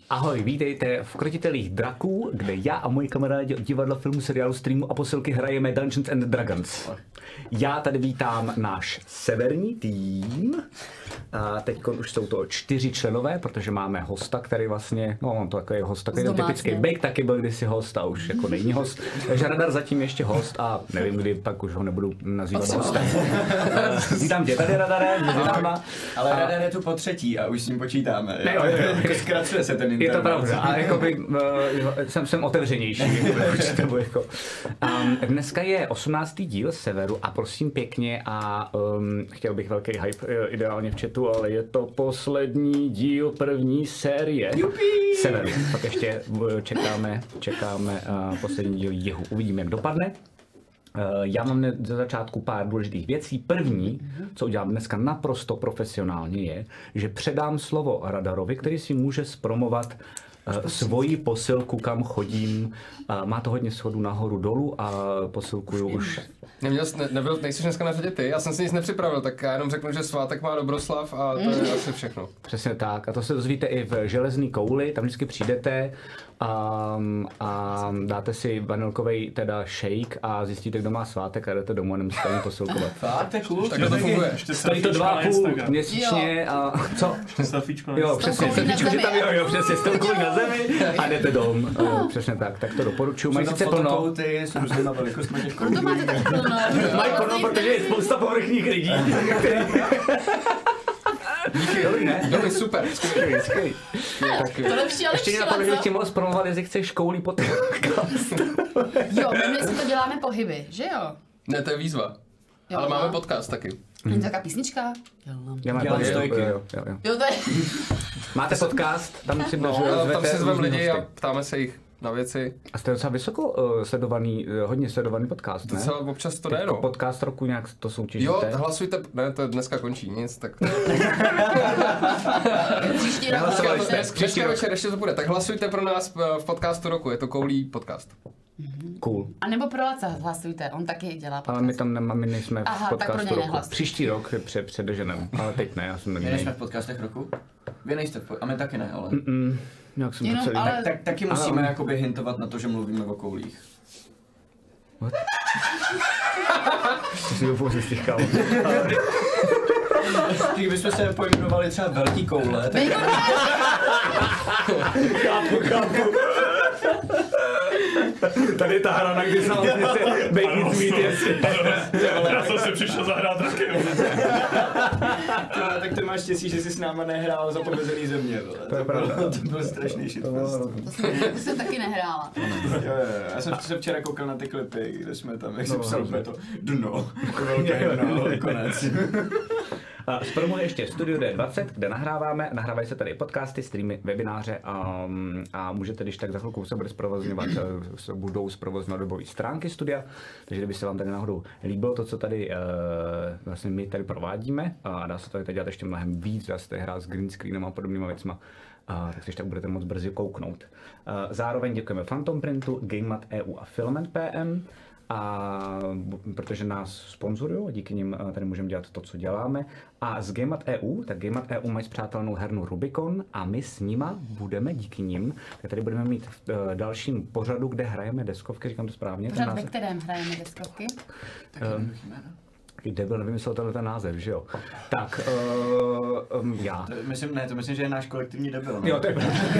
Ahoj, vítejte v Krotitelích draků, kde já a moji kamarádi od divadla, filmu, seriálu, streamu a posilky hrajeme Dungeons and Dragons. Já tady vítám náš severní tým. A teď už jsou to 4 členové, protože máme hosta, který vlastně, no on to takový host, takový typický Bake, taky byl kdysi host a už jako není host. Takže Radar zatím ještě host a nevím kdy, pak už ho nebudu nazývat hostem. Vítám tě tady, Radare, ale Radar je tu po třetí a už s ním počítáme. Ne, jako zkracuje se ten internet. Je to pravda, a jakoby, jsem otevřenější. Dneska je 18. díl Severu a prosím pěkně a chtěl bych velký hype ideálně v chatu, ale je to poslední díl první série Severu. Pak ještě čekáme poslední díl Jihu. Uvidíme, jak dopadne. Já mám za začátku pár důležitých věcí. První, co udělám dneska naprosto profesionálně, je, že předám slovo Radarovi, který si může zpromovat svoji posilku, kam chodím. Má to hodně schodů nahoru dolů a posilkuju už. Nejsi dneska na řadě ty, já jsem si nic nepřipravil, tak já jenom řeknu, že svátek má Dobroslav a to je asi všechno. Přesně tak. A to se dozvíte i v Železný kouli, tam vždycky přijdete a dáte si vanilkovej teda shake a zjistíte, kdo má svátek a jdete domů a nemusíte ani posilkovat. Fakt, to je cool. Tak to funguje. Stojí to 2,5 měsíčně a co? Jo, přesně, přesně, stolkují na zemi a jdete dom. Přesně tak, tak to doporučuji. Mají sice plno. S různýma velikostmi těch To máte tak plno. Mají plno, protože je spousta povrchních lidí. Díky, dobrý, super. Skvělý. To lepší, ale ještě mě napadlo, že bych ti mohl zpromovat, jestli chceš škoulí podcast. Jo, my si to děláme pohyby, že jo? Ne, to je výzva. Jo, ale máme podcast taky. Není to taková písnička? Dělám stojky. Jo, to je... Máte podcast, tam si tam si zveme lidi a ptáme se jich na věci. A jste docela vysoko sledovaný, hodně sledovaný podcast, ne? Docela občas to jde, no. Podcast roku nějak to soutěžíte? Jo, hlasujte, ne, to dneska končí, nic, tak... Příští rok. Dneska večer ještě to bude, tak hlasujte pro nás v podcastu roku, je to Koulí podcast. Cool. A nebo pro Laca hlasujte, on taky dělá podcast. Ale my tam my nejsme v podcastu roku. Nehlasuj. Příští rok předeženem, ale teď ne, já jsem My nejsme v podcastech roku? Vy nejste a my taky ne, ale... Jak jsem to celý... Tak taky musíme jakoby hintovat na to, že mluvíme o koulích. What? To si doufám, že jsi kámo. Kdybychom se pojmenovali třeba velký koule, tak... Chápu. Tady je ta hra, na kdy se vlastně se bejt mít jestli. Já jsem si přišel zahrát taky. Tak to máš štěstí, že jsi s náma nehrál za Povězený země. To je pravda. To byl strašný shitfest. To jsem taky nehrála. Jo, já jsem se včera koukal na ty klipy, kde jsme tam, jak jsem psal to dno. Velké dno, konec. Zpromuji ještě Studio D20, kde nahrávají se tady podcasty, streamy, webináře a můžete, když tak za chvilku se budou zprovozňovat webové stránky studia, takže kdyby se vám tady náhodou líbilo to, co tady vlastně my tady provádíme a dá se tady dělat ještě mnohem víc, dá se tady hrát s green screenem a podobnýma věcma, takže tak budete moc brzy kouknout. Zároveň děkujeme Phantom Printu, GameMat EU a Filament PM, a protože nás sponzorují, díky nim tady můžeme dělat to, co děláme. A z GameMat EU, tak GameMat EU mají spřátelnou hernu Rubicon a my s nima budeme díky nim, tak tady budeme mít v dalším pořadu, kde hrajeme deskovky, říkám to správně. Pořad, ve kterém hrajeme deskovky? Debil nevymyslel ten název, že jo? Tak, já. To myslím, že je náš kolektivní debil. No? Jo, to je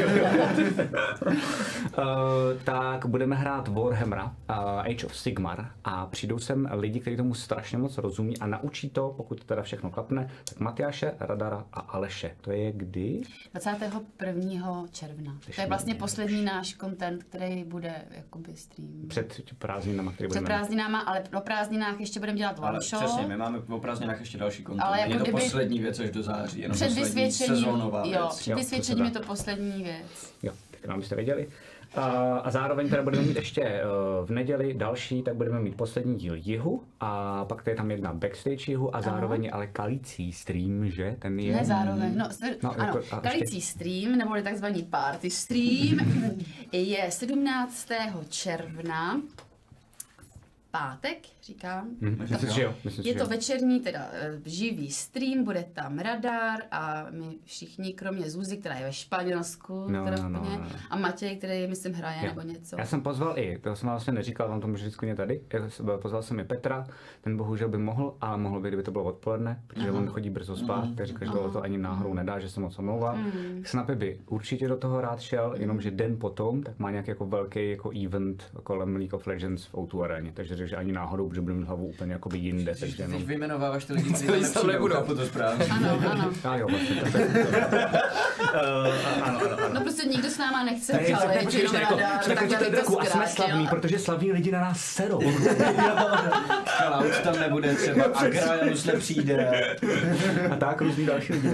tak budeme hrát Warhammera, Age of Sigmar a přijdou sem lidi, kteří tomu strašně moc rozumí a naučí to, pokud teda všechno klapne, tak Matyáše, Radara a Aleše. To je kdy? 21. června. To je vlastně poslední náš content, který bude jakoby stream. Před prázdninama, který budeme. Před prázdninama, ale po prázdninách ještě budeme dělat one show. Přesně, my máme o prázdninách ještě další content. Ale jako je to poslední věc až do září, jenom poslední sezónová věc. Jo, před vysvědčením je to poslední věc. Jo, tak nám byste věděli. A zároveň teda budeme mít ještě v neděli další, tak budeme mít poslední díl Jihu a pak je tam jedna backstage Jihu a zároveň ale kalící stream, že? Ten je... Ne zároveň, ano, kalící stream, neboli takzvaný party stream, je 17. června pátek, říkám. Myslím, že jo. Je to večerní, teda živý stream, bude tam Radar a my všichni, kromě Zuzi, která je ve Španělsku, a Matěj, který myslím hraje nebo něco. Já jsem pozval to jsem vlastně neříkal, vám to můžu říct tady. Pozval jsem i Petra, ten bohužel by mohl, ale mohl by, kdyby to bylo odpoledne, protože on chodí brzo spát, tak říkal, že to ani náhodou nedá, že se moc omlouvá. Snapy by určitě do toho rád šel, jenomže den potom, tak má nějaký jako velký jako event kolem League of Legends v O2 aréně, takže řekl, že ani náhodou, že budeme mít hlavu úplně jakoby jinde. Takže jenom... Teď vyjmenováváš ty lidi, kteří tam nebudou, to správně. Ano. A jo, vlastně. Ano. No prostě nikdo s náma nechce, ale jenom Radar, a jsme slavní, protože slavní lidi na nás serou. Cloud tam nebude třeba, Agraelus nepřijde. A tak různý další lidi.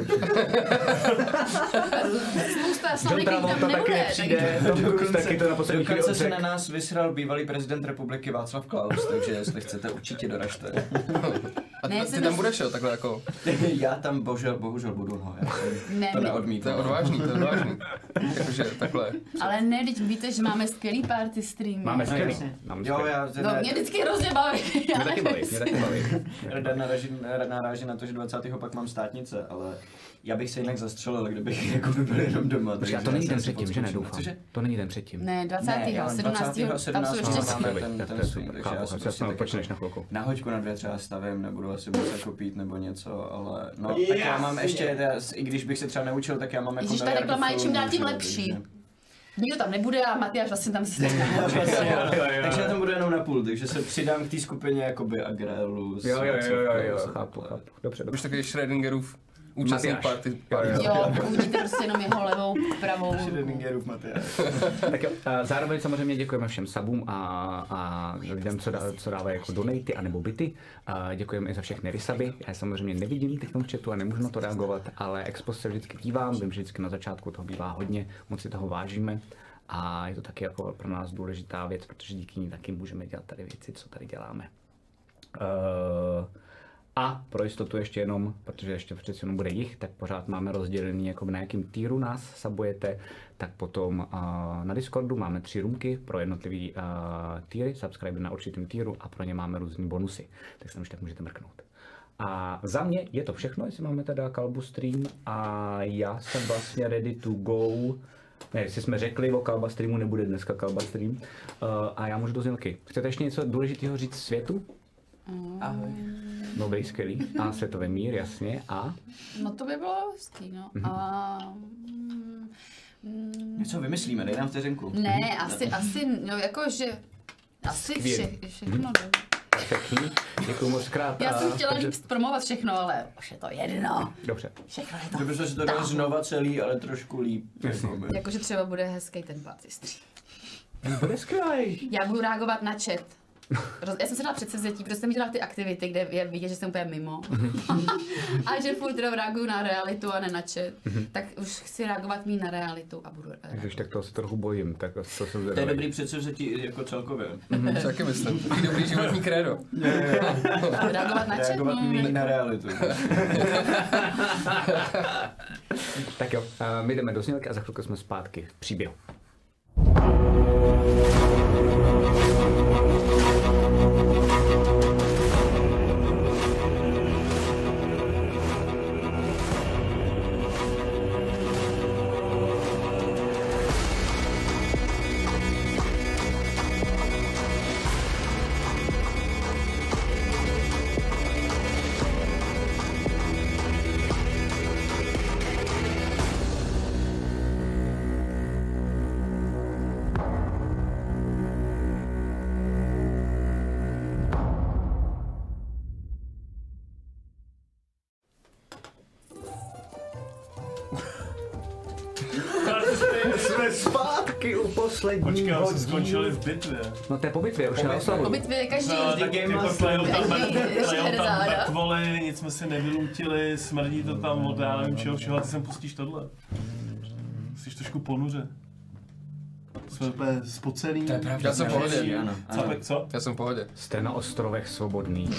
Spousta slavných lidí tam taky nepřijde. Dokonce se na nás vysral bývalý prezident republiky Václav Klaus, takže jestli chcete, určitě doražte. A ty tam budeš, jo, takhle jako? Já tam bohužel budu, no. To neodmítám. To je odvážný. Jakože takhle. Ale ne, teď víte, že máme skvělý party streamy. Máme skvělý. Jo, no, mě vždycky hrozně baví. Mě taky baví. Naráží na to, že 20. pak mám státnice, ale já bych se jinak zastřelil, kdybych jako by byl jenom doma. A to není den předtím, že nedoufám. To není den předtím. Ne, 20. 17. Tam jsou ještě ten stream, takže já si počneš na chvilku. Na hoďku na 2 třeba stavím, nebudu asi moc jako pít nebo něco, ale no, tak já mám ještě, i když bych se třeba neučil, tak já mám jako Ježíš, ta reklama je čím dál tím lepší. Nikdo tam nebude a Matyáš vlastně tam si Takže já tam budu jenom na půl, takže se přidám k té skupině jakoby Agraelus. Jo, chápu. Dobře. Už takový Schrödingerův účastník party. Jo, uvidíte prostě jenom jeho levou, pravou. Schrödingerův Matyáš. Tak jo, zároveň samozřejmě děkujeme všem subům a lidem, co dávají jako donaty anebo bity. Děkujeme i za všechny resuby. Já samozřejmě nevidím teď v chatu a nemůžu na to reagovat, ale Expost se vždycky dívám, vím, že vždycky na začátku toho bývá hodně, moc si toho vážíme. A je to taky jako pro nás důležitá věc, protože díky ní taky můžeme dělat tady věci, co tady děláme. A pro jistotu ještě jenom, protože ještě přeci jenom bude jich, tak pořád máme rozdělený, jako na jakým týru nás sabujete, tak potom na Discordu máme 3 roomky pro jednotlivý týry, subscribe na určitým týru a pro ně máme různý bonusy, tak se tam už tak můžete mrknout. A za mě je to všechno, jestli máme teda Kalbu stream a já jsem vlastně ready to go. Ne, jestli jsme řekli o Kalba streamu, nebude dneska Kalba stream. A já můžu do znělky. Chcete ještě něco důležitého říct světu? Ahoj. Dobrý, skvělý. A světový mír, jasně. A? No to by bylo hezký, no. Něco vymyslíme, dej nám vteřinku. Ne, asi, no jakože, asi všechno. Perfektní, děkuji moc krát. Já jsem chtěla líp promovat všechno, ale už je to jedno. Dobře. Všechno je to. Dobře, že si to dal znova celý, ale trošku líp. Jakože třeba bude hezký ten party stream. Bude skvělý. Já budu reagovat na chat. Já jsem se dala předsevzetí, protože jsem dělala ty aktivity, kde je vidět, že jsem úplně mimo. A že furt reaguju na realitu a ne na chat. Tak už chci reagovat mít na realitu a budu reagovat. Když tak toho se trochu bojím, tak to jsem zvědavý. To je dobrý předsevzetí jako celkově. Taky myslím. Takový dobrý životní krédo. Reagovat na chat? Reagovat mít na realitu. Tak jo, my jdeme do znělky a za chvilku jsme zpátky v příběhu. Jsme zpátky u posledního. Počkej, ale jsme skončili v bitvě. No to je po bitvě, už je na oslavu. Po bitvě každý Tak jako klejou tam záda. mrtvoly, nic jsme si nevylutili, smrdí to tam od já nevím všeho, a ty sem pustíš tohle. Jsi trošku ponuře. Jsme úplně spocený. To je pravda. Já jsem v pohodě. Ano. Capek, co? Já jsem v pohodě. Jste na ostrovech svobodný.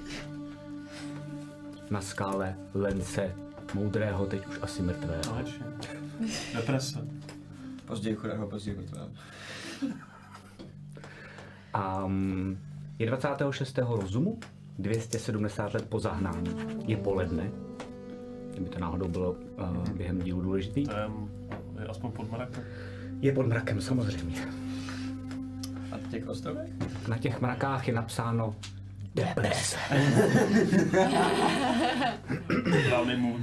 Na skále Lence, moudrého, teď už asi mrtvého. Konečně. Deprese. Později chudého, později mrtvého. Je 26. rozumu, 270 let po zahnání. Je poledne. Kdyby to náhodou bylo během dílu důležitý. Je aspoň pod mrakem. Je pod mrakem, samozřejmě. A v těch ostrovech? Na těch mrakách je napsáno deprese. Hlavný mood.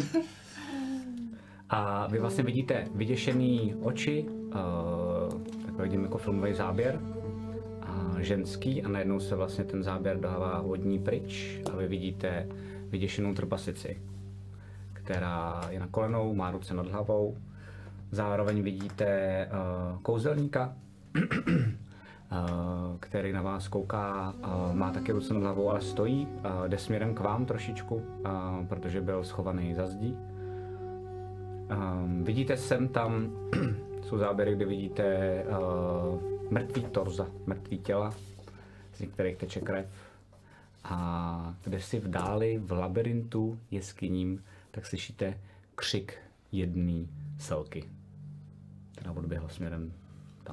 A vy vlastně vidíte vyděšený oči, takhle vidím jako filmový záběr, ženský, a najednou se vlastně ten záběr dává hodní pryč a vy vidíte vyděšenou trpasici, která je na kolenou, má ruce nad hlavou. Zároveň vidíte kouzelníka, který na vás kouká, má taky ruce nad hlavou, ale stojí, jde směrem k vám trošičku, protože byl schovaný za zdí. Vidíte sem tam, jsou záběry, kde vidíte mrtvý torza, mrtvý těla, z některých teče krev. A kde si v dáli, v labirintu jeskyním, tak slyšíte křik jedné selky, která odběhla směrem tam.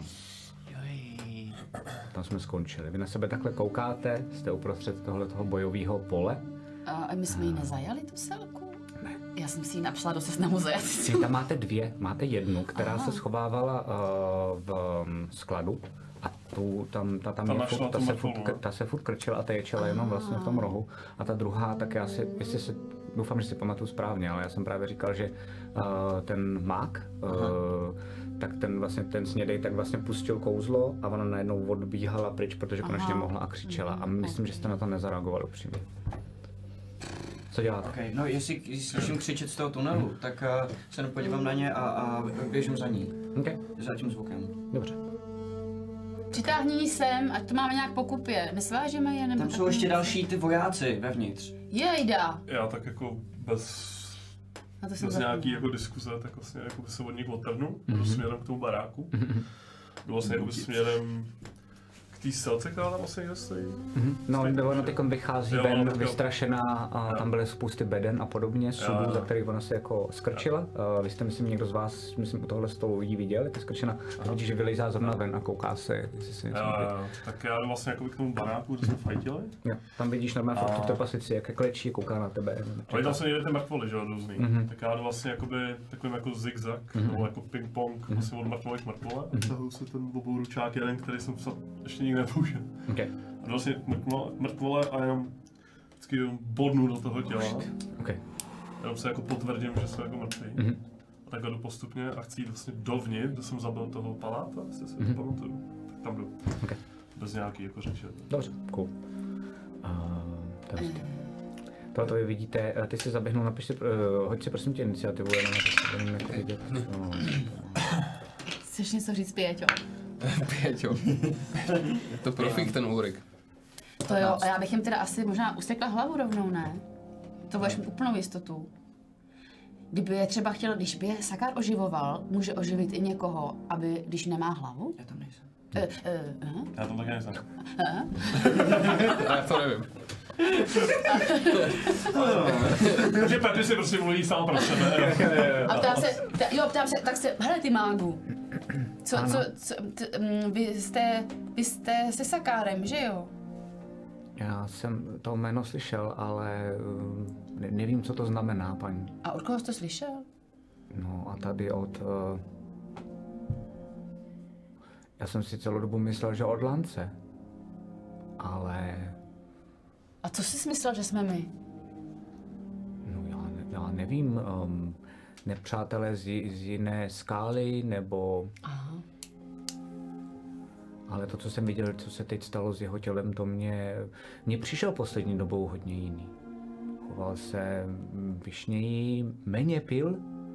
Tam jsme skončili. Vy na sebe takhle koukáte, jste uprostřed tohoto bojového pole. A my jsme ji nezajali, tu selku? Ne. Já jsem si ji napsala do seznamu zajatců. Vy tam máte dvě. Máte jednu, která se schovávala v skladu. A ta se furt krčila a ta ječela jenom vlastně v tom rohu. A ta druhá, tak já si, doufám, že si pamatuju správně, ale já jsem právě říkal, že ten mák, tak ten snědej tak vlastně pustil kouzlo a ona najednou odbíhala pryč, protože konečně mohla a křičela. A myslím, že jste na to nezareagovali upřímně. Co děláte? Okay, no jestli slyším křičet z toho tunelu, tak se podívám na ně a běžím za ní. Okay. Za tím zvukem. Dobře. Přitáhni ji sem, ať to máme nějak po kupě. Nesvážeme je nebo tam jsou ještě další ty vojáci vevnitř. Jejda. Já tak jako bez nějaký jako diskuze, tak vlastně jako by se od nich odtrhnu, směrem k tomu baráku. Vlastně jako směrem k té selce, která tam vlastně stojí. No, ona teď vychází ven, vystrašená, a tam byly spousty beden a podobně, sudů, za kterých ona se jako skrčila. Vy jste, myslím, někdo z vás, myslím, u tohle stolu jí viděl, jak je skrčena, a vidíš, že vylejzá zrovna ven a kouká se, jestli se něco tak já jdu vlastně jako k tomu baráku, kde jsme fajtili. Jo, tam vidíš normálně fakt tu trpasici, jak klečí, kouká na tebe. Ale tam se někde ty mrtvoly, že jo, různý. Tak já jdu vlastně jakoby takovým jako zigzag, nebo jako ping-pong, vlastně od mrtvoly k mrtvole. A tahuji se ten obouručák jeden, který jsem ještě nikdy nepoužil. Okay. A vlastně mrtvole a jenom vždycky bodnu do toho těla. Okay. Jenom se jako potvrdím, že jsem jako mrtvý. A takhle jdu postupně a chci jít vlastně dovnitř, kde jsem zabil toho paláta, jestli si to pamatuju. Tak tam jdu. Okay. Bez nějaký jako řeče. Dobře, cool. Tohle vy vidíte, ty si zaběhnou, napiš si, hoď si prosím tě iniciativu, jenom na to jako vidět. Chceš něco říct, Pěťo? Pěťo. Je to profík ten Ulrik. To jo, a já bych jim teda asi možná usekla hlavu rovnou, ne? To budeš mít úplnou jistotu. Kdyby je třeba chtěl, když by je Sakár oživoval, může oživit i někoho, aby, když nemá hlavu? Já tam nejsem. Já tam taky nejsem. Já to nevím. Takže Petr si prostě mluví sám pro sebe. A ptám se, tak se, hele ty mágu. Vy jste se Sakárem, že jo? Já jsem to jméno slyšel, ale nevím, co to znamená, paní. A od koho jsi to slyšel? No a tady od... Já jsem si celou dobu myslel, že od Lance. Ale... A co jsi myslel, že jsme my? No já nevím, nepřátelé z jiné skály, nebo... Aha. Ale to, co jsem viděl, co se teď stalo s jeho tělem, to mě přišel poslední dobou hodně jiný. Choval se pyšněji, méně pil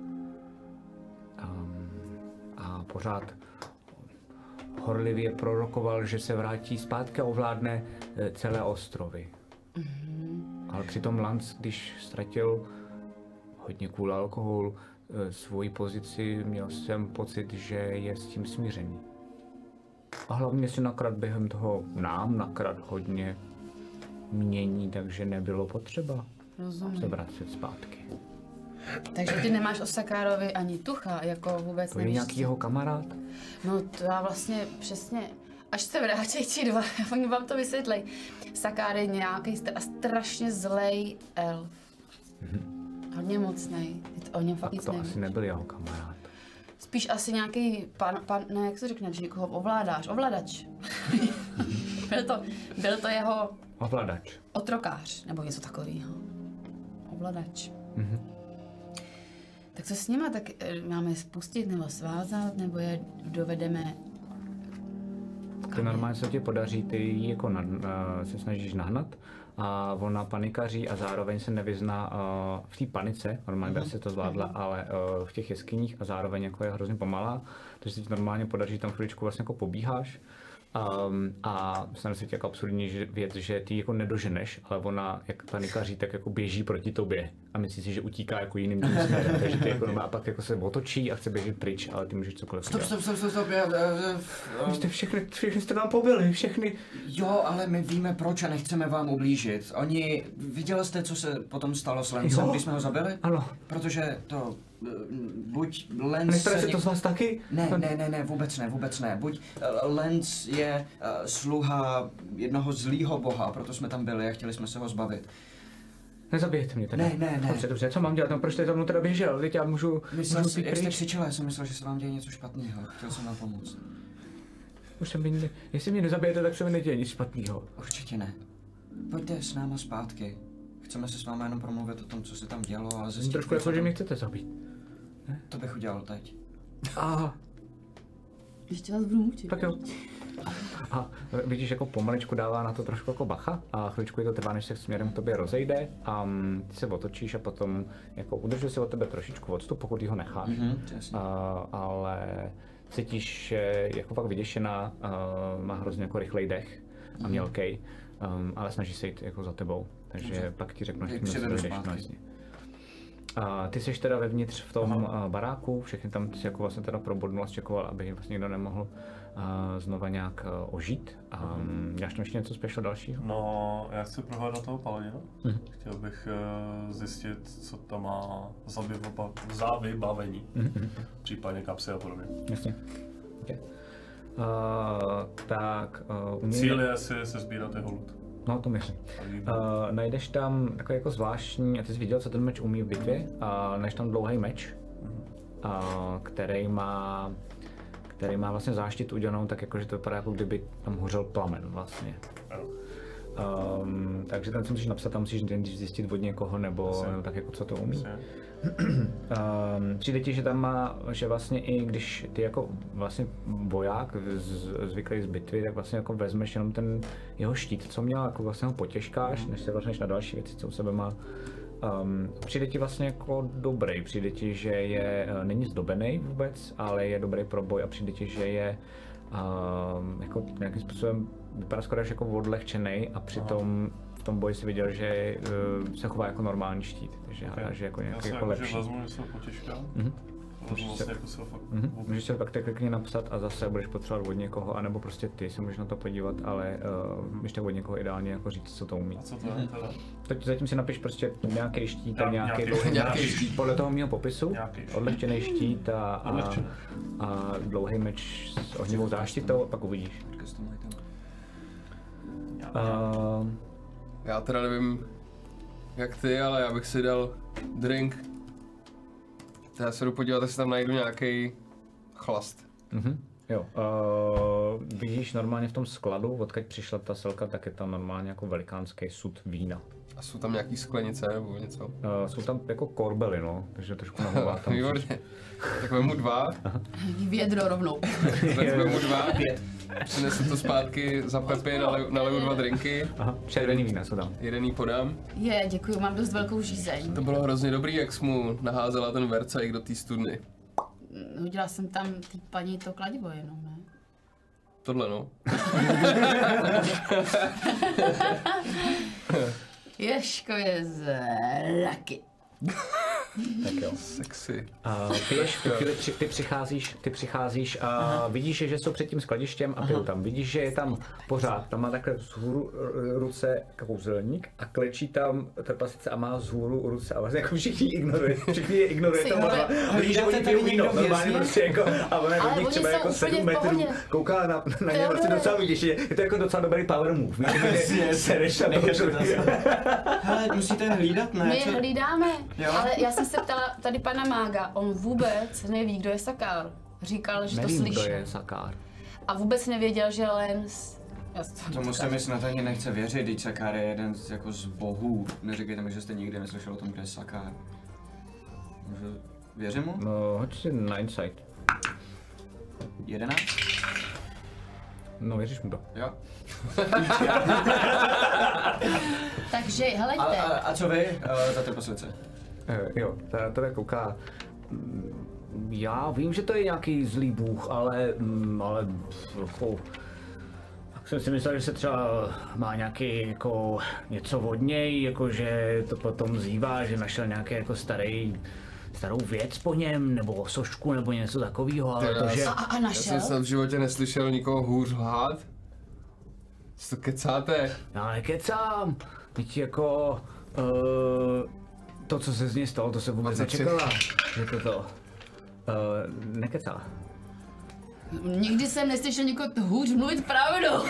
a pořád horlivě prorokoval, že se vrátí zpátky a ovládne celé ostrovy. Ale přitom Lance, když ztratil hodně kvůli alkoholu svoji pozici, měl jsem pocit, že je s tím smířený. A hlavně si nakrát během toho hodně mění, takže nebylo potřeba se vracet zpátky. Takže ty nemáš o Sakárovi ani tucha, jako vůbec to je nějaký jeho kamarád? No to já vlastně přesně, až se vrátí ti dva, oni vám to vysvětlej. Sakár je nějaký strašně zlej elf. Hodně mocnej, o něm fakt nic to nevím. asi nebyl jeho kamarád. Spíš asi nějaký ne, jak se řekne, že někoho ovladač. byl to jeho Ovladač. otrokář, nebo něco takového. Ovladač. Mhm. Tak co s nima, tak máme je spustit nebo svázat, nebo je dovedeme... Ty normálně se ti podaří, ty ji jako se snažíš nahnat a ona panikaří a zároveň se nevyzná v té panice, normálně se to zvládla, ale v těch jeskyních a zároveň jako je hrozně pomalá, takže se ti normálně podaří, tam chviličku vlastně jako pobíháš. A stane se ti jako absurdní věc, že ty jako nedoženeš, ale ona, jak panikaří, tak jako běží proti tobě a myslí si, že utíká jako jiným směrem, takže ty jako a pak jako se otočí a chce běžet pryč, ale ty můžeš cokoliv Stop, všechny jste vám pobili, všechny. Jo, ale my víme proč a nechceme vám ublížit. Viděli jste, co se potom stalo s Lencem, když jsme ho zabili? Ano. protože to buď Lenz... Nestane se to z vás taky? Ne, vůbec ne. Buď Lenz je sluha jednoho zlýho boha, proto jsme tam byli a chtěli jsme se ho zbavit. Nezabijete mě teda. Ne. Dobře, co mám dělat? No, proč jste za mnou teda běžel? Teď já můžu jak jste křičela, já jsem myslel, že se vám děje něco špatného. Chtěl jsem vám pomoct. Už se mi jestli mě nezabijete, tak se mi neděje nic špatného. Určitě ne. Pojďte s náma zpátky. Chceme se s vámi jenom promluvit o tom, co se tam dělo a zjistit... Trošku jako, že mě chcete zabít. Ne? To bych udělal teď. Ještě vás budu mučit. Tak jo. A vidíš, jako pomaličku dává na to trošku jako bacha a chvíličku je to trvá, než se směrem k tobě rozejde a ty se otočíš a potom jako udržuje se od tebe trošičku odstup, pokud ho necháš. Ale cítíš, že jako fakt vyděšená, má hrozně jako rychlej dech a mělkej, ale snaží se jít jako za tebou, takže pak ti řeknu, že tím dojdeš. Ty jsi teda vevnitř v tom baráku, všechny tam si jako vlastně teda probodnul a zčekoval, aby vlastně nikdo nemohl znova nějak ožít. Děláš tam ještě něco special dalšího? No, já chci prohledat toho paladina. Chtěl bych zjistit, co tam má za vybavení, případně kapsy a podobně. Jasně. Okay. Cíl je si sbírat jeho loot. No, to myslím. Najdeš tam takový jako zvláštní, a ty jsi viděl, co ten meč umí v bitvě, najdeš tam dlouhý meč, který má vlastně záštit udělanou tak jako, že to vypadá, jako kdyby tam hořel plamen vlastně. Takže ten si musíš napsat, tam musíš zjistit od někoho, nebo tak jako co to umí. Přijde ti, že tam má, že vlastně i když ty jako vlastně voják zvyklý z bitvy, tak vlastně jako vezmeš jenom ten jeho štít, co měl, jako vlastně ho potěžkáš, než se vrhneš na další věci, co u sebe má. Přijde ti vlastně jako dobrý, přijde ti, že není zdobený vůbec, ale je dobrý pro boj a přijde ti, že je jako nějakým způsobem vypadá skoro jako odlehčený a přitom v tom boji si viděl, že se chová jako normální štít, takže že jako nějaký jako lepší. Já vezmu něco potěžkám. Můžeš se pak klidně napsat a zase budeš potřebovat od někoho, anebo prostě ty se můžeš na to podívat, ale ještě od někoho ideálně jako říct, co to umí. A co to je teda? Teď zatím si napiš prostě nějaký štít a nějaký štít podle toho mého popisu, odlehčený štít a dlouhý meč s ohnivou záštitou a pak uvidíš. Já teda nevím jak ty, ale já bych si dal drink. Já se jdu podívat, jestli tam najdu nějaký chlast. Jo, vidíš normálně v tom skladu, odkud přišla ta selka, tak je tam normálně jako velikánský sud vína. A jsou tam nějaký sklenice nebo něco? Jsou tam jako korbely, no, takže trošku nahová tam. Výborně. Tak vemu 2. Vědro rovnou. Tak vemu 2. Přinesu to zpátky za Pepy, naleju 2 drinky. Červený vína jsou tam. Jeden jí podám. Děkuju, mám dost velkou žízeň. To bylo hrozně dobrý, jak jsi mu naházela ten vercajk do té studny. Hodila jsem tam tý paní to kladivo jenom, ne? Tohle no. Ježko je zraky. Tak jo. Sexy. Ty přicházíš a vidíš, že jsou před tím skladištěm a pijou tam. Vidíš, že je tam pořád, tam má takhle vzhůru ruce kouzelník a klečí tam trpasice a má vzhůru ruce a vlastně jako všichni je ignoruje to má. Vidíš, že oni pijou víno, normálně prostě jako a ona jako nich třeba jako 7 metrů kouká na ně vlastně docela vidíš, je to jako docela dobrý power move. Sereš a hele, musíte hlídat, ne? My hlídáme, ale já jsem se ptala tady pana Mága, on vůbec neví, kdo je Sakár. Říkal, že Nevím, to slyšel. kdo je Sakár. A vůbec nevěděl, že Lens... Tomu se mi snad ani nechce věřit, když Sakár je jeden z bohů. Neříkejte mi, že jste nikdy neslyšel o tom, kde je Sakár. Věřím mu? No, hoď si na insight. 11? No, věříš mu to. Jo. Takže, helejte. A co vy, ta trpaslice? Jo, tady kouká. Já vím, že to je nějaký zlý bůh, ale tak jsem si myslel, že se třeba má nějaký jako něco od něj, jako že to potom zývá, že našel nějaký jako starou věc po něm, nebo sošku, nebo něco takového, ale to, že... A Já našel? jsem v životě neslyšel nikoho hůř lhát. Co to kecáte? Já nekecám, teď jako... to, co se z něj stalo, to se vůbec 23. nečekala, že to nekecá. Nikdy jsem neslyšel někoho hůř mluvit pravdu.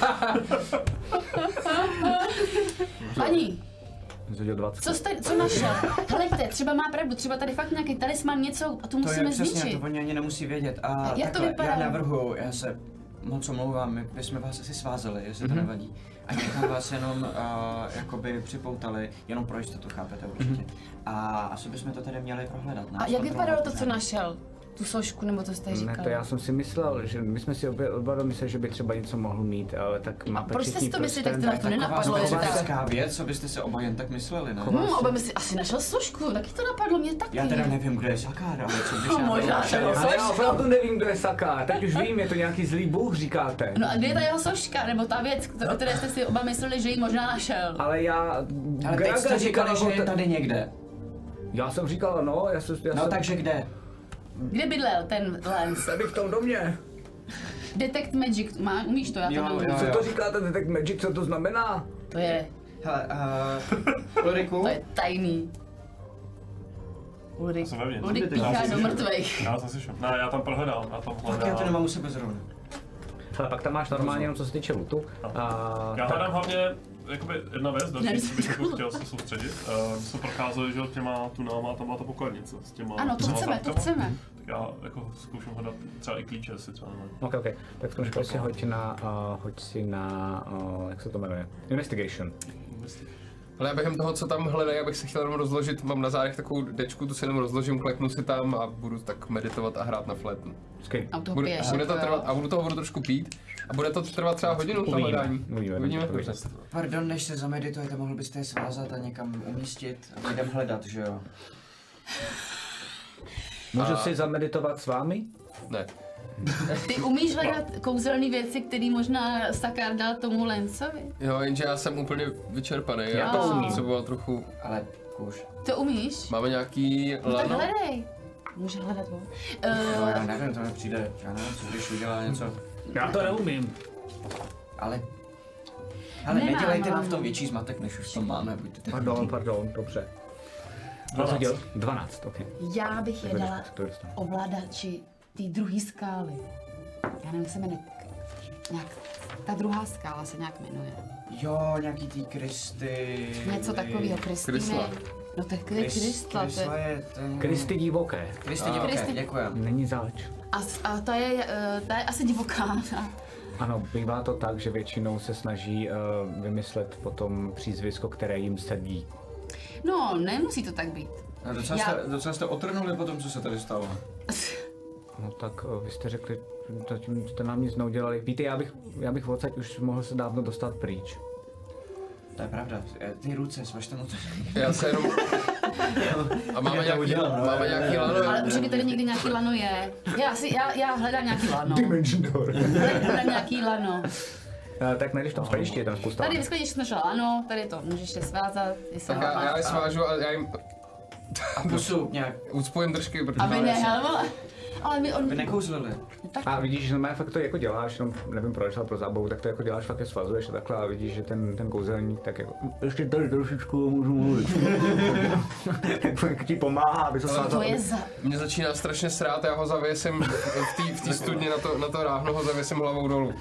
Paní, Zhodil 20. co našel? Helejte, třeba má pravdu, třeba tady fakt nějaký talisman, něco a to To je musíme přesně, zničit. to oni ani nemusí vědět. A Jak to takhle, vypadá? já navrhuji, já se moc omlouvám, my bychom vás asi svázeli, jestli to nevadí. A někam vás jenom jakoby připoutali, jenom pro jistotu, chápete určitě. A asi bychom to tady měli prohledat. A jak vypadalo to, co našel? Tu sošku, nebo to jste říkal? Ne, to já jsem si myslel, že my jsme si oba mysleli, že by třeba něco mohl mít, ale tak má proč jste pečetní si to myslíte, prsten. tak to nenapadlo, je Taková věc, co byste se oba jen tak mysleli, ne? Oba by si asi našel sošku, taky to napadlo, mě taky. Já teda nevím, kdo je Sakár, ale co když No, já možná našel? to Ale já opravdu nevím, kdo je Sakár, teď už vím, je to nějaký zlý bůh, říkáte. No a kde je ta jeho soška, nebo ta věc, o které jste si oba mysleli, že ji možná našel? Ale já... Ale teď Graga jste říkali, že je říkala, tady někde. Já jsem říkal, no, já jsem... No takže kde? Kde bydlel ten Lens? Tady v tom domě. Detect Magic, umíš to? Já to Jo, neumím. jo. Co to říkáte, Detect Magic, co to znamená? To je Ulriku? tajný. Ulrik jsem vevnitř. píchá do mrtvejch. Já jsem slyšel. Ne, já tam prohledám, já tam Tak já to hledám. nemám u sebe zrovna. Ale pak tam máš normálně jenom co se týče lootu. Já hledám hlavně jakoby jedna věc, další, co bych jako chtěl se soustředit. My jsme procházeli, že těma tunelama, tam byla ta pokladnice s těma Ano, to třema chceme, to zátkama. chceme. Tak já jako zkouším hledat třeba i klíče, jestli třeba nevím. Ok. Tak v tom případě si hoď si na, jak se to jmenuje? Investigation. Ale já během toho, co tam hledají, abych se chtěl jenom rozložit, mám na zádech takovou dečku, tu si jenom rozložím, kleknu si tam a budu tak meditovat a hrát na flétnu. Skvělý. A u toho Bude piješ. to trvat, a budu trošku pít. A bude to trvat třeba hodinu, to hledání. Uvidíme. Dobře. Pardon, než se zameditujete, mohl byste je svázat a někam umístit a jdem hledat, že jo? Můžu si zameditovat s vámi? Ne. Ty umíš hledat kouzelné věci, které možná Sakár dal tomu Lencovi? Jo, jenže já jsem úplně vyčerpaný. Já to jsem umím. potřeboval trochu. Ale kůž. To umíš? Máme nějaký No tak lano? hledej. Může hledat on. No, já nevím, to mi přijde, já nevím, co když udělá něco. Já to neumím. Ale Nemám, nedělejte nám ale- v tom větší zmatek, než už v tom máme, buďte Pardon, dobře. 12, ok. Já bych je dala To dostanu. ovladači té druhé skály. Já nevím, jak se jmenuje. Nějak, ta druhá skála se nějak jmenuje. Jo, nějaký ty krysty. Něco takového, Kristýny. Krysla. No tak Kristla, to Krysla je... je ten... Kristy divoké. Krysty divoké, Kristy- děkujem. Není zač. A ta je asi divoká. Ano, bývá to tak, že většinou se snaží vymyslet potom přízvisko, které jim sedí. No, nemusí to tak být. No, docela jste otrnuli po tom, co se tady stalo. No tak vy jste řekli, zatím jste nám nic neudělali. Víte, já bych odsaď už mohl se dávno dostat pryč. To je pravda, ty ruce, svažte mu to. Já se jenom... A máme nějaký lano? Ale určitě tady někdy nějaký lano je. Já hledám nějaký lano. Dimension door. Hledám nějaký lano. Tak najdeš tam skladiště, je tam spousta. Tady ve skladišti jsme šla lano, tady to můžeš je svázat. Tak já je svážu a já jim A pusu nějak. Uspojím držky, protože... Aby nehal, vole. Ale my on... Vy nekouzlili. Tak A vidíš, že normálně fakt to jako děláš, jenom nevím proč, ale pro zábavu, tak to jako děláš, fakt je svazuješ a takhle a vidíš, že ten kouzelník tak jako ještě tady trošičku můžu mluvit. Tak ti pomáhá, aby se to je za... Mě začíná strašně srát, já ho zavěsím v té studni na to ráhno, ho zavěsím hlavou dolů.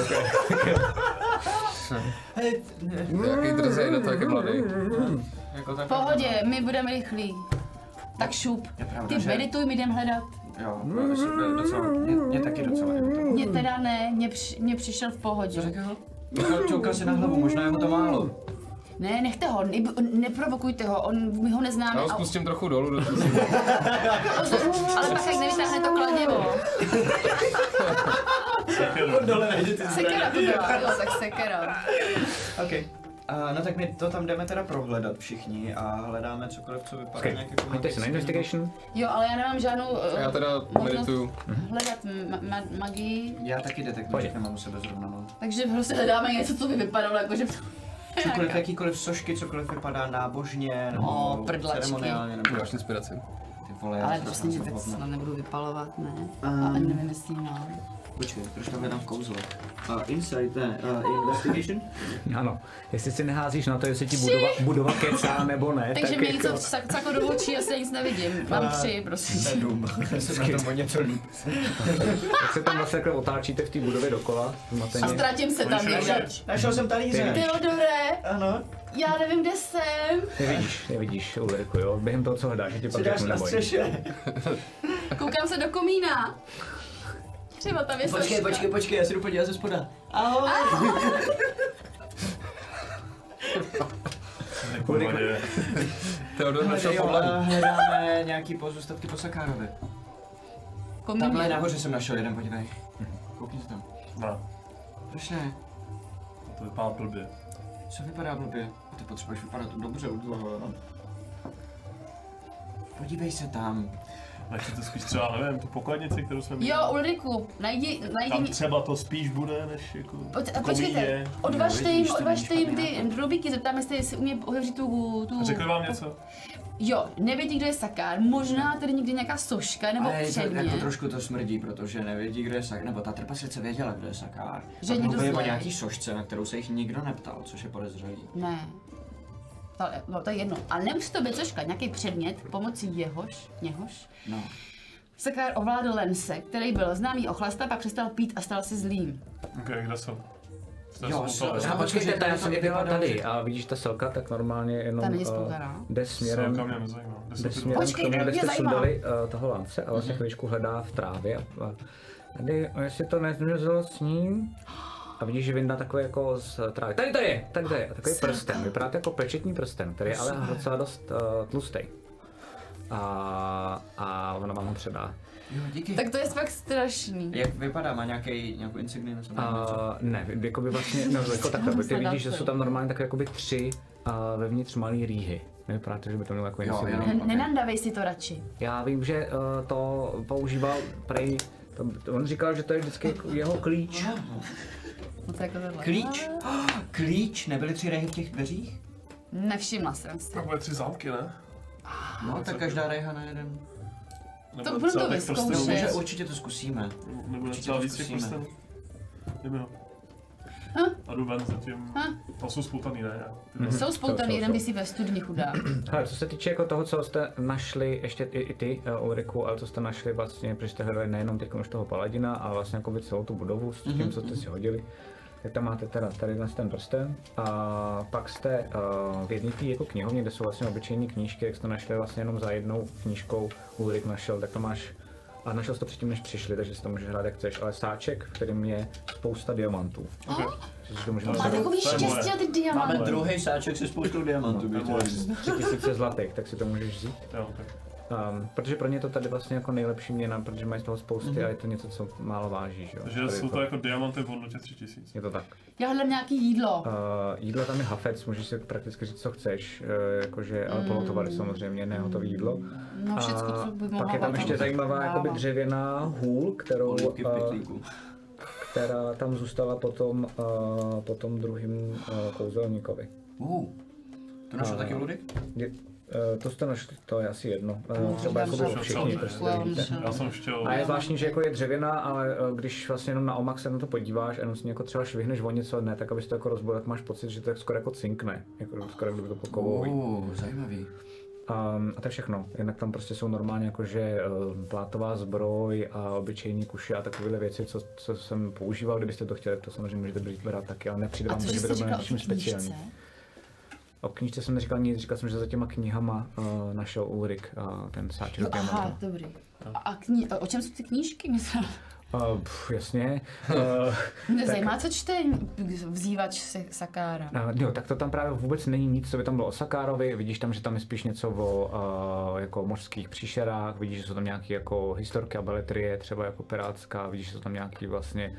Nějaký drzej na to, jak je mladý. V pohodě, my budeme rychlí. Tak šup. Ty medituj, my jdem hledat. Jo, mě taky docela. Mně teda ne, mně přišel v pohodě. Co řekl? Čoukal si na hlavu, možná je mu to málo. Ne, nechte ho, neprovokujte ho, my ho neznáme. Já ho spustím trochu dolů. Ale pak jak nevytáhne to kladivo. Sekera to byla, jo, tak sekera. Okay. No tak my to tam jdeme teda prohledat všichni a hledáme cokoliv, co vypadá nějak jako Hoďte si na investigation. Jo, ale já nemám žádnou Já teda medituju. hledat magii. Já taky detektuji, že nemám u sebe zrovna, no. Takže prostě hledáme něco, co by vypadalo jako, že... Cokoliv, jakýkoliv sošky, cokoliv vypadá nábožně, nebo ceremoniálně, nebo Máš inspiraci. ty vole, Ale já prostě nic se tak nebudu vypalovat, ne. A ani nevím, jestli mám. Počkej, proč tam hledám kouzlo? Insight, ne, investigation? Ano, jestli si neházíš na to, jestli ti budova kecá nebo ne, Takže tak mi jako... něco cako do očí, asi nic nevidím. Mám 3, prosím. 7. Jsem na tom o něco líp. Tak se tam vlastně jako otáčíte v té budově dokola. A ztratím se tam někde. Našel jsem talíře. Teodore, Ano. já nevím, kde jsem. Nevidíš Ulriku, jo? Během toho, co hledáš, že tě pak Co dáš jako na neboj. střeše? Koukám se do komína. Třeba tam je soška. Počkej, já si jdu podívat ze spoda. Ahoj. Teodor našel podlahu. Hledáme nějaký pozůstatky po Sakárovi. Tamhle Komíně. nahoře jsem našel jeden, podívej. Koukni se tam. No, Proč ne? to vypadá blbě. Co vypadá blbě? Ty potřebuješ vypadat dobře u toho. Podívej se tam. Nechci to spíš třeba, nevím, tu pokladnici, kterou jsme měli. Jo, Ulriku, najdi Tam mi... třeba to spíš bude, než jako Počkejte, odvažte jim ty drobíky, zeptáme se, jestli umí otevřít tu... Řekli vám něco? Jo, nevědí, kdo je Sakár, možná tady někdy nějaká soška nebo Ale předmět. jako trošku to smrdí, protože nevědí, kdo je Sakár, nebo ta trpaslíce věděla, kdo je Sakár. Že a někdo mluvili o zlej. nějaký sošce, na kterou se jich nikdo neptal, což je podezřelý. Ne. To je jedno. Ale nemusí to být soška, nějaký předmět, pomocí něhož. No. Sakár ovládl Lense, který byl známý ochlasta, pak přestal pít a stal se zlým. Ok, kde jsou? Jo, Počkejte, tady já to jsem viděla vypadá, tady že- a vidíš ta selka, tak normálně jenom Ta není spolkaná. jde směrem, Celka mě nezajímá. Kde jsou jde ty směrem k Počkej, tomu, kde mě jste zajímá. sundali toho lance a vlastně chvíličku hledá v trávě a tady, jestli to nezmizelo s ním. A vidíš, že vyndá takový jako z trávy. Tady je! A takový prsten, vypadá to jako pečetní prsten, který je ale docela dost tlustý. A ona vám ho předá. Jo, díky. Tak to je fakt strašný. Jak vypadá? Má nějakou insignii na sobě? Ne, jako by vlastně, no jako takhle, ty vidíš, že jsou tam normálně tak jakoby 3 vevnitř malý rýhy. Nevypadá to, že by to mělo jako Jo, něco jenom. jiného. Nenandavej si to radši. Já vím, že to používal prej, on říkal, že to je vždycky jeho klíč. No to jako tohle. Klíč? Klíč? Nebyly 3 rehy v těch dveřích? Nevšimla jsem si. Tak bude 3 zámky, ne? No, tak každá reha na jeden. Nebo budu třeba to těch vyzkoušet. prstenů? Takže určitě to zkusíme. Nebo Určitě třeba to víc těch zkusíme. prstenů? Jdeme ho. A jdu ven zatím. Tam jsou spoutaný, ne? Jsou spoutaný, jeden si ve studni chudá. Hele, co se týče jako toho, co jste našli, ještě i ty, Ulriku, ale co jste našli vlastně, protože jste hledali nejenom teď už toho paladina, ale vlastně jako celou tu budovu s tím, co jste si hodili. Tak tam máte teda tady ten prsten a pak jste v jedné té jako knihovně, kde jsou vlastně obyčejné knížky, jak jste našli vlastně jenom za jednou knížkou Ulrik našel, tak to máš a našel jsi to předtím, než přišli, takže si to můžeš hrát jak chceš, ale sáček, v kterém je spousta diamantů. Okay. Což to můžeme Má takový To je štěstí moje. a ty diamanty. Máme druhý sáček se spoustou diamantů. To je moje. 3000 zlatých, tak si to můžeš vzít. Jo, tak. Protože pro ně to tady vlastně jako nejlepší měna, protože mají z toho spousty a je to něco, co málo váží, že jo. Takže Tady jsou to jako diamanty v hodnotě 3000. Je to tak. Já hledám nějaký jídlo. Jídlo tam je hafec, můžeš si prakticky říct, co chceš, jakože, ale polotovary samozřejmě, ne hotové jídlo. No všecko, co by mohla Pak je tam vám ještě zajímavá jakoby dává. dřevěná hůl, která tam zůstala po tom druhým kouzelníkovi. To našel taky Ludik? To je asi jedno. No, Třeba jako šel všichni šel, prostě šel, vidíte. šel. Já jsem chtěl... A je zvláštní, že jako je dřevěná, ale když vlastně jenom na omak se na to podíváš a jenom si jako třeba švihneš o něco, ne, tak abys to jako rozbil, tak máš pocit, že to tak skoro jako cinkne. Jako skoro kdyby to bylo kovový. Zajímavý. A to je všechno. Jinak tam prostě jsou normálně jakože plátová zbroj a obyčejný kuše a takovéhle věci, co jsem používal. Kdybyste to chtěli, to samozřejmě můžete brát taky, ale nepřijde vám, že by to bylo něčím speciální. O knížce jsem neříkal nic, říkal jsem, že za těma knihama našel Ulrik ten sáček. Aha, dobrý. A o čem jsou ty knížky, myslel? Jasně. Mě zajímá, co čte vzývač Sakára. Jo, tak to tam právě vůbec není nic, co by tam bylo o Sakárovi. Vidíš tam, že tam je spíš něco o jako mořských příšerách, vidíš, že jsou tam nějaké jako historky a beletrie, třeba jako pirátská, vidíš, že jsou tam nějaké vlastně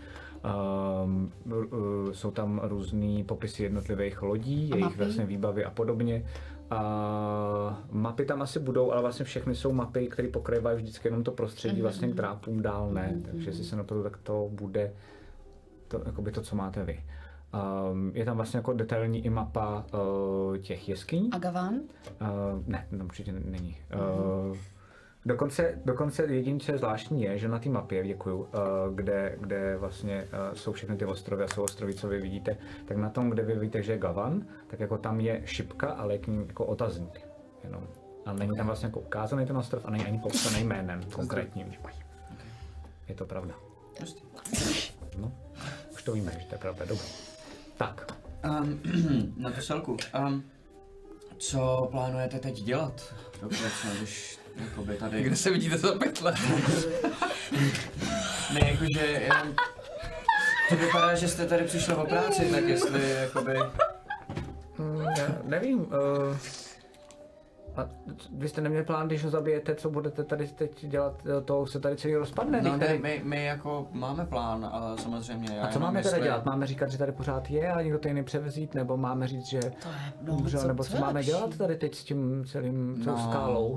jsou tam různý popisy jednotlivých lodí, jejich vlastně výbavy a podobně. Mapy tam asi budou, ale vlastně všechny jsou mapy, které pokrývají vždycky jenom to prostředí, vlastně k drápům dál ne, takže jestli se napadlo, tak to bude to, co máte vy. Je tam vlastně jako detailní i mapa těch jeskyní. A Gavan? Ne, to určitě není. Dokonce jediné, co je zvláštní, je, že na té mapě, děkuju, kde vlastně jsou všechny ty ostrovy a jsou ostrovy, co vy vidíte, tak na tom, kde vy vidíte, že je Gavan, tak jako tam je šipka, ale je k ní jako otazník. Jenom. A není tam vlastně jako ukázaný ten ostrov a není ani popsaný jménem konkrétním. Je to pravda. No, už to víme, že to je pravda. Dobře. Tak. Na tu selku. Co plánujete teď dělat? Dobře, když jakoby tady... Kde se vidíte za 5 let? Ne, jakože jenom... To vypadá, že jste tady přišli o práci, tak jestli jakoby... Nevím. A vy jste neměli plán, když ho zabijete, co budete tady teď dělat, to se tady celý rozpadne? No ne, my jako máme plán, ale samozřejmě... A co máme teda dělat? Máme říkat, že tady pořád je a někdo tady nepřevzít, nebo máme říct, že umřel, nebo co máme dělat tady teď s tím celým skálou?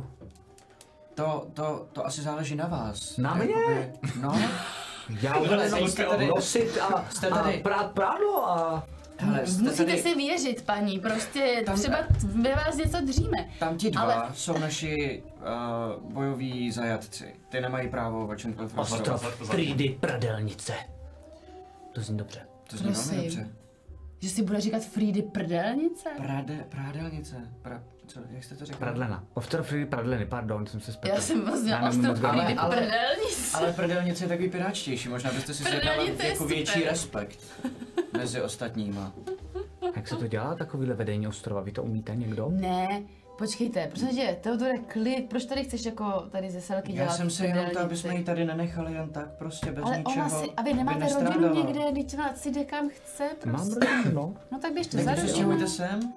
To asi záleží na vás. Na mě? No. Já budu nosit a prát prádlo a... Hele, musíte tady... si věřit, paní, prostě tam, třeba ve vás něco dříme. Tam ti dva jsou naši bojoví zajatci. Ty nemají právo o čemkoliv rozhodovat. Ostrov Frídy Pradelnice. To zní dobře. To zní velmi dobře. Že si bude říkat Frídy Prdelnice? Prádelnice. Co, jak jste to řekl? Pradlena. Ostrov Frídy Pradleny, pardon, jsem se spletl. Já jsem vlastně Ostrov Frídy Prdelnice. Ale Prdelnice je takový piráčtější, možná byste si zjednali jako větší respekt mezi ostatníma. Jak se to dělá, takovýhle vedení ostrova? Vy to umíte někdo? Ne, počkejte, protože Teodore, klid, proč tady chceš jako tady ze selky dělat? Já jsem se jenom to, aby jsme ji tady nenechali jen tak prostě bez ale ničeho. Ale ona si, a vy nemáte rodinu někde, když ona si jde kam chce prostě. Mám rodinu, no. No tak běžte za rodinu. Stěhujte sem.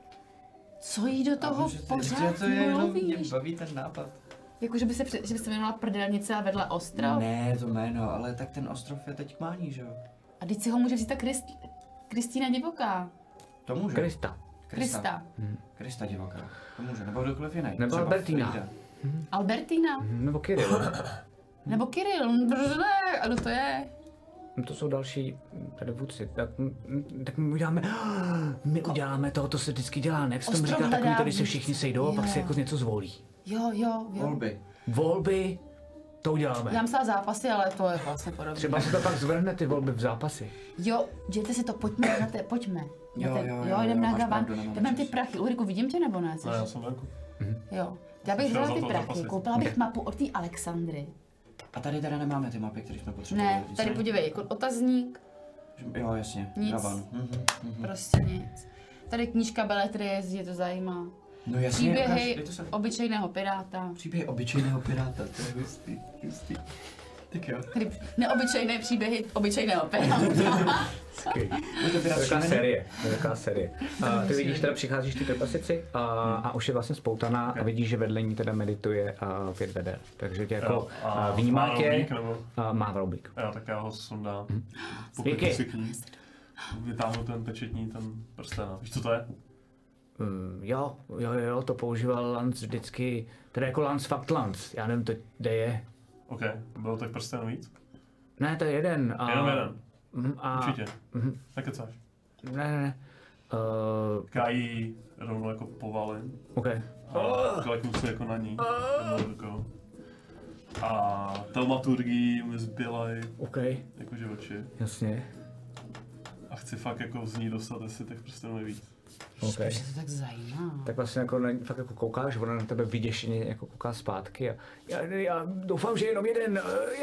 Co jí do toho pořád to je jenom, mě mluvíš? baví ten nápad. Jako, že by se jmenovala Prdelnice a vedla ostrov? Ne, to jméno, ale tak ten ostrov je teď k mání, že jo? A teď si ho může vzít ta Kristýna divoká. To může. Krista. Krista divoká. To může, nebo kdokoliv jiný. Nebo Albertina. Albertina. Nebo Kiril. Nebo Kiril, ne, ano to je. To jsou další předvůdci. Tak my uděláme to, to se vždycky dělá, ne? Jak se tomu říká takový, tady se všichni sejdou a pak se jako něco zvolí. Jo. Volby. To uděláme. Já myslela zápasy, ale to je vlastně podobné. Třeba se to pak zvrhne ty volby v zápasy. Jo, dějte si to, pojďme. Jo, jdem na Gavan, jdeme ty prachy. Ulriku, vidím tě nebo ne? Ne, já jsem venku. Jo, já bych vzala ty prachy, koupila bych mapu od té Alexandry. A tady teda nemáme ty mapy, které jsme potřebovali. Ne, tady podívej, jako otazník. Jo, jasně, nic. Gavan. Prostě nic. Tady knížka beletrie, je to zajímá. No jasně, příběhy obyčejného piráta. Příběhy obyčejného piráta, to je hustý. Tak jo. Tedy neobyčejné příběhy obyčejného piráta. To je taková série. Ty vidíš, teda přicházíš ty trpasici a už je vlastně spoutaná a vidíš, že vedle ní teda medituje 5 veder. Takže tě jako vnímá tě, má roubík. Jo, tak já ho sundám. Pokud si k ní. Vytáhnu ten pečetní, ten prsten. Víš, co to je? Jo, to používal Lance vždycky, teda jako Lance fakt Lance, já nevím, to kde je. OK, bylo tak prstenů víc? Ne, to je jeden. Jenom jeden? Určitě. Nekecáš? Ne. Kájí rovnou jako povalím. OK. A kleknu se jako na ní. A taumaturgii mi zbělají jakože oči. Jasně. A chci fakt jako z ní dostat, jestli těch prstenů je víc. Okay. Proč to tak zajímá? Tak vlastně jako fakt jako koukáš, ona na tebe vyděšeně jako kouká zpátky a já doufám, že jenom jeden,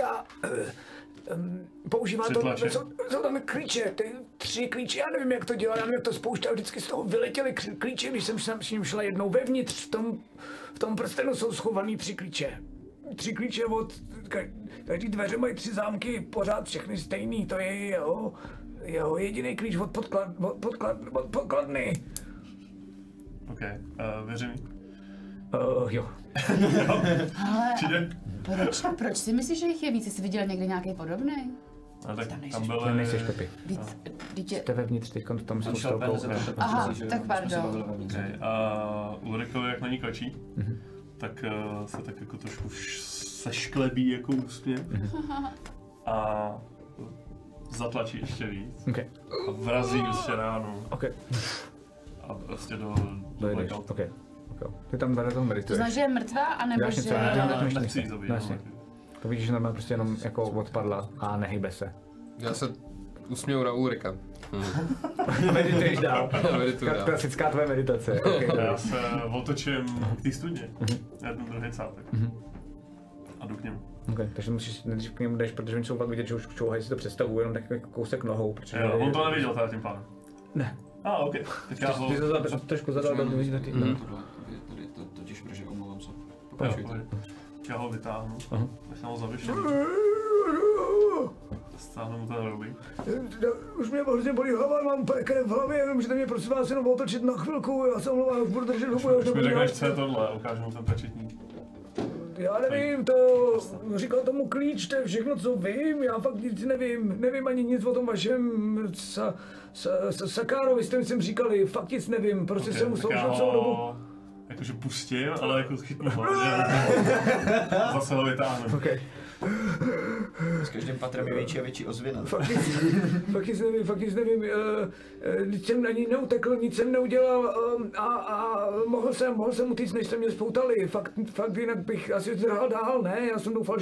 používá to, jsou tam klíče, ty 3 klíče, já nevím jak to dělá, já nevím jak to spouští, ale vždycky z toho vyletěly klíče, když jsem s ním šla jednou vevnitř, v tom prstenu jsou schovaný 3 klíče. 3 klíče od, každý dveře mají 3 zámky, pořád všechny stejný, to je jeho jediný klíč od podkladny. OK, věřím. Jo. Ale proč si myslíš, že jich je víc? Jsi viděl někdy nějaký podobný? No, tak tam nejseš Pepi. Jste vevnitř, teďka to tam s tou stolkou. Aha, tak pardon. Okay. A Ulrikovi jak na ní klačí, tak se tak jako trošku sešklebí jako úsměv. A zatlačí ještě víc. Okay. A vrazí ještě ránu. Okay. A prostě do blackoutu. Okay. Ty tam vedle toho medituješ. To znamená, že je mrtvá, anebo že... Nechci jí zabít. To vidíš, že normálně prostě jenom jako odpadla a nehybe se. Já se usměju na Ulrika. Medituješ dál. Medituju dál. Klasická tvoje meditace. Okay, já se otočím k té studně. Já ten druhý cápek. A jdu k němu. Okay, takže musíš, než k němu jdeš, protože oni jsou fakt vidět, že už čouhají, si to představují, jenom tak jako kousek nohou, protože... Jo, on to neviděl teda tím pádem. Ne. OK. Teď já ho... Ty to trošku zadal do na ty... Tady to totiž, protože omlouvám se. Já ho vytáhnu, nechám ho zavěšet. Stáhnu mu ten rouby. Už mě hrozně bolí hlava, mám krev v hlavě, můžete mě prosím vás jenom otočit na chvilku, já se omlouvám, už budu držet hubu. Už mi řekneš, co je tohle, ukážu mu ten pečetník. Já nevím, to říkal tomu klíč, to je všechno, co vím, já fakt nic nevím ani nic o tom vašem Sakárovi, jste mi říkali, fakt nic nevím, prostě jsem mu sloužil celou dobu. Jakože pustím, ale jako chytnu ho, zase ho vytáhnu. Okay. S každým patrem je větší a větší ozvěna. Fakt nic nevím, nic jsem na ní neutekl, nic jsem neudělal a mohl jsem utíct, než jste mě spoutali, fakt jinak bych asi zdrhal dál, ne, já jsem doufal,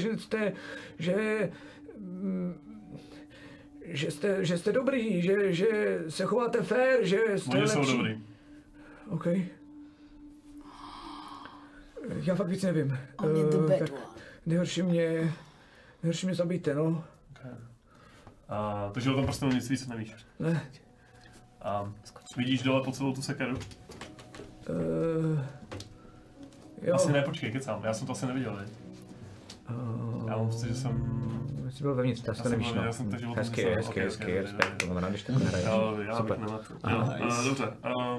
že jste dobrý, že se chováte fair, že jste lepší. Oni jsou dobrý. OK. Já fakt víc nevím. Tak nejhorší mě zabijte, no. Okay. Takže o tom prostě nic víc nevíš. Ne. Vidíš dole po celou tu sekeru? Jo. Asi ne, počkej, kecám, já jsem to asi neviděl, ne? Já mám pocit, že jsem... Jsi byl vevnitř, tak to nevíš, no. Hezky, respekt, to znamená, když to nehraješ. Já bych nematl. Dobře.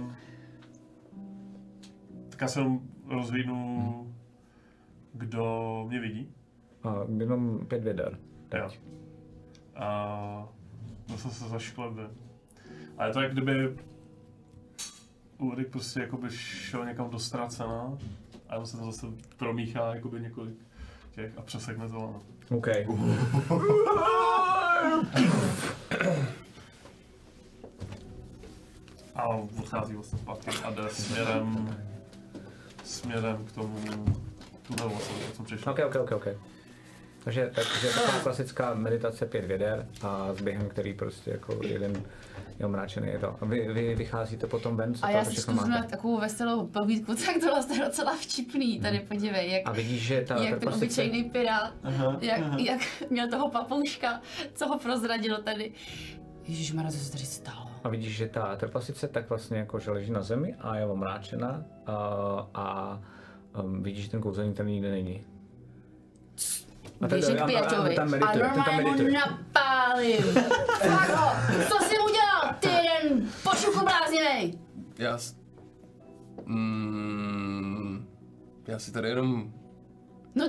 Tak já se rozvídnu, kdo mě vidí. Jenom 5 věder. Teď. A zase se zašklebe. A je to jak kdyby Ulrik prostě jakoby šel někam do ztracena a on se tam zase promíchá jakoby několik těch a přesekne to lano. OK. A odchází vlastně zpátky a jde směrem k tomu tunelu, co jsem přišel. OK. Takže taková klasická meditace 5 věder a s během, který prostě jako jeden je omráčený je to. A vy vycházíte potom ven, co a to já si všechno zkusím máte? takovou veselou povídku, tak to vlastně docela včipný, tady podívej, jak, a vidíš, že jak ten obyčejný pirát, jak měl toho papouška, co ho prozradil tady. Ježišmarja, co se tady stalo? A vidíš, že ta trpasice tak vlastně jako že leží na zemi a je omráčená a vidíš, že ten kouzelník tam nikde není. Běží k Pěťovi a normálně ho napálím. Fako, co jsi udělal, ty jeden pošuchu blázněnej? Já si tady jenom... No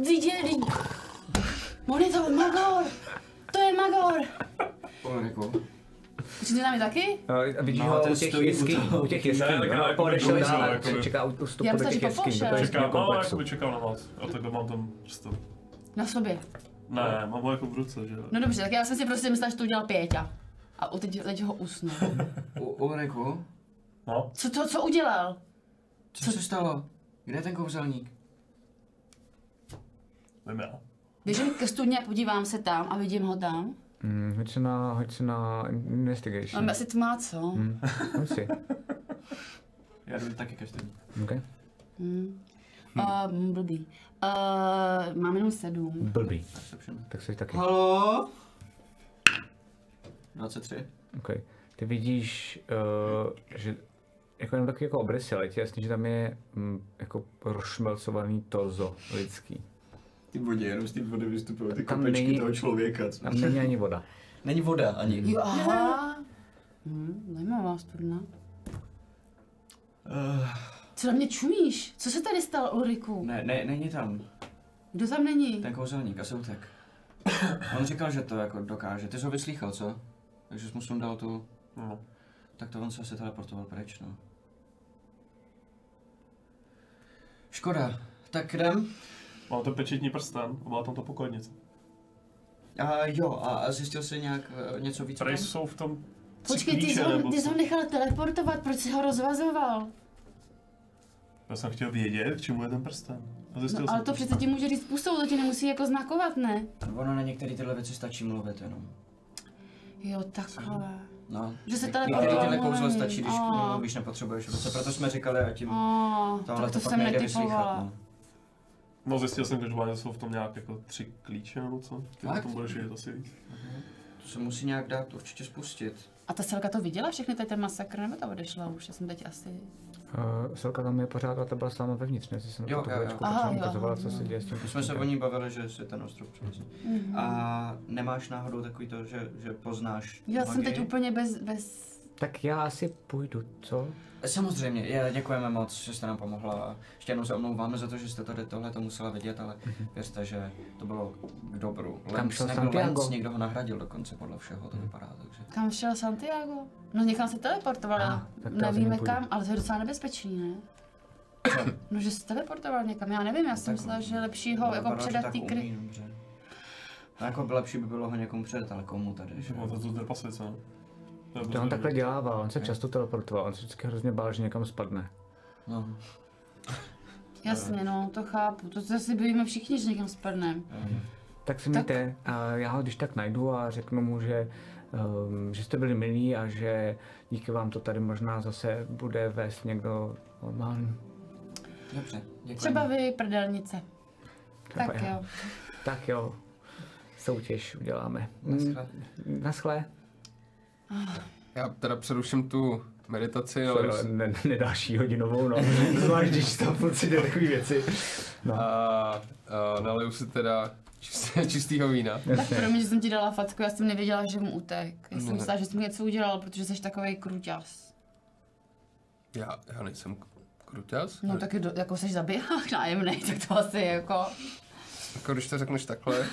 on je to Magor, to je Magor. Ulriku. Jsi tam je taky? A vidíš ho u těch jeskyní, podešel dál, čeká u vstupu do těch jeskyní, do toho jeskyního komplexu. Čekám na vás, a takhle mám tam prostě. Na sobě? Ne, mám ho jako v ruce, že jo. No dobře, tak já jsem si prostě myslela, že to udělal Pěťa. A teď ho usnul. Ulriku? No? Co udělal? Co se stalo? Kde je ten kouzelník? Vím já. Běžím ke studně, podívám se tam a vidím ho tam. Hoď se na investigation. On asi tmá, co? Hoď si. Já jdu taky ke studni. Okay. Blbý. Mám jenom 7. Blbý. Tak jsi taky. Halo? 23. Okay. Ty vidíš, že jako jenom taky jako obrysy, ale ti jasný, že tam je jako rozšmelcovaný torzo lidský. Ty vodě, jenom z té vody vystupují ty Tam kopečky není- toho člověka. Co? Tam není ani voda. Není voda ani. Jo, aha. Zajímavá studna. Co na mě čumíš? Co se tady stalo, Ulriku? Ne, není tam. Kdo tam není? Ten kouzelník, asi utek. On říkal, že to jako dokáže. Ty jsi ho vyslýchal, co? Takže jsi mu sundal tu... No. Tak to on se asi teleportoval pryč, no. Škoda. Tak jdem. Mám ten pečetní prsten a má tam ta pokladnice. A zjistil jsi nějak něco víc? o Tady tom? jsou v tom Počkej, ty jsi ho nechal teleportovat, proč jsi ho rozvazoval? Já jsem chtěl vědět, k čemu je ten prsten. A zjistil No, jsem ale to přece ti může říct pusou, to ti nemusí jako znakovat, ne? Ono na některé tyhle věci stačí mluvit jenom. Jo, takhle. No. Že se Některé teleportoval. tyhle kouzla stačí, když k němu mluvíš, nepotřebuješ ruce. Proto jsme říkali, a tím tohle Tak to to pak jsem nejde vyslýchat. netypovala. No. No zjistil jsem, že jsou v tom nějak jako 3 klíče nebo co. Ty o Fakt? tom budeš vědět asi víc. To se musí nějak dát určitě spustit. A ta Selka to viděla všechny tady ten masakr, nebo ta odešla už? Já jsem teď asi... Selka tam je pořád a ta byla s náma vevnitř, ne? Jsem Jo, to jo, chvíličku jo. tak Aha, jsem jo, ukazovala, aha, co se jo. děje s tím My jsme se o ní bavili, že si ten ostrov přiveze. A nemáš náhodou takový to, že poznáš Já jsem teď magii? úplně bez... Tak já asi půjdu, co? Samozřejmě, děkujeme moc, že jste nám pomohla a ještě jednou se omlouváme za to, že jste tady tohle to musela vidět, ale věřte, že to bylo k dobru. Kam šel nebyl Santiago? Lens, někdo ho nahradil dokonce podle všeho, to vypadá, takže. Kam šel Santiago? No někam se teleportoval, tak to asi nevíme nepůjdu. kam, ale to je docela nebezpečný, ne? No, že se teleportoval někam, já nevím, já jsem myslela, že je lepší ho jako předat tý kry. No, jako lepší by bylo ho někomu předat, ale komu tady, že? No to trpaslice, no. To on takhle dělával, on se často teleportoval, on se vždycky hrozně bál, že někam spadne. No. Jasně, no, to chápu, to si bojíme všichni, že někam spadneme. Tak si mějte, a já ho když tak najdu a řeknu mu, že jste byli milí a že díky vám to tady možná zase bude vést někdo normální. Dobře, děkuji. Třeba vy, prdelnice. Třeba Tak já. jo. Tak jo, soutěž uděláme. Naschle. Naschle. Já teda přeruším tu meditaci, ale Ne další hodinovou, no. Zvlášť, když tam furt si jde takové věci. No. a naleju si teda čistýho vína. Tak promiň, že jsem ti dala facku, já jsem nevěděla, že mu utek. Já jsem Ne. myslela, že jsi mu něco udělal, protože jsi takovej kruťas. Já nejsem kruťas. No taky jako jsi zabiják nájemnej, tak to asi jako... Jako když to řekneš takhle.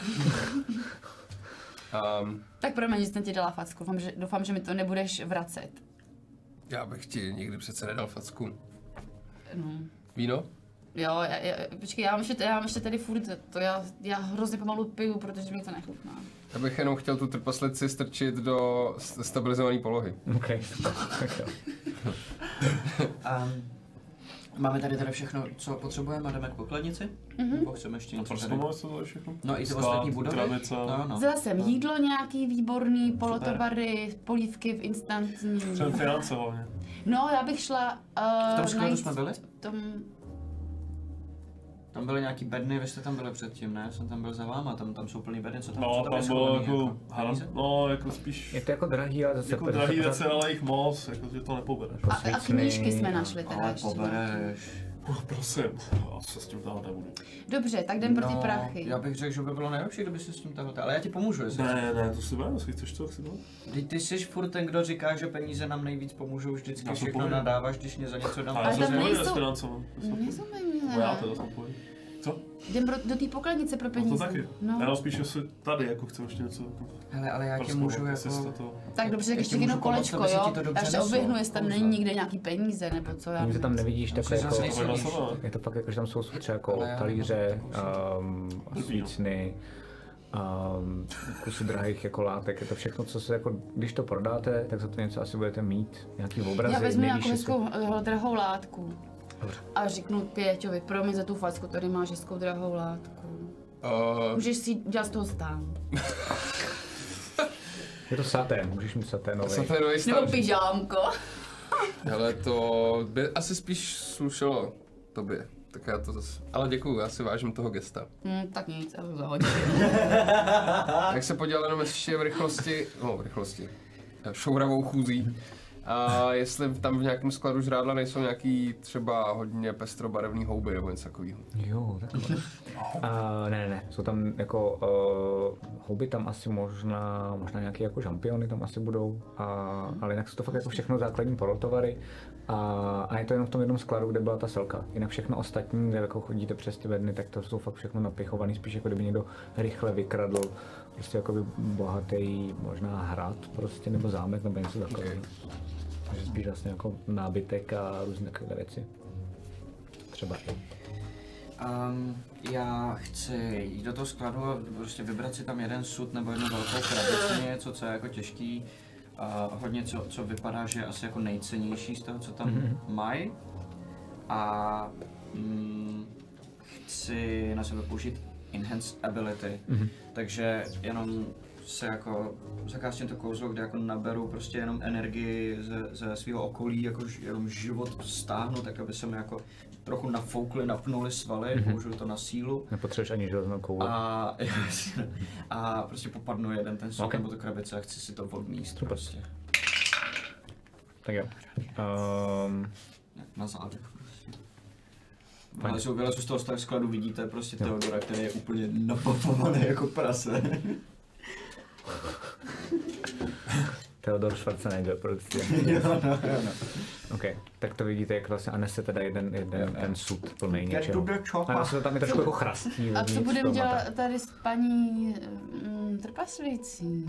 Tak promiň, že jsem ti dala facku, doufám, že mi to nebudeš vracet. Já bych ti nikdy přece nedal facku. No. Víno? Jo, počkej, já mám ještě tady furt, to já hrozně pomalu piju, protože mi to nechutná. Já bych jenom chtěl tu trpaslici strčit do stabilizované polohy. OK, tak jo. Máme tady teda všechno, co potřebujeme, a jdeme k pokladnici? Nebo chceme ještě A něco proč tady? to máme co to všechno? No i ty Sklad, ostatní budovy? krabice. No. Vzala jsem jídlo nějaký výborný, polotovary, polívky v instantní. Přem finance hlavně. No, já bych šla V tom skladu jsme byli? Tam byly nějaký bedny, vy jste tam byli předtím, ne? Jsem tam byl za váma, tam jsou plný bedny, co tam, No, co tam je tam bylo schovaný, jako, peníze? no, jako spíš, Je to jako drahý, ale zase jako drahý věci, ale jich moc, jako, že to nepobereš. A knížky jsme našli teda Ale ještě. pobereš. Prosím, já se s tím tahat nebudu. Dobře, tak jdem pro ty prachy. Já bych řekl, že by bylo nejlepší, kdyby si s tím tahle, ale já ti pomůžu, jestli Ne, to si budeme, jestli chceš to, tak si budeme. Ty jsi furt ten, kdo říká, že peníze nám nejvíc pomůžou, vždycky Já to všechno povím. nadáváš, když mě za něco dám. Ale Ale já tam jsem nejsou- nejsou... s financema. Nejsou No já peníze. teda jsem pojď. Co? Jdem do té pokladnice pro No peníze. to taky. No. Já spíš, jestli tady jako chcem ještě něco jako Hele, ale já ti prozkoumat, můžu jestli jste jako... to... Tak dobře, tak ještě můžu jedno pomoct, kolečko, aby se ti jo? to Já dobře ještě neslo. oběhnu, jestli tam Kouzla. není nikde nějaký peníze, nebo co já Tím, že tam nevidíš takhle Musíš jako... zase To nejsilnější. je Je to fakt jako, že tam jsou třeba jako Ale já talíře, nemám svícny, kusy drahých jako látek, je to všechno, co se jako, když to prodáte, tak za to něco asi budete mít, nějaký obrazy, Já vezmu nějakou nevíš, jestli- hezkou drahou látku. A řeknu Pěťovi, promiň za tu facku, tady máš hezkou drahou látku. Můžeš si dělat z toho stán. Je to satén, můžeš mít saténový. Saténový Nebo stán. pyžámko. Hele, to by asi spíš slušelo tobě. Tak já to zase... Ale děkuju, já si vážím toho gesta. Tak nic, já to zahodím. Jak se podíval jenom ještě v rychlosti, šouravou chůzí. A jestli tam v nějakém skladu žrádla nejsou nějaký třeba hodně pestrobarevný houby nebo něco takového. Jo, takhle. Ne, jsou tam jako houby tam asi možná nějaké jako žampiony tam asi budou, ale jinak jsou to fakt jako všechno základní polotovary a je to jenom v tom jednom skladu, kde byla ta selka. Jinak všechno ostatní, kde jako chodíte přes ty bedny, tak to jsou fakt všechno napichovaný, spíš jako kdyby někdo rychle vykradl prostě jakoby bohatý možná hrad prostě nebo zámek nebo něco takového. Takže spíš vlastně jako nábytek a různé takové věci. Třeba i. Já chci jít do toho skladu a prostě vybrat si tam jeden sud nebo jednu velkou krabici, něco, co je jako těžký. Hodně co vypadá, že je asi jako nejcennější z toho, co tam mají. A chci na sebe použít Enhance Ability. Takže jenom se jako zakástím to kouzlo, kde jako naberu prostě jenom energii ze svého okolí, jako jenom život stáhnu, tak aby se mi jako trochu nafoukli, napnuli svaly, použiju to na sílu. Nepotřebuješ ani železnou kouli. A prostě popadnu jeden ten sud nebo tu krabice a chci si to odmíst prostě. Tak jo. Na zádech prostě. Vylezu z toho skladu, vidíte prostě Theodora, který je úplně napapovaný jako prase. Theodor Schwarzenegger prostě. Jo. OK, tak to vidíte, jak vlastně nese teda jeden ten sud plný něčeho. A vlastně to tam je trošku jako chrastí. A co budeme dělat tady s paní trpaslící?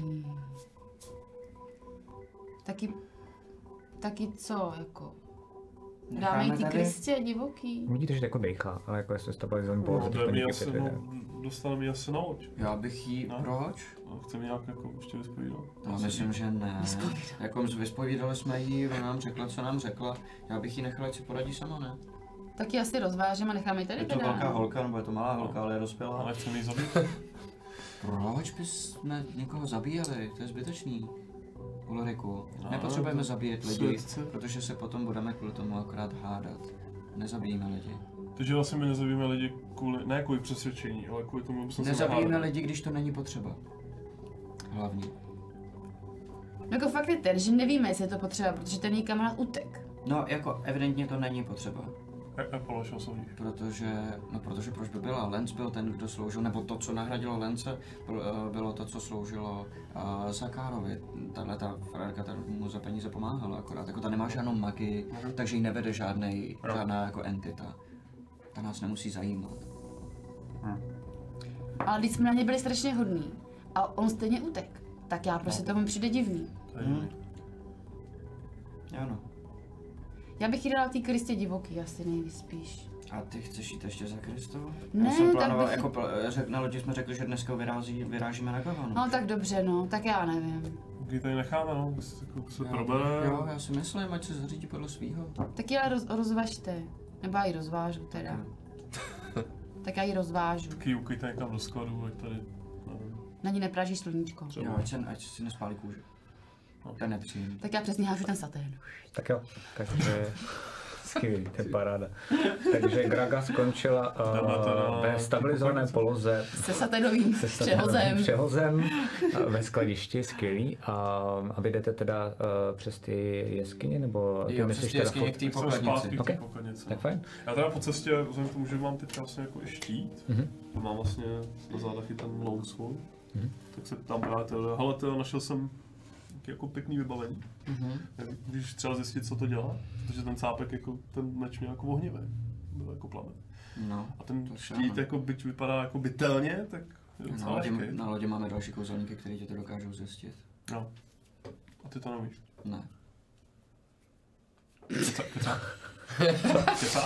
Taky co, jako? Dáme jí ty krystě divoký. Vidíte, že jako dejchá, ale jako jestli stabilizovaný polohu. Dostaneme ji asi na loď. Já bych jí, proč? Chceme nějak jako ještě vyspovídat? No, myslím, že ne. Jako vyspovídali jsme jí, ona nám řekla, co nám řekla. Já bych jí nechala, ať si poradí sama, ne? Tak ji asi rozvážeme a necháme ji tady Je to velká holka, nebo je to malá holka, ale je dospělá. Ale chceme jí zabít. Proč bychom někoho zabíjeli? To je zbytečný. Ulriku, nepotřebujeme zabíjet lidi, protože se potom budeme kvůli tomu akorát hádat. Nezabijíme lidi. Takže vlastně my nezabijeme lidi ne kvůli přesvědčení, ale kvůli tomu, abychom se nezabijeme lidi, když to není potřeba. Hlavně. Jako fakt je ten, že nevíme, jestli je to potřeba, protože ten její kamarád utek. No, jako evidentně to není potřeba. Jak položil soudí? Protože proč by byla? Lance byl ten, kdo sloužil, nebo to, co nahradilo Lance, bylo to, co sloužilo Zakárovi. Tahle ta frérka mu za peníze pomáhala akorát, jako ta nemá žádnou magii, takže ji nevede žádná jako entita. Ta nás nemusí zajímat. Ale když jsme na ně byli strašně hodní a on stejně utek, tak já prostě tomu přijde divný. Ano. Já bych jí dala té krystě divoký asi nejspíš. A ty chceš jít ještě za Kristou? Ne, já jsem plánoval, tak bych... na lodi jsme řekli, že dneska vyrážíme na Gavanu. No tak dobře, no, tak já nevím. Když tady necháme, no, se probere. Jo, já si myslím, ať se zařídí podle svýho. Tak ji ale rozvažte, nebo já ji rozvážu teda. Tak já ji rozvážu. Tak ji ukryjte někam do skladu, ať tady, Na ní nepráží sluníčko. Jo, ať si nespálí kůži. To je nepříjemný. Tak já přesně hážu ten satén. Tak jo, takže skvělý, to je paráda. Takže Graga skončila ve stabilizované poloze se saténovým přehozem ve skladišti, skvělý. A vy jdete teda přes ty jeskyně, nebo jo, přes ty jeskyně k té pokladnici. Okay. Tak fajn. Já teda po cestě, vzhledem k tomu, že mám teď vlastně jako i štít, mám vlastně na zádech i ten longsword, tak se tam právě hele, našel jsem jako pěkný vybavení. Když třeba zjistit, co to dělá, protože ten cápek, jako ten meč měl jako ohnivý, byl jako plamen. No, a ten štít jako byť vypadá jako bytelně, tak na lodě máme další kouzelníky, kteří ti to dokážou zjistit. No. A ty to nevíš? Ne. Kecá?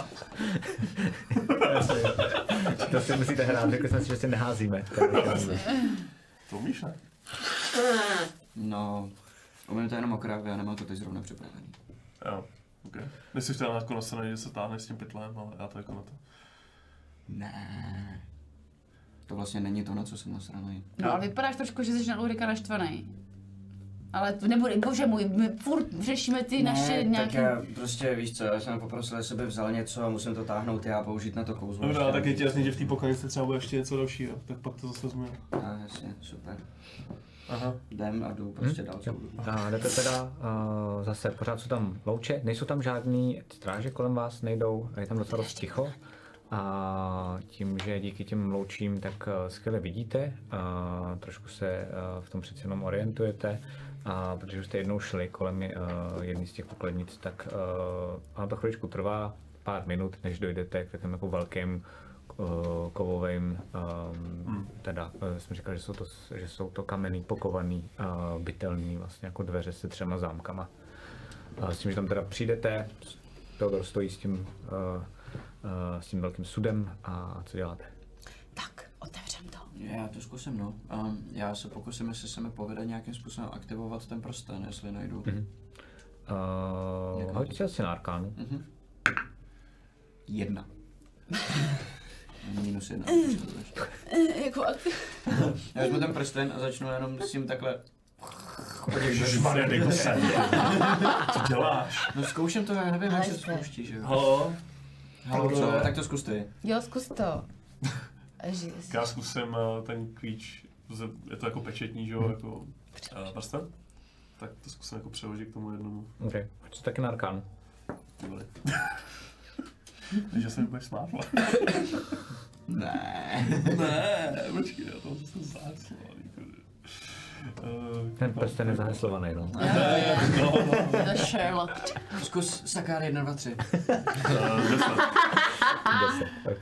To si musíte hrát, řekl jsem si, že si neházíme. To umíš, ne? No, umím to jenom okrajově, já nemám to teď zrovna připravený. Jo. Okay. Nejsi chtěla jako nasranej, že se táhne s tím pytlem, ale já to jako na to. Ne. To vlastně není to, na co jsem nasranej. No ale vypadáš trošku, že jsi na Ulrika naštvaný. Ale to nebude, bože můj, my furt řešíme ty naše nějaké... tak já prostě, víš co, já jsem poprosil, jestli by vzal něco a musím to táhnout já a použít na to kouzlo. Dobrá, tak je ti jasný, že v té pokojnici třeba bude ještě něco dalšího, tak pak to zase změní. Jasně, super. Aha. Jdem a jdu prostě dál celou dobu. A jdete teda zase, pořád jsou tam louče, nejsou tam žádný stráže kolem vás, nejdou, je tam docela dost ticho. A tím, že díky těm loučím, tak skvěle vidíte, trošku se v tom přeci jenom orientujete, protože už jste jednou šli kolem jedné z těch pokladnic, tak vám to chviličku trvá, pár minut, než dojdete k takovým jako velkým kovovým, teda jsme říkali, že jsou to kamenný, pokovaný, bytelný, vlastně jako dveře se 3 zámkama. S tím, že tam teda přijdete, Teodor stojí s tím velkým sudem a co děláte? Tak, otevřem to. Já to zkusím, no. Já se pokusím, jestli se mi povede nějakým způsobem aktivovat ten prsten, jestli najdu. Hoď si asi na arkánu. 1. -1. Jako Já vezmu ten prsten a začnu jenom s tím takhle. Ježišmarja, dej to sem. Co děláš? No zkouším to, já nevím, jak se to spouští, že jo. Halo? Halo, co? Tak to zkus ty. Jo, zkus to. Já zkusím ten klíč, je to jako pečetní, že jo, jako prsten? Tak to zkusím jako přeložit k tomu jednomu. OK, hoď si taky na arkánu. Takže se mi budeš smát. Ne, počkej, já to jsem záclal. Ten prsten je zaheslovaný, no. The Sherlock. Zkus Sakár 1, 2, 3. 10, OK.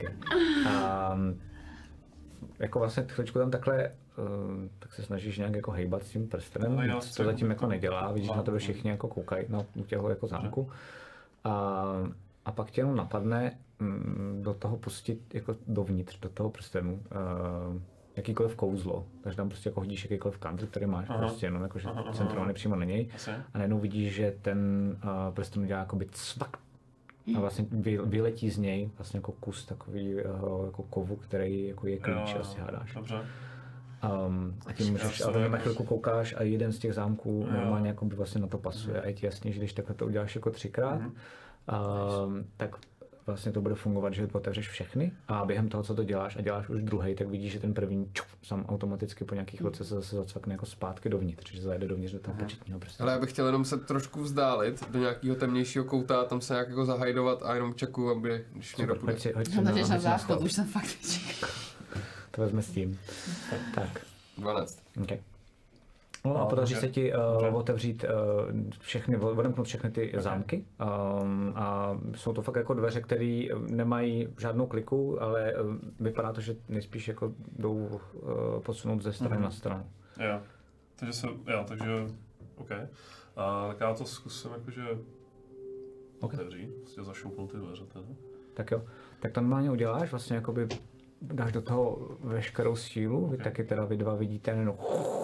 Jako vlastně chvíličku tam takhle, tak se snažíš nějak jako hejbat s tím prstenem, to zatím jako nedělá, vidíš, na tebe všichni jako koukají, no, u těho jako zámku. A pak tě jenom napadne do toho pustit jako dovnitř, do toho prstenu, jakýkoliv kouzlo, takže tam prostě jako hodíš jakýkoliv country, který máš, prostě jenom jakože centrovaný přímo na něj a najednou vidíš, že ten prsten udělá jakoby cvak a vlastně vyletí z něj vlastně jako kus takový jako kovu, který jako je klíč, asi hádáš. Dobře. A tím můžeš, ale na chvilku koukáš a jeden z těch zámků normálně jako by vlastně na to pasuje a je ti jasný, že když takhle to uděláš jako 3krát, tak vlastně to bude fungovat, že otevřeš všechny a během toho, co to děláš a děláš už druhý, tak vidíš, že ten první sám automaticky po nějakých chvilce se zase zacvakne jako zpátky dovnitř, že zajde dovnitř do toho početního prstenu. Ale já bych chtěl jenom se trošku vzdálit do nějakého temnějšího kouta a tam se nějak jako zahajdovat a jenom čekuju, aby když někdo půjde. Hoď si na záchod, už jsem fakt nečekal. To vezme s tím. Tak. 12. Okay. No a podaří se ti otevřít odemknout všechny ty zámky a jsou to fakt jako dveře, které nemají žádnou kliku, ale vypadá to, že nejspíš jako jdou posunout ze strany na stranu. Jo, takže OK. Tak já to zkusím jakože otevřít, prostě zašoupnout ty dveře teda. Tak jo, tak to normálně uděláš, vlastně jakoby dáš do toho veškerou sílu, vy taky teda vy dva vidíte jenom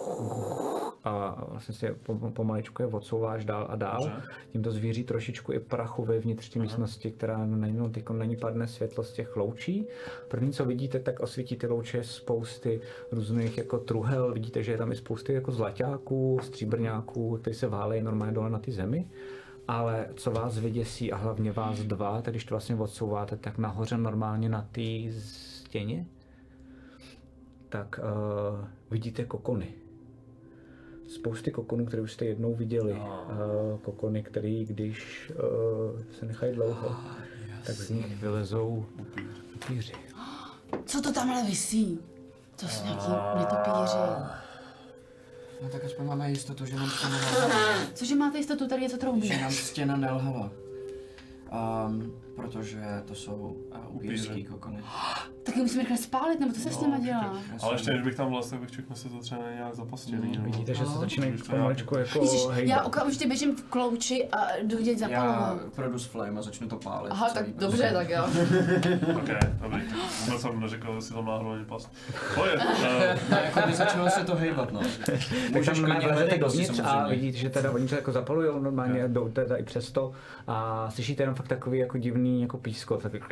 a vlastně si pomaličku je odsouváš dál a dál. Tím to zvíří trošičku i prachu ve vnitřní místnosti, která na ní padne světlo z těch loučí. První, co vidíte, tak osvítí ty louče spousty různých jako truhel. Vidíte, že je tam i spousty jako zlaťáků, stříbrňáků, které se válejí normálně dole na ty zemi. Ale co vás vyděsí a hlavně vás dva, tak když to vlastně odsouváte, tak nahoře normálně na té stěně, tak vidíte kokony. Spousty kokonů, které už jste jednou viděli. Kokony, které když se nechají dlouho, tak z nich vylezou upíři. Co to tamhle visí? To jsou nějaký netopíři. No tak aspoň máme jistotu, že nám stěna nelhava. Cože máte jistotu, tady něco troubí? Že nám stěna nelhava. Protože to jsou upířský kokony. Tak je musíme rychle spálit, nebo co se s těma dělá? Ale ještě než bych tam vlez, tak bych čekal, se to třeba nějak zapastěný. No. Vidíte, že se začínají pomaličku jako Ježiš, já hejbat. okamžitě běžím v klouči a jdu vidět Já zapalovat. produce flame a začnu to pálit. Aha, tak dobře, tak jo. Ok, dobrý. Vůbec jsem neřekl, jestli tam náhodou není past. Pojď. Jako by začalo se to hejbat, no. Tak tam klidně vlezete hledat dovnitř a samozřejmě. vidíte, že teda oni to jako zapalujou normálně, jdou teda i přesto a slyšíte jenom fakt takový jako divný jako pískot, takový.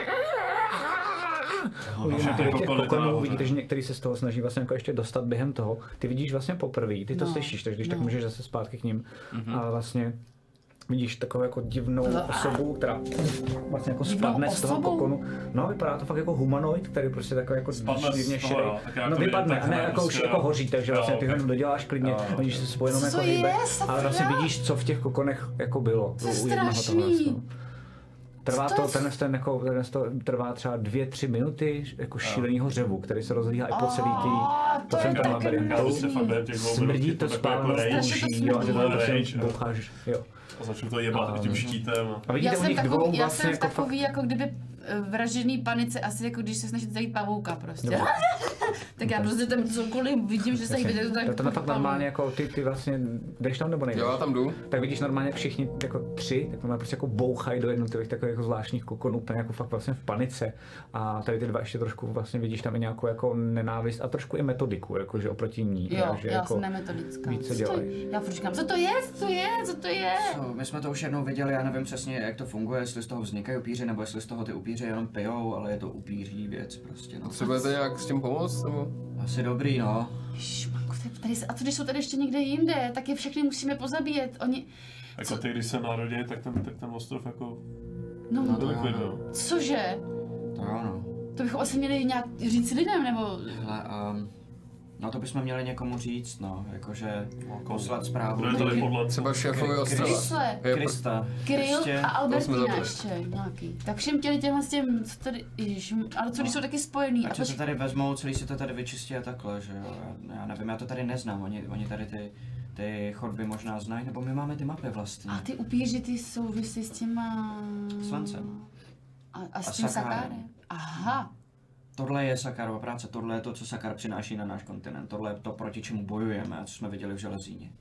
Uvidíte těch kokonů, vidíte, že některý se z toho snaží vlastně jako ještě dostat během toho. Ty vidíš vlastně poprvé, ty to slyšíš, takže když tak můžeš zase zpátky k ním a vlastně vidíš takovou jako divnou osobu, která vlastně jako spadne z toho kokonu. No, vypadá to fakt jako humanoid, který prostě takový jako divně šedý. No vypadne, a ne jako už jako hoří, takže vlastně ty ho jenom doděláš klidně, vidíš se spolu jenom jako hýbe, ale vlastně vidíš, co v těch kokonech jako bylo. To je strašný. Trvá to, tenhle to trvá třeba 2-3 minuty jako šílenýho řevu, který se rozlíhá i po celý po celém tom labirintu. Smrdí to spáleno kůží, jo, a ty to prostě boucháš, jo. A začnu to jebat tím štítem. A vidíte u nich dvou Já vlastně jsem v jako takový, jako kdyby vražený panice, asi jako když se snažíte zajít pavouka prostě. Tak já prostě tam cokoliv vidím, že se hýbe, tak to fakt normálně jako ty vlastně, jdeš tam nebo nejdeš? Jo, já tam jdu. Tak vidíš normálně všichni jako tři, tak normálně prostě jako bouchají do jednotlivých takových jako zvláštních kokonů, úplně jako fakt vlastně v panice. A tady ty dva ještě trošku vlastně vidíš tam i nějakou jako nenávist a trošku i metodiku, jakože oproti ní. Jo, takže já jako jsem nemetodická. víc co děláš. Já furt říkám, co to je, co to je? My jsme to už jednou viděli, já nevím přesně, jak to funguje, jestli z toho vznikají upíři, nebo jestli z toho ty upíři jenom pijou, ale je to upíří věc prostě, no. Potřebujete nějak s tím pomoct, nebo? Asi dobrý, no. Ježišmarko, a co když jsou tady ještě někde jinde, tak je všechny musíme pozabíjet, oni... Jako ty, když se narodí, tak ten ostrov jako No, to likviduje. cože? To jo, no. To bychom asi měli nějak říct lidem, nebo... Hele, no to bychom měli někomu říct, no, jakože poslat zprávu. Kdo je tady podle Třeba šéfovi ostrova. Krysle, Krista. Kryl Prostě- a Albertina zapomněli. ještě nějaký. Tak všem těmhle s těm, co tady, ježiš, ale co když jsou taky spojený. A co to tady vezmou, celý si to tady vyčistí a takhle, že jo, já nevím, já to tady neznám, oni tady ty chodby možná znají, nebo my máme ty mapy vlastně. A ty upíři, ty souvisí s těma... Slancem. A s A tím Sakárem. Sakárem. Aha. Tohle je Sakárova práce, tohle je to, co Sakár přináší na náš kontinent, tohle je to, proti čemu bojujeme a co jsme viděli v Železíně.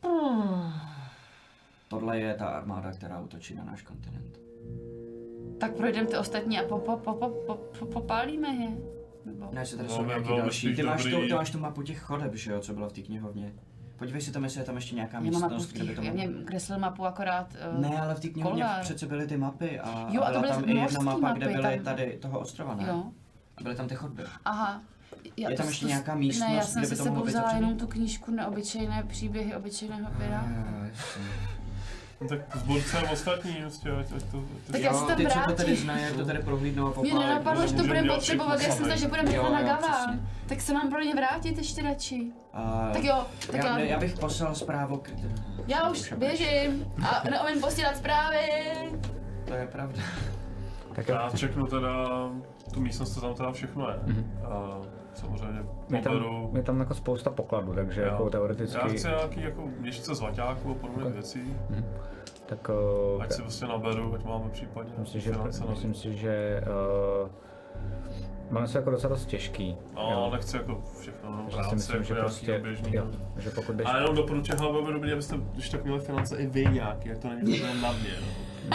Tohle je ta armáda, která útočí na náš kontinent. Tak projdeme ty ostatní a popálíme je. Nebo... Ne, jestli tady No, jsou by nějaký bylo další. spíš Ty máš tu mapu těch chodeb, že jo, co bylo v té knihovně. Podívej si tam, jestli je tam ještě nějaká Já mám mapu místnost, v kde by těch, to já mohlo... mě kreslil mapu akorát... Ne, ale v té knihovně Koldár. přece byly ty mapy a, Jo, a to byla byly tam i jedna mořský mapa, kde mapy, byly tam- tady toho ostrova, ne? Jo. A byly tam ty chodby. Aha. Je tam ještě nějaká místnost, Ne, já jsem kde si by to sebou mohlo být vzala otevřený? jenom tu knížku Neobyčejné příběhy obyčejného pěra. No tak zborce ostatní, prostě, ať to... Tak já se tam ty, co to tady vrátím. znají, jak to tady prohlídnou a Mě popálí. nenapadlo, že to můžeme budeme dělat potřebovat, všechno já jsem myslela, že budeme Jo, rychle na jo, Gava. přesně. Tak se mám pro ně vrátit ještě radši. Tak jo, tak já bych poslal zprávu k... já už běžím a neumím posílat zprávy. To je pravda. Tak Já čeknu teda tu místnost, co tam teda všechno je. A samozřejmě poberu... je tam jako spousta pokladů, takže jako teoreticky... Já chci nějaký jako měšce zlaťáků a podobných věcí. Tak, Ať si prostě naberu, ať máme případně finance na myslím si, že máme se jako docela dost těžký. no, nechci jako všechno, no, Takže si práce myslím, jako že nějaký prostě, běžný. jo, že pokud jdeš... A jenom doporučuji, bylo by dobrý, abyste, když tak měli finance i vy nějaký, jak to není jenom na mě, no.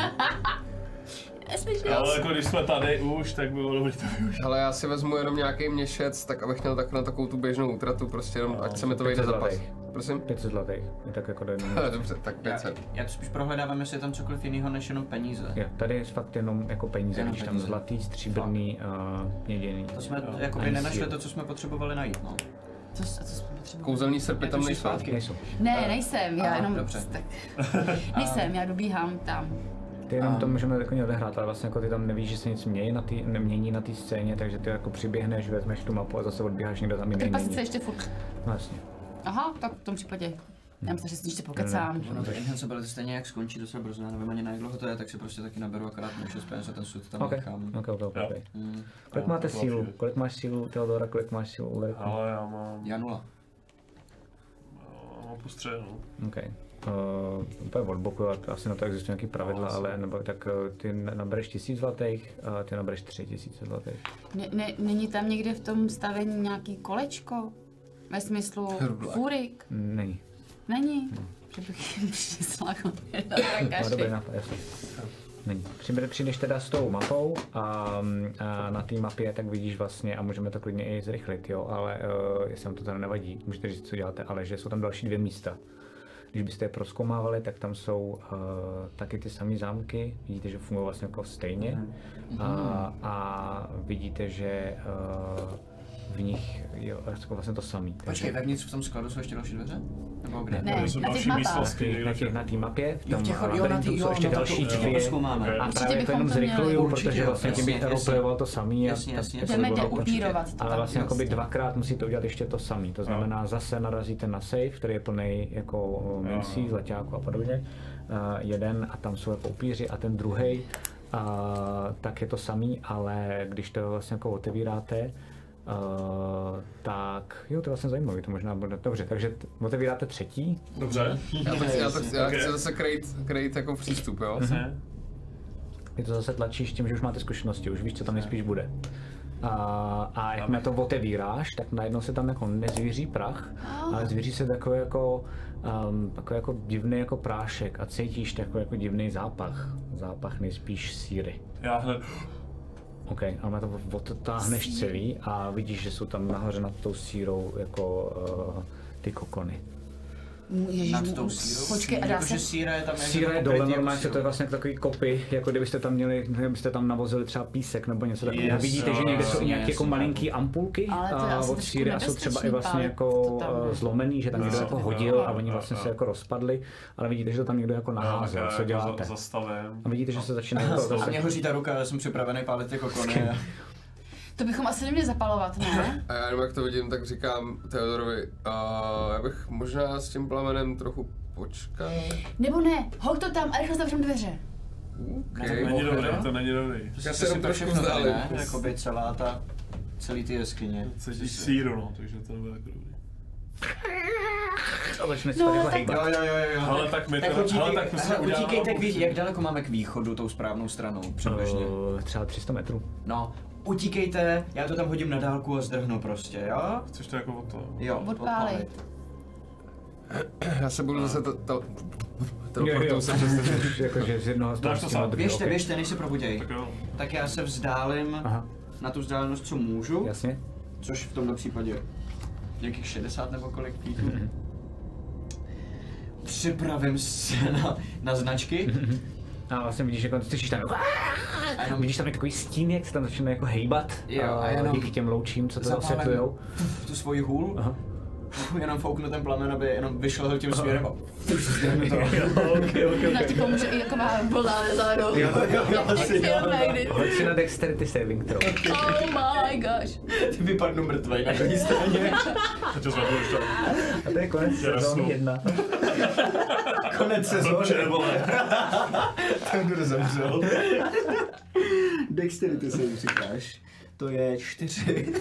Ale jako když jsme tady už, tak bylo dobrý to využít. Ale já si vezmu jenom nějaký měšec, tak abych měl tak na takovou tu běžnou útratu, prostě jenom, ať se mi to vejde za pas. Prosím? 500 zlatých, je tak jako dojde. Dobře, tak 500. Já to spíš prohledávám, jestli je tam cokoliv jiného než jenom peníze. Jo, tady je fakt jenom jako peníze, Jenom když tam peníze. zlatý, stříbrný a měděný. To jsme Jo. jakoby Ani nenašli sílu. to, co jsme potřebovali najít, no. Co jsme potřebovali? Kouzelný srpy tam ty jsi nejsou. zpátky. Nejsou. Ne, nejsem, já Aha, jenom... dobře. Tak. Nejsem, já dobíhám tam. Ty jenom to můžeme jako odehrát, ale vlastně jako ty tam nevíš, že se nic nemění na té scéně, takže ty jako přiběhneš, vezmeš tu mapu a zase odbíháš někdo tam jiný. Ty pasice ještě furt. No jasně. Aha, tak v tom případě. Já myslím, že si ještě pokecám. Ono to Invincibility stejně jak skončí docela brzo, já nevím ani na jak dlouho to je, tak si prostě taky naberu akorát než peněz a ten sud tam Ok. nechám. Ok. Mm. Kolik máte sílu? Kolik máš sílu, Theodora, kolik máš sílu, Ulriku? Ale já mám... Já 0. Já mám +3, no. Ok. úplně od boku, asi na to existují nějaké pravidla, ale nebo tak ty nabereš 1000 zlatých a ty nabereš 3000 zlatých. Není tam někde v tom stavení nějaký kolečko? Ve smyslu fůrik? Není. Není? Že bych jim přišla No, dobrý nápad, jasně. Není. Přijdeš teda s tou mapou a na té mapě tak vidíš vlastně, a můžeme to klidně i zrychlit, jo, ale jestli vám to teda nevadí, můžete říct, co děláte, ale že jsou tam další 2 místa. Když byste je prozkoumávali, tak tam jsou taky ty samé zámky, vidíte, že fungují vlastně jako stejně a vidíte, že v nich je vlastně to samý. Počkej, vevnitř v tom skladu jsou ještě další dveře? Nebo kde? Ne, na těch mapách. Na té mapě, v tom jo, labirintu jsou ještě další dvě. A právě to jenom zrychluju, protože vlastně tím bych roleplayoval to samý. Jdeme to upírovat. Ale vlastně jakoby 2krát musíte udělat ještě to samý. To znamená, zase narazíte na safe, který je plný jako mincí, zlaťáku a podobně. Jeden a tam jsou jako upíři a ten druhej, tak je to samý, ale když to vlastně jako otevíráte, tak jo, to je vlastně zajímavé, to možná bude dobře, takže otevíráte třetí. Dobře. Já chci zase krejt jako přístup, jo? Ty to zase tlačíš tím, že už máte zkušenosti, už víš, co tam nejspíš bude. A jakmile to otevíráš, tak najednou se tam jako nezvíří prach, ale zvíří se takový jako divný jako prášek a cítíš takový jako divný zápach nejspíš síry. Já hned. OK, ale na to odtáhneš celý a vidíš, že jsou tam nahoře nad tou sírou jako ty kokony. Nad tou sírou? Počkej, a dá se... Síra je dole, normálně to je vlastně takový kopy, jako kdybyste tam navozili třeba písek nebo něco takového. Vidíte, že někde jsou nějaké jako malinký ampulky od síry a jsou třeba i vlastně jako zlomený, že tam někdo jako hodil a oni vlastně se jako rozpadli, ale vidíte, že to tam někdo jako naházel, co děláte. A vidíte, že se začíná jako zase... A mě hoří ta ruka, já jsem připravený pálit ty kokony. To bychom asi neměli zapalovat, ne? A já jenom jak to vidím, tak říkám Theodorovi, já bych možná s tím plamenem trochu počkal. Nebo ne, hoď to tam a rychle zavřem dveře. Okay. To není dobrý. Já se jenom trošku vzdálím. Jakoby celý ty jeskyně. Cítíš síru, no, takže to nebude jako dobrý. A začne se tady hejbat. Jo. Ale tak my to utíkejte, jak daleko máme k východu tou správnou stranou, přibližně? Třeba 300 metrů. No, utíkejte, já to tam hodím na dálku a zdrhnu prostě, jo? Chceš to jako od toho? Jo, odpálit. Já se budu zase teleportuju se přes jakože z jednoho Běžte, než se probuděj. Tak já se vzdálím na tu vzdálenost, co můžu. Jasně. Což v tomto případě nějakých 60 nebo kolik feetů. Připravím se na značky. A vlastně vidíš, jako slyšíš tam vidíš tam takový stín, jak se tam začíná jako hejbat díky těm loučím, co to osvětlujou. Tu svoji hůl, jenom fouknu ten plamen, aby jenom vyšel tím směrem a Na ti pomůže i taková vlna zádu. Hoď si na dexterity saving throw. Oh my gosh. Ty vypadnu mrtvej na druhé straně. A to je konec sezóny 1. Konec sezóny. Theodor zemřel. Dexterity saving říkáš. To je 4.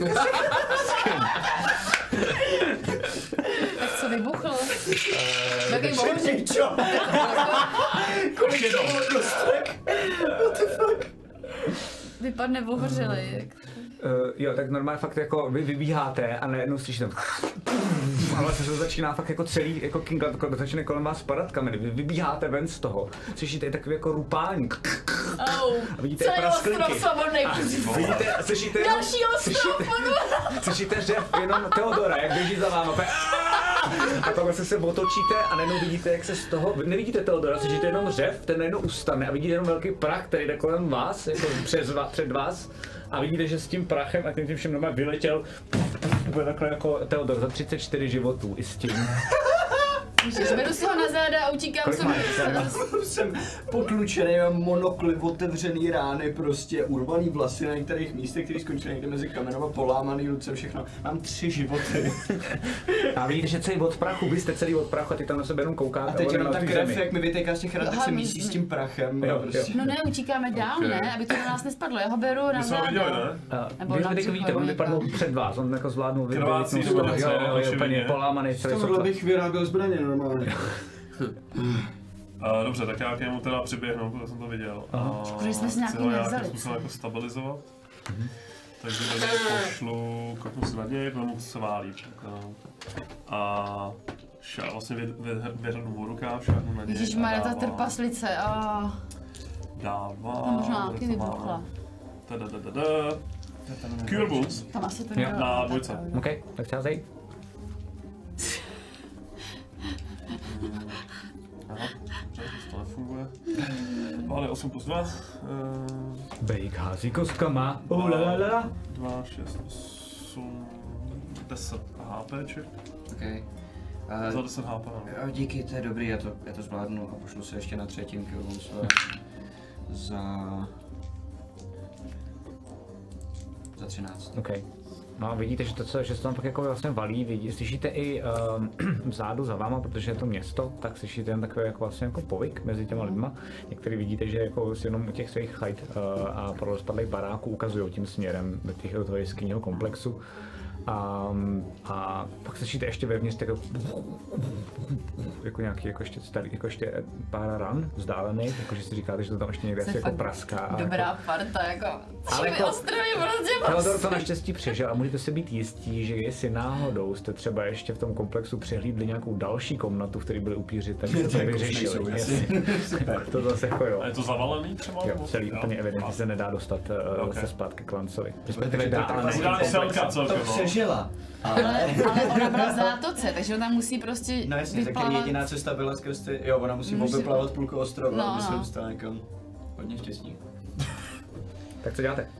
Tak co vybuchlo? Taký bohužel. Kolik to bylo kostek? What the fuck? Vypadne bohuželej. Jo, tak normálně fakt jako vy vybíháte a najednou slyšíte tam a vlastně se začíná fakt jako celý jako King začne kolem vás padat kameny, vy vybíháte ven z toho, slyšíte i takový jako rupání a vidíte prasklinky. Vidíte, slyšíte jenom, slyšíte řev jenom Theodora, jak běží za váma. A pak vlastně se otočíte a najednou vidíte, jak se z toho, nevidíte Theodora, slyšíte jenom řev, ten najednou ustane a vidíte jenom velký prach, který jde kolem vás, jako před vás. A vidíte, že s tím prachem a tím všem normálně vyletěl bude takhle jako Theodor za 34 životů i s tím. Ježiš, beru si ho na záda a utíkám Jsem potlučený, mám monokly, otevřený rány, prostě urvaný vlasy na některých místech, které skončily někde mezi kamenem a polámaný ruce, všechno. Mám 3 životy. A vidíte, že celý od prachu, vy jste celý od prachu a ty tam na sebe jenom koukáte. A teď jenom ta krev, jak mi vytéká z těch ran, tak se mísí s tím prachem. Jo. No ne, utíkáme dál, ne? Aby to na nás nespadlo, já ho beru na záda. Vy vidíte, on vypadl před vás, on jako zvládnul vybělit z toho, je úplně polámaný celý. Tohle bych vyráběl zbraně normálně. Dobře, tak já k němu teda přiběhnu, protože jsem to viděl. Škoda, jsme si nějaký nevzali. Musím jako stabilizovat. Takže do něj pošlu, kouknu si na něj, protože se válí. A vlastně vyhrnu mu rukáv, šáhnu na něj. Ježišmarja, ta trpaslice. Dává. Tam možná taky vybuchla. Cure Wounds. Tam asi to Na dvojce. OK, tak přázej. Aha, dobře, to nefunguje. Ale 8 plus 2. Bejk hází kostkama. Ulalala. 2, 6, 8, 10 HPček. Okay. Za 10 HP, no. Díky, to je dobrý, já to zvládnu a pošlu se ještě na třetím killu za 13. OK. No a vidíte, že se tam pak jako vlastně valí, slyšíte i vzadu za váma, protože je to město, tak slyšíte jen takový jako vlastně jako povyk mezi těma lidma. Některý vidíte, že jako si jenom u těch svých chajt a porozpadlých baráků ukazují tím směrem do toho jeskyního komplexu. A pak slyšíte ještě ve městě jako nějaký jako ještě starý, jako ještě pár ran vzdálených, jakože si říkáte, že to tam ještě někde asi jako praská. Dobrá jako, parta, jako ale jako, ostrovy prostě Theodor to naštěstí přežil a můžete si být jistí, že jestli náhodou jste třeba ještě v tom komplexu přehlídli nějakou další komnatu, v které byli upíři, tak se to vyřešili. To zase jako jo. A je to zavalený třeba? Jo, celý úplně evidentně se nedá dostat se zpátky k Lancovi. Takže Dá, ale není Dá selka to celkem, no. přežila. ale ona byla v zátoce, takže ona musí prostě No jasně, tak jediná cesta byla skrz ty, jo, ona musí oběplavat půlku ostrova, No, aby se no. dostala někam. Hodně štěstí. Tak co děláte?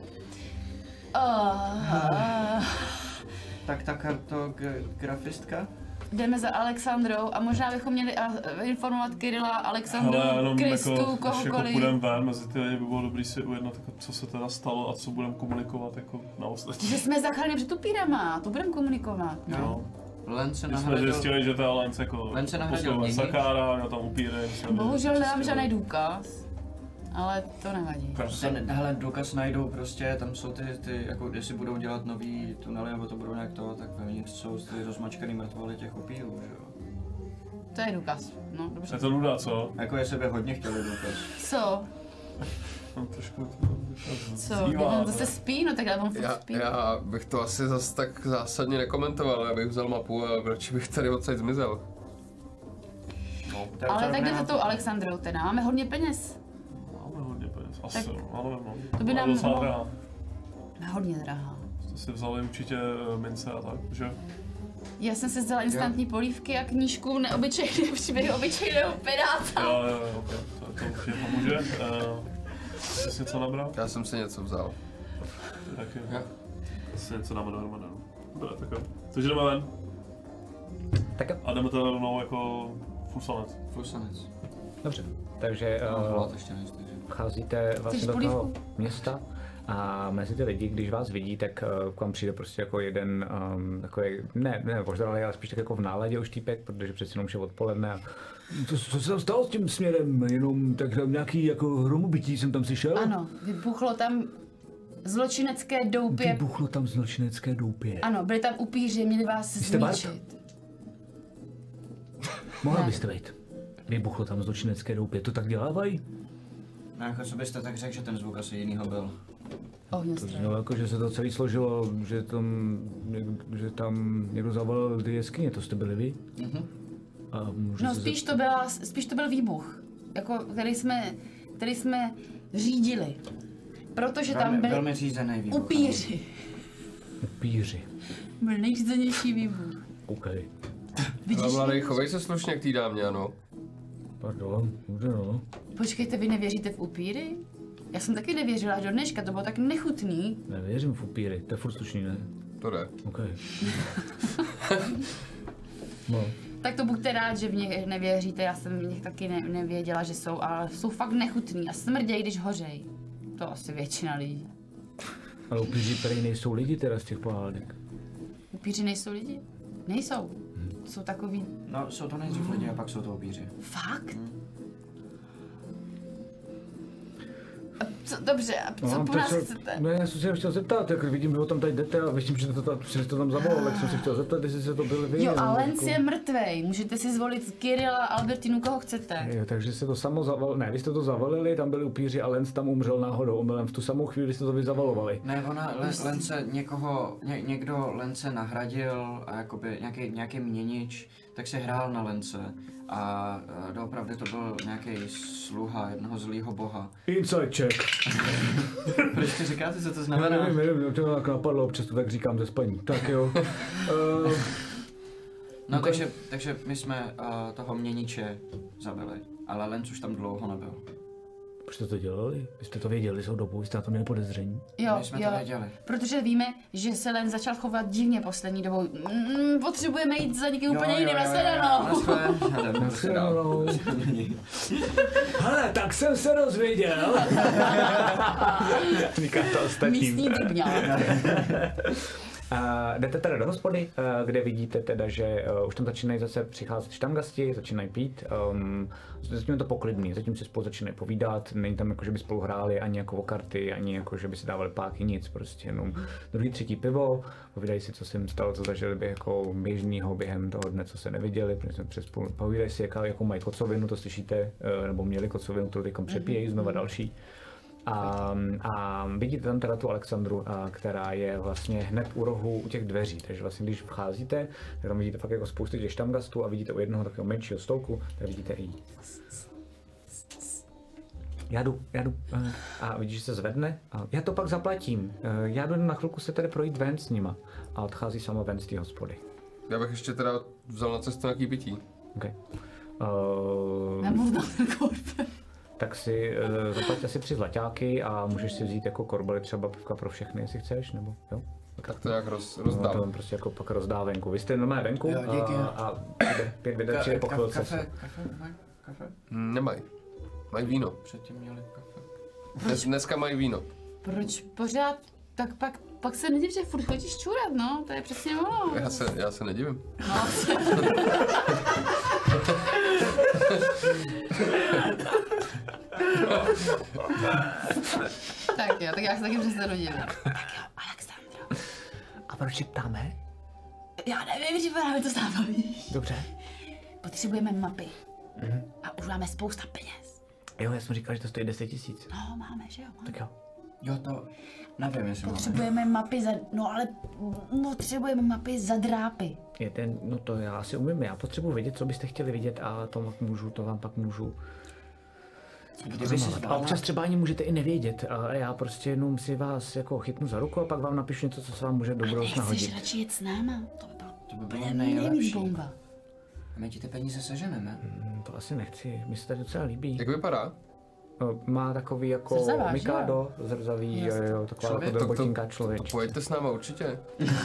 Tak ta kartografistka? Jdeme za Alexandrou a možná bychom měli informovat Kirilla, Alexandru, Ale jenom Kristu, jako, když jako kohokoliv. půjdeme ven, mezi ty lidi by bylo dobrý si ujednat, jako, co se teda stalo a co budeme komunikovat jako na ostatní. Že jsme zachránili před upírama, to budeme komunikovat. No. No. Len se My jsme nahradil... zjistili, že ta Lance jako Len se nahradil poslouval měník. Sakára, měl tam upíry. Bohužel nemám žádný důkaz, ale to nevadí. Hele, důkaz najdou prostě, tam jsou ty jako jestli budou dělat nový tunely, nebo to budou nějak to, tak vevnitř jsou ty rozmačkaný mrtvoly těch upírů, že jo. To je důkaz, no dobře. Je to nuda, co? Jako jestli by hodně chtěli důkaz. Co? No, trošku Co? zbývá, On zase spí, no tak on furt spí. Já bych to asi zase tak zásadně nekomentoval, já bych vzal mapu a radši bych tady odsaď zmizel. No, Ale tak jde za tou Alexandrou teda, máme hodně peněz. máme hodně peněz, asi, Tak ale no. to by Ale nám docela mohlo- drahá. Hodně drahá. Jste si vzali určitě mince a tak, že? Já jsem si vzala instantní polívky a knížku neobyčejné příběhy obyčejného pedáta. Jo, okay. To určitě pomůže. Jsi něco nabral? Já jsem si něco vzal. Taky. Asi něco dáme dohromady. Dobré, tak jo. Takže jdeme ven. Tak jo. A jdeme to rovnou jako fusanec. Fusanec. Dobře, takže Hlad ještě nejste, že? vcházíte vlastně Chceš do toho polívku? města a mezi ty lidi, když vás vidí, tak k vám přijde prostě jako jeden takový, ne požádali, ale spíš tak jako v náladě už týpek, protože přeci jenom už je odpoledne a co se tam stalo s tím směrem, jenom tak tam nějaký jako hromobytí jsem tam slyšel? Ano, vybuchlo tam zločinecké doupě. Vybuchlo tam zločinecké doupě. Ano, byli tam upíři, měli vás Jste Bart? zničit. Mohla Ne. byste být. Vybuchlo tam zločinecké doupě, to tak dělávají? No jako co byste tak řekl, že ten zvuk asi jinýho byl. Ohňostroj. No jako, že se to celé složilo, že tam někdo zavalil ty jeskyně, to jste byli vy? A můžu No se spíš to byl výbuch, jako, který jsme řídili. Protože tam byli Velmi řízený výbuch. upíři. Upíři. Byl nejřízenější výbuch. OK. Ale mladý, chovej se slušně k té dámě, ano. Pardon, dobře no. Počkejte, vy nevěříte v upíry? Já jsem taky nevěřila až do dneška, to bylo tak nechutný. Nevěřím v upíry, to je furt slušný, ne? To jde. OK. No. Tak to buďte rád, že v ně nevěříte, já jsem v nich taky nevěděla, že jsou, ale jsou fakt nechutný a smrděj, když hořej. To asi většina lidí. Ale upíři prý nejsou lidi teda z těch pohádek. Upíři nejsou lidi? Nejsou. Jsou takový... No, jsou to nejdřív lidi a pak jsou to upíři. Fakt? Dobře, a co po nás chcete? Ne, já jsem se chtěl zeptat, jak vidím, že ho tam tady jdete a vidím, že to tam zavolal, tak jsem se chtěl zeptat, jestli se to byli vy. Jo, a Lenz je mrtvej, můžete si zvolit Kirilla, Albertinu, koho chcete. Jo, takže se to samo zavolili, ne, vy jste to zavolili, tam byli upíři a Lenz tam umřel náhodou omylem, v tu samou chvíli jste to vy zavolovali. Ne, Lence někdo Lence nahradil a jakoby nějaký měnič, tak se hrál na Lence a doopravdy to byl nějaký sluha jednoho zlýho boha. Inside check. Proč ty říkáte, co to znamená? Nevím, to tak napadlo, občas to tak říkám ze spaní. Tak jo. No takže my jsme toho měniče zabili, ale Lenz už tam dlouho nebyl. Proč jste to dělali? Vy jste to věděli, jsou dobu, vy jste na to měli podezření. Jo, My jsme to věděli. protože víme, že se Lenz začal chovat divně poslední dobou. Potřebujeme jít za někým úplně jiným, Nashledanou. Hele, tak jsem se dozvěděl. Říká to ostatním. Místní drobňák. Jdete teda do hospody, kde vidíte teda, že už tam začínají zase přicházet štangasti, začínají pít. Zatím je to poklidný, zatím si spolu začínají povídat, není tam jako, že by spolu hráli ani jako o karty, ani jako, že by si dávali páky, nic, prostě jenom druhý, třetí pivo, povídají si, co se jim stalo, co zažili by jako běžnýho během toho dne, co se neviděli, povídají si, jakou mají kocovinu, to slyšíte, nebo měli kocovinu, to teďkom přepíjejí, znova další. A vidíte tam teda tu Alexandru, která je vlastně hned u rohu u těch dveří, takže vlastně když vcházíte, tak tam vidíte fakt jako spoustu těch štamgastů a vidíte u jednoho takového menšího stolku, tak vidíte i Já jdu. A vidíš, že se zvedne. Já to pak zaplatím. Já jdu na chvilku se tedy projít ven s nima. A odchází sama ven z té hospody. Já bych ještě teda vzal na cestu nějaký pití. Okay. Nebudu tam korbe. Tak si zaplaťte si 3 zlaťáky a můžeš si vzít jako korbely třeba pivka pro všechny, jestli chceš, nebo jo? Tak to nějak rozdám. No, to vám prostě jako pak rozdá venku. Vy jste normálně venku a 5 lidé přijde po chvilce. Kafe? Nemají. Mají víno. Předtím měli kafe. Dneska mají víno. Proč pořád? Tak pak se nediv, že furt chodíš čůrat, no, to je přesně ono. Já se nedivím. No. Tak jo, tak já se taky přestanu divit. Tak jo, Alexandro. A proč si ptáme? Já nevím, že právě to zábaví. Dobře. Potřebujeme mapy. A už máme spousta peněz. Jo, já jsem říkal, že to stojí 10 000. No, máme, že jo? Máme. Tak jo. Jo, to nevím, jestli Potřebujeme mapy za... No ale potřebujeme mapy za drápy. No to já asi umím, já potřebuji vědět, co byste chtěli vidět a to vám pak můžu. A občas třeba ani můžete i nevědět a já prostě jenom si vás jako chytnu za ruku a pak vám napíšu něco, co se vám může do budoucna hodit. Nechceš radši jet s náma? To by bylo nejlepší. Bomba. A my ti ty peníze seženeme. To asi nechci, mi se tady docela líbí. Jak vypadá? Má takový jako Zrzavá, Mikado, zrzavý, jo, taková jako drobotinká člověk. Pojďte s náma určitě.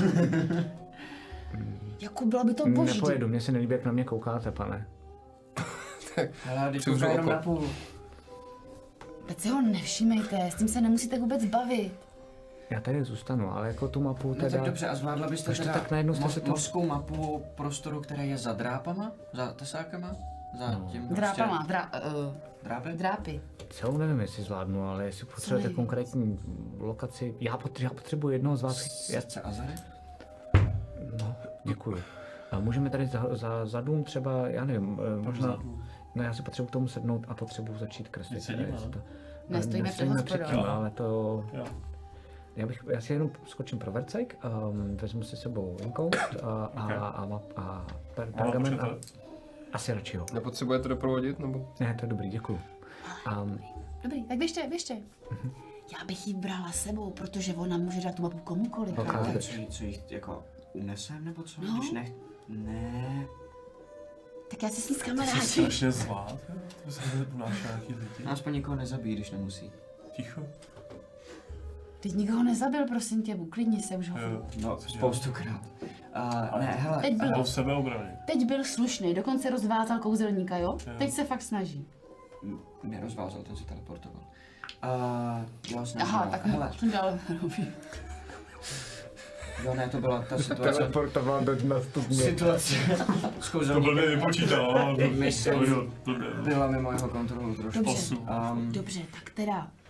Jako bylo by to boží. Nepojedu, mně se nelíbí, jak na mě koukáte, pane. Ale když kouká jenom na půl. Teď si ho nevšímejte, s tím se nemusíte vůbec bavit. Já tady zůstanu, ale jako tu mapu teda... No tak dobře, a zvládla byste teda tak najednou jste se to... mořskou mapu prostoru, který je za drápama? Za tesákama? Za tím Drápama, Drápy? Drápy. Celou nevím, jestli zvládnu, ale jestli potřebujete konkrétní lokaci... Já potřebuji jednoho z vás... Srdce Azary? No, děkuju. A můžeme tady za dům třeba, já nevím, možná... No já si potřebuji k tomu sednout a potřebuji začít kreslit. Nestojíme před hospodou. Ale to... Já si jenom skočím pro vercajk, vezmu si sebou inkout a pergamen a asi radši jo. Nepotřebujete doprovodit, nebo? Ne, to je dobrý, děkuju. Dobrý, tak běžte. Já bych ji brala sebou, protože ona může dát tu mapu komukoliv. Co jich jako unesem nebo co? No. Když ne. Tak já se s ní s Jsi kamarádi. strašně zvlád, to se unáší nějaký lidi. Aspoň nikoho nezabíjí, když nemusí. Ticho. Teď nikoho nezabil, prosím tě, uklidni se už ho. No, spoustukrát. Ne, hele. Byl v sebeobraně. Teď byl slušný, dokonce rozvázal kouzelníka, jo? Teď se fakt snaží. Nerozvázal, ten se teleportoval. Jo, aha, tak hele. Dal rový. Jo, ne, to byla ta situace. Teleportoval do nastupně. Situace s kouzelníkem. To blbě vypočítal. Byla mimo jeho kontrolu trošku. Dobře, tak teda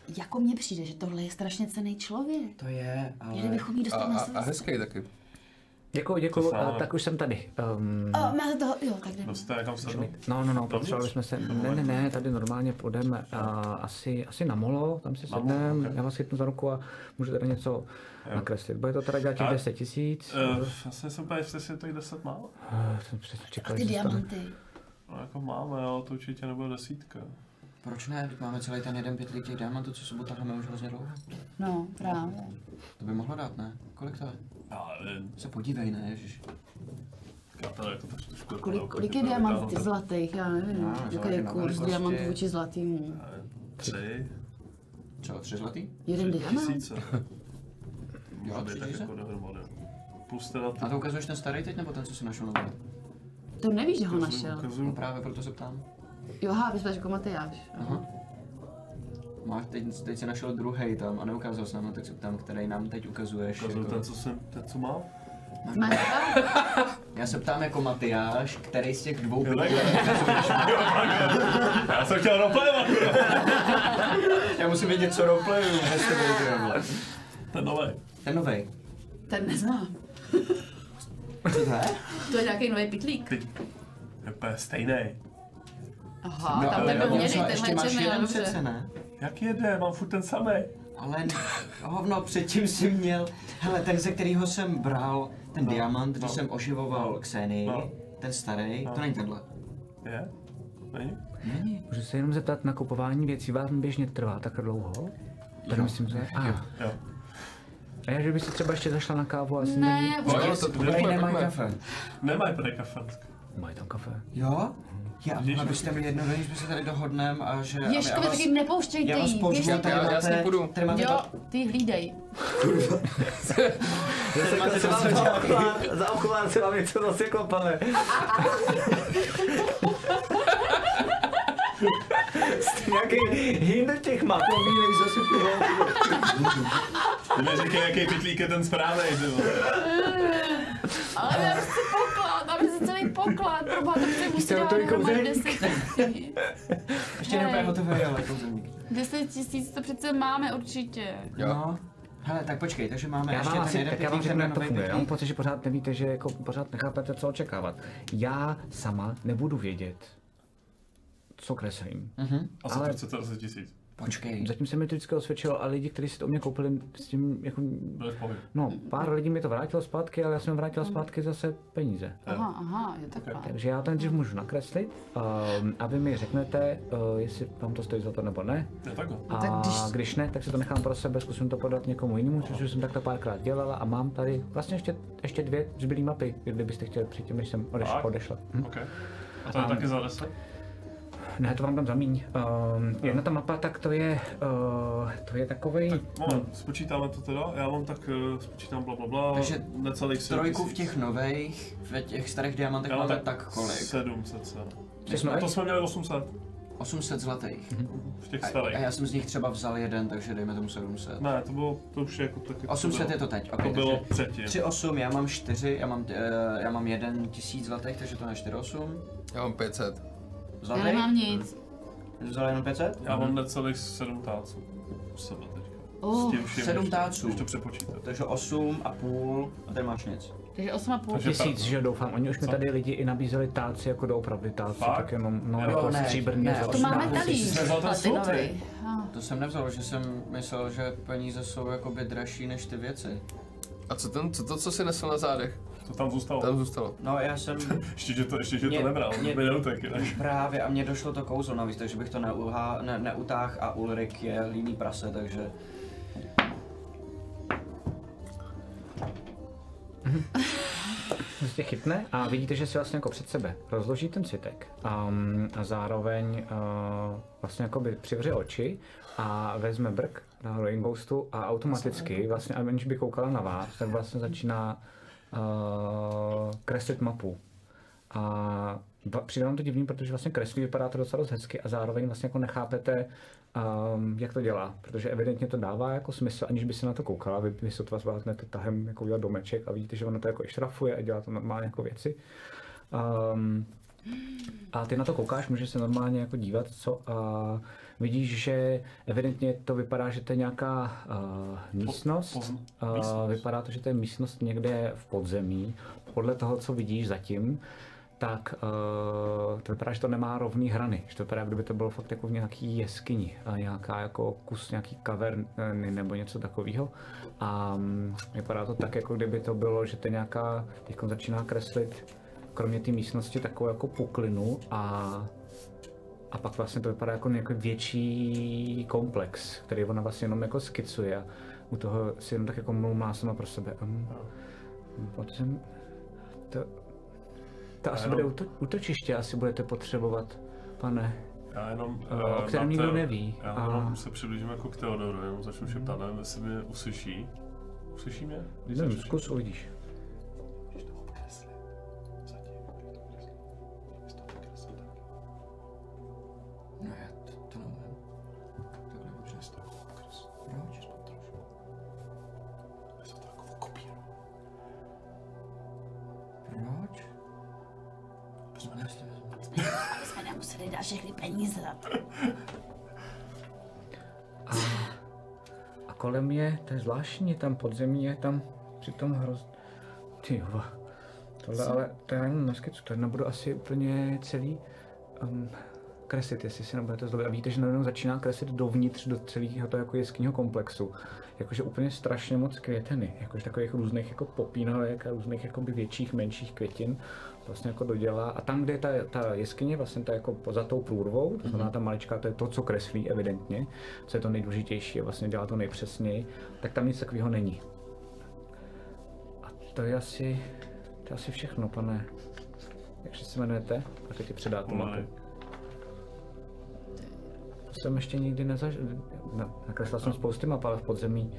jako mně přijde, že tohle je strašně cenný člověk. To je, ale... Měli bychom jí dostat na A hezký taky. Děkuju, a tak už jsem tady. Máte toho, jo, tak jdeme. Dostat někam sednout? No, potřebovali jsme se, ne, tady normálně půjdeme asi na molo, tam si sedneme, okay. já vás chytnu za ruku a můžu teda něco nakreslit. Bude to teda dělat těch 10 000? Vlastně jsem úplně jestli to i 10 málo. Jsem přesně čekal, A ty diamanty. No jako máme, ale to určitě nebude 10. Proč ne? Teď máme celý ten jeden pytlík těch diamantů, co sebou taháme už hrozně dlouho. No, právě. To by mohlo dát, ne? Kolik to je? Já nevím. Se podívej, ne, ježiš. Já tady jako trošku Kolik je diamantů zlatých? Já nevím. Jaký je kurz diamantů vůči zlatýmu? 3. Co, 3 zlatý? Jeden diamant? 1000. Jo, Může být tak 3000? jako dohromady. Plus teda A to ukazuješ ten starý teď, nebo ten, co jsi našel nový? To nevíš, že ho našel. No ukazuju. právě proto se ptám. Jo, vy jsi jako Matyáš. Aha. Máš teď si našel druhý tam a neukázal jsem nám, tak se ptám, který nám teď ukazuješ. Ukazuju Jako... ten, co mám? Máš Já se ptám jako Matyáš, který z těch dvou Já jsem chtěl roleplayovat. Já musím vědět, co roleplayuju. Ten nový. Ten novej. Ten neznám. Co to je? To je nějaký nový pitlík. Ty. Je úplně stejný. Aha, tam ale ten byl něco, měnej, ještě tenhle máš černý, jeden dobře. přece, ne? Jak jede? Mám furt ten samý. Ale hovno, předtím jsi měl, hele, ten, ze kterého jsem bral ten diamant, když jsem oživoval Xenii, ten starý, to není tenhle. Je? Není? Není. Můžu se jenom zeptat, na kupování věcí vám běžně trvá tak dlouho? Tady myslím, že... Jo. A já, že by si třeba ještě zašla na kávu, asi Ne, už No, nic. to Tady nemají takhle. kafe. Nemají tady kafe. Mají tam kafe. Jo? Já, mohla byste mi jedno den, že se tady dohodneme a že... Ježkovi, taky nepouštějte já vás jí, pozvu, běžte tady já máte, s ní půjdu. tady máte Jo, ty hlídej. Za ochován se vám něco zase kopane. Jste nějaký hinder těch map. Ty mi říkej, jaký pytlík je ten správnej, ty vole. Ale já chci poklad, dáme si celý poklad, proboha, to přece musí dát dohromady 10 000. Ještě neúplně hotový, ale kouzelník. 10 000 to přece máme určitě. No. Hele, tak počkej, takže máme Já ještě vám, ten jeden tak já vám pytlík, řeknu, ten jak to nový funguje. Já mám pytlík. pocit, že pořád nevíte, že jako pořád nechápete, co očekávat. Já sama nebudu vědět, co kreslím. A co Ale- to chcete 10 000? Počkej. Zatím se mi to vždycky osvědčilo a lidi, kteří si to u mě koupili, s tím jako... Byli v pohodě. No, pár lidí mi to vrátilo zpátky, ale já jsem jim vrátil zpátky zase peníze. Aha, je takhle. Takže já to nejdřív můžu nakreslit a vy mi řeknete, jestli vám to stojí za to nebo ne. Je takhle. A Tak když ne, tak si to nechám pro sebe, zkusím to podat někomu jinému, což už jsem takhle párkrát dělala a mám tady vlastně ještě 2 zbylé mapy, kdybyste chtěli předtím, než jsem odešla. OK. A to je taky za 10? Ne, to vám tam zamíň. Jedna ta mapa, tak to je takovej... Moment, spočítáme to teda, já mám tak, spočítám blablabla, Takže necelých 7 Trojku 000. v těch nových, v těch starých diamantech Já mám máme tak kolik? 700 se. Jsme- A to jsme měli 800 800 zlatých. v těch A starých. já jsem z nich třeba vzal jeden, takže dejme tomu 700. Ne, to už je jako taky... 800 je to teď, To ok, bylo takže předtím. 3,8, já mám 4, já mám 1000 zlatých, takže to je 4,8. Já mám 500. Já Zlatý? nemám nic. Jsi vzal jenom 500? Já mám necelých 7 táců. U sebe teďka. Oh, S tím vším, 7 když to- táců. Když to přepočítat. Takže 8,5 a tady máš nic. Takže 8,5. Takže Tisíc, že doufám. Oni už mi Co? tady lidi i nabízeli táci jako doopravdy táci, Fakt? tak jenom no, Jo, jako ne, stříbrný. ne, zlatý. To máme Jsi talíř, vzal ten platinový. sutry. To jsem nevzal, že jsem myslel, že peníze jsou jakoby dražší než ty věci. A co jsi nesl na zádech? To tam zůstalo. Tam zůstalo. No já jsem Ještě, že to Mě- nebral, mě- by neutek jinak. právě a mně došlo to kouzlo navíc, takže bych to neutáhl a Ulrik je líný prase, takže... Prostě chytne a vidíte, že si vlastně jako před sebe rozloží ten svitek a zároveň vlastně jako by přivře oči a vezme brk na Rolling Ghostu a automaticky vlastně, aniž by koukala na vás, tak vlastně začíná kreslit mapu. A přijde vám to divný, protože vlastně kreslí, vypadá to docela dost hezky a zároveň vlastně jako nechápete, jak to dělá, protože evidentně to dává jako smysl, aniž by se na to koukala, vy sotva zvládnete tahem jako udělat domeček a vidíte, že ono to jako i šrafuje a dělá to normálně jako věci. A ty na to koukáš, můžeš se normálně jako dívat, co a vidíš, že evidentně to vypadá, že to je nějaká místnost. Vypadá to, že to je místnost někde v podzemí. Podle toho, co vidíš zatím, tak to vypadá, že to nemá rovný hrany. Že to vypadá, kdyby to bylo fakt jako v nějaký jeskyni. A nějaká jako kus nějaký kaverny nebo něco takového. A vypadá to tak, jako kdyby to bylo, že to nějaká, teď začíná kreslit kromě té místnosti takovou jako puklinu a pak vlastně to vypadá jako nějaký větší komplex, který ona vlastně jenom jako skicuje a u toho si jenom tak jako mluvá sama pro sebe. Podzem, to asi bude útočiště, asi budete potřebovat, pane. Já jenom, o kterém nikdo neví. Já jenom se přiblížím jako k Theodoru, jenom začnu šeptat, nevím, jestli mě uslyší. Uslyší mě? Nevím, zkus, uvidíš. No já to nevím. Takhle můžeš z toho okres. Proč? Trošku. Já se to jako kopíru. Proč? Aby jsme nemuseli dát všechny peníze za to. A kolem je, to je zvláštní, tam podzemí je tam přitom Ty jo, tohle ale, to já jenom na skicu, to nebudu asi úplně celý kreslit, jestli si nebudete zlobit. A víte, že najednou začíná kreslit dovnitř do celého toho jako jeskynního komplexu. Jakože úplně strašně moc květeny, jakože takových různých jako popínavek a různých jakoby větších, menších květin vlastně jako dodělá. A tam, kde je ta jeskyně, vlastně ta jako za tou průrvou, to znamená ta maličká, to je to, co kreslí evidentně, co je to nejdůležitější a vlastně dělá to nejpřesněji, tak tam nic takového není. A to je asi všechno, pane. Jak se jmenujete? A teď ti předá tu mapu. To jsem ještě nikdy nezažil. Nakreslil jsem spousty map, ale v podzemí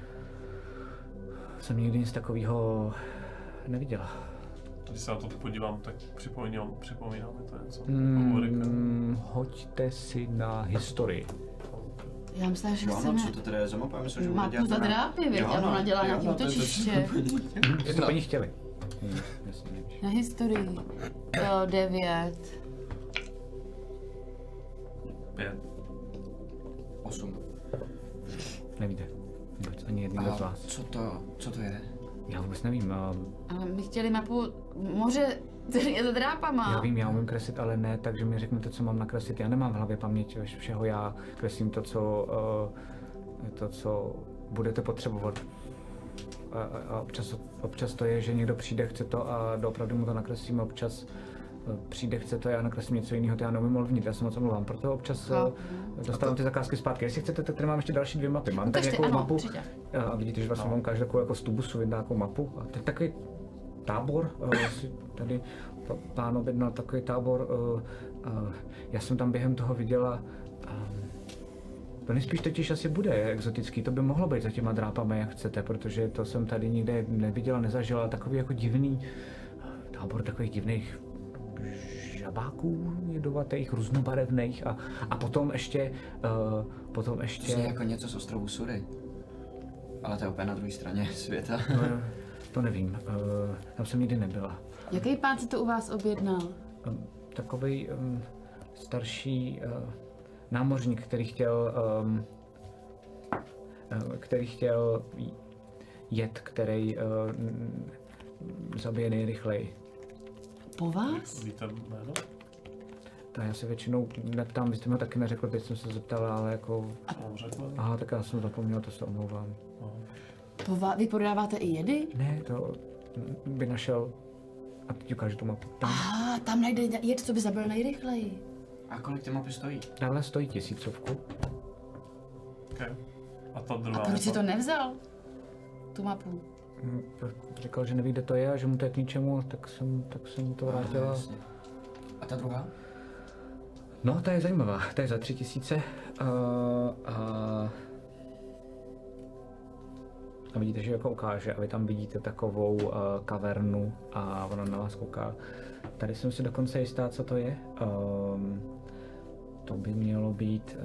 jsem nikdy nic takového neviděla. Když se na to podívám, tak připomínám mi to něco. Hoďte si na historii. Já myslím, že chceme... Co to teda je za mapa? Myslím, že mapu za drápy, věď, a ona dělá nějaký útočiště. To po ní chtěli. Na historii. 9. 5. 8. Nevíte. Vůbec ani jedný z vás. Co to je? Já vůbec nevím. Ale my chtěli mapu moře, který je za drápama. Já vím, já umím kreslit, ale ne, takže mi řeknete, co mám nakreslit. Já nemám v hlavě paměť všeho, já kreslím to, co budete potřebovat. A občas to je, že někdo přijde, chce to a doopravdy mu to nakreslím, občas přijde, chce to, já nakreslím něco jiného, to já neumím ovlivnit, já se moc omlouvám, proto občas dostávám ty zakázky zpátky. Jestli chcete, tak tady mám ještě další 2 mapy. Mám tady nějakou mapu a vidíte, že vlastně mám každou takovou jako z tubusu vydá takovou mapu. A to je takový tábor, tady pán objednal takový tábor, já jsem tam během toho viděla, to nejspíš totiž asi bude exotický, to by mohlo být za těma drápami, jak chcete, protože to jsem tady nikde neviděla, nezažila, takový jako divný tábor takových divných žabáků jedovatých, různobarevných a potom ještě... To je jako něco z ostrovu Suri. Ale to je úplně na druhé straně světa. To nevím, tam jsem nikdy nebyla. Jaký pán si to u vás objednal? Takovej starší námořník, který chtěl jet, který zabije nejrychleji. Po vás? Víte jméno? To já se většinou neptám, vy jste mi taky neřekl, teď jsem se zeptal, ale jako... Aha, tak já jsem zapomněl, to se omlouvám. Vy prodáváte i jedy? Ne, to by našel... A teď ukážu tu mapu. Tam najde jed, co by zabil nejrychleji. A kolik ty mapy stojí? Dále stojí 1000. Okay. A ta druhá proč si to nevzal? Tu mapu? Říkal, že neví, kde to je a že mu to je k ničemu, tak jsem to vrátila. A ta druhá? No, ta je zajímavá, ta je za 3000 a vidíte, že jako ukáže a vy tam vidíte takovou kavernu a ona na vás kouká. Tady jsem si dokonce jistá, co to je. To by mělo být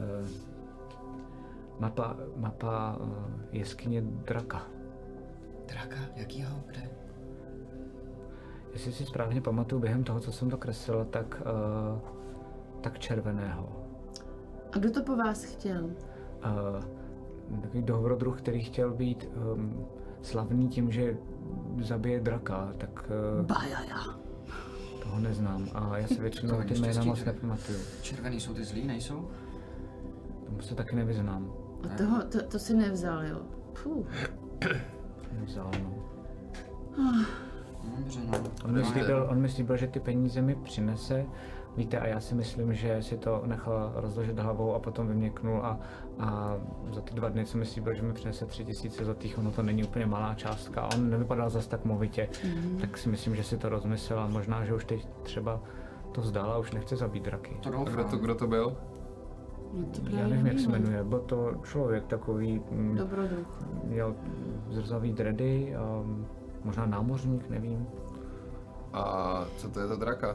mapa jeskyně draka. Draka? Jakýho? Kde? jestli si správně pamatuju, během toho, co jsem to kreslil, tak červeného. A kdo to po vás chtěl? Takový dobrodruh, který chtěl být slavný tím, že zabije draka, tak Bajaja. toho neznám. A já si většinou ty jména moc nepamatuju. Červený jsou ty zlí, nejsou? Tomu se taky nevyznám. A to si nevzal, jo? Puh. Nevzal, no. Dobře, no. On mi slíbil, že ty peníze mi přinese. Víte, a já si myslím, že si to nechal rozložit hlavou a potom vyměknul a za ty 2 dny, co mi slíbil, že mi přinese 3000 zlatých, ono to není úplně malá částka. On nevypadal zas tak movitě, tak si myslím, že si to rozmyslel a možná, že už teď třeba to vzdal a už nechce zabít draky. To doufám. Kdo to byl? No to Já nevím, jak se jmenuje, byl to člověk takový, dobrodruh. měl zrzavý dready, možná námořník, nevím. A co to je za draka?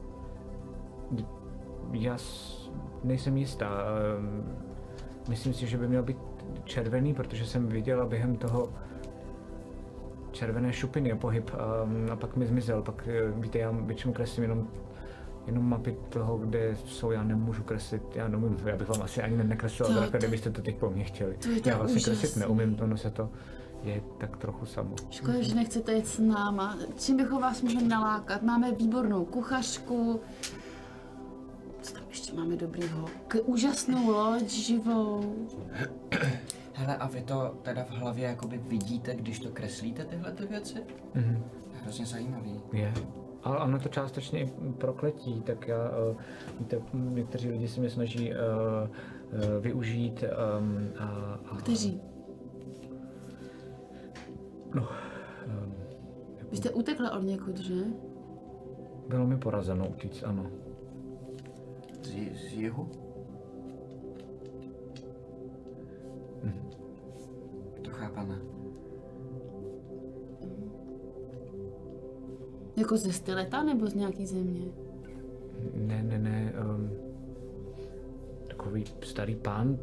Já nejsem jistá. Myslím si, že by měl být červený, protože jsem viděla během toho červené šupiny a pohyb a pak mi zmizel. Pak víte, já většinou kreslím jenom mapy toho, kde jsou, já nemůžu kreslit, já nemůžu, já bych vám asi ani nekreslil draka, kdybyste to teď po mně chtěli. Já vlastně kreslit neumím, ono se to je tak trochu samo. Škoda, že nechcete jít s náma. Čím bychom vás mohli nalákat? Máme výbornou kuchařku. Co tam ještě máme dobrýho? Úžasnou loď živou. Hele, a vy to teda v hlavě jakoby vidíte, když to kreslíte tyhle ty věci? To je hrozně zajímavý. Je. Ale ono to částečně i prokletí, tak já, víte, někteří lidi si mě snaží využít Kteří? No, Vy jste utekla od někud, že? bylo mi porazeno utíct, ano. Z jihu? To chápeme. Jako ze Styleta nebo z nějaký země? Ne, takový starý pán,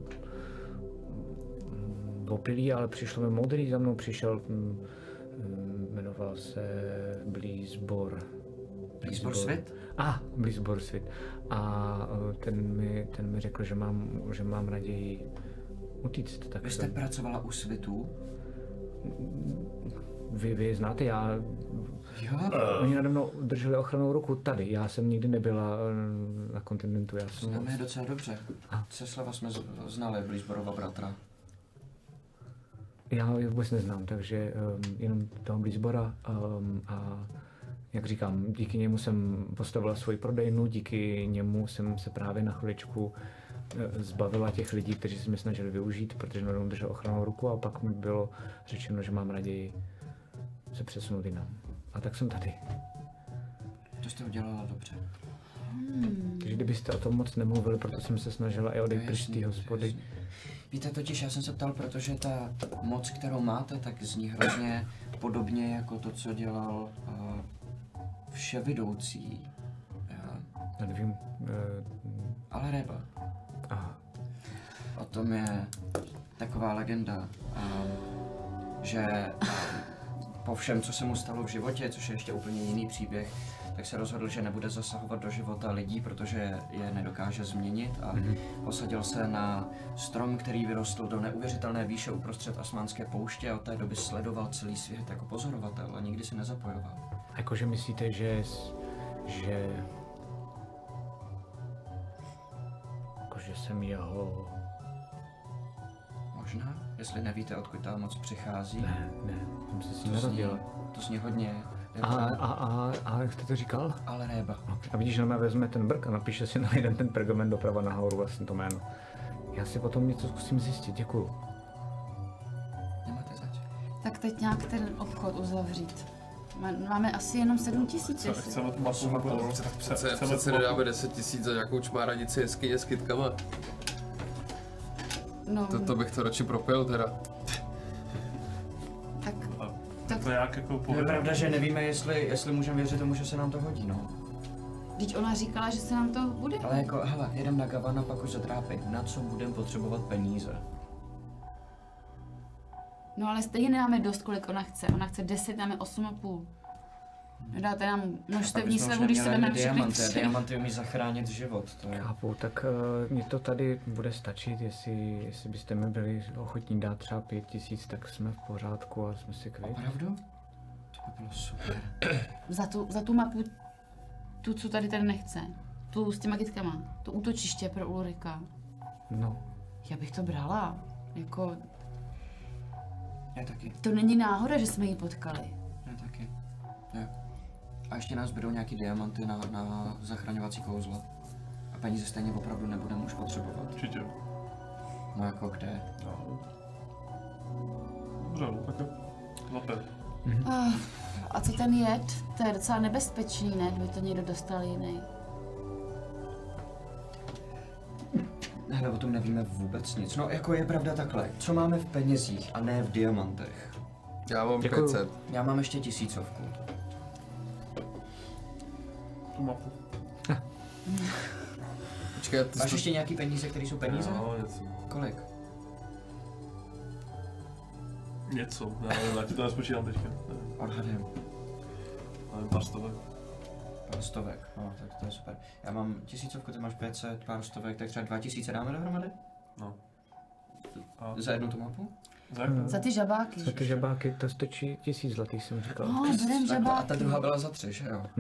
opilý, ale přišlo mi moudrý, za mnou přišel, jmenoval se Blízbor. Blízbor Svit? Blízbor Svit. A ten mi řekl, že mám naději utíct. Tak Vy jste pracovala u Svitů? Vy znáte, Jo. Oni nade mnou drželi ochrannou ruku tady, já jsem nikdy nebyla na kontinentu, já jsem... Známe je docela dobře. Ceslava jsme znali, Blízborova bratra. Já je vůbec neznám, takže jenom toho Blízbora a jak říkám, díky němu jsem postavila svoji prodejnu, díky němu jsem se právě na chviličku zbavila těch lidí, kteří se mě snažili využít, protože nade mnou držel ochrannou ruku a pak mi bylo řečeno, že mám raději se přesunout jinam. A tak jsem tady. To jste udělala dobře. Takže kdybyste o tom moc nemluvili, proto jsem se snažila i odejít pryč z té hospody. Jasný. Víte, totiž já jsem se ptal, protože ta moc, kterou máte, tak zní hrozně podobně jako to, co dělal vševidoucí. Já nevím. Ale Reba. Aha. O tom je taková legenda, že po všem, co se mu stalo v životě, což je ještě úplně jiný příběh, tak se rozhodl, že nebude zasahovat do života lidí, protože je nedokáže změnit a posadil se na strom, který vyrostl do neuvěřitelné výše uprostřed Asmánské pouště a od té doby sledoval celý svět jako pozorovatel a nikdy se nezapojoval. Jakože myslíte, že jsem jeho... Možná, jestli nevíte, odkud ta moc přichází. Ne, jsem se s ním narodila. To zní hodně. A jak jste to říkal? Ale Réba. A vidíš, že vezme ten brk a napíše si na jeden ten pergament doprava nahoru vlastně to jméno. Já si potom něco zkusím zjistit, děkuju. Nemáte zač. Tak teď nějak ten obchod uzavřít. Máme asi jenom 7 000. Chceme tu mapu Přece nedáme 10 000 za nějakou čmáranici jeskyně s kytkama. No, To bych to radši propil teda. To nějak jako Je povedeme. pravda, že nevíme, jestli můžeme věřit tomu, že se nám to hodí, no. Vždyť ona říkala, že se nám to bude. Ale jako, hele, jedem na Gavana, pak už se trápí. Na co budeme potřebovat peníze? No ale stejně nemáme dost, kolik ona chce. Ona chce 10, máme 8,5. Dáte nám množstevní Aby jsme slevu, už když se neměli jdeme všechny diamanty. tři. Diamanty umí zachránit život. To je... Chápu, tak mě to tady bude stačit, jestli byste mi byli ochotní dát třeba 5000, tak jsme v pořádku a jsme si kvit. Opravdu? To by bylo super. Za tu mapu, tu, co tady ten nechce. Tu s těma kytkama. To útočiště pro Ulrika. No, Já bych to brala. Jako, Já taky. to není náhoda, že jsme ji potkali. Já taky. Jo. A ještě nás budou nějaký diamanty na zachraňovací kouzla. A peníze stejně opravdu nebudeme už potřebovat. Určitě. No jako kde? No. Dobře, no tak jo. Zape. A co ten jed? To je docela nebezpečný, ne? Kdyby to někdo dostal jiný. Hele, o tom nevíme vůbec nic. No jako je pravda takhle. Co máme v penězích a ne v diamantech? Já mám Děkuju. 500. Já mám ještě 1000. Tu mapu. Počkej, ty Máš jsi ještě nějaký peníze, které jsou peníze? No, něco. Kolik? Něco. Já ti to nespočítám teďka. Odhadem. Ale pár stovek. Pár stovek. No, tak to je super. Já mám 1000, ty máš 500, pár stovek, tak třeba 2000 dáme dohromady? No. A Za jednu tu mapu? za jak to? Za ty žabáky. za ty žabáky to stočí 1000 zlatých, jsem říkal. Berem A ta žabáky. druhá byla za 3, že jo?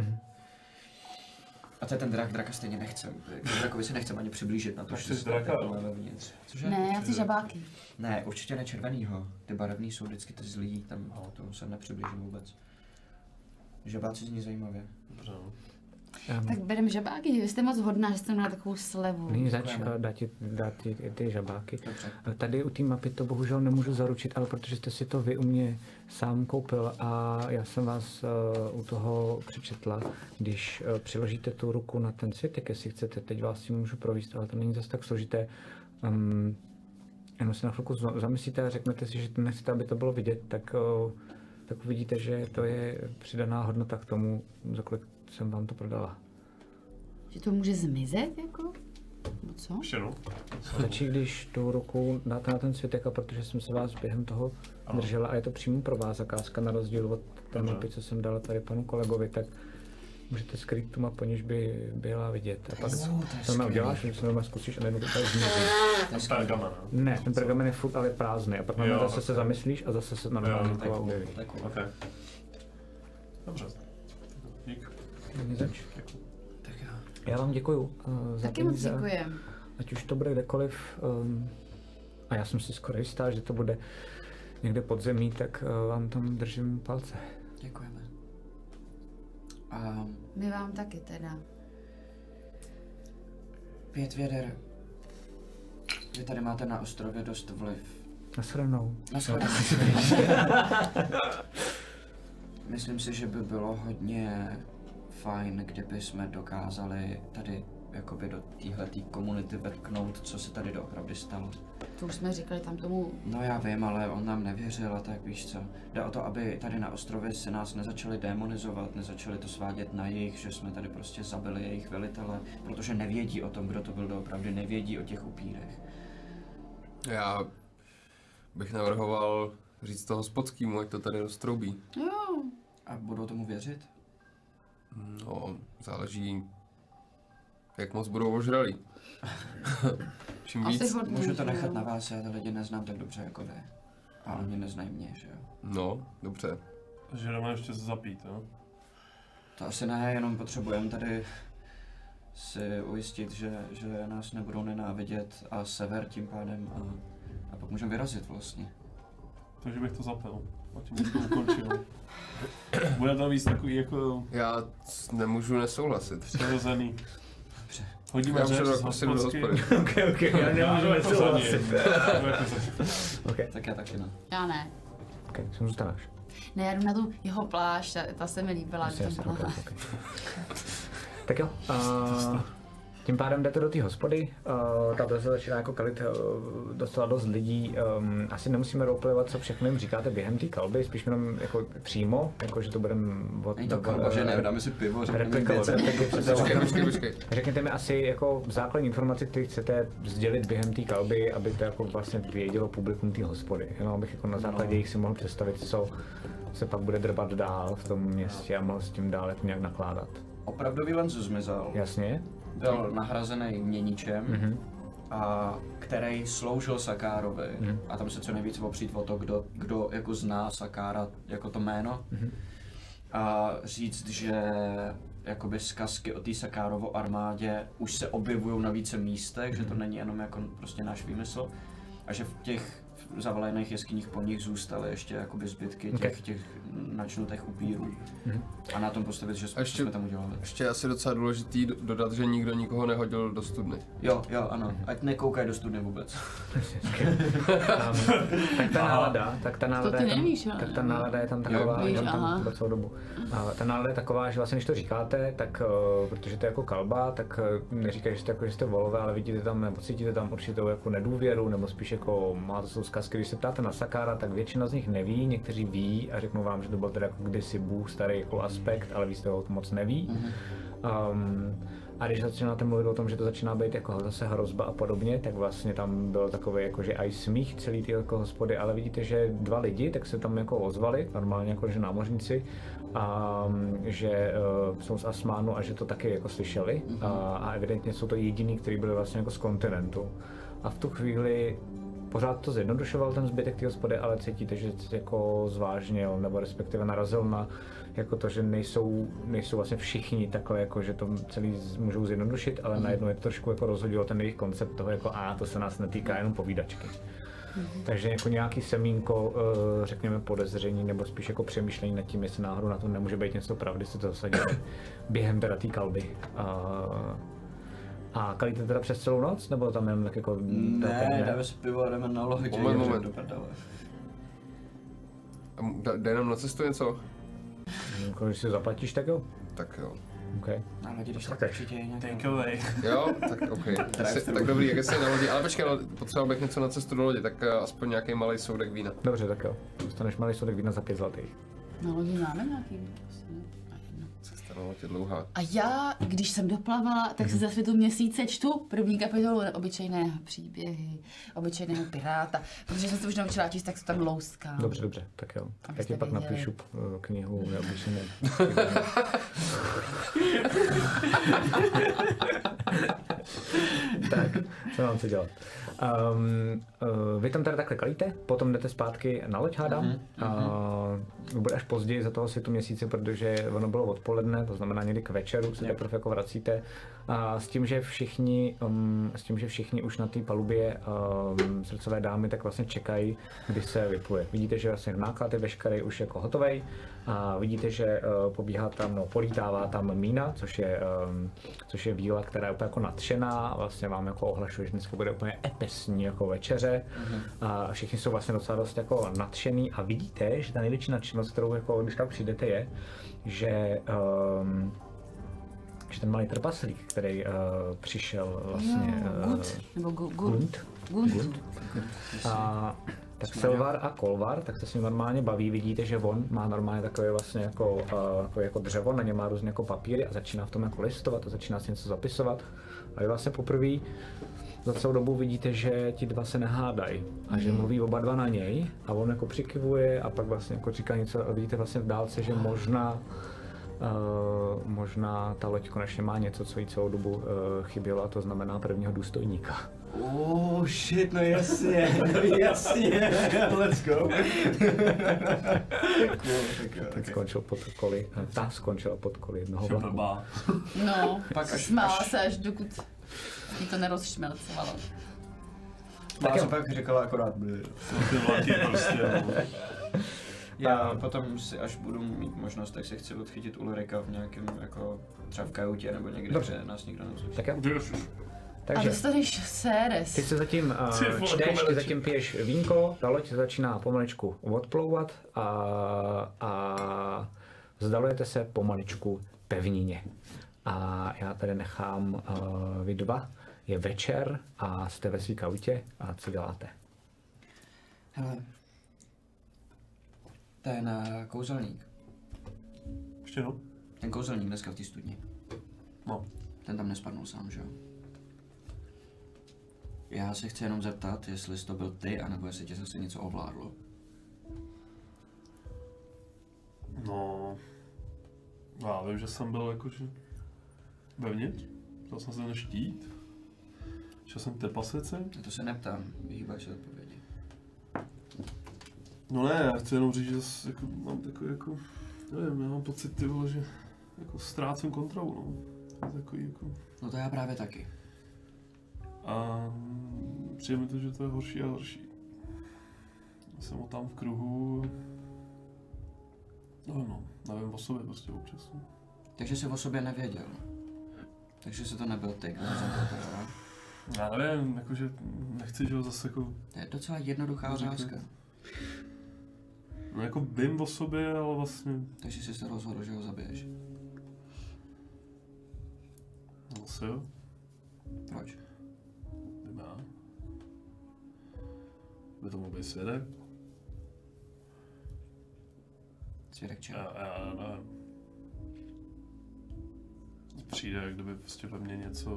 A to je ten drak, draka stejně nechcem. K drakovi si nechcem ani přiblížit na to, A že chceš se draka, takhle jo? vevnitř. Cože? Ne, já chci žabáky. Ne, určitě ne červenýho. Ty barevný jsou vždycky ty zlý, tam tomu se nepřiblížím vůbec. Žabáci zní zajímavě. Dobře, no. Tak berem žabáky, vy jste moc hodná, že jste měla takovou slevu. Není zač, Děkujeme. dát ti ty žabáky. Dobře. Tady u té mapy to bohužel nemůžu zaručit, ale protože jste si to vy u mě sám koupil a já jsem vás u toho přečetla, když přiložíte tu ruku na ten světek, jestli chcete, teď vás si můžu provést, ale to není zase tak složité. Jenom se na chvilku zamyslíte a řeknete si, že nechcete, aby to bylo vidět, tak uvidíte, že to je přidaná hodnota k tomu, za kolik jsem vám to prodala. Že to může zmizet, jako? No co? Ještě no. Stačí, když tu ruku dáte na ten světek, a protože jsem se vás během toho držela a je to přímo pro vás zakázka na rozdíl od té Dobře. mapy, co jsem dala tady panu kolegovi, tak můžete skrýt tu mapu, aniž by byla vidět. A pak to je to skvělý. uděláš, že se normálně zkusíš a najednou to tady zmizí. To je skvělý. Pergamen, no. Ne, ten pergamen je furt ale prázdný a pak Jo, zase se ok. zamyslíš a zase se normálně Jo, To je to cool, objeví. to je cool. Ok. Dobře. Dík. Není zač. Tak jo. Já vám děkuju za Taky moc peníze, děkujem. ať už to bude kdekoliv. A já jsem si skoro jistá, že to bude někde pod zemí, tak vám tam držím palce. Děkujeme. A My vám taky teda. 5 věder. Vy tady máte na ostrově dost vliv. Nasranou. Naschledanou. Myslím si, že by bylo hodně fajn, kdyby jsme dokázali tady jakoby do téhletý komunity vetknout, co se tady doopravdy stalo. To už jsme říkali tam tomu. No já vím, ale on nám nevěřil a tak víš co. Jde o to, aby tady na ostrově se nás nezačali demonizovat, nezačali to svádět na jich, že jsme tady prostě zabili jejich velitele, protože nevědí o tom, kdo to byl doopravdy, nevědí o těch upírech. Já bych navrhoval říct to hospodskýmu, ať to tady roztroubí. Jo, A budou tomu věřit? No, záleží, jak moc budou ožralí. Čím asi víc, hodně. Můžu to nechat jo. na vás, já ty lidi neznám tak dobře jako vy. A oni neznají mě, že jo? no, dobře. Takže jdeme ještě zapít, jo? To asi ne, jenom potřebujeme tady si ujistit, že nás nebudou nenávidět a sever tím pádem a pak můžeme vyrazit vlastně. Takže bych to zapil. A tím bych to ukončil. Bude to víc takový jako Já nemůžu nesouhlasit. přirozený. Dobře. Hodíme Já už řeč z prostě jdu do hospodsky. hospody. Ok, já Já jdu jako za ním. Já jdu jako za ním. Ok, Tak já taky no. Já ne. ok, jsem zůstanáš. Ne, já jdu na tu jeho plášť, ta se mi líbila. Jasně, že tam jasně, byla. ok. Tak jo, Tím pádem jdete do té hospody, tam se začíná jako kalit docela dost lidí. Asi nemusíme roleplayovat, co všechno jim říkáte během té kalby, spíš jenom jako přímo, jako že to budeme od... Není to kalba, že ne, dáme si pivo, řekneme Počkej. Řekněte mi asi jako základní informaci, které chcete sdělit během té kalby, aby to jako vlastně vědělo publikum té hospody. Jenom abych jako na základě jich si mohl představit, co se pak bude drbat dál v tom městě a mohl s tím dál jako nějak nakládat. Opravdový Lenzu zmizel. Jasně. Byl nahrazený měničem, a který sloužil Sakárovi. A tam se co nejvíc opřít o to, kdo jako zná Sakára jako to jméno. A říct, že jakoby zkazky o té Sakárovo armádě už se objevují na více místech, že to není jenom jako prostě náš výmysl. A že v těch zavalených jeskyních po nich zůstaly ještě jakoby zbytky těch načnutých upírů. A na tom postavit, že jsme tam udělali. Ještě asi docela důležitý dodat, že nikdo nikoho nehodil do studny. Jo, ano. Ať nekoukají do studny vůbec. Tak ta nálada je tam taková, víš, tam celou dobu. Ta nálada je taková, že vlastně když to říkáte, tak protože to je jako kalba, tak neříkáš, že jste volové, ale vidíte tam, nebo cítíte tam určitou jako nedůvěru, nebo spíš jako máte jsou zkazky, když se ptáte na Sakára, tak většina z nich neví, někteří ví a řeknou vám, že to byl teda jako kdysi bůh, starý jako aspekt, ale víc toho moc neví. A když začínáte mluvit o tom, že to začíná být jako zase hrozba a podobně, tak vlastně tam byl takový jakože aj smích celý ty jako hospody, ale vidíte, že dva lidi tak se tam jako ozvali, normálně jako že námořníci, a že jsou z Asmánu a že to taky jako slyšeli a evidentně jsou to jediný, kteří byli vlastně jako z kontinentu. A v tu chvíli pořád to zjednodušoval ten zbytek té hospody, ale cítíte, že jako zvážnil nebo respektive narazil na jako to, že nejsou vlastně všichni takhle, jako že to celý můžou zjednodušit, ale najednou je to trošku jako rozhodilo ten jejich koncept toho jako to se nás netýká jenom povídačky. Takže jako nějaký semínko, řekněme podezření nebo spíš jako přemýšlení nad tím, jestli náhodou na tom nemůže být něco pravdy, se to zasadilo během teda té kalby. A kalíte teda přes celou noc, nebo tam jen tak jako... Ne, dáme si pivo a jdeme na loď. Moment. Jde nám na cestu něco? Když si zaplatíš, tak jo. Tak jo. Okay. Na lodi, když tak určitě je nějaký... Take away. Jo, tak OK. Tak dobrý, jak jsi na lodi, ale počkej, potřeboval bych něco na cestu do lodi, tak aspoň nějaký malý soudek vína. Dobře, tak jo. Dostaneš malý soudek vína za 5 zlatých. Na lodi máme nějaký Cesta na lodi je dlouhá. A já, když jsem doplavala, tak si za světu měsíce čtu první kapitolu obyčejného příběhy, obyčejného piráta, protože jsem se už naučila číst, tak se tam louskám. Dobře, tak jo. Já ti pak napíšu knihu neobyčejné. Tak, co mám co dělat? Vy tam teda takhle kalíte, potom jdete zpátky na loď, hádám. Bude až později za toho světu měsíce, protože ono bylo odpoledne, to znamená někdy k večeru se teprve jako vracíte. A s tím, že všichni už na té palubě srdcové dámy tak vlastně čekají, kdy se vypluje. Vidíte, že vlastně náklad je veškerý už jako hotovej. A vidíte, že pobíhá tam, polítává tam Mína, což je víla, která je úplně jako nadšená a vlastně vám jako ohlašuje, že dneska bude úplně epesní jako večeře. A všichni jsou vlastně docela dost jako nadšený a vidíte, že ta největší nadšenost, kterou jako když tam přijdete je, že ten malý trpaslík, který přišel vlastně... Gund. Tak Silvar a Kolvar, tak se s ním normálně baví, vidíte, že on má normálně takové vlastně jako dřevo, na něm má různé jako papíry a začíná v tom jako listovat a začíná si něco zapisovat. A vy vlastně poprvé za celou dobu vidíte, že ti dva se nehádají a že mluví oba dva na něj a on jako přikyvuje a pak vlastně jako říká něco a vidíte vlastně v dálce, že možná ta loď konečně má něco, co jí celou dobu chybělo, a to znamená prvního důstojníka. Oh shit, no jasně, let's go. Tak skončil pod koly, ta skončila pod koly jednoho vlaku. No, pak smála se až dokud jí to nerozšmelcovalo. Tak jsem pak říkala akorát ty vlaky prostě, Já potom si, až budu mít možnost, tak si chci odchytit Ulrika v nějakém, jako třeba v kajutě nebo někde, dobře, kde nás nikdo neuslyší. Tak jo. Takže, a dostaneš Ceres. Ty se zatím čteš, ty zatím piješ vínko, ta loď začíná pomaličku odplouvat a vzdalujete se pomaličku pevnině. a já tady nechám vy dva. Je večer a jste ve svý kautě a co děláte? Hele, ten kouzelník. Ještě no? Ten kouzelník dneska v té studni. No. Ten tam nespadnul sám, že jo? Já se chci jenom zeptat, jestli jsi to byl ty, anebo jestli tě zase něco ovládlo. No, já vím, že jsem byl jakože vevnitř, dal jsem se ten štít, šel jsem k té paslici. Na to se neptám, vyhýbáš se odpovědi. No ne, já chci jenom říct, že jako, mám takový jako, nevím, já mám pocit, ty vole, že jako ztrácím kontrolu, no. Takový jako... No to já právě taky. A přijde mi to, že to je horší a horší. Já jsem tam v kruhu, nevím o sobě prostě občas. Takže jsi o sobě nevěděl. Takže jsi to nebyl ty, kdo zabil Terora. Já nevím, jakože nechci, že ho zase jako... To je docela jednoduchá otázka. No jako vím o sobě, ale vlastně... Takže jsi se rozhodl, že ho zabiješ. No asi jo. Proč? Vím já. By to mohl být svědek? Svědek čeho? Já nevím. Přijde, jak kdyby prostě ve mně něco...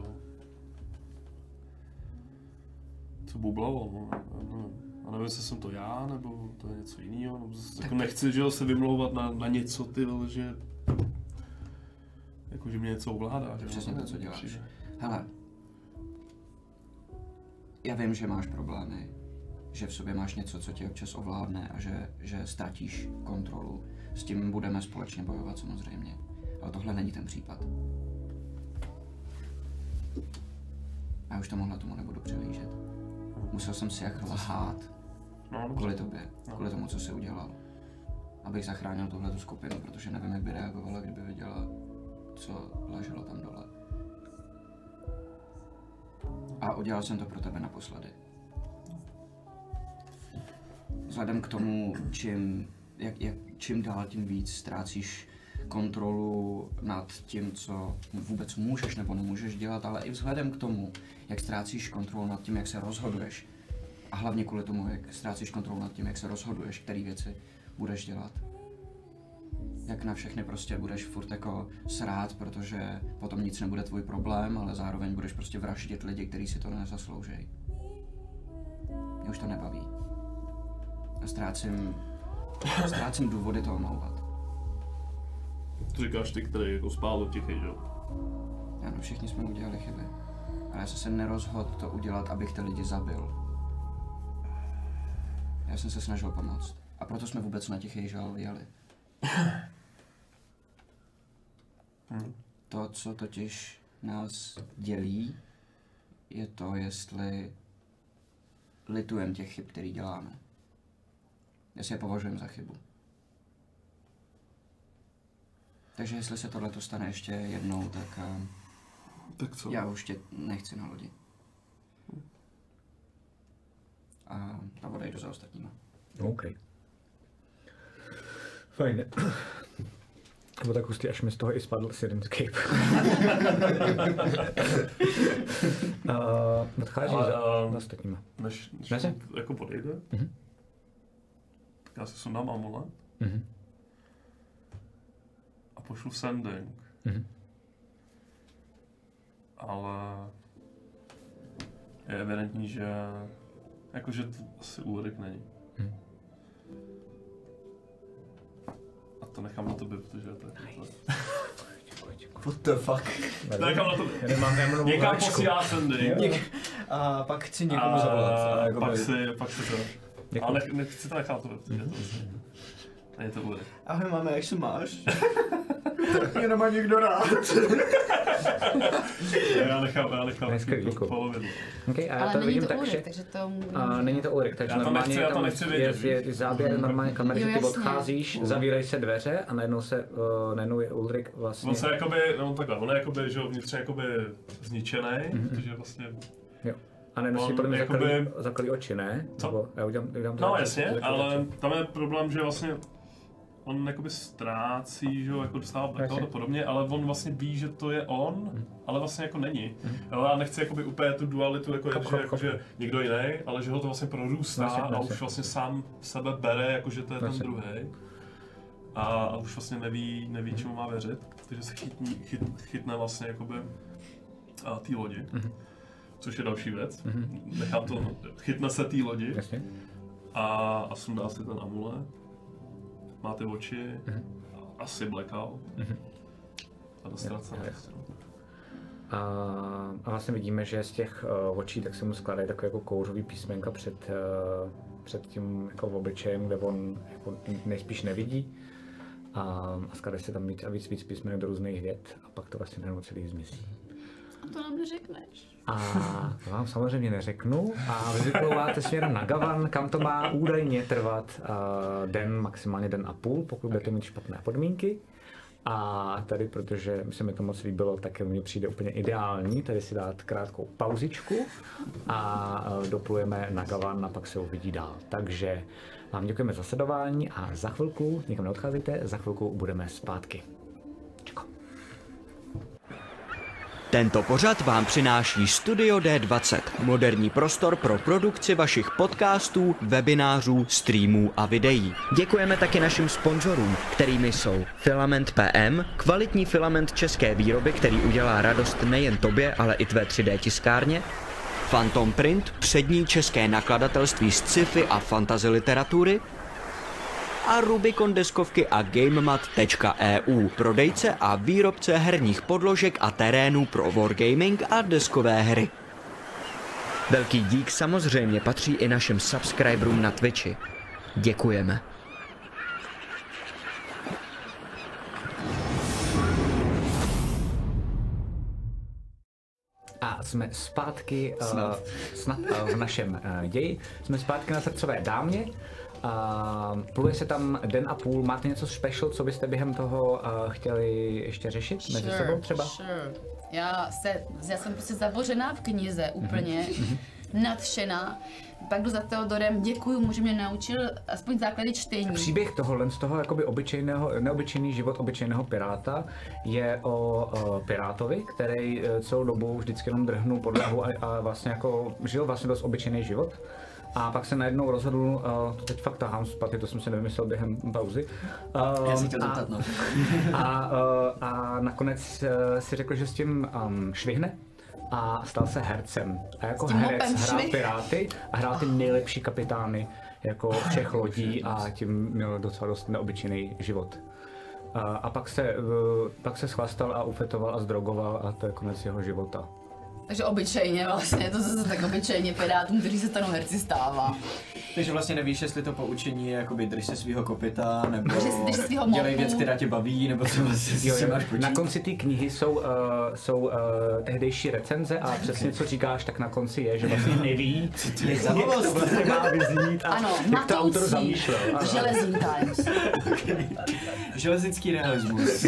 co bublalo, no, nevím. A nevím, jestli jsem to já, nebo to je něco jiného, no, jako nechci, že se vymlouvat na něco, ty vole, že... jako, že mě něco ovládá, že? Přesně to, co děláš. Hele, já vím, že máš problémy, že v sobě máš něco, co tě občas ovládne a že ztratíš kontrolu. S tím budeme společně bojovat samozřejmě, ale tohle není ten případ. Já už tomuhle tomu nebudu přilížet. Musel jsem si jak lhát kvůli tobě, kvůli tomu, co jsi udělal. Abych zachránil tuhletu skupinu, protože nevím, jak by reagovala, kdyby viděla, co leželo tam dole. A udělal jsem to pro tebe naposledy. Vzhledem k tomu, čím dál tím víc ztrácíš kontrolu nad tím, co vůbec můžeš nebo nemůžeš dělat, ale i vzhledem k tomu, jak ztrácíš kontrolu nad tím, jak se rozhoduješ. A hlavně kvůli tomu, jak ztrácíš kontrolu nad tím, jak se rozhoduješ, které věci budeš dělat. Jak na všechny prostě budeš furt jako srát, protože potom nic nebude tvůj problém, ale zároveň budeš prostě vraždit lidi, kteří si to nezasloužejí. Mě už to nebaví. A ztrácím důvody to omlouvat. To říkáš ty, který jako spál tichý, že jo? Ano, všichni jsme udělali chyby. Ale já jsem se nerozhodl to udělat, abych ty lidi zabil. Já jsem se snažil pomoct. A proto jsme vůbec na tichý žal jeli. To, co totiž nás dělí, je to, jestli litujeme těch chyb, které děláme. Jestli je považujeme za chybu. Takže jestli se tohle stane ještě jednou, Tak co? Já už tě nechci na lodi. A odejdu za ostatníma. OK. Fajn. Bylo tak hustý, až mi z toho i spadl Siren Escape. Odchází za ostatníma. Než jako odejde, tak já si sundám amulet a pošlu sending. Ale je evidentní, že jakože to asi Ulrik není. A to nechám na tobě, protože to je What the fuck? to nechám na tobě. Já nemám Někam posílá sending. A pak chci někomu zavolat. Pak si to. Ale nechci to nechat na tobě, protože to není to Ulrik. Ahoj máme, jak se máš? Mě nemá nikdo rád. Já nechám polovinu. Okay, a já ale to není vidím to tak, Ulrik, že... takže to... Není to Ulrik, takže normálně já to nechci vědět, je záběr normálně kamery, že ty jasně. odcházíš, zavírají se dveře a najednou je Ulrik vlastně... On se jakoby, on je jakoby, že vnitřně jakoby zničený, protože vlastně... Jo. A najednou si podle mě zakalí oči, ne? Co? Nebo já udělám no jasně, ale tam je problém, že vlastně on jakoby ztrácí, že jo, jako dostává blackout a podobně, ale on vlastně ví, že to je on, ale vlastně jako není. Jo, a nechci jakoby úplně tu dualitu jako že někdo jiný, ale že ho to vlastně prorůstá a už vlastně sám sebe bere, jako že to je ten druhý. A už vlastně neví, čemu má věřit, takže se chytne vlastně jakoby té lodi, což je další věc. Nechám to, chytne se té lodi a sundá si ten amulet, má ty oči, asi blackout a dostracené. A vlastně vidíme, že z těch očí tak se mu skládají takové jako kouřový písmenka před tím jako obličejem, kde on jako nejspíš nevidí. A skládají se tam víc a víc písmenek do různých vět a pak to vlastně najednou celý zmizí. A to nám neřekneš. A vám samozřejmě neřeknu a vy vyplouváte směrem na Gavan, kam to má údajně trvat den, maximálně den a půl, pokud budete mít špatné podmínky. A tady, protože se mi to moc líbilo, tak mně přijde úplně ideální tady si dát krátkou pauzičku a doplujeme na Gavan a pak se uvidí dál. Takže vám děkujeme za sledování a za chvilku, nikam neodcházejte, za chvilku budeme zpátky. Čeko. Tento pořad vám přináší Studio D20, moderní prostor pro produkci vašich podcastů, webinářů, streamů a videí. Děkujeme taky našim sponzorům, kterými jsou Filament PM, kvalitní filament české výroby, který udělá radost nejen tobě, ale i tvé 3D tiskárně, Phantom Print, přední české nakladatelství z sci-fi a fantasy literatury, a Rubicon deskovky a GameMat.eu, prodejce a výrobce herních podložek a terénů pro wargaming a deskové hry. Velký dík samozřejmě patří i našim subscriberům na Twitchi. Děkujeme. A jsme zpátky snad v našem ději. Jsme zpátky na Srdcové dámě. Pluje se tam den a půl. Máte něco special, co byste během toho chtěli ještě řešit mezi sebou třeba? Já jsem prostě zabořená v knize úplně, nadšená. Pak jdu za Theodorem, děkuju mu, že mě naučil aspoň základy čtení. Příběh tohohle z toho jakoby neobyčejný život obyčejného piráta je o pirátovi, který celou dobu vždycky jenom drhnul podlahu a vlastně jako žil vlastně dost obyčejný život. A pak se najednou rozhodl, to teď fakt tahám zpátky, to jsem si nevymyslel během pauzy. Já si chtěl zeptat, no. A nakonec si řekl, že s tím švihne a stal se hercem. A jako herec hrál piráty a hrál ty nejlepší kapitány jako všech lodí a tím měl docela dost neobyčejný život. A pak se schlastal a ufetoval a zdrogoval a to je konec jeho života. Takže obyčejně vlastně, to zase tak obyčejně pirátům, kteří se stanou herci, stává. Takže vlastně nevíš, jestli to poučení je jakoby drž se svýho kopyta, nebo dělej věc, která tě baví, nebo co vlastně si máš počít. Na konci té knihy jsou tehdejší recenze a přesně co říkáš, tak na konci je, že vlastně neví, jak to vlastně má vyznít a jak to autor zamýšlel. Železný Times. Železnický realismus.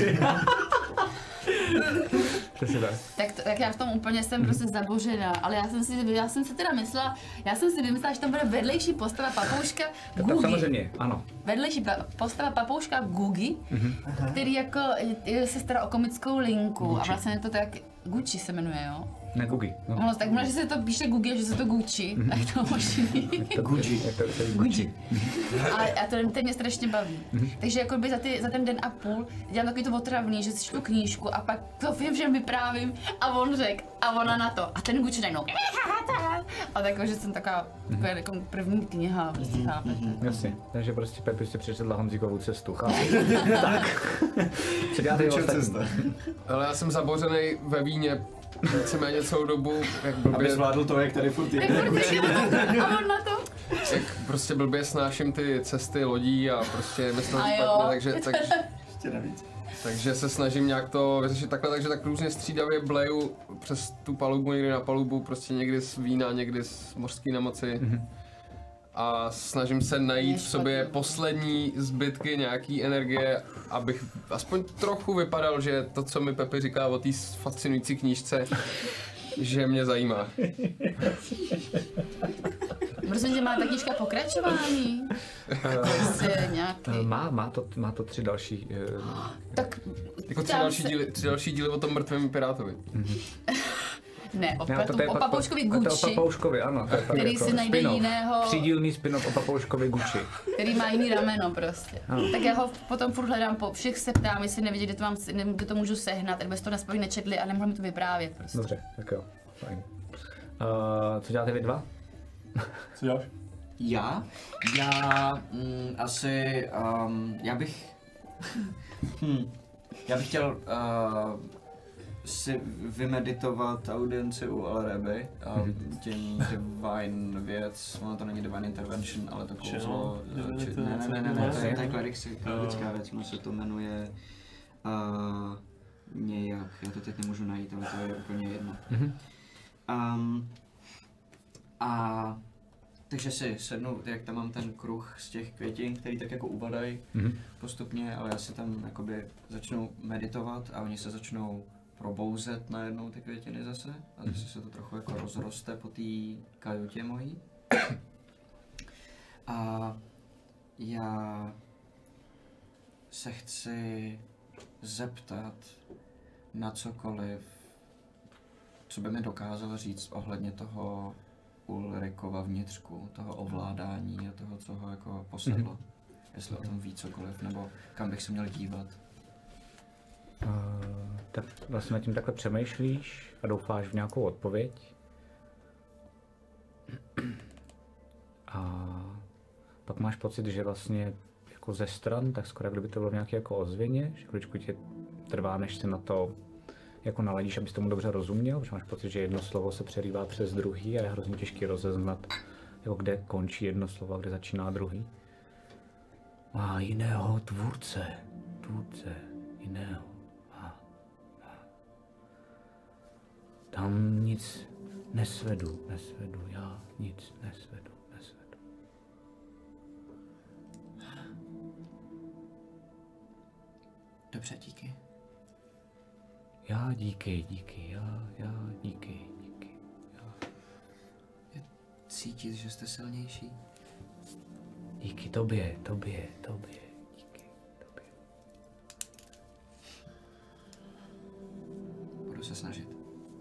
Tak já v tom úplně jsem prostě zabořená, ale já jsem si teda myslela, že tam bude vedlejší postava papouška Gugi. Samozřejmě, ano. Vedlejší postava papouška Gugi, který jako se stará o komickou linku Gucci. A vlastně je to tak, Gucci se jmenuje, jo? Ne Gugi. No. Tak možná, že se to píše Gugi a že se to Gucci, tak to možný. Gucci. A to mě strašně baví. Takže jako by za ten den a půl dělám takový to otravný, že si čtu knížku a pak to vím, že vyprávím a on řek a ona na to. A ten Gucci najednou. A takže jsem taková jako první kniha, prostě chápete. Jasně, takže prostě Pepi si přečetla Honzíkovou cestu, chápete? Tak. Co děláte ostatní? Ale já jsem zabořenej ve víně víceméně celou dobu, jak blbě... Aby zvládl to, jak tady furt je. A on na to. Jak prostě blbě snáším ty cesty lodí a prostě mi z toho špatně, takže se snažím nějak to vyřešit takhle, takže tak různě střídavě bleju přes tu palubu, někdy na palubu, prostě někdy z vína, někdy z mořské nemoci. A snažím se najít v sobě poslední zbytky nějaký energie, abych aspoň trochu vypadal, že to, co mi Pepi říká o té fascinující knížce, že mě zajímá. Prosím tě, má ta knížka pokračování? Prostě nějaký. Má to 3 další. Tak Jako 3 další díly o tom mrtvém pirátovi. Ne, o papouškovi Gucci. O papouškovi, ano. Který si najde jiného. 3dílný spin-off o papouškovi Gucci. Který má jiný rameno prostě. Ano. Tak já ho potom furt hledám, po všech se ptám, jestli nevidí, kde to můžu sehnat, aby to naspoň nečetli a nemohli mi to vyprávět prostě. Dobře, tak jo, fajn. Co děláte vy dva? Co děláš? Já asi, já bych chtěl si vymeditovat audienci u Alreby a tím Divine věc, ono to není Divine Intervention, ale to kouzlo, ne, to je klerická věc, ono se to jmenuje nějak, já to teď nemůžu najít, ale to je úplně jedno. Takže si sednu, jak tam mám ten kruh z těch květin, který tak jako uvadají postupně, ale já si tam jakoby začnu meditovat a oni se začnou probouzet najednou ty květiny zase a zase se to trochu jako rozroste po té kajutě mojí. A já se chci zeptat na cokoliv, co by mi dokázal říct ohledně toho Ulrikova vnitřku, toho ovládání a toho, co ho jako posedlo. Jestli o tom ví cokoliv, nebo kam bych se měl dívat. Tak vlastně nad tím takhle přemýšlíš a doufáš v nějakou odpověď. A pak máš pocit, že vlastně jako ze stran, tak skoro kdyby to bylo nějaké jako ozvěně, že chvíličku ti trvá, než se na to jako naladíš, abys tomu dobře rozuměl, protože máš pocit, že jedno slovo se přerývá přes druhý a je hrozně těžký rozeznat, jako kde končí jedno slovo a kde začíná druhý. Má jiného tvůrce jiného. Tam nic nesvedu, já nic nesvedu. Dobře, díky. Já díky, já díky. Je cítit, že jste silnější. Díky tobě, díky tobě. Budu se snažit.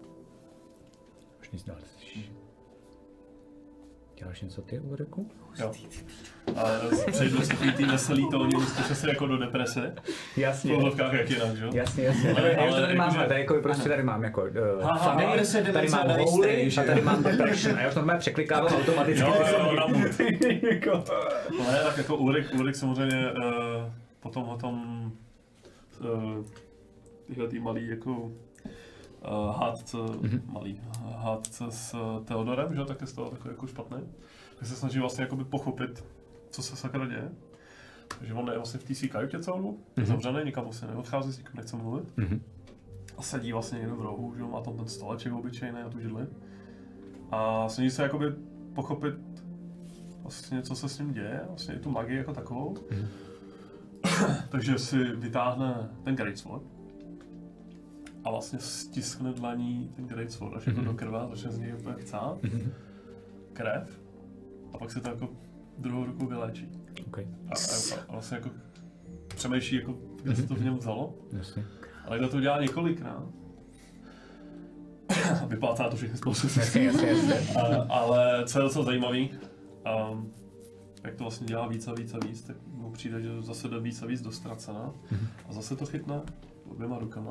Už nic dál slyšíš. Děláš něco ty, Ulriku? Jo. A přejdu si tý veselý tóně, zkušel se jako do deprese. Jasně. V pohodlkách jak jinak, že? Jasně. Tady mám jako family, tady mám holy a tady mám depression. A já to normálně překlikávám automaticky. Jo, na mood. Ne, tak jako Ulrik samozřejmě potom tyhle malý jako hádce s Theodorem, že tak je z toho takový jako špatný. Tak se snaží vlastně jakoby pochopit, co se sakra děje. Takže on je vlastně v té svý kajutě celou dobu, zavřený, nikam vlastně neodchází, s nikam nechce mluvit. A sedí vlastně někdo v rohu, že má tam ten stoleček obyčejný a tu židli. A snaží se jakoby pochopit vlastně, co se s ním děje, vlastně i tu magii jako takovou. Takže si vytáhne ten Great Sword a vlastně stiskne dlaní ten Great Sword až jako do krve a začne z něj úplně chcát krev a pak se to jako druhou rukou vyléčí. Okay. A vlastně jako přemýšlí, jako, kde se to v něm vzalo. Jasně. Ale kdo to dělá několikrát, vyplácá to všechny spoustu. Ale co je docela zajímavý, jak to vlastně dělá víc a víc, tak mu přijde, že zase jde víc a víc do ztracena a zase to chytne oběma rukama.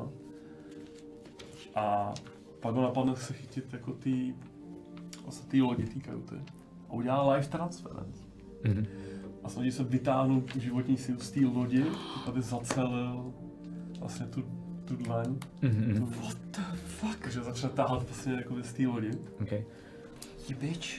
A pak ho napadne se chytit jako ty lodi, ty kajuty. A udělá life transference. A snaží se vytáhnout tu životní sílu z té lodi, aby zacelil vlastně tu dlaň. What the fuck? Takže začne tahat vlastně jako z té lodi. Okay. You bitch.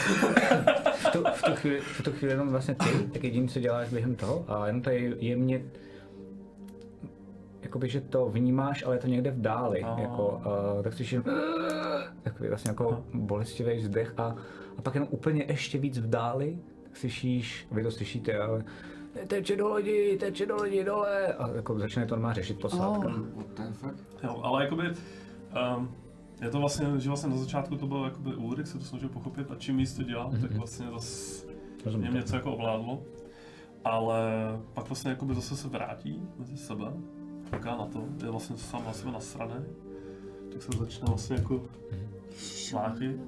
v tu chvíli jenom vlastně ty, tak jediný, co děláš během toho, a jenom to je jemně, jakoby, že to vnímáš, ale je to někde v dáli, jako, tak slyším takový vlastně jako bolestivý vzdech a pak jenom úplně ještě víc v dáli, tak slyšíš, vy to slyšíte, ale teče do lodi, dole, a jako začne to normálně řešit posádka. What the fuck? Jo, ale jakoby, Je to vlastně, že vlastně na začátku to bylo jakoby Ulrich, se to snažil pochopit a čím víc to dělám, tak vlastně zase mě něco jako ovládlo. Ale pak vlastně jakoby zase se vrátí mezi sebe, kouká na to, je vlastně sám na sebe nasraný, tak se začne vlastně jako sláchy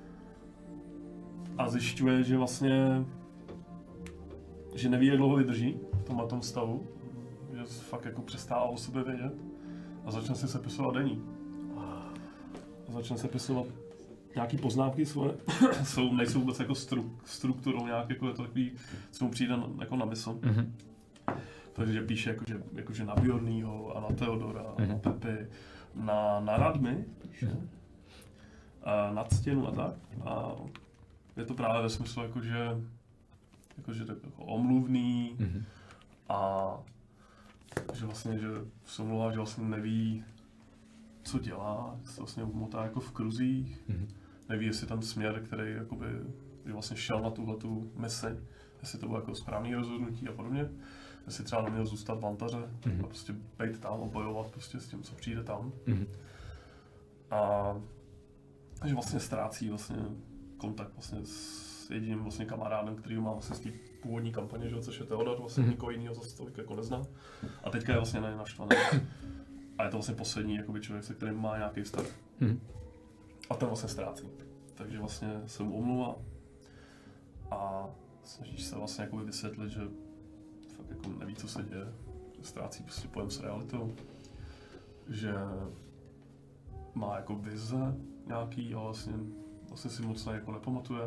a zjišťuje, že vlastně že neví, jak dlouho vydrží v tom stavu, že fakt jako přestává o sobě vědět a začne si sepisovat deník. A začne sepisovat nějaký poznámky svoje, nejsou vůbec jako strukturou nějak, jako je to takový, co mu přijde jako na mysl. Takže píše jakože na Bjornýho a na Theodora a na Pepi, na Radmy, a nad stěnu a tak. A je to právě ve smyslu jakože jako omluvný a že vlastně, že se omlouvá, že vlastně neví, co dělá, se vlastně umotá jako v kruzích, neví, jestli ten směr, který jakoby, vlastně šel na tuhletu misi, jestli to bylo jako správný rozhodnutí a podobně, jestli třeba neměl zůstat v Antaře a prostě být tam a bojovat prostě s tím, co přijde tam. A že vlastně ztrácí vlastně kontakt vlastně s jediným vlastně kamarádem, který má vlastně z té původní kampaně, že, což je Theodor, vlastně nikoho jiného zase tolik jako nezná. A teďka je vlastně naštvaný. A je to vlastně poslední jakoby, člověk, se kterým má nějaký vztah. A ten vlastně ztrácí. Takže vlastně se mu omluvá a snažíš se vlastně jakoby vysvětlit, že fakt jako neví, co se děje. Ztrácí prostě pojem s realitou. Že má jako vize nějaký a vlastně si moc jako nepamatuje.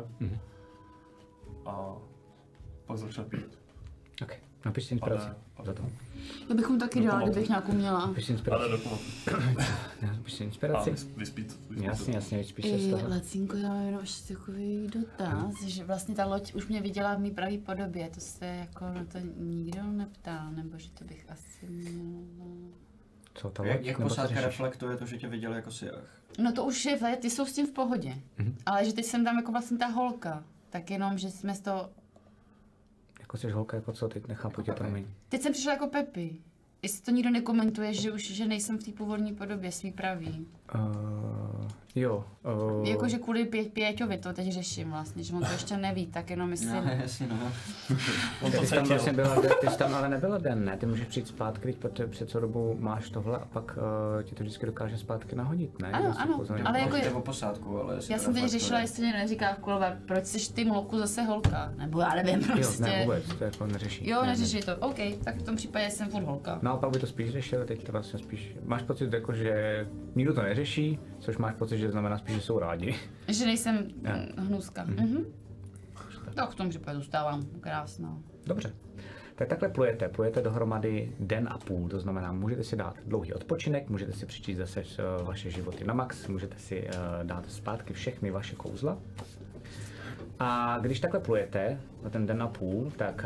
A pak začne pít. Okay. Napiš si inspiraci za to. Já bych mu taky dala, kdybych nějakou měla. Napiš si inspiraci. Napiš si inspiraci. Vyspít. Jasně, vyspíš se z toho. Lacinko, já mám jenom ještě takový dotaz, že vlastně ta loď už mě viděla v mý pravý podobě, to se jako na to nikdo neptal, nebo že to bych asi měla. Co ta loď? Jak posádka reflektuje to, že tě viděl jako siach? No to už je, ty jsou s tím v pohodě, ale že teď jsem tam jako vlastně ta holka, tak jenom, že jsme z toho... Jako jsi holka, jako co, teď nechápu tě, promiň. Teď jsem přišla jako Pepi. Jestli to nikdo nekomentuje, že nejsem v té původní podobě, svý pravý. Jo. Jakože kvůli Pěťovi to teď řeším vlastně, že on to ještě neví, tak jenom myslím... No, jasně, no. Ty jsi tam vlastně byla, ty jsi tam ale nebyla den, ne? Ty můžeš přijít zpátky, protože před co dobu máš tohle a pak ti to vždycky dokáže zpátky nahodit, ne? Ano, ale jako... Jde o posádku, ale... Já jsem teď řešila, jestli někdo neříká Kulova, proč jsi ty Mloku zase holka, nebo já nevím prostě. Jo, ne vůbec, to jako neřeší. Jo, neřeší to, OK, tak v tom případě jsem furt holka. No a pak by to spíš řešil, teď to vlastně spíš, máš pocit jako, že nikdo to neřeší, což máš pocit, že znamená spíš, že jsou rádi. Že nejsem hnuska. Tak v tom případě zůstávám krásná. Dobře. Tak takhle plujete dohromady den a půl, to znamená, můžete si dát dlouhý odpočinek, můžete si přečíst zase vaše životy na max, můžete si dát zpátky všechny vaše kouzla. A když takhle plujete na ten den a půl, tak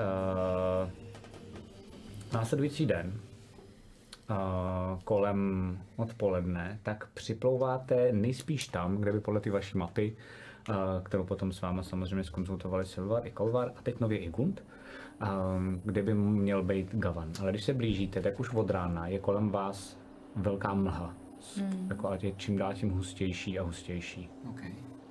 následující den kolem odpoledne, tak připlouváte nejspíš tam, kde by podle ty vaší mapy, kterou potom s váma samozřejmě zkonzultovali Silvar i Kolvar a teď nově i Gund, kde by měl být Gavan. Ale když se blížíte, tak už od rána je kolem vás velká mlha. Jako je čím dál tím hustější a hustější. Okay.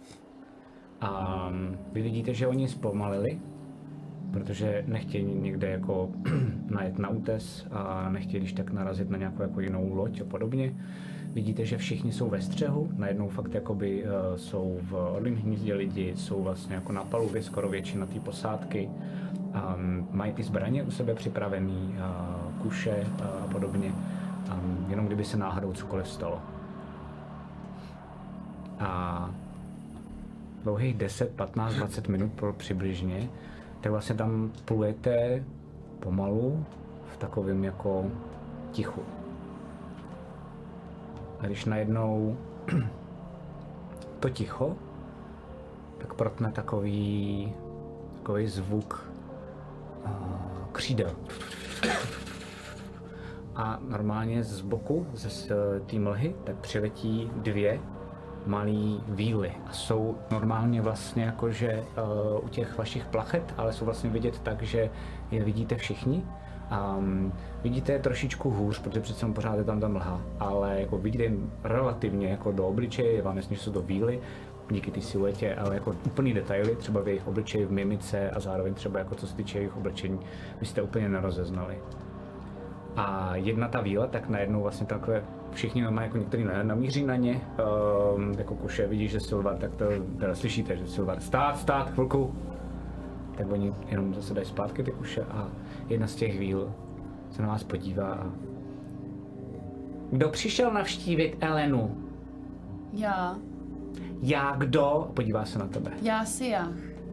A vy vidíte, že oni zpomalili, protože nechtějí někde jako najet na útes a nechtějí když tak narazit na nějakou jako jinou loď a podobně. Vidíte, že všichni jsou ve střehu, najednou fakt jakoby jsou v orlím hnízdě lidi, jsou vlastně jako na palubě skoro většina té posádky. Mají ty zbraně u sebe připravený, kuše a podobně, jenom kdyby se náhodou cokoliv stalo. A dlouhých 10, 15, 20 minut přibližně, tak vlastně tam plujete pomalu v takovém jako tichu. A když najednou to ticho, tak protne takový zvuk křídel. A normálně z boku, z té mlhy, tak přiletí dvě malý víly a jsou normálně vlastně jakože u těch vašich plachet, ale jsou vlastně vidět tak, že je vidíte všichni Vidíte trošičku hůř, protože přece pořád je tam ta mlha, ale jako vidíte relativně jako do obličeje, je vám jasně, že jsou to víly, díky té siluetě, ale jako úplný detaily, třeba v jejich obličeji, v mimice a zároveň třeba jako co se týče jejich oblečení, vy jste úplně nerozeznali. A jedna ta víla, tak najednou vlastně takhle všichni normálně jako některý namíří na ně, jako kuše, vidíš, že Silvar, tak to teda slyšíte, že Silvar, stát, chvilku. Tak oni jenom zase dají zpátky ty kuše a jedna z těch víl se na vás podívá a... Kdo přišel navštívit Elenu? Já. Já kdo? Podívá se na tebe. Já si já.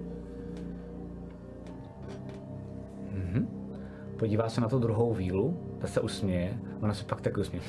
Podívá se na tu druhou vílu, ta se usměje, ona se pak taky usměje.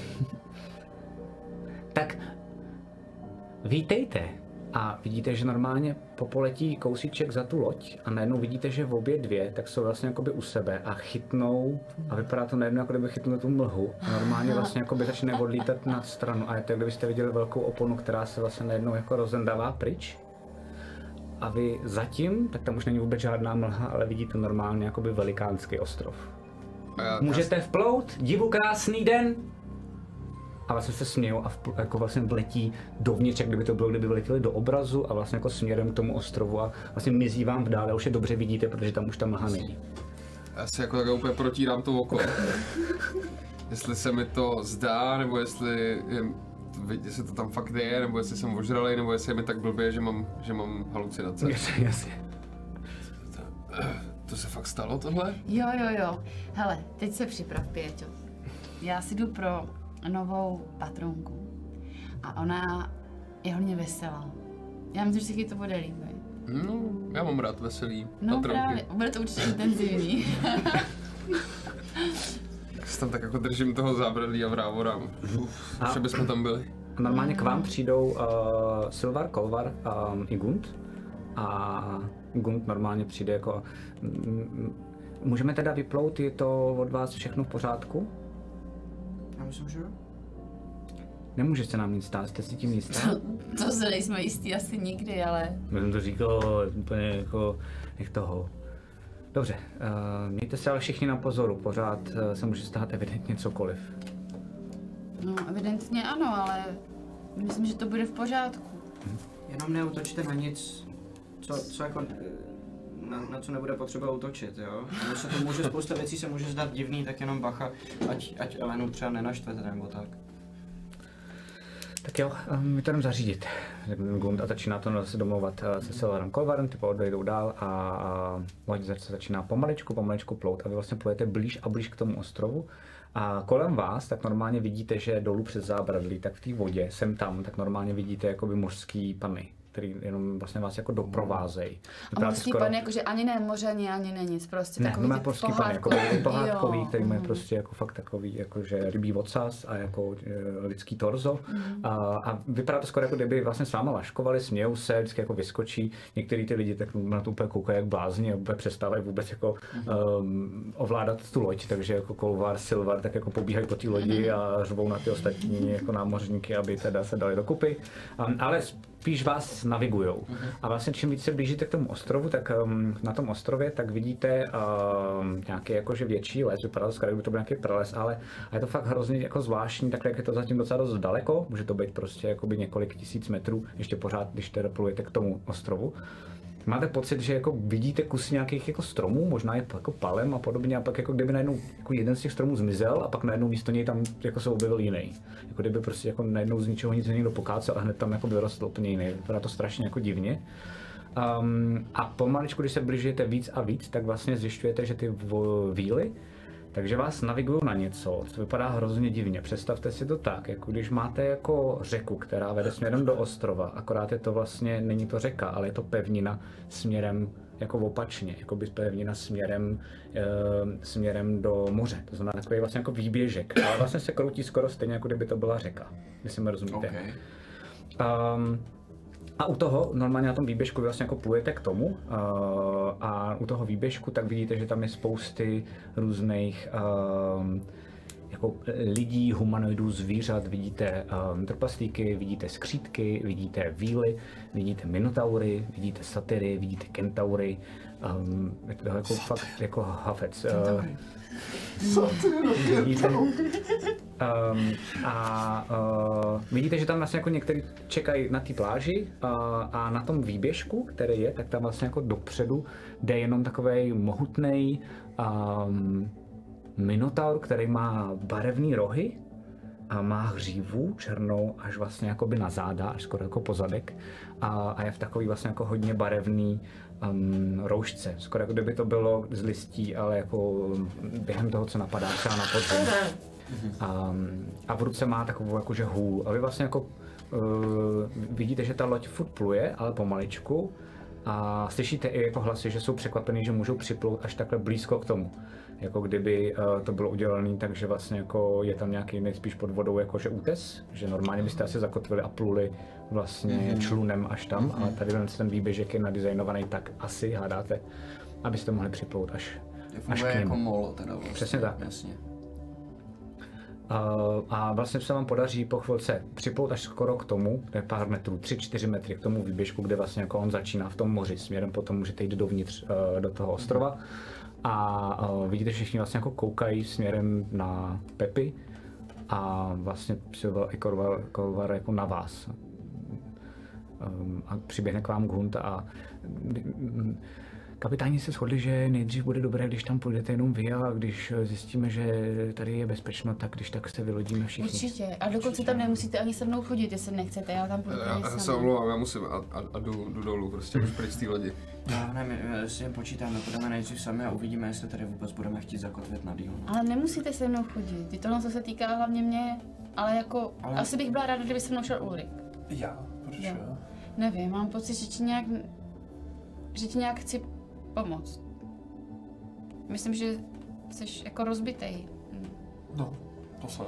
Tak, vítejte. A vidíte, že normálně popoletí kousíček za tu loď a najednou vidíte, že v obě dvě tak jsou vlastně jakoby u sebe a chytnou a vypadá to najednou, jako kdyby chytnou tu mlhu. A normálně vlastně jakoby začne odlítat na stranu a je to, kdybyste viděli velkou oponu, která se vlastně najednou jako rozendává pryč. A vy zatím, tak tam už není vůbec žádná mlha, ale vidíte normálně jakoby velikánský ostrov. Můžete vplout, divu krásný den! A vlastně se smějou a jako vlastně vletí dovnitř, jak kdyby to bylo, kdyby vletěli do obrazu a vlastně jako směrem k tomu ostrovu a vlastně mizí vám v dále, už je dobře vidíte, protože tam už ta mlha není. Já si jako takhle úplně protírám to oko. Jestli se mi to zdá, nebo jestli to tam fakt je, nebo jestli jsem ožralej, nebo jestli je mi tak blbě, že mám halucinace. Jasně. To se fakt stalo tohle? Jo. Hele, teď se připrav, Pěťo. Já si jdu pro novou patronku. A ona je hodně veselá. Já myslím, že si to bude líbit. No, já mám rád veselý no, patronky. Právě, bude to určitě intenzivní. Se tam tak jako držím toho zábradlí a vrávorám. Už bychom tam byli. Normálně k vám přijdou Silvar, Kolvar i Gund. A Gund normálně přijde jako... Můžeme teda vyplout, je to od vás všechno v pořádku? Já myslím, že jo. Nemůže se nám nic stát, jste si tím jistá? To se nejsme jistý asi nikdy, ale... Já jsem to říkal úplně jako jak toho. Dobře, mějte se ale všichni na pozoru, pořád se může stát evidentně cokoliv. No, evidentně ano, ale myslím, že to bude v pořádku. Jenom neútočte na nic, co jako... Na co nebude potřeba útočit, jo? Když se to může, spousta věcí se může zdát divný, tak jenom bacha, ať Elenu třeba nenaštvete nebo tak. Tak jo, my to jdem zařídit. Gund a začíná to se domlouvat se Silvarem Kolvarem, typu odejdou dál a loď se začíná pomaličku plout a vy vlastně plujete blíž a blíž k tomu ostrovu. A kolem vás tak normálně vidíte, že dolů přes zábradlí, tak v té vodě, sem tam, tak normálně vidíte jakoby mořský panny, který jenom vlastně vás jako doprovázejí. A mořský pan jakože ani ne moře, ani ne nic, prostě ne, takový mořský pan, jako pohádkový, který má prostě jako fakt takový, jakože rybí ocas a jako lidský torzo. A vypadá to skoro jako kdyby vlastně s váma laškovali, smějou se, vždycky jako vyskočí. Některý ty lidi tak na to úplně koukají jak blázni a úplně přestávají vůbec jako ovládat tu loď, takže jako Kolvar, Silvar tak jako pobíhají po té lodi a řvou na ty ostatní jako námořníky, aby teda se dali dokupy. Ale spíš vás navigujou. A vlastně čím víc se blížíte k tomu ostrovu, tak na tom ostrově tak vidíte nějaký jakože větší les, vypadá to skoro, kdyby to byl nějaký prales, ale je to fakt hrozně jako zvláštní, takhle jak je to zatím docela dost daleko, může to být prostě jakoby několik tisíc metrů, ještě pořád, když teda plujete k tomu ostrovu. Máte pocit, že jako vidíte kus nějakých jako stromů, možná je jako palem a podobně, a pak jako kdyby najednou jako jeden z těch stromů zmizel a pak najednou místo něj tam jako se objevil jiný. Jako kdyby prostě jako najednou z ničeho nic někdo pokácel a hned tam jako vyrostl úplně jiný. Vypadá to strašně jako divně. A pomaličku, když se blížíte víc a víc, tak vlastně zjišťujete, že ty víly, takže vás navigují na něco, co vypadá hrozně divně. Představte si to tak, jako když máte jako řeku, která vede směrem do ostrova, akorát je to vlastně, není to řeka, ale je to pevnina směrem jako opačně, jako by pevnina směrem do moře. To znamená takový vlastně jako výběžek, ale vlastně se kroutí skoro stejně, jako kdyby to byla řeka, jestli mi rozumíte. Okay. A u toho, normálně na tom výběžku vy vlastně jako plujete k tomu a u toho výběžku tak vidíte, že tam je spousty různých jako lidí, humanoidů, zvířat, vidíte trpaslíky, vidíte skřítky, vidíte víly, vidíte minotaury, vidíte satyry, vidíte kentaury, je to jako fakt jako hafec. Vidíte, vidíte, že tam vlastně jako někteří čekají na té pláži a na tom výběžku, který je, tak tam vlastně jako dopředu jde jenom takovej mohutnej minotaur, který má barevné rohy a má hřívu černou až vlastně jakoby na záda, až skoro jako po zadek a je v takový vlastně jako hodně barevný roušce. Skoro jako kdyby to bylo z listí, ale jako během toho, co napadá třeba na podzim. A v ruce má takovou jakože hůl. A vy vlastně jako vidíte, že ta loď furt pluje, ale pomaličku. A slyšíte i jako hlasy, že jsou překvapený, že můžou připlout až takhle blízko k tomu. Jako kdyby to bylo udělané, takže vlastně jako je tam nějaký nejspíš pod vodou jakože útes, že normálně byste asi zakotvili a pluli vlastně člunem až tam, ale tady ten výběžek je nadizajnovaný tak asi, hádáte, abyste mohli připlout až k němu. Jako molo teda vlastně. Přesně tak. Jasně. A vlastně se vám podaří po chvilce připlout až skoro k tomu, to je pár metrů, 3-4 metry k tomu výběžku, kde vlastně jako on začíná v tom moři, směrem potom můžete jít dovnitř do toho ostrova. A vidíte, že všichni vlastně jako koukají směrem na Pepi a vlastně Silva i Korvar jako na vás. A přiběhne k vám Gunt a kapitáni se shodli, že nejdřív bude dobré, když tam půjdete jenom vy a když zjistíme, že tady je bezpečno, tak když tak se vylodíme všichni. Určitě. A dokonce tam nemusíte ani se mnou chodit, jestli nechcete, já tam půjdu Já se omlouvám, já musím a jdu dolů, prostě už pryč z té lodi. Ne, my si jen počítáme, půjdeme nejdřív sami a uvidíme, jestli tady vůbec budeme chtít zakotvit na díl. Ale nemusíte se mnou chodit, tohle se týká hlavně mě, ale jako, asi bych byla ráda, kdyby se mnou šel Ulrik. Já? Proč já? Nevím, mám pocit, že ti nějak chci pomoct. Myslím, že jsi jako rozbitej. No, to jsem.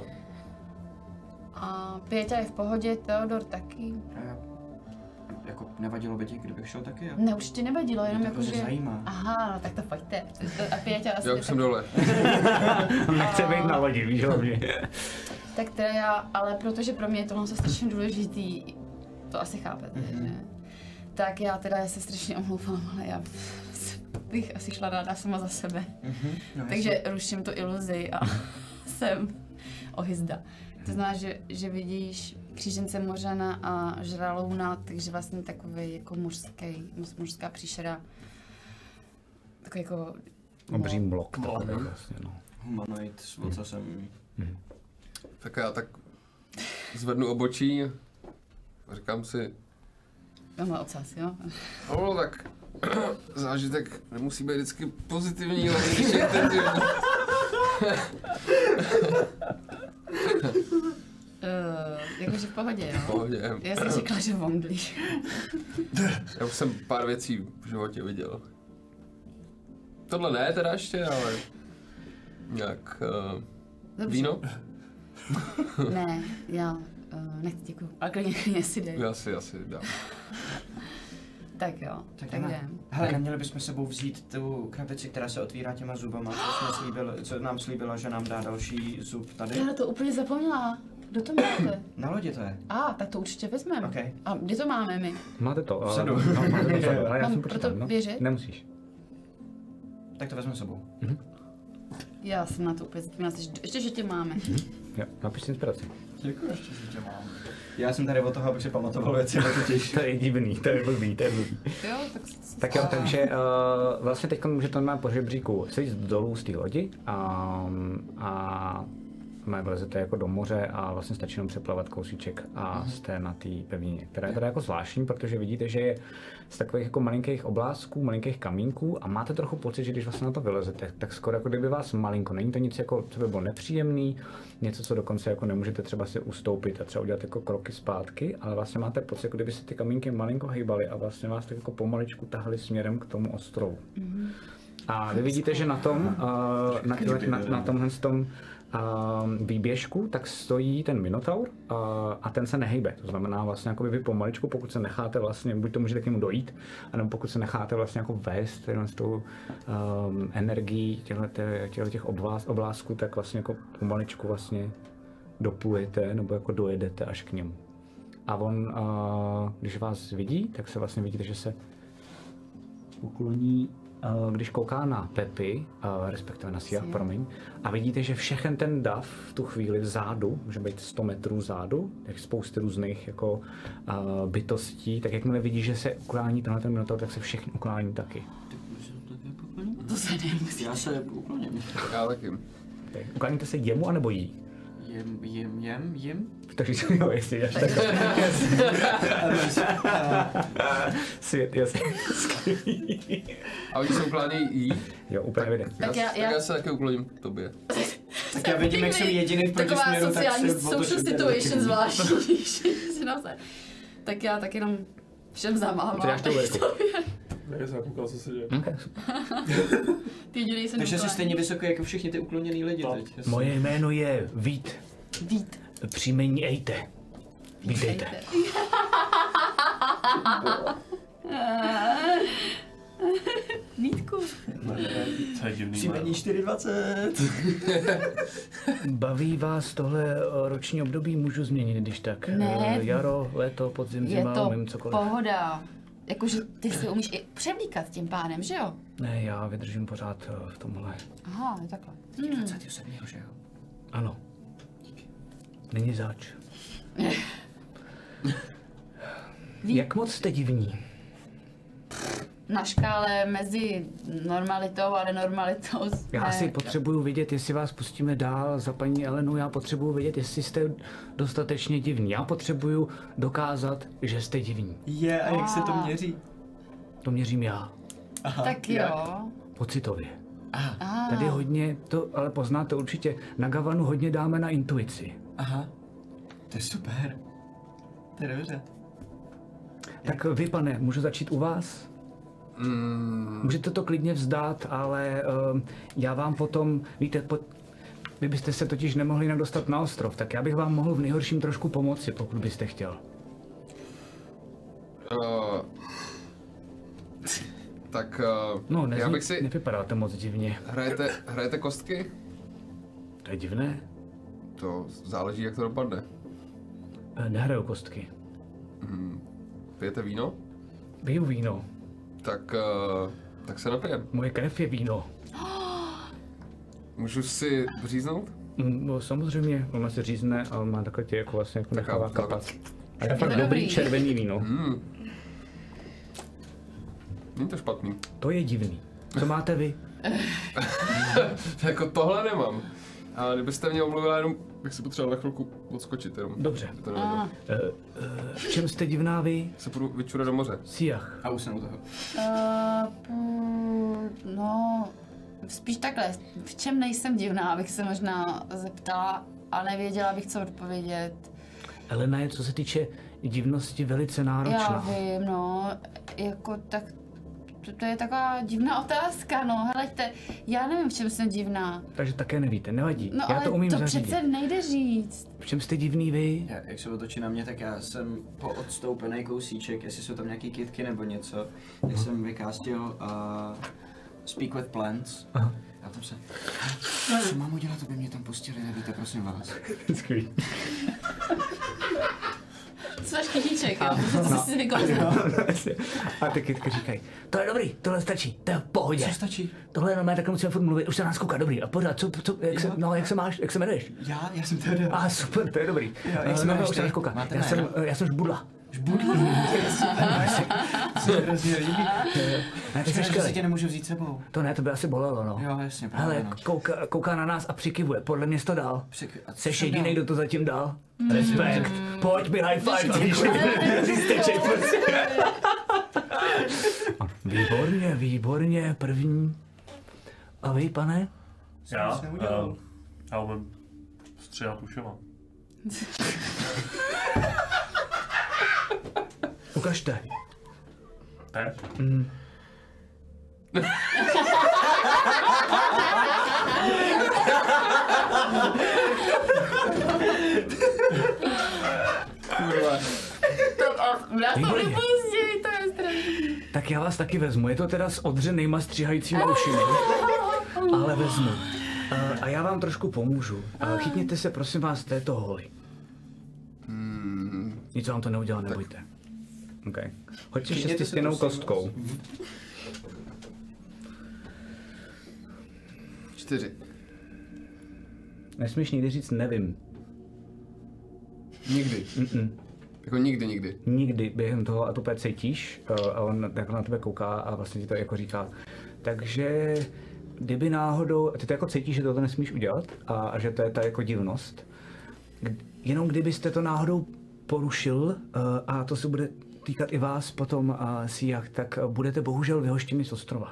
A Pěťa je v pohodě, Teodor taky. Jako nevadilo by ti, kdybych šel taky? Ne, určitě nevadilo, jenom jako, že... zajímá. Aha, no tak to pojďte. A Pěťa asi... Já už jsem dole. Nechce být na lodi, víš hlavně. Tak teda já, ale protože pro mě je tohle strašně důležitý, to asi chápete, že? Tak já teda se strašně omlouvám, ale já bych asi šla ráda sama za sebe. No, takže ruším tu iluzi a jsem ohyzda. To znamená, že vidíš křížence Mořana a Žralouna, takže vlastně takový jako mužská příšera. Takový jako... Obří blok takový vlastně, no. Humanoid s ocasem. Tak já tak zvednu obočí a říkám si... Mám ocas, jo? No tak zážitek nemusí být vždycky pozitivní, ale když je intenzivní. Jakože v pohodě, jo? V pohodě. Já jsem říkala, že vomdlíš. Já už jsem pár věcí v životě viděl. Tohle ne teda ještě, ale nějak víno? Ne, já nechci, děkuju, ale klidně si dej. Já si dám. Tak jo, tak jdem. Hele, neměli bychom sebou vzít tu krabici, která se otvírá těma zubama, co nám slíbila, že nám dá další zub tady? Já na to úplně zapomněla. Kdo to máte? Na lodi to je. Tak to určitě vezmeme. Okay. A kde to máme my? Máte to. Vzadu. Máte to vzadu, ale já jsem proto věřit? Nemusíš. Tak to vezmeme sebou. Já jsem na to úplně zapomněla, ještě, že tě máme. Jo, napiš si inspiraci. Děkuji ještě, že tě mám. Já jsem tady od toho, abych si pamatoval věci, totiž. To je divný, to je blbý. Jo, tak jo, takže vlastně teď můžete normálně po žebříku sejít dolů z té lodi a vlezete jako do moře a vlastně stačí jenom přeplavat kousíček a jste na té pevnině, která je teda jako zvláštní, protože vidíte, že je z takových jako malinkých oblázků, malinkých kamínků a máte trochu pocit, že když vlastně na to vylezete, tak skoro jako kdyby vás malinko, není to nic jako, co by bylo nepříjemný, něco, co dokonce jako nemůžete třeba si ustoupit a třeba udělat jako kroky zpátky, ale vlastně máte pocit, jako kdyby se ty kamínky malinko hejbaly a vlastně vás tak jako pomaličku tahly směrem k tomu ostrovu. A vy vidíte, že na tomhle tom výběžku, tak stojí ten Minotaur a ten se nehejbe. To znamená vlastně jako vy pomaličku, pokud se necháte vlastně, buď to můžete k němu dojít, anebo pokud se necháte vlastně jako vést s tou energií těch oblázků, tak vlastně jako pomaličku vlastně doplujete nebo jako dojedete až k němu. A on, když vás vidí, tak se vlastně vidíte, že se ukloní, když kouká na Pepi, respektive na Sia, promiň, a vidíte, že všechen ten dav v tu chvíli vzadu, může být 100 metrů vzadu, jak spousty různých jako bytostí, tak jakmile vidí, že se uklání tenhle ten Minotaur, tak se všichni uklání taky. To se nemusí. Já se ukloním. Já taky. Ukláníte se jemu anebo jí? Jim? Takže jo, jestli až tak. Svět, jasně. A oni se uklánějí jí? Jo, úplně evidentně. Tak já se taky ukloním k tobě. Tak já vidím, jak jsem jediný v protisměru, tak sociální se social situation zvláštní. Tak já tak jenom všem zamávám. To já to Ne, já jsem koukal, co se děje. Okay. Ty jediný se Takže jsi stejně vysoký jako všichni ty ukloněný lidi teď. Moje jméno je Vít. Vít. Příjmení Ejte. Vítejte. Vítku. To je divný. Příjmení 420. Baví vás tohle roční období? Můžu změnit, když tak. Ne. Jaro, léto, podzim, Je zima, to umím cokoliv. pohoda. Jakože ty se umíš i převlíkat tím pádem, že jo? Ne, já vydržím pořád v tomhle. Aha, je takhle. 27. že jo? Ano. Není zač. Jak moc jste divní? Na škále mezi normalitou a nenormalitou. Já si potřebuju vědět, jestli vás pustíme dál za paní Elenu, já potřebuju vědět, jestli jste dostatečně divní. Já potřebuju dokázat, že jste divní. A jak se to měří? To měřím já. Aha, Tak jak? jo. Pocitově. Aha. Tady hodně, to ale poznáte určitě, na Gavanu hodně dáme na intuici. Aha. To je super. To je dobře. Tak vy, pane, můžu začít u vás? Můžete to klidně vzdát, ale já vám potom, víte, vy byste se totiž nemohli jinak dostat na ostrov, tak já bych vám mohl v nejhorším trošku pomoci, pokud byste chtěl. Tak No, já bych si... nevypadáte moc divně. Hrajete kostky? To je divné. To záleží, jak to dopadne. Nehraju kostky. Pijete víno? Piju víno. Tak se napijem. Moje krev je víno. Můžu si říznout? No, samozřejmě, on se řízne a on má takhle tě jako vlastně jako nechává kapat. A je to fakt dobrý. dobrý červený víno. Není to špatný. To je divný. Co máte vy? Jako tohle nemám. A kdybyste mě omluvila, jenom bych si potřeboval na chvilku odskočit jenom. Dobře. To nevadilo. V čem jste divná vy? Se půjdu vyčurat do moře. Siach. A usnu toho. No, spíš takhle. V čem nejsem divná, abych se možná zeptala a nevěděla bych, co odpovědět. Elena je, co se týče divnosti, velice Já náročná. vím, no, jako tak, to je taková divná otázka, no, heleďte, já nevím, v čem jsem divná. Takže také nevíte, nevadí. No, Já ale to umím to zařídit. přece nejde říct. V čem jste divný vy? Jak se otočí na mě, tak já jsem poodstoupený kousíček, jestli jsou tam nějaký kytky nebo něco, jak jsem vykástil Speak with Plants. Aha. Já tam se... Co mám udělat, aby mě tam pustili, nevíte, prosím vás. Skvělý. Jsi kytíček, jo, to jsi si vykouzl. A ty kytky říkají, to je dobrý, tohle stačí, to je v pohodě. Co stačí? Tohle jenom takhle musíme furt mluvit, už se nás kouká, dobrý, a pořád, jak se máš, jak se jmenuješ? Já jsem Teodor. Super, to je dobrý. Jo, jak se jmenuješ už se nás ty? kouká. Máte Já jsem Žbudla. Se mi hrozně líbí. Ne, ty jsi Že si skvělý. tě nemůžu vzít sebou. To ne, to by asi bolelo, no. Jo, jasně, právě, Hele, no. kouká na nás a přikivuje, podle mě jsi to dal. A co Seš jsem jedinej, dal? kdo to zatím dal. Respekt. Pojď mi high five a víš, řísteček, prostě. Výborně, výborně, první. A vy, pane? Já? nic neudělal. Já umím stříhat ušima. Ukažte. Teď? Kurva. Já to nepustí, to je strašný. Tak já vás taky vezmu, je to teda s odřenýma stříhajícíma ušima, ale vezmu. A já vám trošku pomůžu. Chytněte se prosím vás této holy. Nic vám to neudělá, nebojte. OK. Hoďte 6stěnnou kostkou. 4. Nesmíš nikdy říct nevím. Nikdy. Jako nikdy. Nikdy během toho a to úplně cítíš a on jako na tebe kouká a vlastně ti to jako říká. Takže kdyby náhodou, ty to jako cítíš, že to nesmíš udělat a že to je ta jako divnost. Jenom kdybyste to náhodou porušil a to se bude týkat i vás potom Siach, tak budete bohužel vyhoštěni z ostrova.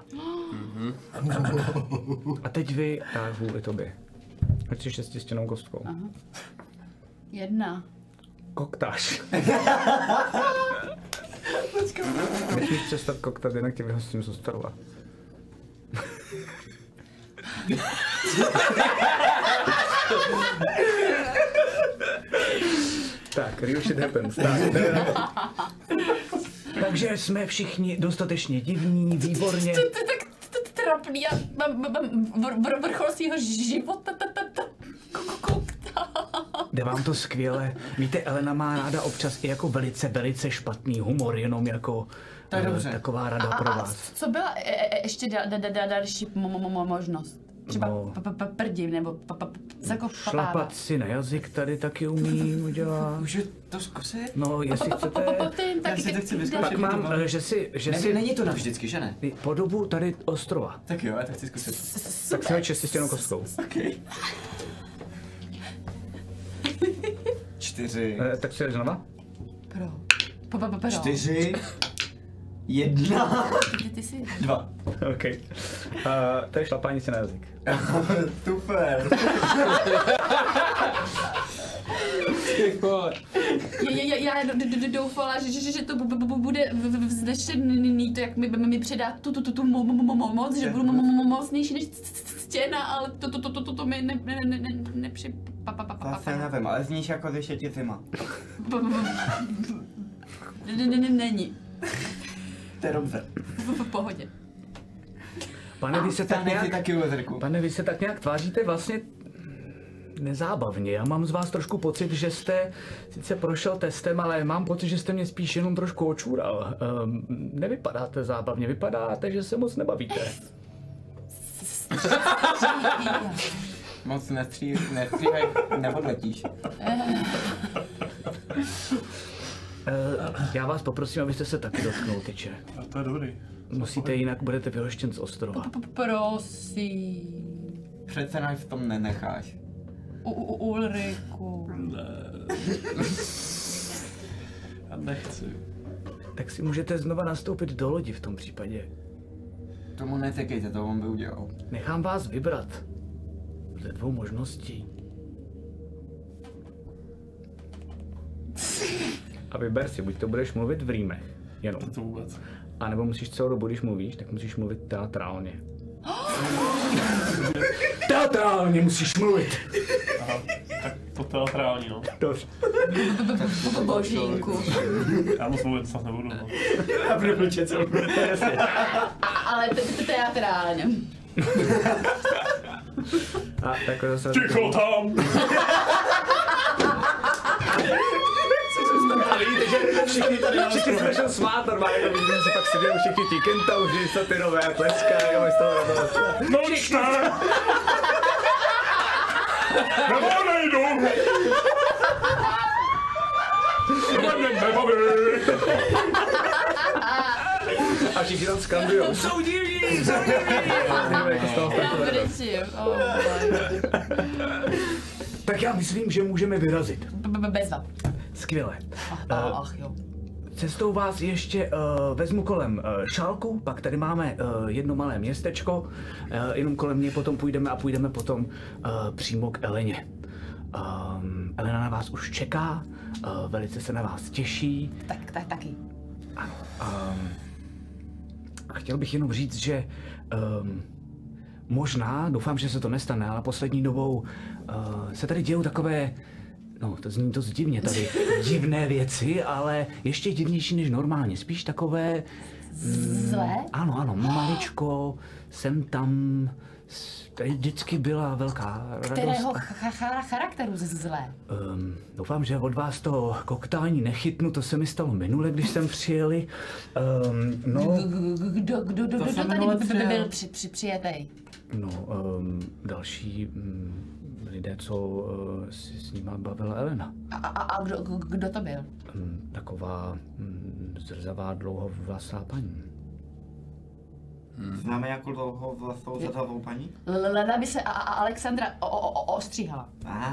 A teď vy a vůli tobě. Hoď si 6stěnnou kostkou. Aha. 1. Koktáš. Nesmíš přestat koktat, jinak tě vyhostím z ostrova. Tak, real shit happens. Takže jsme všichni dostatečně divní, výborně. Tak trapný, já mám vrchol svýho života. Jde vám to skvěle. Víte, Elena má ráda občas i jako velice špatný humor, jenom jako taková rada pro vás. Co byla ještě další možnost? Třeba prdi, nebo šlapat si na jazyk tady taky umím udělat. Můžu to zkusit? No, jestli chcete. Já si to chci vyzkoušet. Pak mám, že si... Není to navždycky, že ne? Po dobu tady ostrova. Tak jo, já to chci zkusit. Tak si hoď 6stěnnou kostkou. Okay. 4. Tak si jdeš znova? Pro. 4. 1. Ty jsi. 2. OK. To je šlapání si na jazyk. Super. Já doufala, že to bude vznešený, to jak mi předá tu moc, že budu mocnější než stěna, ale to mi nepřipadá. Vlastně nevím, ale zníš jako ze štěticima. Není. To je dobře. V pohodě. Pane, vy se tak nějak tváříte vlastně nezábavně. Já mám z vás trošku pocit, že jste sice prošel testem, ale mám pocit, že jste mě spíš jenom trošku očůral. Nevypadáte zábavně, vypadáte, že se moc nebavíte. Moc nestříhaj, neodletíš. Já vás poprosím, abyste se taky dotknul, tyče. A to je dobrý. Musíte, jinak budete vyhoštěn z ostrova. Prosím. Přece nás v tom nenecháš. Ulriku. Ne. Já nechci. Tak si můžete znova nastoupit do lodi v tom případě. Tomu netekejte, to on by udělal. Nechám vás vybrat ze 2 možností. A vyber si, buď to budeš mluvit v rýmech, jenom. To vůbec. A nebo musíš celou dobu, když mluvíš, tak musíš mluvit teatrálně. Teatrálně musíš mluvit! Aha, tak to teatrální, no. Dobře. Božínku. Já moc mluvit snad nebudu, no. A budu mlčet celou. Ale teatrálně. A takhle zase... Ticho tam! A vidíte, že všichni se začnou smát normálně, jako vidíte, že se pak sedějí všichni ti kentauři, satyrové, tleskají, jo, z toho radost. Nočte! Nebo nejdu! Nebaví! A všichni tam skandujou. Jsou divní! Jsou divní! Já brečím. Tak já myslím, že můžeme vyrazit. Bezva. Skvěle. Ach jo. Cestou vás ještě vezmu kolem Šálku, pak tady máme jedno malé městečko, jenom kolem něj potom půjdeme a půjdeme potom přímo k Eleně. Elena na vás už čeká, velice se na vás těší. Tak taky. Ano. A chtěl bych jenom říct, že možná, doufám, že se to nestane, ale poslední dobou se tady dějou takové, no to zní dost divně tady, divné věci, ale ještě divnější než normálně, spíš takové... Zlé? Ano, maličko, sem tam, tady vždycky byla velká radost. Kterého charakteru zlé? Doufám, že od vás to koktání nechytnu, to se mi stalo minule, když jsem přijeli. Kdo tady byl přijetej? No, další lidé, co si s nima bavila Elena. A kdo to byl? Taková zrzavá, dlouhovlasá paní. Známe nějakou dlouhovlasou zrzavou paní? Leda by se Alexandra ostříhala.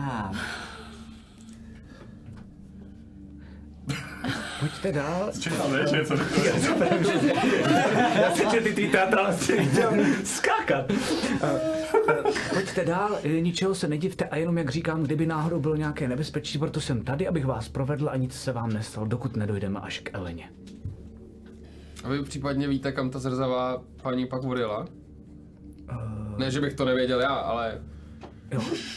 Pojďte dál. Čekáme, že něco řekl. Já si ty teatrálci chtěl skákat. Pojďte dál, ničeho se nedivte a jenom jak říkám, kdyby náhodou bylo nějaké nebezpečí, proto jsem tady, abych vás provedl a nic se vám nestalo, dokud nedojdeme až k Eleně. A vy případně víte, kam ta zrzavá paní pak odjela? Ne, že bych to nevěděl já, ale... Jo.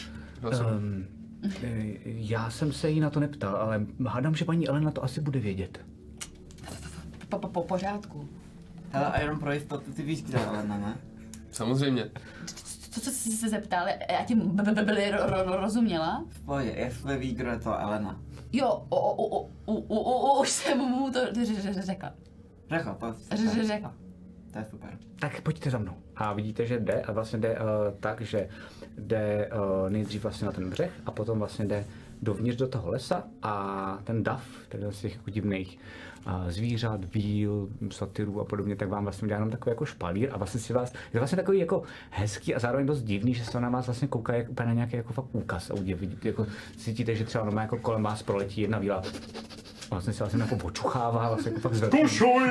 Já jsem se jí na to neptal, ale hádám, že paní Elena to asi bude vědět. Po pořádku. Hele, a jenom pro jistotu, ty víš, kde Elena, ne? Samozřejmě. Co jsi se zeptal? Já ti rozuměla? V pohodě, jestli ví, kdo je to Elena. Jo, už jsem mu to řekla. Řekla, to je super. Řekla. To je super. Tak pojďte za mnou. A vidíte, že jde a vlastně jde tak, že jde nejdřív vlastně na ten břeh a potom vlastně jde dovnitř do toho lesa a ten dav, tedy z těch jako divných zvířat, víl, satyrů a podobně, tak vám vlastně udělá jenom takový jako špalír a vlastně si vás, je vlastně takový jako hezký a zároveň dost divný, že se na vás vlastně kouká jak úplně na nějaký jako fakt úkaz a vidíte, jako cítíte, že třeba normálně jako kolem vás proletí jedna víla. Vlastně se vlastně jako očuchává, vlastně jako fakt zvedne. Tušuj!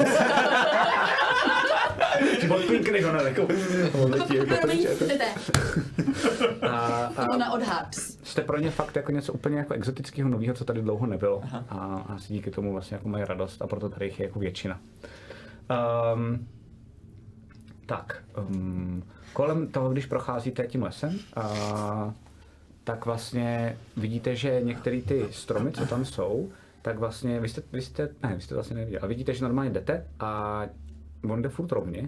Odpinkny ho jako letí jako to na odhad. Jste pro ně fakt jako něco úplně jako exotického nového, co tady dlouho nebylo. A asi díky tomu vlastně jako mají radost a proto tady jich je jako většina. Kolem toho, když procházíte tím lesem, tak vlastně vidíte, že některé ty stromy, co tam jsou, tak vlastně vy jste vlastně neviděli, ale vidíte, že normálně jdete a on jde furt rovně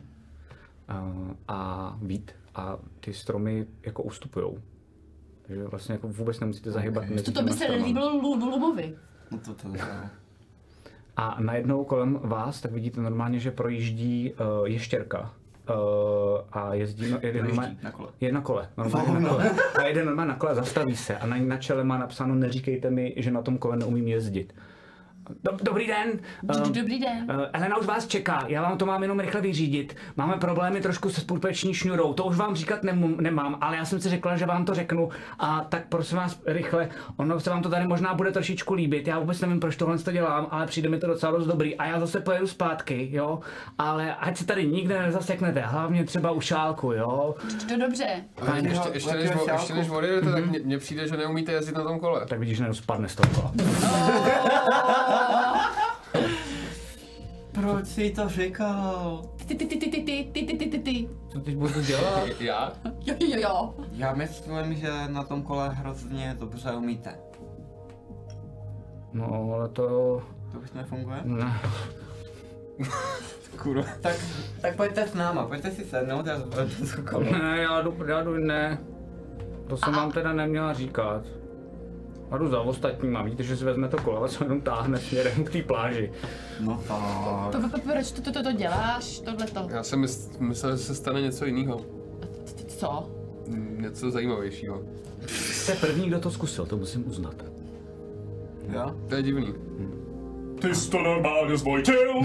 a vít a ty stromy jako ustupujou. Takže vlastně jako vůbec nemusíte zahybat mezi To by se líbilo Lumovi. No to a najednou kolem vás tak vidíte normálně, že projíždí ještěrka. A jezdí na kole. A jede normálně na kole, zastaví se a na čele má napsáno neříkejte mi, že na tom kole neumím jezdit. Dobrý den. Dobrý den. Elena už vás čeká, já vám to mám jenom rychle vyřídit. Máme problémy trošku se spolupeční šňůrou, to už vám říkat nemám, ale já jsem si řekla, že vám to řeknu a tak prosím vás rychle, ono se vám to tady možná bude trošičku líbit, já vůbec nevím, proč tohle to dělám, ale přijde mi to docela dost dobrý a já zase pojedu zpátky, jo, ale ať se tady nikde nezaseknete, hlavně třeba u šálku, jo. To dobře. Ještě než odjedete, tak mně přijde, že neumíte jezdit na tom kole. Tak vidíš, že spadne z toho kola. Proč jsi to říkal? Ty. Co teď budu dělat? Já? Jo. Já myslím, že na tom kole hrozně dobře umíte. No, ale to... To už nefunguje? Ne. Kurva. Tak pojďte s náma, pojďte si sednout a zvednout to kolo. Ne, já jdu, ne. To jsem vám teda neměla říkat. Já jdu za ostatníma, vidíte, že si vezme to kolo a se jenom táhne směrem k té pláži. No tak. Proč to děláš, tohleto? Já jsem myslel, že se stane něco jiného. Co? Něco zajímavějšího. Jste první, kdo to zkusil, to musím uznat. Jo? To je divný. Ty jsi to normálně zvojtil!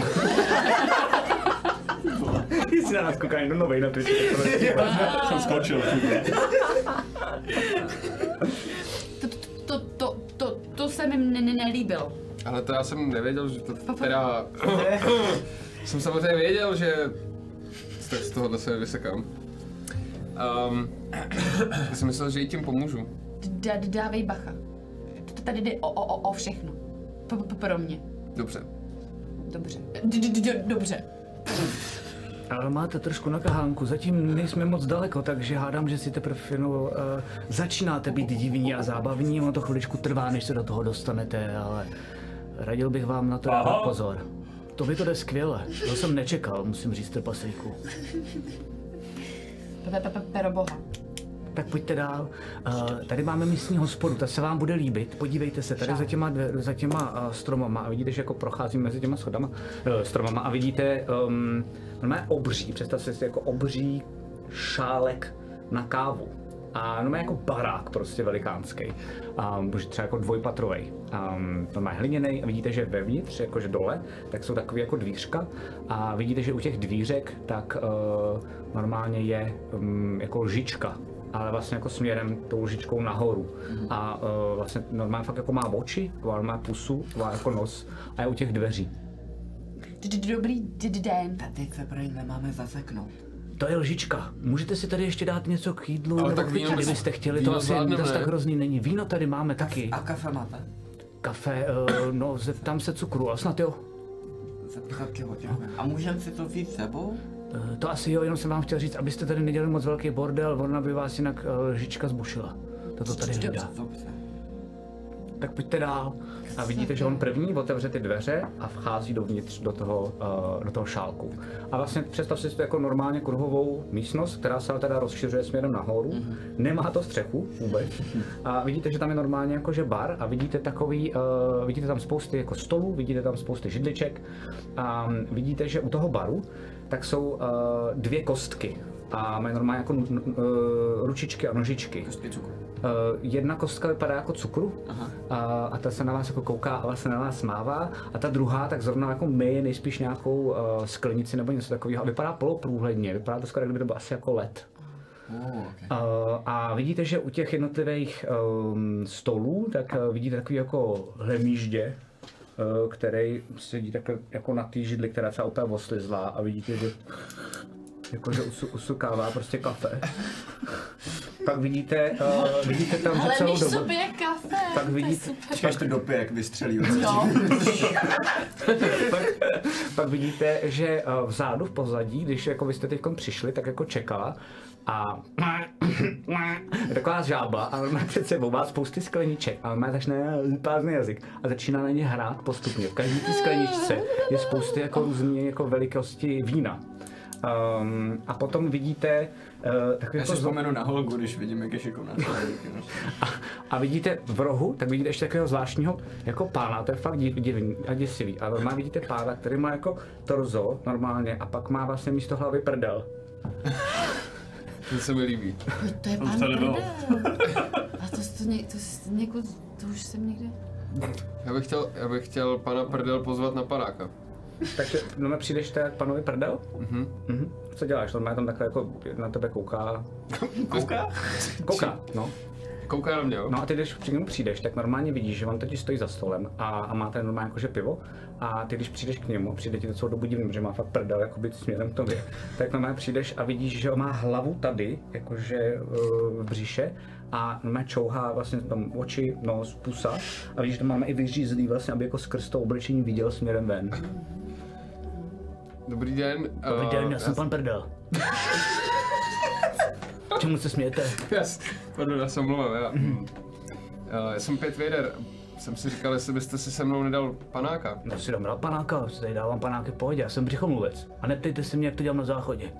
Jsi na nás kouká jenom novej na Twitchi. Jsem skočil. To se mi nelíbilo. Ale to já jsem nevěděl, že to teda... jsem samozřejmě věděl, že... Tak z tohohle se vysekám. Já jsem myslel, že jí tím pomůžu. Dávej bacha. Tady jde o všechno. Pro mě. Dobře. Dobře. Dobře. Ale máte trošku na kahánku, zatím nejsme moc daleko, takže hádám, že si teprve začínáte být divní a zábavní, ono to chviličku trvá, než se do toho dostanete, ale radil bych vám na to dávat pozor. To by to jde skvěle, to jsem nečekal, musím říct trpaslíku. Peroboha. Tak pojďte dál. Tady máme místní hospodu, ta se vám bude líbit. Podívejte se, tady za těma stromama a vidíte, že jako procházím mezi těma stromama a vidíte normálně obří, představte si jako obří šálek na kávu. A normálně jako barák prostě velikánský, možná třeba jako dvojpatrovej. Normálně hliněnej a vidíte, že vevnitř, jakože dole, tak jsou takový jako dvířka a vidíte, že u těch dvířek tak normálně je jako lžička, ale vlastně jako směrem tou lžičkou nahoru. A vlastně normálně fakt jako má oči, má pusu, má jako nos a je u těch dveří. Dobrý den. Tady se prý nemáme zaseknout. To je lžička. Můžete si tady ještě dát něco k jídlu, ale nebo tak víno, kdybyste chtěli, to asi dost tak hrozný není. Víno tady máme taky. A kafe máte? Kafe, no zeptám se cukru, ale snad jo. A můžeme si to vzít sebou? To asi jo, jenom jsem vám chtěl říct, abyste tady nedělali moc velký bordel, ona by vás jinak lžička zbušila. To tady hlídá. Tak pojďte dál. A vidíte, že on první otevře ty dveře a vchází dovnitř do toho šálku. A vlastně představ si to jako normálně kruhovou místnost, která se teda rozšiřuje směrem nahoru. Nemá to střechu vůbec. A vidíte, že tam je normálně jakože bar a vidíte vidíte tam spousty jako stolů, vidíte tam spousty židliček a vidíte, že u toho baru tak jsou dvě kostky a mají normálně jako ručičky a nožičky. Jedna kostka vypadá jako cukru a ta se na vás jako kouká a vlastně na vás mává a ta druhá tak zrovna jako myje nejspíš nějakou sklenici nebo něco takového a vypadá poloprůhledně, vypadá to skoro, kdyby to bylo asi jako led. Okay. A vidíte, že u těch jednotlivých stolů tak vidíte takový jako hlemíždě, který sedí takhle jako na té židli, která se úplně oslizlá a vidíte, že jakože usukává prostě kafe. Pak vidíte tam, že celou dobu... Ale než kafe, tak vidíte, Čekáš to dopě, jak vystřelí. pak vidíte, že vzadu v pozadí, když jako vy jste teďkom přišli, tak jako čekala a taková žába a má před sebou má spousty skleniček a má začne pázný jazyk a začíná na ně hrát postupně. V každé té skleničce je spousty jako různé jako velikosti vína. A potom vidíte takový já si vzpomenu na Holgu, když vidím, jak je šikovná. A vidíte v rohu, tak vidíte ještě takového zvláštního jako pána, to je fakt divný a děsivý. A normálně vidíte pána, který má jako torzo normálně a pak má vlastně místo hlavy prdel. To se mi líbí. To je pán prdel. A to už jsem někde... Já bych chtěl pana prdel pozvat na panáka. Takže no přijdeš tak panovi prdel? Co děláš? Normálně tam takhle jako na tebe kouká. Kouká? Kouká, no. Kouká na mě, jo? No a ty když k němu přijdeš, tak normálně vidíš, že on teď stojí za stolem a má tady normálně jakože pivo a ty když přijdeš k němu, přijde ti to celou dobu divný, že má fakt prdel jakoby směrem k tobě, tak normálně přijdeš a vidíš, že on má hlavu tady, jakože v břiše a normálně čouhá vlastně tam oči, nos, pusa a vidíš, že tam máme i vyřízlý vlastně, aby jako skrz to oblečení viděl směrem ven. Dobrý den. Dobrý den, já jsem pan prdel. Čemu se smějete? Pardon, já se omlouvám, já jsem Pět Vader. Jsem si říkal, jestli byste si se mnou nedal panáka. No si dám rád panáka, si tady dávám panáky v pohodě, já jsem břichomluvec. A neptejte se mě, jak to dělám na záchodě.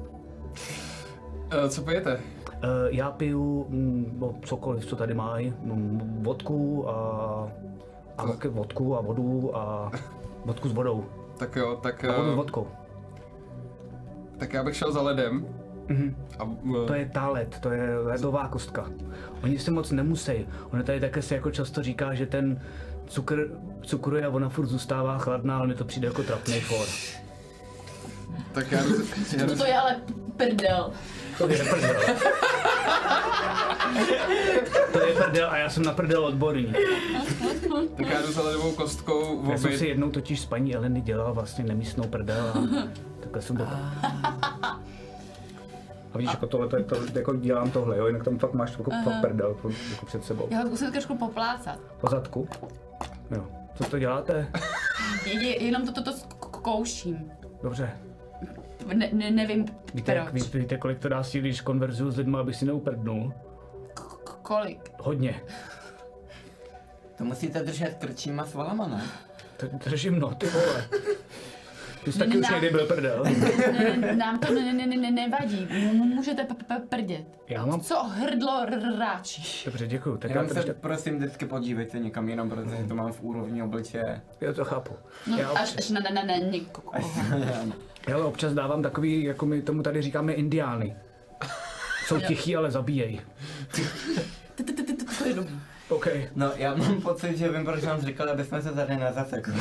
Co pijete? Já piju cokoliv, co tady mají. Vodku a vodku a vodu a vodku s vodou. Tak jo, tak... A vodu s vodkou. Tak já bych šel za ledem. To je tálet, to je ledová kostka. Oni si moc nemusí. Ono tady také se jako často říká, že ten cukruje a ona furt zůstává chladná, ale mi to přijde jako trapnej for. Tak já To je ale prdel. To je prdel. To je prdel a já jsem na prdel odborný. Tak já jdu za ledovou kostkou v Já jsem si jednou totiž s paní Eleny dělal vlastně nemístnou prdel a takhle jsem to... A vidíš, jako tohle, jako dělám tohle, jo, jinak tam fakt máš fakt prdel jako před sebou. Já ho zkusím trošku poplácat. Po zadku? Jo. Co to děláte? Jenom to kouším. Dobře. Nevím proč. Víte, kolik to dá síly, když konverzuju s lidmi, aby si neuprdnul? Kolik? Hodně. To musíte držet krčíma svalama, ne? Držím, no, ty vole. Ty jsi taky už někdy byl prdel. Nám to nevadí, můžete prdět. Já mám... Co hrdlo ráčíš? Dobře, děkuju. Tak Jenom já se to prosím vždycky podívejte někam jinam, protože to mám v úrovni obličeje. Já to chápu. No, Já až na někoho. Já občas dávám takový, jako my tomu tady říkáme indiány. Jsou tichý, ale zabíjej. To je dobrý. OK. No, já mám pocit, že vím, proč vám říkali, aby jsme se tady nezasekli.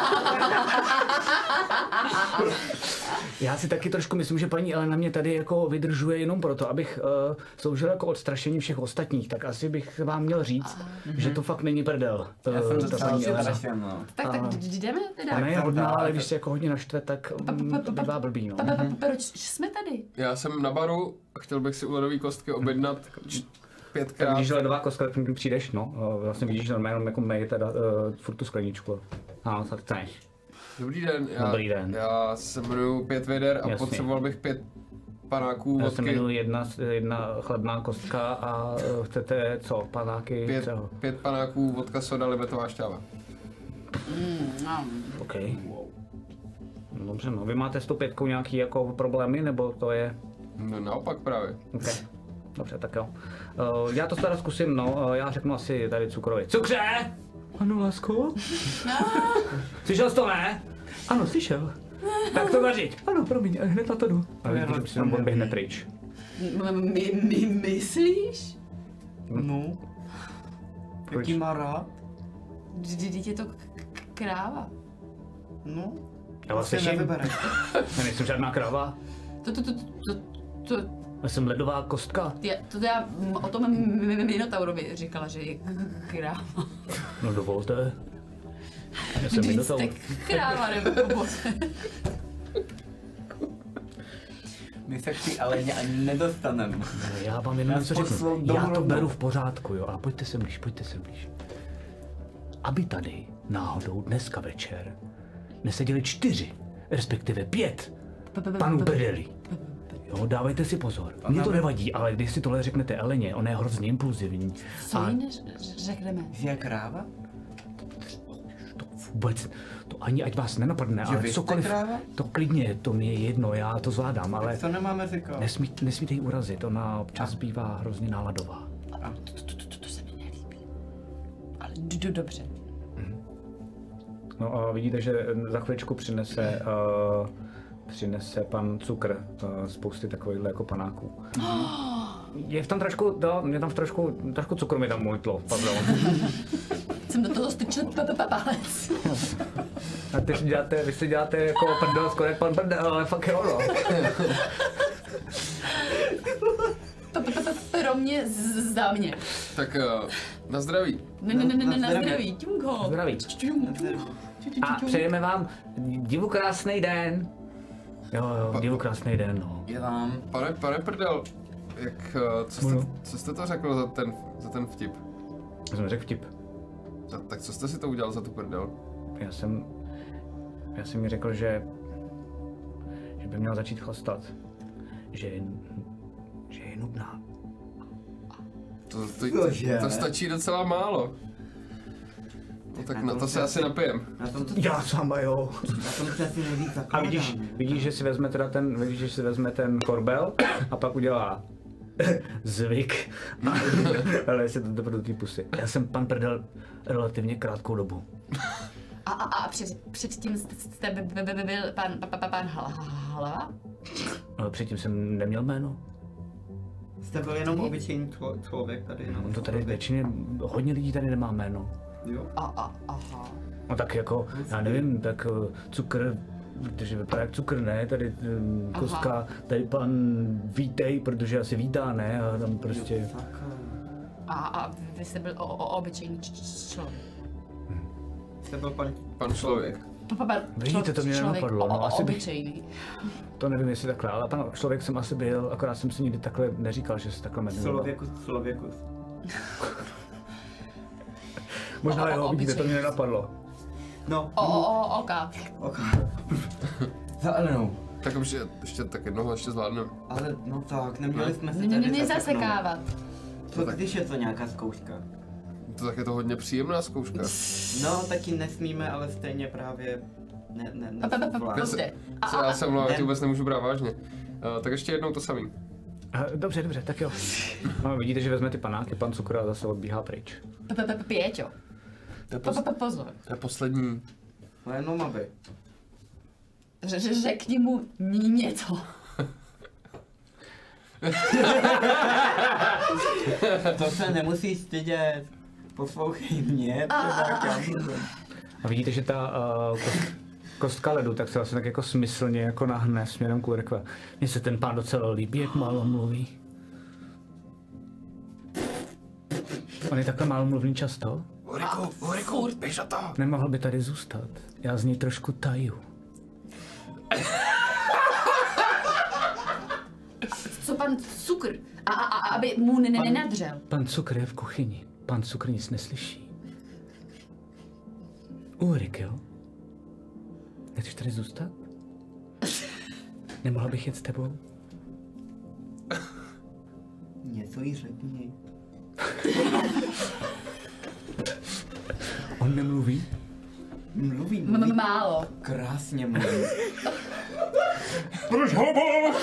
Já si taky trošku myslím, že paní Elena mě tady jako vydržuje jenom proto, abych sloužil jako odstrašení všech ostatních, tak asi bych vám měl říct, že to fakt není prdel. Já jsem ta docela paní Elena. strašen, no. Tak jdeme teda. Ona je hodná, ale když se jako hodně naštve, tak bývá blbý, no. Proč jsme tady? Já jsem na baru, chtěl bych si u ledové kostky objednat 5krát. Když ledová kostka, tak mi přijdeš, no. Vlastně vidíš normálně jako mej teda furt tu skleničku. No, tak chceš. Dobrý den, Dobrý den. Já se jmenuji 5 věder a Jasně. potřeboval bych 5 panáků Já vodky. se jmenuji jedna chladná kostka a chcete co, panáky? 5 panáků, vodka, soda, libetová šťáva. OK. No, dobře, no. Vy máte s tou 5 nějaký jako problémy, nebo to je... No naopak právě. OK. Dobře, tak jo. Já to teda zkusím, no. Já řeknu asi tady cukrovi. Cukře! Ano, lásko? Slyšel jsi to, ne? Ano, slyšel. Tak to vařit. Ano, promiň, hned na to jdu. A vidíš, že si tam odběhne pryč. Myslíš? No. Jaký má rád? Vždyť je to kráva. No. Já vás Se slyším. nevybere. Já nejsem žádná kráva. Já jsem ledová kostka. Já o tom Minotaurovi říkala, že je kráva. No dovolte. Já jsem Minotaur. Jste kráva nebo boze. My se k té Aleně ani nedostaneme. Já vám jenom Nás něco řeknu. poslou domů Já to rovnou. beru v pořádku, jo. A pojďte sem blíž. Aby tady náhodou dneska večer neseděli 4, respektive 5 panů prdelí. Jo, dávejte si pozor. Mně to nevadí, ale když si tohle řeknete Eleně, ona je hrozně impulzivní. Co jí řekneme? Že je kráva? To vůbec, to ani ať vás nenapadne, ale vy jste cokoliv, kráva? to klidně, to mě je jedno, já to zvládám, ale Co nemáme říkat? nesmíte jí urazit, ona občas bývá hrozně náladová. To se mi nelíbí. Ale dobře. No a vidíte, že za chviličku přinese pan cukr spousty takovýchhle jako panáků. Je v tom trošku, mě tam trošku cukru mi tam mojtlo, pardon. Jsem do toho styčil palec. A vy si děláte jako prdel, skoro jak pan prdel, ale fakt jo, no. Pro mě, za mě. Tak na zdraví. Na zdraví, ťunko. Zdraví. A přejeme vám divu krásný den. Jo, divu krásný den, no. Je vám. Pane prdel, co jste to řekl za ten vtip? Já jsem řekl vtip. Tak co jste si to udělal za tu prdel? Já jsem mi řekl, že by měla začít chlastat. Že je nudná. To stačí docela málo. No tak na to se asi napijem. Já sama, jo. Na tom přesně neví A zakládám. vidíš, že si vezme teda ten korbel a pak udělá zvyk. Ale se to do té pusy. Já jsem pan prdel relativně krátkou dobu. A předtím jste byl pan Hlava? Ale předtím jsem neměl jméno. Jste byl jenom obyčejný člověk tady. No. To tady většině, hodně lidí tady nemá jméno. Jo. Aha. No tak jako, já nevím, tak cukr, protože vypadá jak cukr, ne? Tady kostka, tady pan vítej, protože asi vítá, ne? A tam prostě... A vy jste byl obyčejný člověk. Jste byl Pan člověk. Vidíte, to mě nenapadlo, no asi bych, obyčejný. to nevím jestli takhle, ale pan člověk jsem asi byl, akorát jsem si nikdy takhle neříkal, že se takhle jmenoval. Člověkus. Možná jo, vidíte, to mě nenapadlo. No. Oka. Za Elenou. Tak už ještě tak jednoho ještě zvládneme. Ale no tak, neměli jsme se tady Nezasekávat. Co když je to nějaká zkouška? To tak je to hodně příjemná zkouška. No, taky nesmíme, ale stejně právě Já jsem mluvil, ty vůbec nemůžu brát vážně. Tak ještě jednou to samý. Dobře, tak jo. No, vidíte, že vezme ty panáky, pan Cukr a zase odbíhá pryč. Pěťo. Pozor. To je poslední. No jenom aby. Řekni mu něco. To se nemusíš stydět. Poslouchej mě. A vidíte, že ta kostka ledu tak se vlastně tak jako smyslně jako nahne směrem k Ulrikovi. Mně se ten pán docela líbí, jak málo mluví. On je takhle málomluvný často? Ulriku, běž na to! Nemohl by tady zůstat. Já z něj trošku taju. Co pan Cukr? Aby mu nenadřel. Pan Cukr je v kuchyni. Pan Cukr nic neslyší. Ulrik, jo? Nechceš tady zůstat? Nemohla bych jet s tebou? Něco jí řekni. On nemluví? Mluví. Málo. Krásně mluví. Proč homo?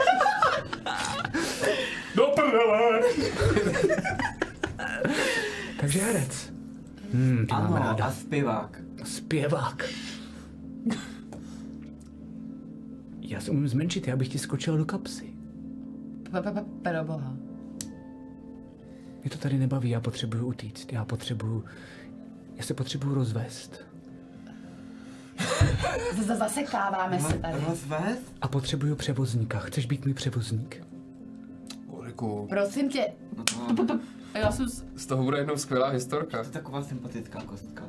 Do prdele! Takže herec. Ty Ano, máme ráda. a zpěvák. Zpěvák. Já se umím zmenšit, já bych ti skočil do kapsy. Pro boha. Mě to tady nebaví, já potřebuju utíct, já se potřebuju rozvést. Zasekáváme se tady. Rozvést? A potřebuju převozníka, chceš být můj převozník? Ulriku, Prosím tě. Já jsem... z toho bude jednou skvělá historka. To je taková sympatická kostka.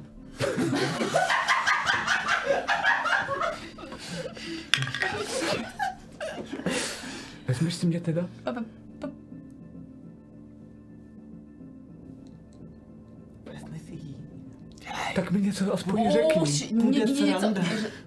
Vezmeš si mě teda? Vezmi si jí. Tak mi něco aspoň řekni. Už Bude něco. sranda.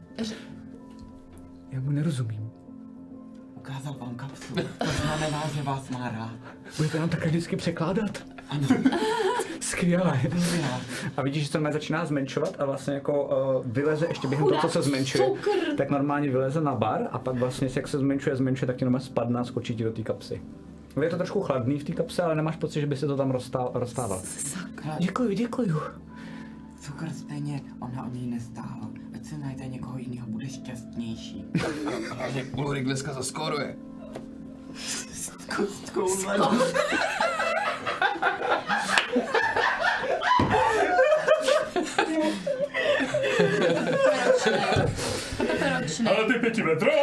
Já mu nerozumím. Ukázal vám kapsu. To znamená, že vás má rád. Budete nám takhle vždycky překládat? Skvěle. A vidíš, že se normálně začíná zmenšovat a vlastně jako vyleze ještě během toho, co se zmenšuje, tak normálně vyleze na bar a pak vlastně, jak se zmenšuje, tak ti normálně spadne a skočí ti do té kapsy. Je to trošku chladný v té kapse, ale nemáš pocit, že by se to tam rozstával. Děkuju. Cukr stejně, ona o něj nestála. Ať se najde někoho jiného, bude šťastnější. Ulrik dneska zaskóruje. S kostkou ledu. Ale ty 5 metrů?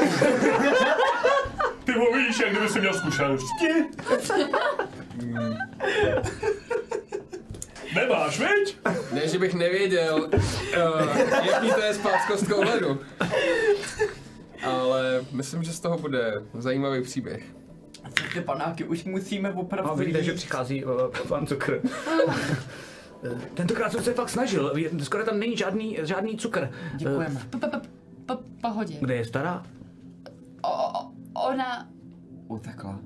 Ty mluvíš, jak kdyby jsi měl zkušenosti. Nemáš, viď? Ne, že bych nevěděl, jaký to je spát s kostkou ledu. Ale myslím, že z toho bude zajímavý příběh. Ty panáky už musíme opravdu A vidíte, jít. že přichází pan Cukr. Tentokrát jsem se fakt snažil, skoro tam není žádný cukr. Děkujeme. Pohodě. Kde je stará? Ona... Utekla.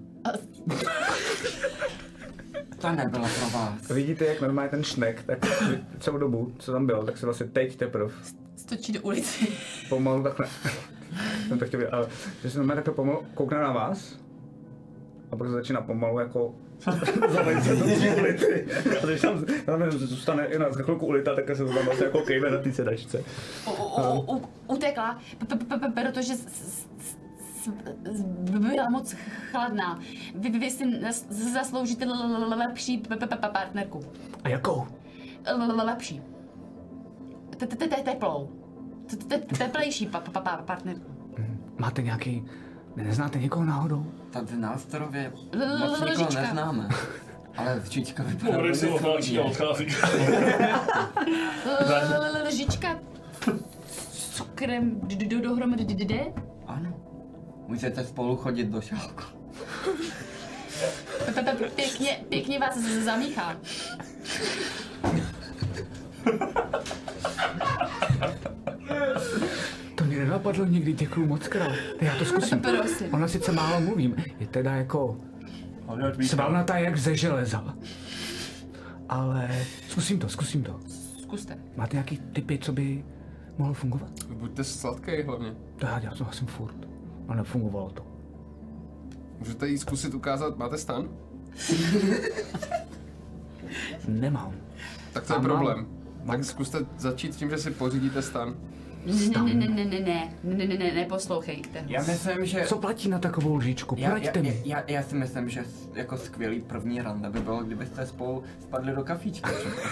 To nebylo pro vás. Vidíte, jak normálně ten šnek, tak celou dobu, co tam byl, tak se vlastně teď teprve Stočí do ulici. pomalu takhle. Jsem to chtěl vidět, ale že se normálně takhle pomalu koukne na vás a pak se začíná pomalu jako zavejt se do té ulity. A když tam zůstane i na chvilku ulita, tak se to tam vlastně jako kejve na té sedačce. Utekla, protože byla moc chladná. Vy si zasloužíte lepší partnerku. A jakou? Lepší. Teplou. Teplejší partnerku. Máte nějaký... Neznáte někoho náhodou? Tady na ostrově moc nikoho neznáme. Ale lžička vypadá Ulrik se otáčí a odchází. Lžička s cukrem dohromady jde? Ano. Můžete spolu chodit do šálku. Pěkně vás zamíchá. To mě nenapadlo nikdy, děkuju moc krát. Já to zkusím. Prosím. Ona sice málo mluvím, je teda jako svalnatá jak ze železa. Ale zkusím to. Zkuste. Máte nějaký tipy, co by mohlo fungovat? Buďte sladký hlavně. To já dělal jsem furt. A nefungovalo to. Můžete jí zkusit ukázat, máte stan? Nemám. Tak to je problém. Tak zkuste začít tím, že si pořídíte stan. Ne, neposlouchejte. Já myslím, že... Co platí na takovou lžičku? Poraďte mi. Já si myslím, že jako skvělý první rande by bylo, kdybyste spolu spadli do kafíčka.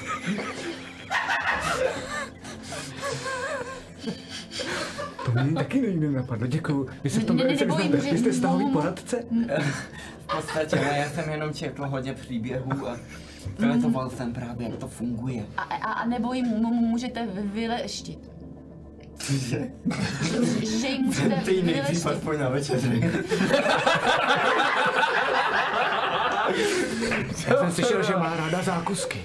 To mě taky nejde napadlo, děkuju. Vy se v tom velice vyznáte. Vy jste stahový poradce? V podstatě, ale já jsem jenom četl hodně příběhů a vyletoval jsem právě, jak to funguje. A nebo jim můžete vyleštit. Že jim můžete vyleštit. aspoň na večeři. Já jsem slyšel, že má ráda zákusky.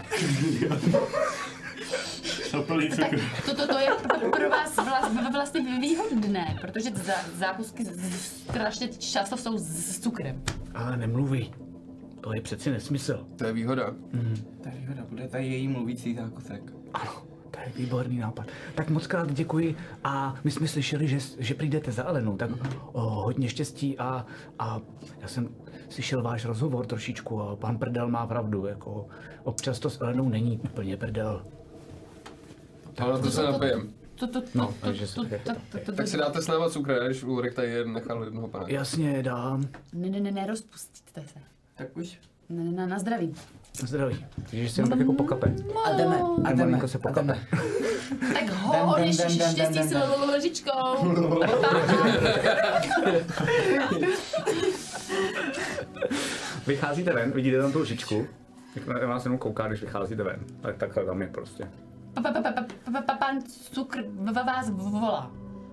To je pro vás vlastně výhodné, protože zákusky strašně často jsou s cukrem. Ale nemluví. To je přeci nesmysl. To je výhoda. To je výhoda, bude tady její mluvící zákusek. Ano, to je výborný nápad. Tak moc krát děkuji a my jsme slyšeli, že přijdete za Elenou, tak hodně štěstí a já jsem slyšel váš rozhovor trošičku a pan Prdel má pravdu, jako občas to s Elenou není úplně prdel. Ale na to se napijem. Tak si dáte s náma cukr, když Ulrik tady nechal jednoho pana. Jasně, dám. Ne, rozpustíte se. Tak už. Na zdraví. Na zdraví. Když si jenom tak jako pokape. A jdeme. Jako se pokape. Tak hodně štěstí s lžičkou. Vycházíte ven, vidíte tam tu lžičku. Já vás jenom kouká, když vycházíte ven. Tak takhle tam je prostě. Pan cukr vás volá.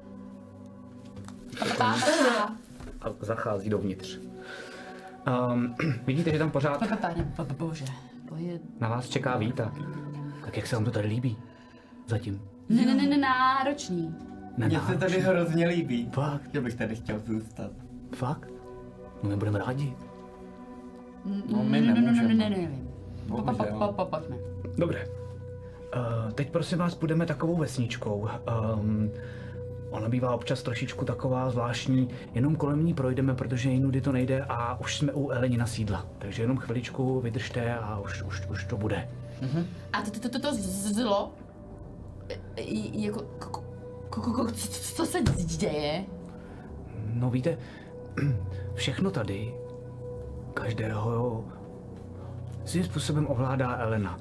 A zachází dovnitř. Vidíte, že tam pořád Bože, to je... na vás čeká Víta. Tak jak se vám to tady líbí? Zatím. Ne, náročný. Mně se tady hrozně líbí. Fakt? Že bych tady chtěl zůstat. Fakt? No my budeme rádi. No my nemůžeme. Nevím. Pojďme. Dobré. Teď prosím vás půjdeme takovou vesničkou. Ona bývá občas trošičku taková zvláštní, jenom kolem ní projdeme, protože jinudy to nejde a už jsme u Elenina sídla. Takže jenom chviličku vydržte a už to bude. A to zlo? Jako... Co se děje? No víte, všechno tady, každého svým způsobem ovládá Elena.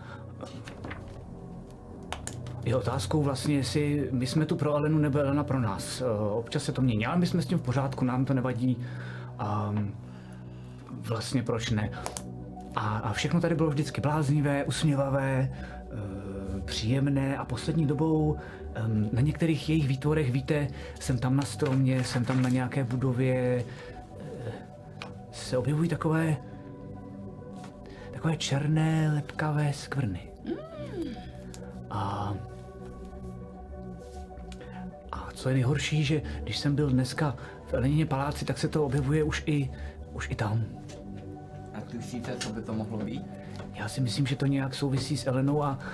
Je otázkou vlastně, jestli my jsme tu pro Elenu nebo Elena pro nás. Občas se to mění, ale my jsme s tím v pořádku, nám to nevadí. Vlastně proč ne? A všechno tady bylo vždycky bláznivé, usměvavé, příjemné a poslední dobou na některých jejich výtvorech, víte, jsem tam na stromě, jsem tam na nějaké budově, se objevují takové černé, lepkavé skvrny. A co je nejhorší, že když jsem byl dneska v Elenině paláci, tak se to objevuje už i tam. A tušíte, co by to mohlo být? Já si myslím, že to nějak souvisí s Elenou a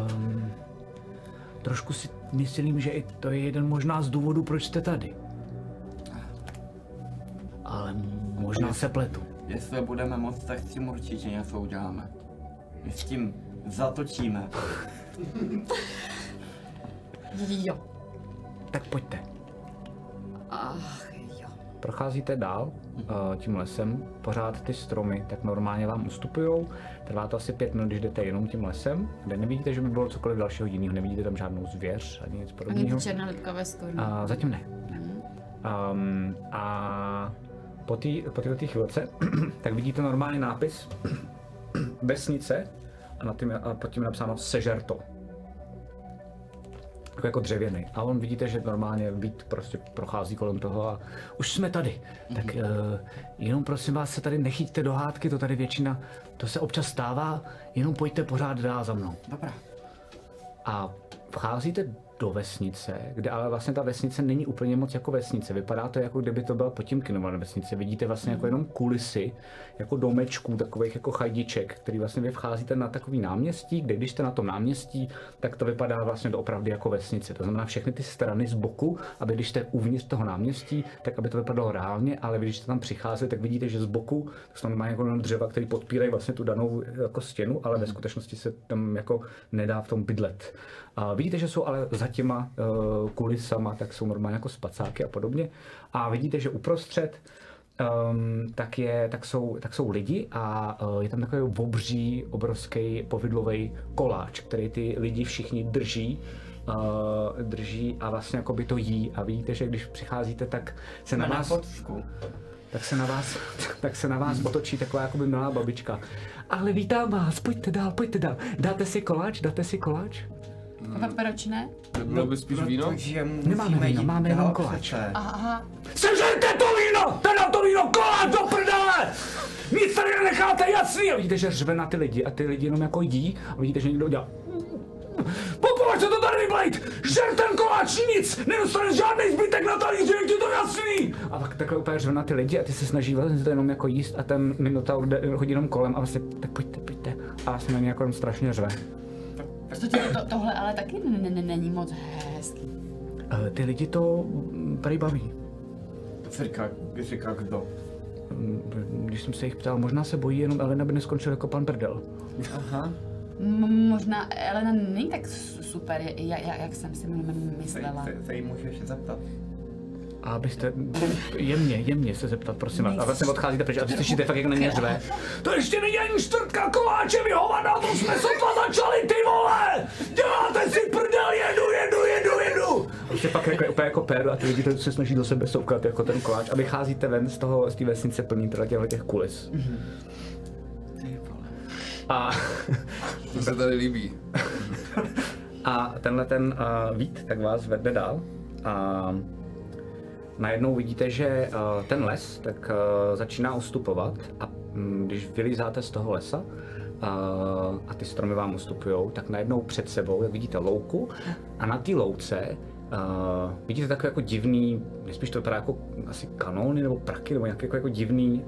trošku si myslím, že i to je jeden možná z důvodů, proč jste tady. Ale možná se pletu. Jestli budeme moc, tak s tím určitě něco uděláme. My s tím zatočíme. Jo. Tak pojďte. Ach jo. Procházíte dál tím lesem, pořád ty stromy tak normálně vám ustupujou. Trvá to asi 5 minut, když jdete jenom tím lesem, kde nevidíte, že by bylo cokoliv dalšího jiného, nevidíte tam žádnou zvěř ani nic podobného. Ani ty černé lepkavé skvrny. Zatím ne. A po této chvilce tak vidíte normálně nápis vesnice a pod tím je napsáno sežer to. Jako dřevěný. A on vidíte, že normálně Vít prostě prochází kolem toho a už jsme tady. Tak jenom prosím vás se tady nechyťte do hádky, to tady většina, to se občas stává, jenom pojďte pořád dál za mnou. Dobrá. A vcházíte do vesnice, kde ale vlastně ta vesnice není úplně moc jako vesnice. Vypadá to, jako kdyby to byla Potěmkinova vesnice. Vidíte vlastně jako jenom kulisy, jako domečků, takových jako chajdiček, který vlastně vy vcházíte na takový náměstí, kde když jste na tom náměstí, tak to vypadá vlastně doopravdy jako vesnice. To znamená všechny ty strany z boku, aby když jste uvnitř toho náměstí, tak aby to vypadalo reálně, ale když jste tam přicházíte, tak vidíte, že z boku to tam má jako dřeva, které podpírají vlastně tu danou jako stěnu, ale ve skutečnosti se tam jako nedá v tom bydlet. A vidíte, že jsou ale za těma kulisama, tak jsou normálně jako spacáky a podobně. A vidíte, že uprostřed tak jsou lidi a je tam takový obrovský povidlový koláč, který ty lidi všichni drží a vlastně jako by to jí. A vidíte, že když přicházíte, tak se na vás... Tak se na vás otočí taková jakoby milá babička. Ale vítám vás, pojďte dál. Dáte si koláč? Proč ne? Bylo by spíš víno? Nemáme víno, máme jenom koláč. Aha. Sežerte to víno! Teda to víno, koláč do prdele! Nic tady nenecháte, jasný! A vidíte, že řve na ty lidi a ty lidi jenom jako jdí a vidíte, že někdo dělá... Popovaž se to tady, Blade! Žer ten koláč, nic! Nedostaneš žádný zbytek na talíři, jak ti to jasný! A tak takhle úplně řve na ty lidi a ty se snaží vlastně to jenom jako jíst a ten Minotaur chodí jenom kolem a vlastně tak pojďte. A vlastně na ně jako strašně řve. Tohle ale taky není moc hezký. Ty lidi to tady baví. Říká kdo? Když jsem se jich ptal, možná se bojí jenom Elena, by neskončil jako pan Prdel. Aha. Možná Elena není tak super, jak jsem si myslela. Se jí můžeš zeptat? A abyste jemně se zeptat, prosím vás. A vlastně odcházíte pryč a vy slyšíte fakt, jak na ně řve. To ještě není ani čtvrtka koláče, vy hovada, to jsme sotva začali, ty vole! Děláte si prdel, jedu! A jste pak úplně jako péru a ty lidi se snaží do sebe soukat jako ten koláč a vycházíte ven z té vesnice plný těch kulis. A to se tady líbí. A tenhle ten Vít tak vás vede dál a najednou vidíte, že ten les tak začíná ustupovat a když vylízáte z toho lesa a ty stromy vám ustupujou, tak najednou před sebou, jak vidíte louku a na té louce vidíte takové jako divný, nejspíš to vypadá jako asi kanóny nebo praky nebo nějaké jako divný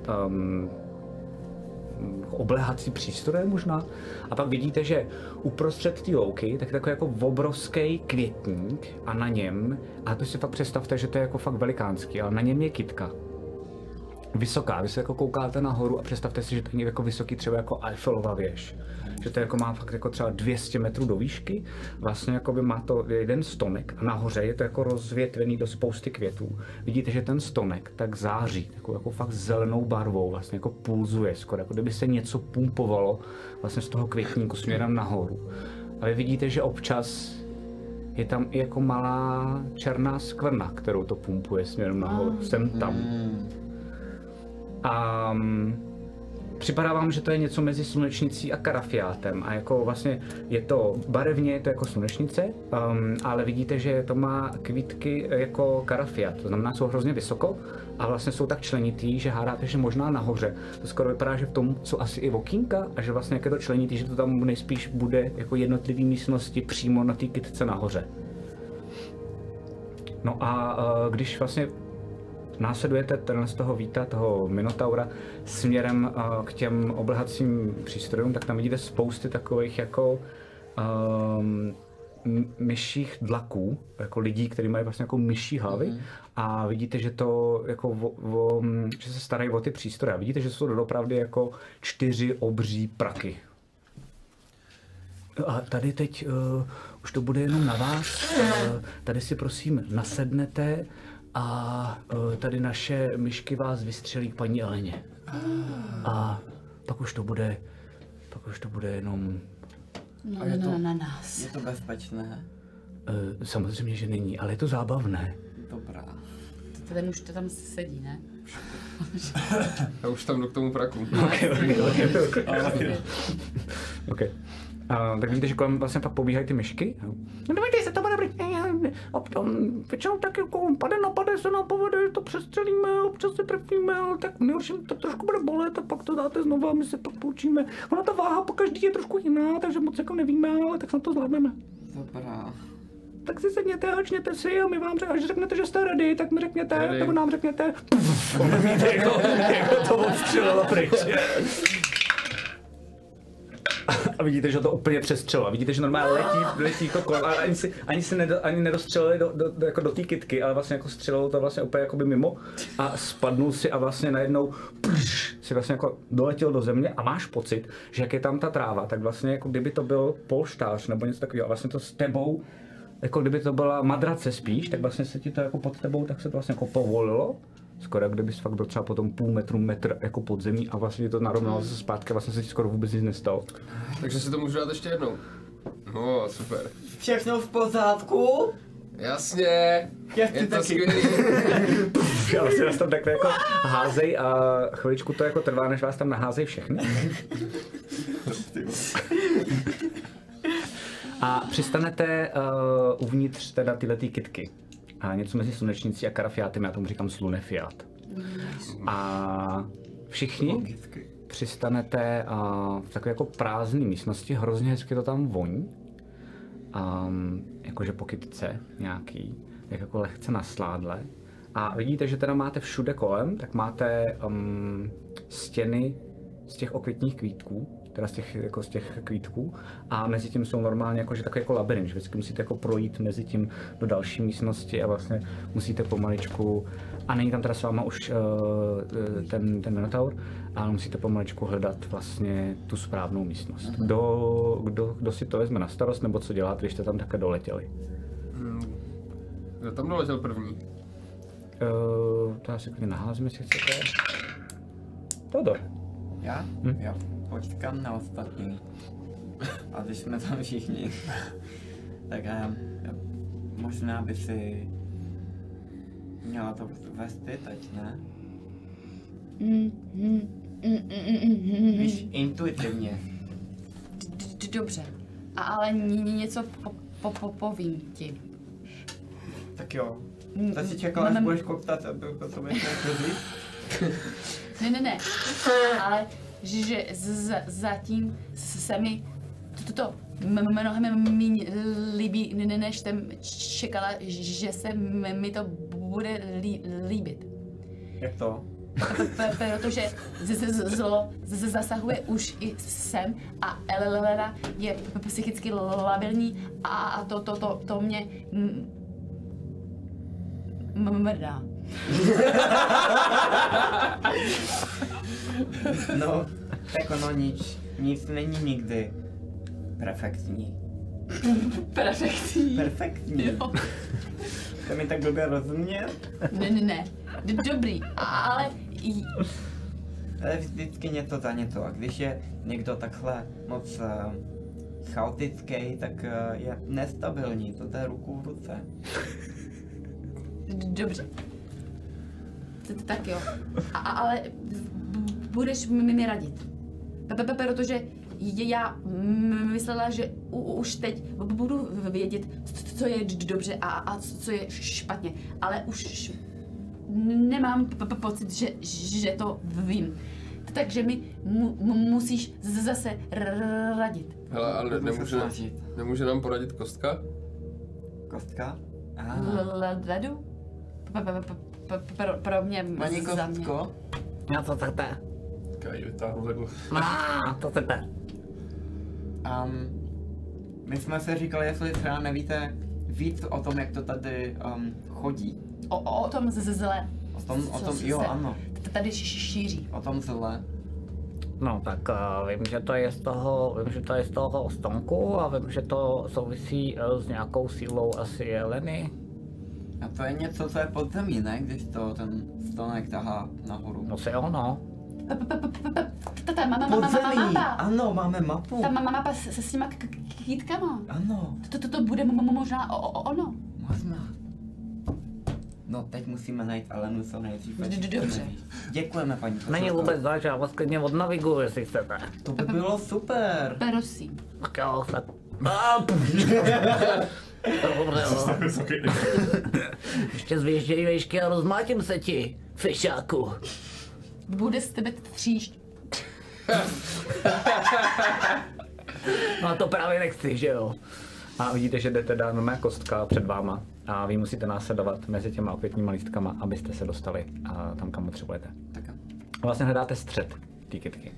obléhací přístroje možná. A pak vidíte, že uprostřed té louky tak je takový jako obrovský květník a na něm, a to si fakt představte, že to je jako fakt velikánský, ale na něm je kytka. Vysoká, vy se jako koukáte nahoru a představte si, že to je jako vysoký třeba jako Eiffelova věž. Že to jako má fakt jako třeba 200 metrů do výšky, vlastně jako by má to jeden stonek a nahoře je to jako rozvětvený do spousty květů. Vidíte, že ten stonek tak září jako fakt zelenou barvou, vlastně jako pulzuje skoro, jako kdyby se něco pumpovalo vlastně z toho květníku směrem nahoru. A vy vidíte, že občas je tam i jako malá černá skvrna, kterou to pumpuje směrem nahoru, sem tam. A připadá vám, že to je něco mezi slunečnicí a karafiátem a jako vlastně je to barevně, je to jako slunečnice, ale vidíte, že to má kvítky jako karafiát, to znamená, jsou hrozně vysoko a vlastně jsou tak členitý, že hádáte, že možná nahoře. To skoro vypadá, že v tom jsou asi i okýnka a že vlastně jak je to členitý, že to tam nejspíš bude jako jednotlivý místnosti přímo na té kytce nahoře. No a když vlastně následujete z toho Víta, toho Minotaura, směrem k těm oblehacím přístrojům, tak tam vidíte spousty takových jako myších dlaků, jako lidí, kteří mají vlastně jako myší hlavy a vidíte, že to jako že se starají o ty přístroje. Vidíte, že jsou doopravdy jako 4 obří praky. A tady teď už to bude jenom na vás. Tady si prosím nasednete a tady naše myšky vás vystřelí k paní Eleně. A pak už to bude jenom... Na nás. Je to bezpečné? Samozřejmě, že není, ale je to zábavné. Dobrá. Ten už to tam sedí, ne? Já už tam jdu k tomu praku. Okay. Tak vidíte, že kolem vlastně pak pobíhají ty myšky. No dojde se, to bude dobrý. Většinou tak jako pade se nám povede, to přestřelíme, občas se trefíme, ale tak nejhorším to trošku bude bolet a pak to dáte znovu a my se pak poučíme. Ona ta váha po každý je trošku jiná, takže moc jako nevíme, ale tak snad to zvládneme. Dobrá. tak si sedněte, hočněte si a my vám až řeknete, že jste ready, tak mi řekněte, nebo nám řekněte. Vidíte, jako to odstřelilo pryč. A vidíte, že to úplně přestřelilo. Vidíte, že normálně letí jako kolem, ale ani nedostřelili do té kytky, ale vlastně jako střelilo to vlastně úplně jakoby mimo a spadnul si a vlastně najednou si vlastně jako doletěl do země a máš pocit, že jak je tam ta tráva, tak vlastně jako kdyby to byl polštář nebo něco takového a vlastně to s tebou, jako kdyby to byla madrace spíš, tak vlastně se ti to jako pod tebou, tak se to vlastně jako povolilo. Skoro jak kdybys fakt byl třeba potom půl metru, metr jako pod zemí a vlastně to narovnalo se zpátky a vlastně se ti skoro vůbec nic nestalo. Takže si to můžu dát ještě jednou. No, super. Všechno v pořádku? Jasně, Je je to taky. skvělý. A vlastně vás tam takhle jako házej a chviličku to jako trvá, než vás tam naházej všechny. A přistanete uvnitř teda tyhletý kytky. A něco mezi slunečnicí a karafiátem, já tomu říkám slunefiát. A všichni přistanete v takové jako prázdné místnosti, hrozně hezky to tam voní. Jakože po kytce nějaký, tak jako lehce nasládle. A vidíte, že teda máte všude kolem, tak máte stěny z těch okvětních kvítků, teda z těch kvítků a mezi tím jsou normálně jakože takový jako labyrint, že vždycky musíte jako projít mezi tím do další místnosti a vlastně musíte pomaličku, a není tam teda s váma už ten Minotaur, ale musíte pomaličku hledat vlastně tu správnou místnost. Kdo si to vezme na starost, nebo co děláte, když jste tam také doletěli? Kdo tam doletěl první? To já si klidně naházím, jestli chcete. Todor. Já? Jo. Počkám na ostatní. A když jsme tam všichni, tak možná by si měla to vést ty teď, ne? Víš, intuitivně. Dobře, ale něco povím ti. Tak jo. To si čekala, až budeš koptat, aby po sobě chtěl. Ne, ale že zatím se mi toto mnohem méně líbí, než jsem čekala, že se mi to bude líbit. Jak to? Protože zlo zasahuje už i sem a Elena je psychicky labilní a to mě mrdá. No, tak ono nic není nikdy perfektní. Perfektní. Jo. To mi tak blbě rozuměl? Ne. Dobrý, ale... Ale vždycky něco za něco a když je někdo takhle moc chaotický, tak je nestabilní, to je ruku v ruce. Dobře. Tak jo. Ale budeš mi radit. Protože já myslela, že už teď budu vědět, co je dobře a co je špatně. Ale už nemám pocit, že to vím. Takže mi musíš zase radit. Hele, ale nemůže nám poradit kostka? Kostka? Ledu? Pro mě, Paní za mě. Kostko? Já to chcete? Kaj vytáhnu takhle. To chcete. My jsme se říkali, jestli třeba nevíte víc o tom, jak to tady chodí. O tom zle. O tom, jo, ano. Tady šíří. O tom zle. No tak vím, že to je z toho stonku a vím, že to souvisí s nějakou sílou asi Jeleny. A to je něco, co je pod zemí, ne? Když to ten stonek tahá nahoru. No se ono. Pod zemí! Ano, máme mapu. Ta mapa se s těma kytkama. Ano, To bude možná ono. možná. No, teď musíme najít Elenu co nejdřív. Dobře. Děkujeme, paní profesorko. Není vůbec zač, já vás klidně odnaviguju, jestli chcete. To by bylo super. Prosím. Tak jo, tak. Dobře, jo. Ještě zvěžděj vejšky a rozmátím se ti, fešáku. Bude z tebe tříšť. No to právě nechci, že jo. A vidíte, že jde teda normální kostka před váma a vy musíte následovat mezi těma okvětníma lístkama, abyste se dostali tam, kam potřebujete. Tak jo. Vlastně hledáte střed té kytky.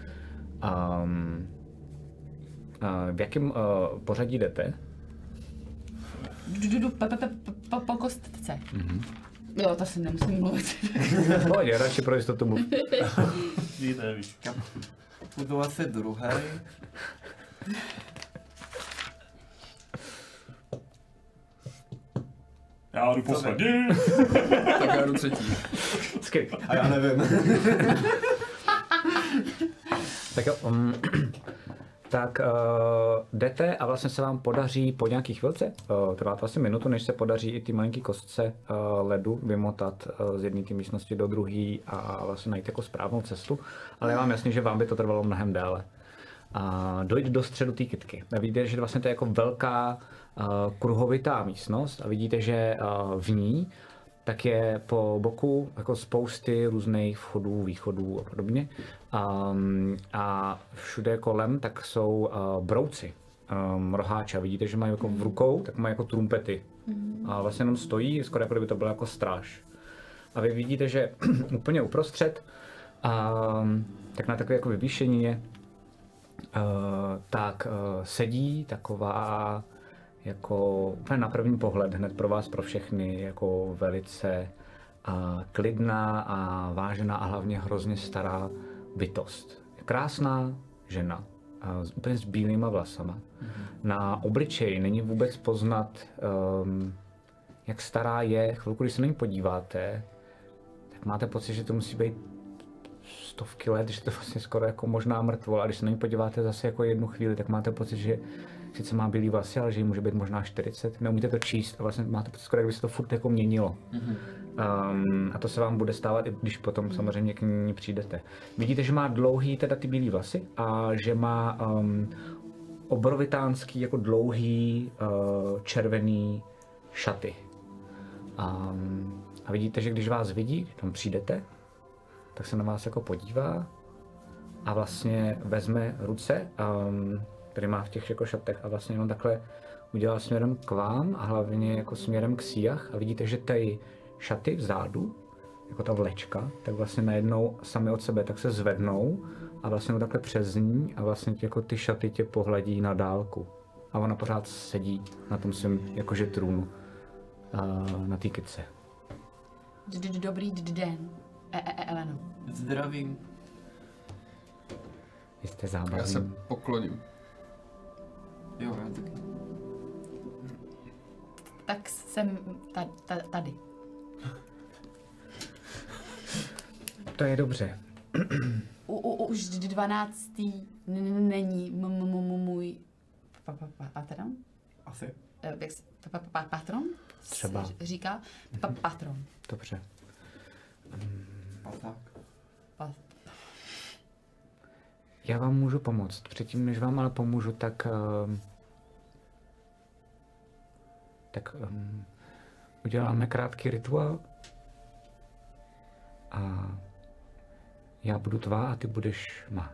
V jakém pořadí jdete? Jdu po kostce. Jo, to si nemusím mluvit. Pohodě, radši pro jistotu mluv. Nic nevíš. Budu asi druhý. Já jdu poslední. Tak já jdu třetí. Skvělý. A já nevím. Tak jo, tak jdete a vlastně se vám podaří po nějaký chvilce, trvá to asi minutu, než se podaří i ty malinký kostce ledu vymotat z jedné té místnosti do druhé a vlastně najít jako správnou cestu, ale je vám jasný, že vám by to trvalo mnohem déle. Dojít do středu té kytky. Vidíte, že vlastně to je jako velká kruhovitá místnost a vidíte, že v ní tak je po boku jako spousty různých vchodů, východů a podobně. A všude kolem tak jsou brouci, roháče. Vidíte, že mají jako v rukou, tak mají jako trumpety. A vlastně jenom stojí, skoro jako kdyby to bylo jako stráž. A vy vidíte, že úplně uprostřed, tak na takové jako vyvýšení sedí taková jako úplně na první pohled, hned pro vás, pro všechny, jako velice klidná a vážená a hlavně hrozně stará bytost. Krásná žena, úplně s bílýma vlasama. Na obličeji není vůbec poznat, jak stará je. Chvilku, když se na ní podíváte, tak máte pocit, že to musí být stovky let, že to vlastně skoro jako možná mrtvo. A když se na ní podíváte zase jako jednu chvíli, tak máte pocit, že sice má bílý vlasy, ale že jí může být možná 40. Neumíte to číst a vlastně máte pocit skoro, jak by se to furt jako měnilo. A to se vám bude stávat, i když potom samozřejmě k ní přijdete. Vidíte, že má dlouhý teda ty bílý vlasy a že má obrovitánský jako dlouhý červený šaty. A vidíte, že když vás vidí, když tam přijdete, tak se na vás jako podívá a vlastně vezme ruce, který má v těch jako šatech a vlastně jenom takhle udělá směrem k vám a hlavně jako směrem k síjach a vidíte, že ty šaty vzadu, jako ta vlečka, tak vlastně najednou sami od sebe tak se zvednou a vlastně takhle přes ní a vlastně jako ty šaty tě pohledí na dálku. A ona pořád sedí na tom svém jakože trůnu na té kytce. Dobrý den, Eleno. Zdravím. Jste zábavní. Já se pokloním. Jo, já taky. Tak jsem tady. To je dobře. Už 12. není můj patron? Asi. Patron? Třeba. Říká patron. Dobře. Paták. Já vám můžu pomoct. Předtím, než vám ale pomůžu, tak uděláme krátký rituál. A já budu tvá a ty budeš má.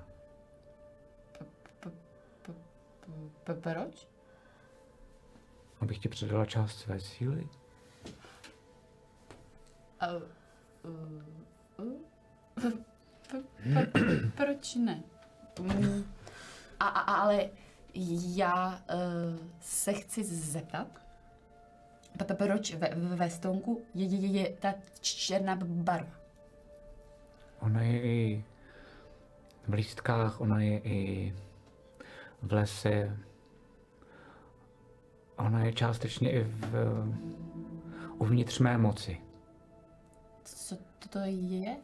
Proč? Abych ti předala část své síly. Proč ne? Ale já se chci zeptat, proč ve stonku je ta černá barva? Ona je i v lístkách, ona je i v lese. Ona je částečně i uvnitř mé moci. Co to je?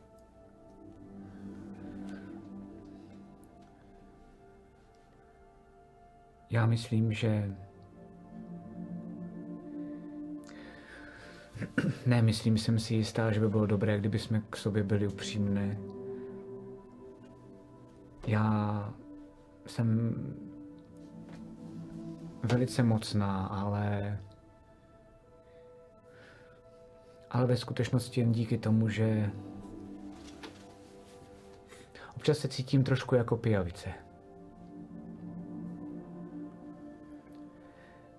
Já myslím, že... jsem si jistá, že by bylo dobré, kdyby jsme k sobě byli upřímné. Já jsem velice mocná, ale ve skutečnosti jen díky tomu, že občas se cítím trošku jako pijavice.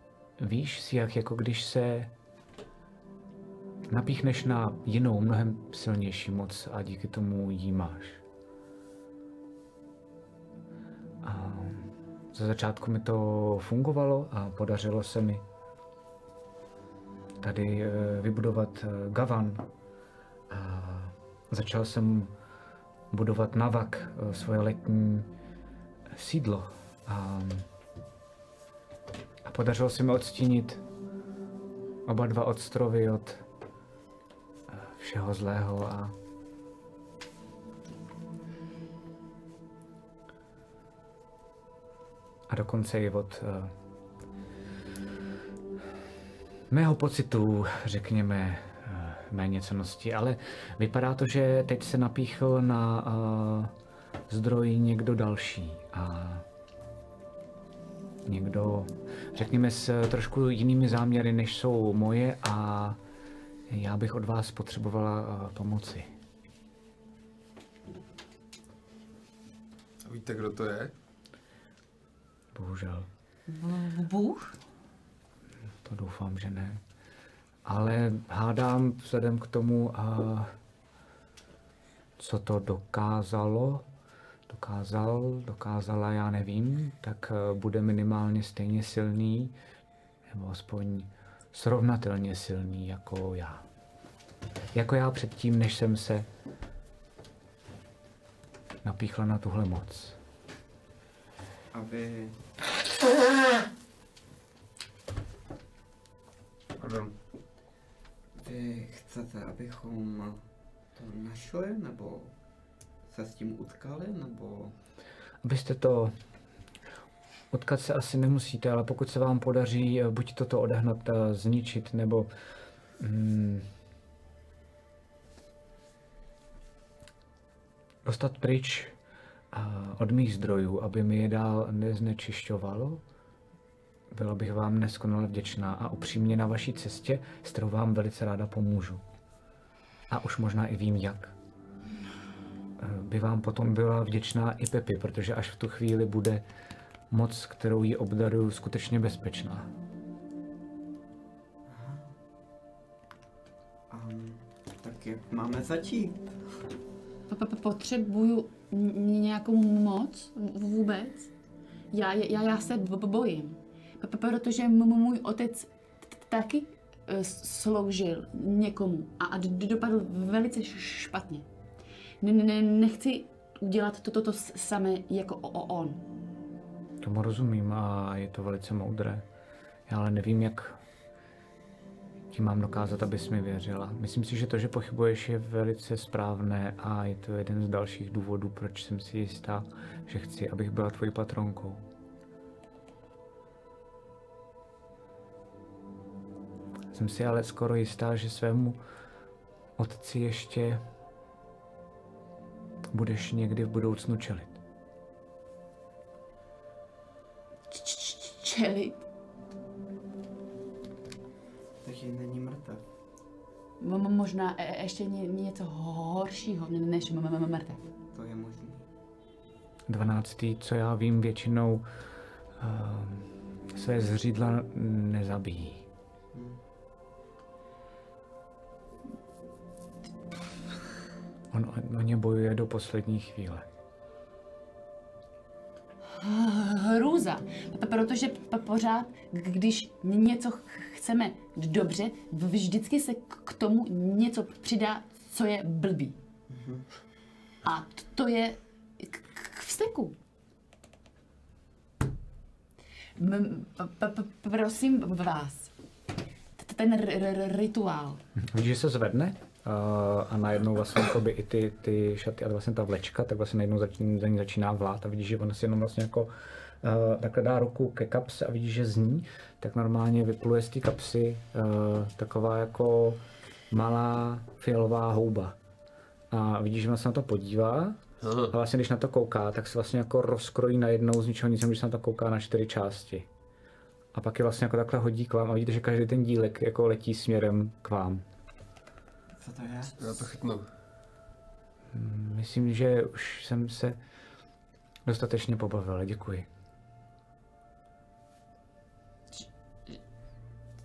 víš si, jak jako když se napíchneš na jinou, mnohem silnější moc a díky tomu jí máš. A za začátku mi to fungovalo a podařilo se mi tady vybudovat Gavan. A začal jsem budovat Navak, svoje letní sídlo. A podařilo se mi odstínit oba dva ostrovy od všeho zlého a dokonce i od mého pocitu, řekněme, méněcennosti, ale vypadá to, že teď se napíchl na zdroj někdo další a někdo, řekněme, s trošku jinými záměry, než jsou moje a já bych od vás potřebovala pomoci. Víte, kdo to je? Bohužel. Bůh? To doufám, že ne. Ale hádám vzhledem k tomu, co to dokázala, já nevím, tak bude minimálně stejně silný, nebo aspoň srovnatelně silný jako já. Jako já předtím, než jsem se napíchla na tuhle moc. A vy... Pardon. Vy chcete, abychom to našli, nebo se s tím utkali, nebo... Abyste to... Utkat se asi nemusíte, ale pokud se vám podaří buď toto odehnat a zničit, nebo... dostat pryč od mých zdrojů, aby mi je dál neznečišťovalo, byla bych vám neskonale vděčná a upřímně na vaší cestě, s kterou vám velice ráda pomůžu. A už možná i vím jak. By vám potom byla vděčná i Pepi, protože až v tu chvíli bude moc, kterou jí obdaruju, skutečně bezpečná. Tak jak máme začít? Potřebuju nějakou moc vůbec? Já se bojím, protože můj otec taky sloužil někomu a dopadl velice špatně. Nechci udělat toto samé jako on. Tomu rozumím a je to velice moudré. Já ale nevím, jak ti mám dokázat, abys mi věřila. Myslím si, že to, že pochybuješ, je velice správné a je to jeden z dalších důvodů, proč jsem si jistá, že chci, abych byla tvojí patronkou. Jsem si ale skoro jistá, že svému otci ještě budeš někdy v budoucnu čelit. Čelit? Takže není mrtev. Možná ještě něco horšího než mrtev. To je možné. 12. co já vím, většinou své zřídla nezabíjí. On o ně bojuje do poslední chvíle. Hrůza, protože pořád, když něco chceme dobře, vždycky se k tomu něco přidá, co je blbý. A to je k vzteku. Prosím vás, ten rituál. Vidíš, že se zvedne a najednou vlastně i ty šaty a vlastně ta vlečka, tak vlastně najednou za ní začíná vlát a vidíš, že ona si jenom vlastně jako takhle dá ruku ke kapse a vidíš, že z ní tak normálně vypluje z té kapsy taková jako malá fialová houba. A vidíš, že ona se na to podívá a vlastně když na to kouká, tak se vlastně jako rozkrojí najednou z ničeho nic, když se na to kouká na 4 části. A pak je vlastně jako takhle hodí k vám a vidíte, že každý ten dílek jako letí směrem k vám. Co to je? Já to chytnu. Myslím, že už jsem se dostatečně pobavil, děkuji.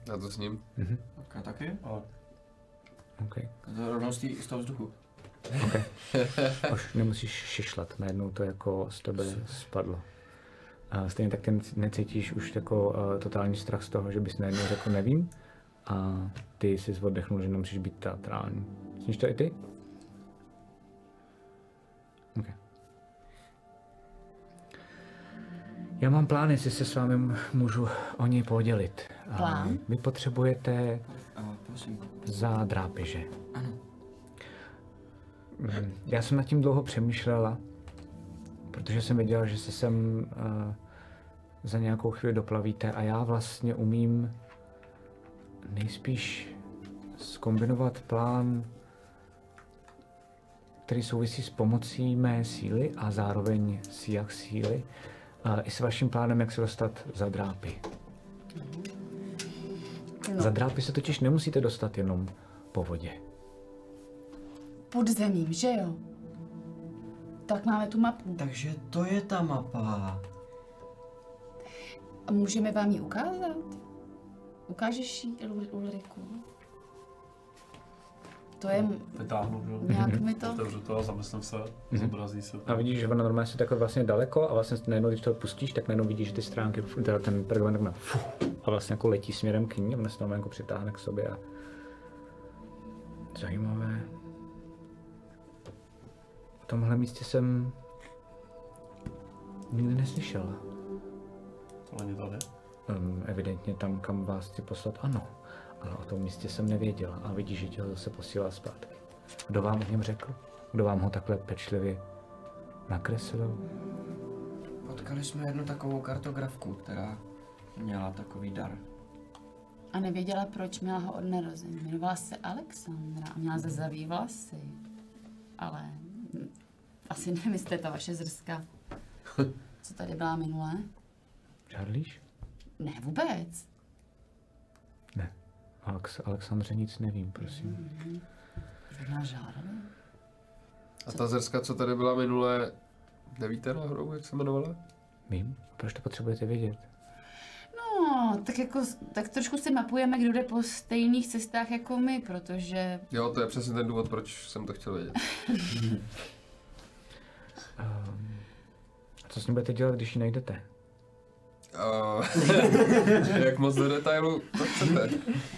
Já to s ním. Tak taky? Okay. To rovnou z toho vzduchu. Okay. Už nemusíš šišlat, najednou to jako z tebe spadlo. A stejně tak ty necítíš už jako totální strach z toho, že bys najednou řekl nevím a ty jsi oddechnul, že nemusíš být teatrální. Sníš to i ty? Okay. Já mám plán, jestli se s vámi můžu o něj podělit. Plán? Vy potřebujete prosím. za drápeže. Ano. Já jsem nad tím dlouho přemýšlela, protože jsem věděla, že se sem za nějakou chvíli doplavíte a já vlastně umím nejspíš zkombinovat plán, který souvisí s pomocí mé síly a zároveň s jak síly, i s vaším plánem, jak se dostat za drápy. No. Za drápy se totiž nemusíte dostat jenom po vodě. Pod zemím, že jo? Tak máme tu mapu. Takže to je ta mapa. A můžeme vám ji ukázat? Ukážeš ji, Ulriku? To je... Vytáhnu, že jo? Nějak mi to... Otevřu to a zamyslím se, zobrazí se to. A vidíš, že ona normálně se takhle vlastně daleko a vlastně najednou, když to pustíš, tak najednou vidíš, že ty stránky, teda ten pergament takhle a vlastně jako letí směrem k ní a ona se normálně jako přitáhne k sobě a... Zajímavé. V tomhle místě jsem nikdy neslyšela. To není tady? Evidentně tam, kam vás chci poslat, ano. Ale o tom místě jsem nevěděla a vidíš, že tě ho zase posílá zpátky. Kdo vám o něm řekl? Kdo vám ho takhle pečlivě nakreslil? Potkali jsme jednu takovou kartografku, která měla takový dar. A nevěděla, proč měla ho od narození. Jmenovala se Alexandra a měla zazavý vlasy. Ale asi nemyslíte ta vaše zrska. Co tady byla minulé? Žádlíš? Ne, vůbec. Ne. Alexandře nic nevím, prosím. Už bych nás žádali. A ta zrska, co tady byla minule, nevíte náhodou, jak se jmenovala? Vím. Proč to potřebujete vědět? No, tak trošku si mapujeme, kdo jde po stejných cestách jako my, protože... Jo, to je přesně ten důvod, proč jsem to chtěl vědět. A co s ní budete dělat, když ji najdete? Jak moc do detailu to chcete?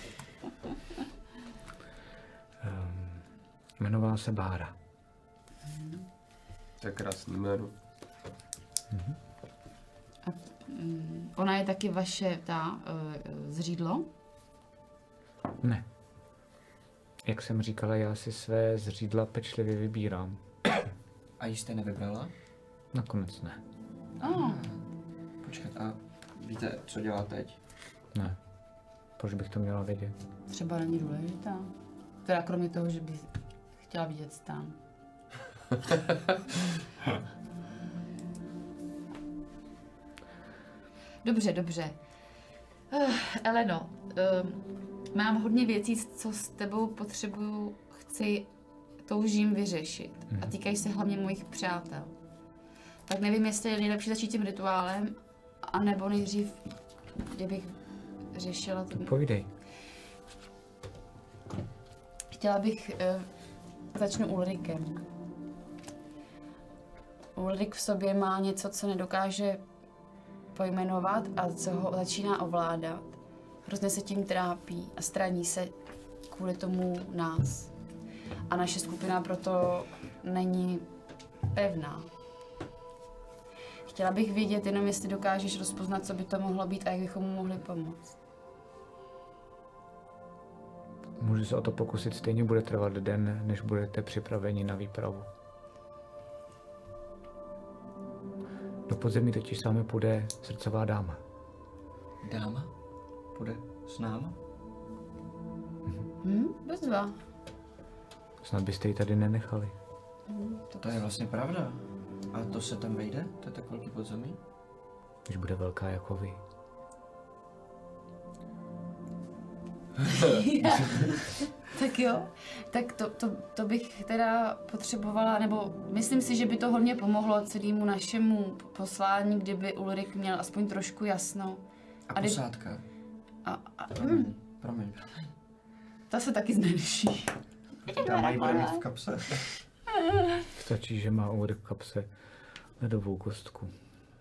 Jmenovala se Bára. To je krásný jméno. Ona je taky vaše zřídlo? Ne. Jak jsem říkala, já si své zřídla pečlivě vybírám. A jí jste nevybrala? Nakonec ne. Počkat, a víte, co dělá teď? Ne. Proč bych to měla vědět? Třeba není důležitá. Teda kromě toho, že bych chtěla vidět stán. Dobře. Eleno, mám hodně věcí, co s tebou potřebuju, toužím vyřešit. A týkají se hlavně mojich přátel. Tak nevím, jestli je nejlepší začít tím rituálem, anebo nejdřív, kdybych řešila to. Povídej. Chtěla bych, začnu Ulrikem. Ulrik v sobě má něco, co nedokáže pojmenovat a co ho začíná ovládat. Hrozně se tím trápí a straní se kvůli tomu nás. A naše skupina proto není pevná. Chtěla bych vědět jenom, jestli dokážeš rozpoznat, co by to mohlo být a jak bychom mu mohli pomoct. Můžu se o to pokusit, stejně bude trvat den, než budete připraveni na výpravu. Do podzemí totiž s vámi půjde srdcová dáma. Dáma? Půjde s náma? Bezva. Snad byste ji tady nenechali. To je vlastně pravda. A to se tam vejde? To je tak velký podzemí? Když bude velká jako vy. Tak jo, tak to bych teda potřebovala, nebo myslím si, že by to hodně pomohlo celému našemu poslání, kdyby Ulrik měl aspoň trošku jasno. A posádka? Promiň. Ta se taky zneliší. Ta mají bude mít v kapse. Stačí, že má Ulrik v kapse ledovou kostku.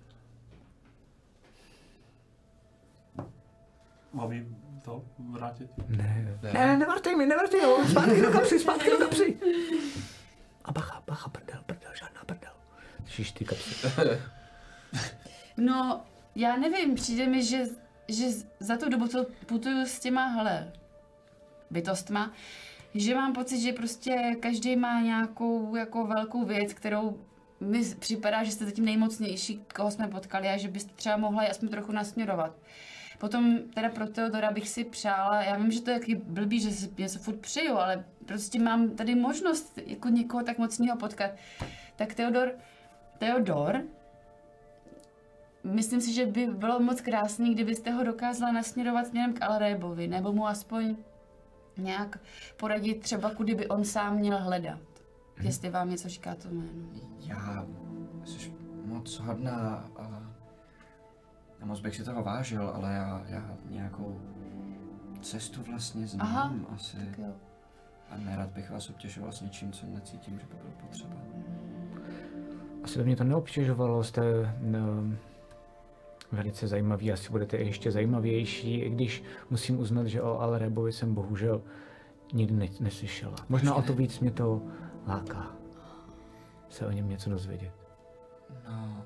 Mám jí to vrátit? Ne, nevrtej ho, zpátky do kapsy. A bacha, prdel, žádná prdel. Slyšíš ty kapsy. No, já nevím, přijde mi, že za tu dobu, co putuju s těma, bytostma, že mám pocit, že prostě každý má nějakou jako velkou věc, kterou mi připadá, že jste zatím nejmocnější, koho jsme potkali a že byste třeba mohla aspoň trochu nasměrovat. Potom teda pro Teodora bych si přála, já vím, že to je taky blbý, že si něco furt přeju, ale prostě mám tady možnost jako někoho tak mocného potkat. Tak Teodor, myslím si, že by bylo moc krásný, kdybyste ho dokázala nasměrovat směrem k Alrébovi, nebo mu aspoň nějak poradit třeba, kudy by on sám měl hledat. Jestli vám něco říká to jméno. Já jsi moc hodná a moc bych si toho vážil, ale já nějakou cestu vlastně znám asi. Tak jo. A nerad bych vás obtěžoval s něčím, co necítím, že by bylo potřeba. Asi by mě to neobtěžovalo, jste velice zajímavý, asi budete ještě zajímavější, i když musím uznat, že o Alrébovi jsem bohužel nikdy neslyšela. Možná o to víc mě to láká se o něm něco dozvědět. No,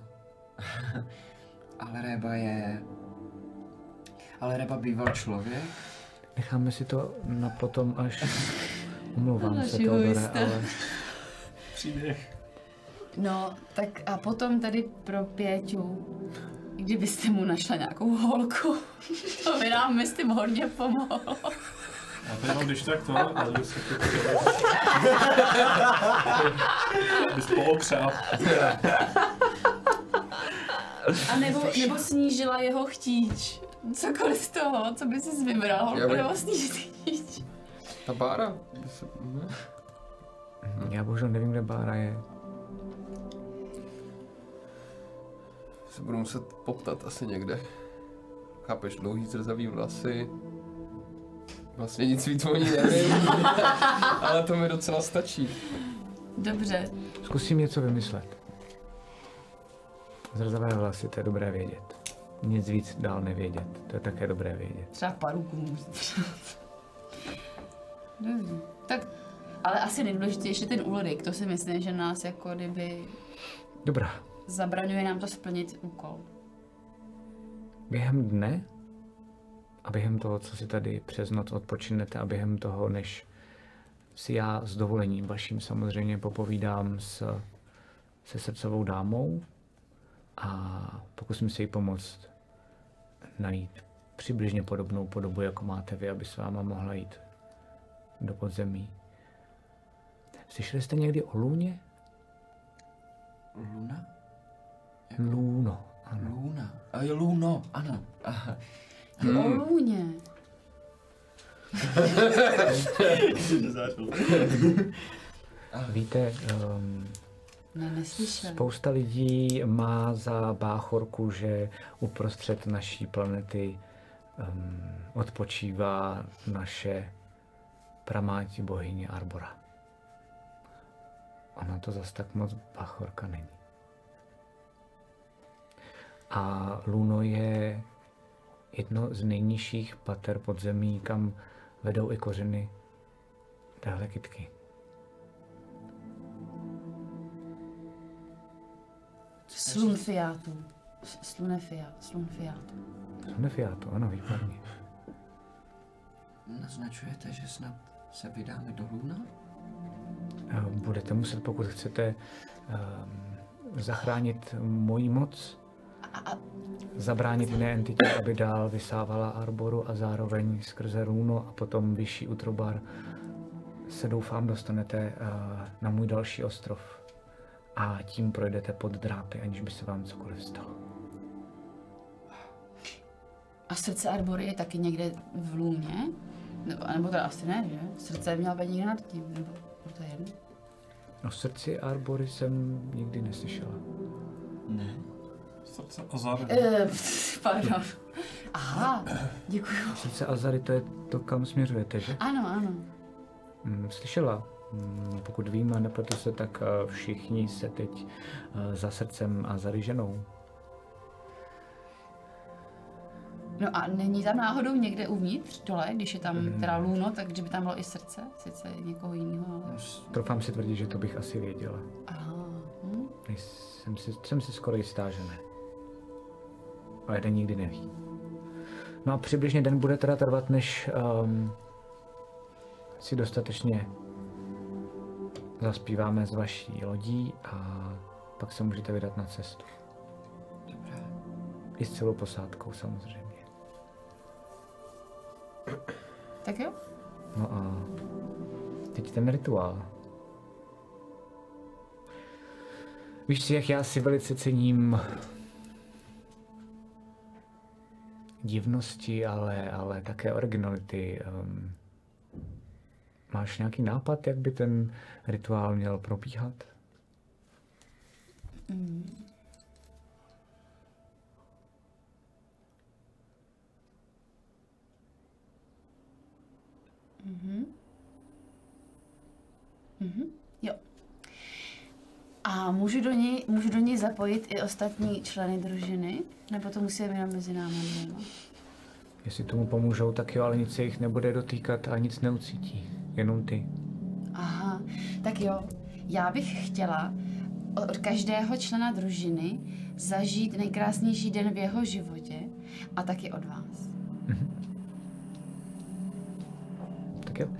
Alréba býval člověk? Necháme si to na potom, až omlouvám se, Teodore, ale... Příběh. No, tak a potom tady pro Pěťu, kdybyste mu našla nějakou holku, to by nám myslím hodně pomohlo. Já to jenom když tak to, ale bys to bys poopřel. A nebo snížila jeho chtíč. Cokoliv z toho, co by si vybral, holku nebo snížit chtíč. Ta Bára? Já bohužel nevím, kde Bára je. Se budu muset poptat asi někde. Chápeš, dlouhý zrzavý vlasy. Vlastně nic víc o ní nevím, ale to mi docela stačí. Dobře. Zkusím něco vymyslet. Zrzavé vlasy, to je dobré vědět. Nic víc dál nevědět, to je také dobré vědět. Třeba paruku můžete. Dobře. Tak, ale asi nejdůležitější je ten Ulrik, to si myslím, že nás jako kdyby... Dobrá. Zabraňuje nám to splnit úkol. Během dne a během toho, co si tady přes noc odpočinete a během toho, než si já s dovolením vaším samozřejmě popovídám se srdcovou dámou a pokusím se jí pomoct najít přibližně podobnou podobu, jako máte vy, aby s váma mohla jít do podzemí. Slyšeli jste někdy o Lůně? Luna? Luno, ano. Luna. A jo, Luno, ano. Aha. O Lůně. Víte, spousta lidí má za báchorku, že uprostřed naší planety odpočívá naše pramáti bohyně Arbora. Ona to zas tak moc báchorka není. A Luno je jedno z nejnižších pater podzemí, kam vedou i kořeny téhle kytky. Slunfiátu. Slunfiátu, ano, výborně. Naznačujete, že snad se vydáme do Luna? Budete muset, pokud chcete zachránit moji moc, zabránit jiné entitě, aby dál vysávala Arboru a zároveň skrze Luno a potom vyšší Utrobar se doufám dostanete na můj další ostrov a tím projdete pod drápy, aniž by se vám cokoliv stalo. A srdce Arbory je taky někde v Lůně? Nebo to asi ne, že? Srdce měla být někde nad tím, nebo to je jedno? O srdci Arbory jsem nikdy neslyšela. Ne. Srdce Azary. Pardon. Aha, děkuji. Srdce Azary, to je to, kam směřujete, že? Ano. Slyšela. Pokud vím a nepletu se, tak všichni se teď za srdcem Azary ženou. No a není tam náhodou někde uvnitř, dole, když je tam teda lůno, tak že by tam bylo i srdce, sice někoho jiného, ale... Trofám si tvrdit, že to bych asi věděla. Aha. Jsem si skoro jistá, že ne. Ale jeden nikdy neví. No a přibližně den bude teda trvat, než si dostatečně zaspíváme z vaší lodí a pak se můžete vydat na cestu. Dobré. I s celou posádkou samozřejmě. Tak jo. No a teď ten rituál. Víš si, jak já si velice cením divnosti, ale také originality. Máš nějaký nápad, jak by ten rituál měl probíhat? Jo. A můžu do něj zapojit i ostatní členy družiny? Nebo to musí být jenom mezi námi dvěma? Jestli tomu pomůžou, tak jo, ale nic se jich nebude dotýkat a nic neucítí. Jenom ty. Aha, tak jo. Já bych chtěla od každého člena družiny zažít nejkrásnější den v jeho životě a taky od vás. Tak jo.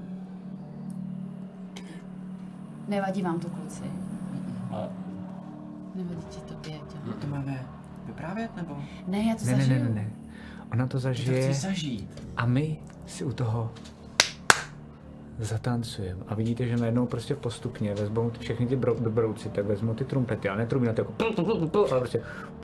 Nevadí vám to, kluci? A Nevadí ti to, Pěťo? To máme vyprávět, nebo? Ne, já to zažiju. Ne. Ona to Ty to zažije chceš zažít. a my si u toho zatancujeme. A vidíte, že najednou prostě postupně vezmou všechny ty brouci, tak vezmou ty trumpety, ale ne trumpety jako ale prostě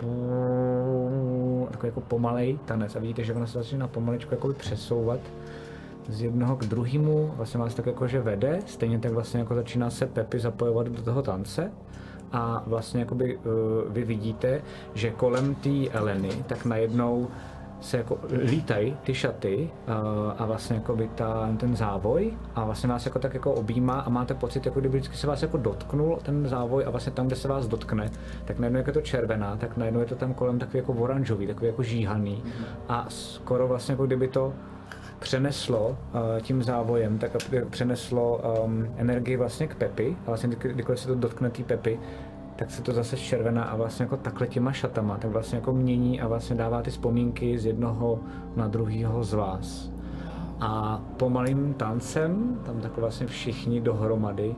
takový jako pomalej tanec. A vidíte, že ona se začíná pomaličku jakoby přesouvat z jednoho k druhému, vlastně vás tak jakože vede, stejně tak vlastně jako začíná se Pepi zapojovat do toho tance. A vlastně jakoby vy vidíte, že kolem té Eleny tak najednou se jako lítají ty šaty a vlastně jakoby ten závoj a vlastně vás jako tak jako objímá a máte pocit, jako kdyby vždycky se vás jako dotknul ten závoj a vlastně tam, kde se vás dotkne, tak najednou jak je to červená, tak najednou je to tam kolem takový jako oranžový, takový jako žíhaný a skoro vlastně jako kdyby to přeneslo tím závojem, tak přeneslo energii vlastně k Pepi a vlastně kdykoliv se to dotkne té Pepi, tak se to zase červená a vlastně jako takhle těma šatama, tak vlastně jako mění a vlastně dává ty vzpomínky z jednoho na druhýho z vás. A pomalým tancem, tam takhle vlastně všichni dohromady,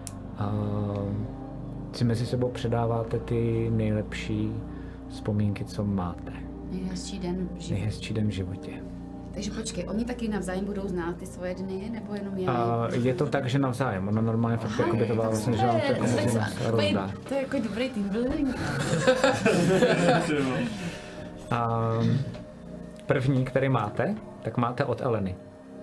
si mezi sebou předáváte ty nejlepší vzpomínky, co máte. Nejhezčí den v životě. Nejhezčí den v životě. Takže počkej, oni taky navzájem budou znát ty svoje dny, nebo jenom já? Je to tak, že navzájem, ono normálně fakt jako by to bylo vlastně, že vám to jako mezi nás rozdá. To je jako dobrý team building. První, který máte, tak máte od Eleny.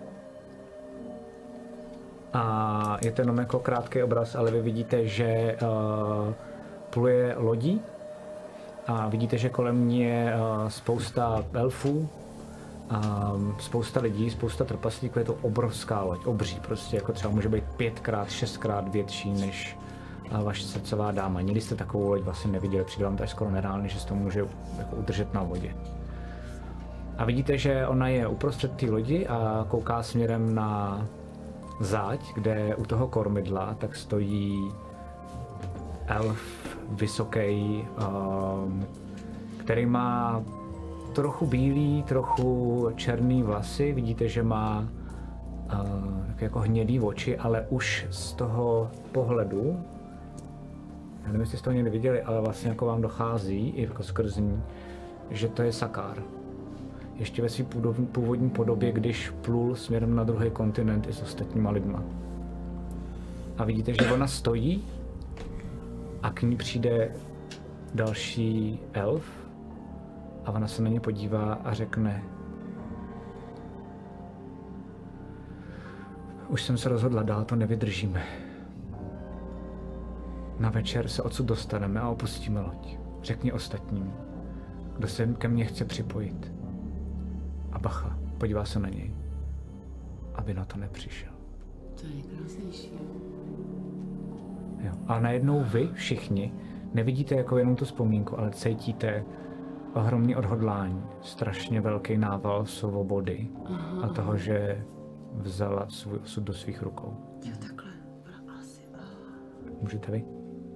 A je to jenom jako krátký obraz, ale vy vidíte, že pluje lodí a vidíte, že kolem ní je spousta elfů, spousta lidí, spousta trpaslíků, je to obrovská loď, obří, prostě jako třeba může být 5x, 6x větší než vaše srdcová dáma. Nikdy jste takovou loď vlastně neviděli, přijde vám to až skoro nereálně, že se to může jako udržet na vodě. A vidíte, že ona je uprostřed té lodi a kouká směrem na záď, kde u toho kormidla tak stojí elf vysoký, který má trochu bílý, trochu černý vlasy. Vidíte, že má jako hnědý oči, ale už z toho pohledu, já nevím, jestli jste to někdy viděli, ale vlastně jako vám dochází i jako skrz ní, že to je Sakár. Ještě ve své původní podobě, když plul směrem na druhý kontinent i s ostatníma lidma. A vidíte, že ona stojí a k ní přijde další elf a ona se na ně podívá a řekne: už jsem se rozhodla, dál to nevydržíme. Na večer se odsud dostaneme a opustíme loď. řekni ostatním, kdo se ke mně chce připojit. A bacha, podívá se na něj, aby na to nepřišel. To je nejkrásnější. Jo. A najednou vy všichni nevidíte jako jenom tu vzpomínku, ale cítíte ohromný odhodlání, strašně velký nával svobody a toho, že vzala svůj osud do svých rukou. Jo, takhle. Asi. Můžete vy?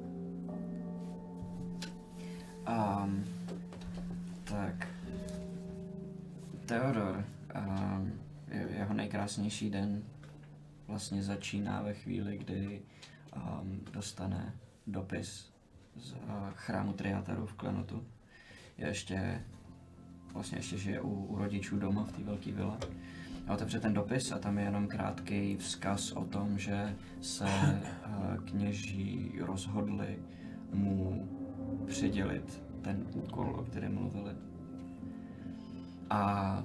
Tak. Theodor, jeho nejkrásnější den vlastně začíná ve chvíli, kdy dostane dopis z chrámu Triataru v Klenotu. Je ještě žije u rodičů doma v té velké vile. A otevře ten dopis a tam je jenom krátký vzkaz o tom, že se kněží rozhodli mu přidělit ten úkol, o kterém mluvili. A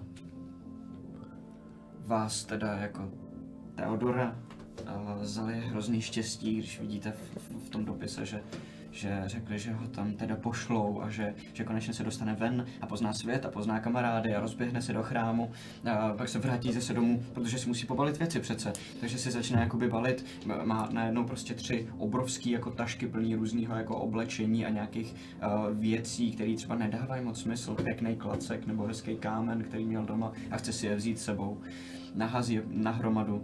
vás teda jako Theodora zalije hrozný štěstí, když vidíte v tom dopise, že řekli, že ho tam teda pošlou a že konečně se dostane ven a pozná svět a pozná kamarády a rozběhne se do chrámu a pak se vrátí zase domů, protože si musí pobalit věci přece. Takže si začne jakoby balit, má najednou prostě 3 obrovský jako tašky plný různýho jako oblečení a nějakých věcí, které třeba nedávají moc smysl, pěkný klacek nebo hezký kámen, který měl doma a chce si je vzít s sebou. Nahází je na hromadu.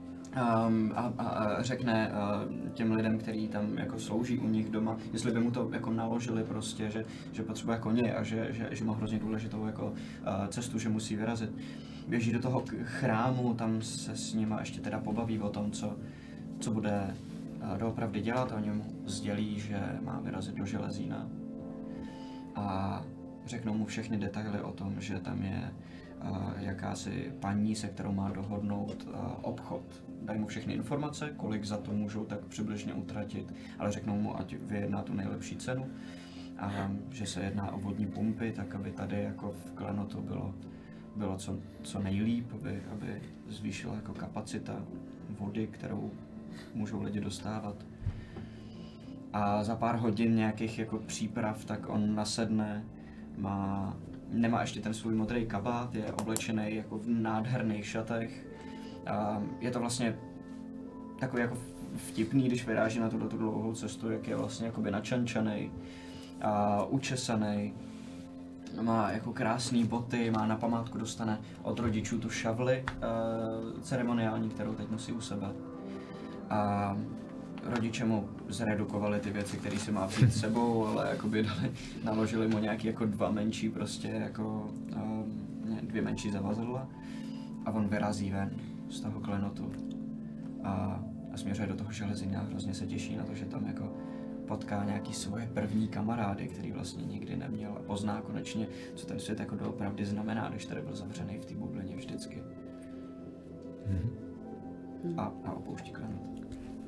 A řekne těm lidem, kteří tam jako slouží u nich doma, jestli by mu to jako naložili prostě, že potřebuje koně a že má hrozně důležitou jako cestu, že musí vyrazit. Běží do toho chrámu, tam se s nima ještě teda pobaví o tom, co bude doopravdy dělat a oni mu sdělí, že má vyrazit do Železína. A řeknou mu všechny detaily o tom, že tam je jakási paní, se kterou má dohodnout obchod. Dají mu všechny informace, kolik za to můžou tak přibližně utratit, ale řeknou mu, ať vyjedná tu nejlepší cenu a že se jedná o vodní pumpy, tak aby tady jako v Klenotu bylo co nejlíp, aby zvýšila jako kapacita vody, kterou můžou lidi dostávat. A za pár hodin nějakých jako příprav, tak on nasedne, nemá ještě ten svůj modrý kabát, je oblečený jako v nádherných šatech. Je to vlastně takový jako vtipný, když vyráží na tu dlouhou cestu, jak je vlastně jakoby načančanej a učesanej. Má jako krásné boty, má na památku, dostane od rodičů tu šavli ceremoniální, kterou teď nosí u sebe. A rodiče mu zredukovali ty věci, které si má vzít s sebou, ale jakoby naložili mu nějaký jako 2 menší prostě jako 2 menší zavazadla a on vyrazí ven z toho Klenotu a směřuje do toho Železína. Hrozně se těší na to, že tam jako potká nějaký svoje první kamarády, který vlastně nikdy neměl a pozná konečně, co ten svět jako doopravdy znamená, když tady byl zavřený v té bublině vždycky. A opouští Klenot.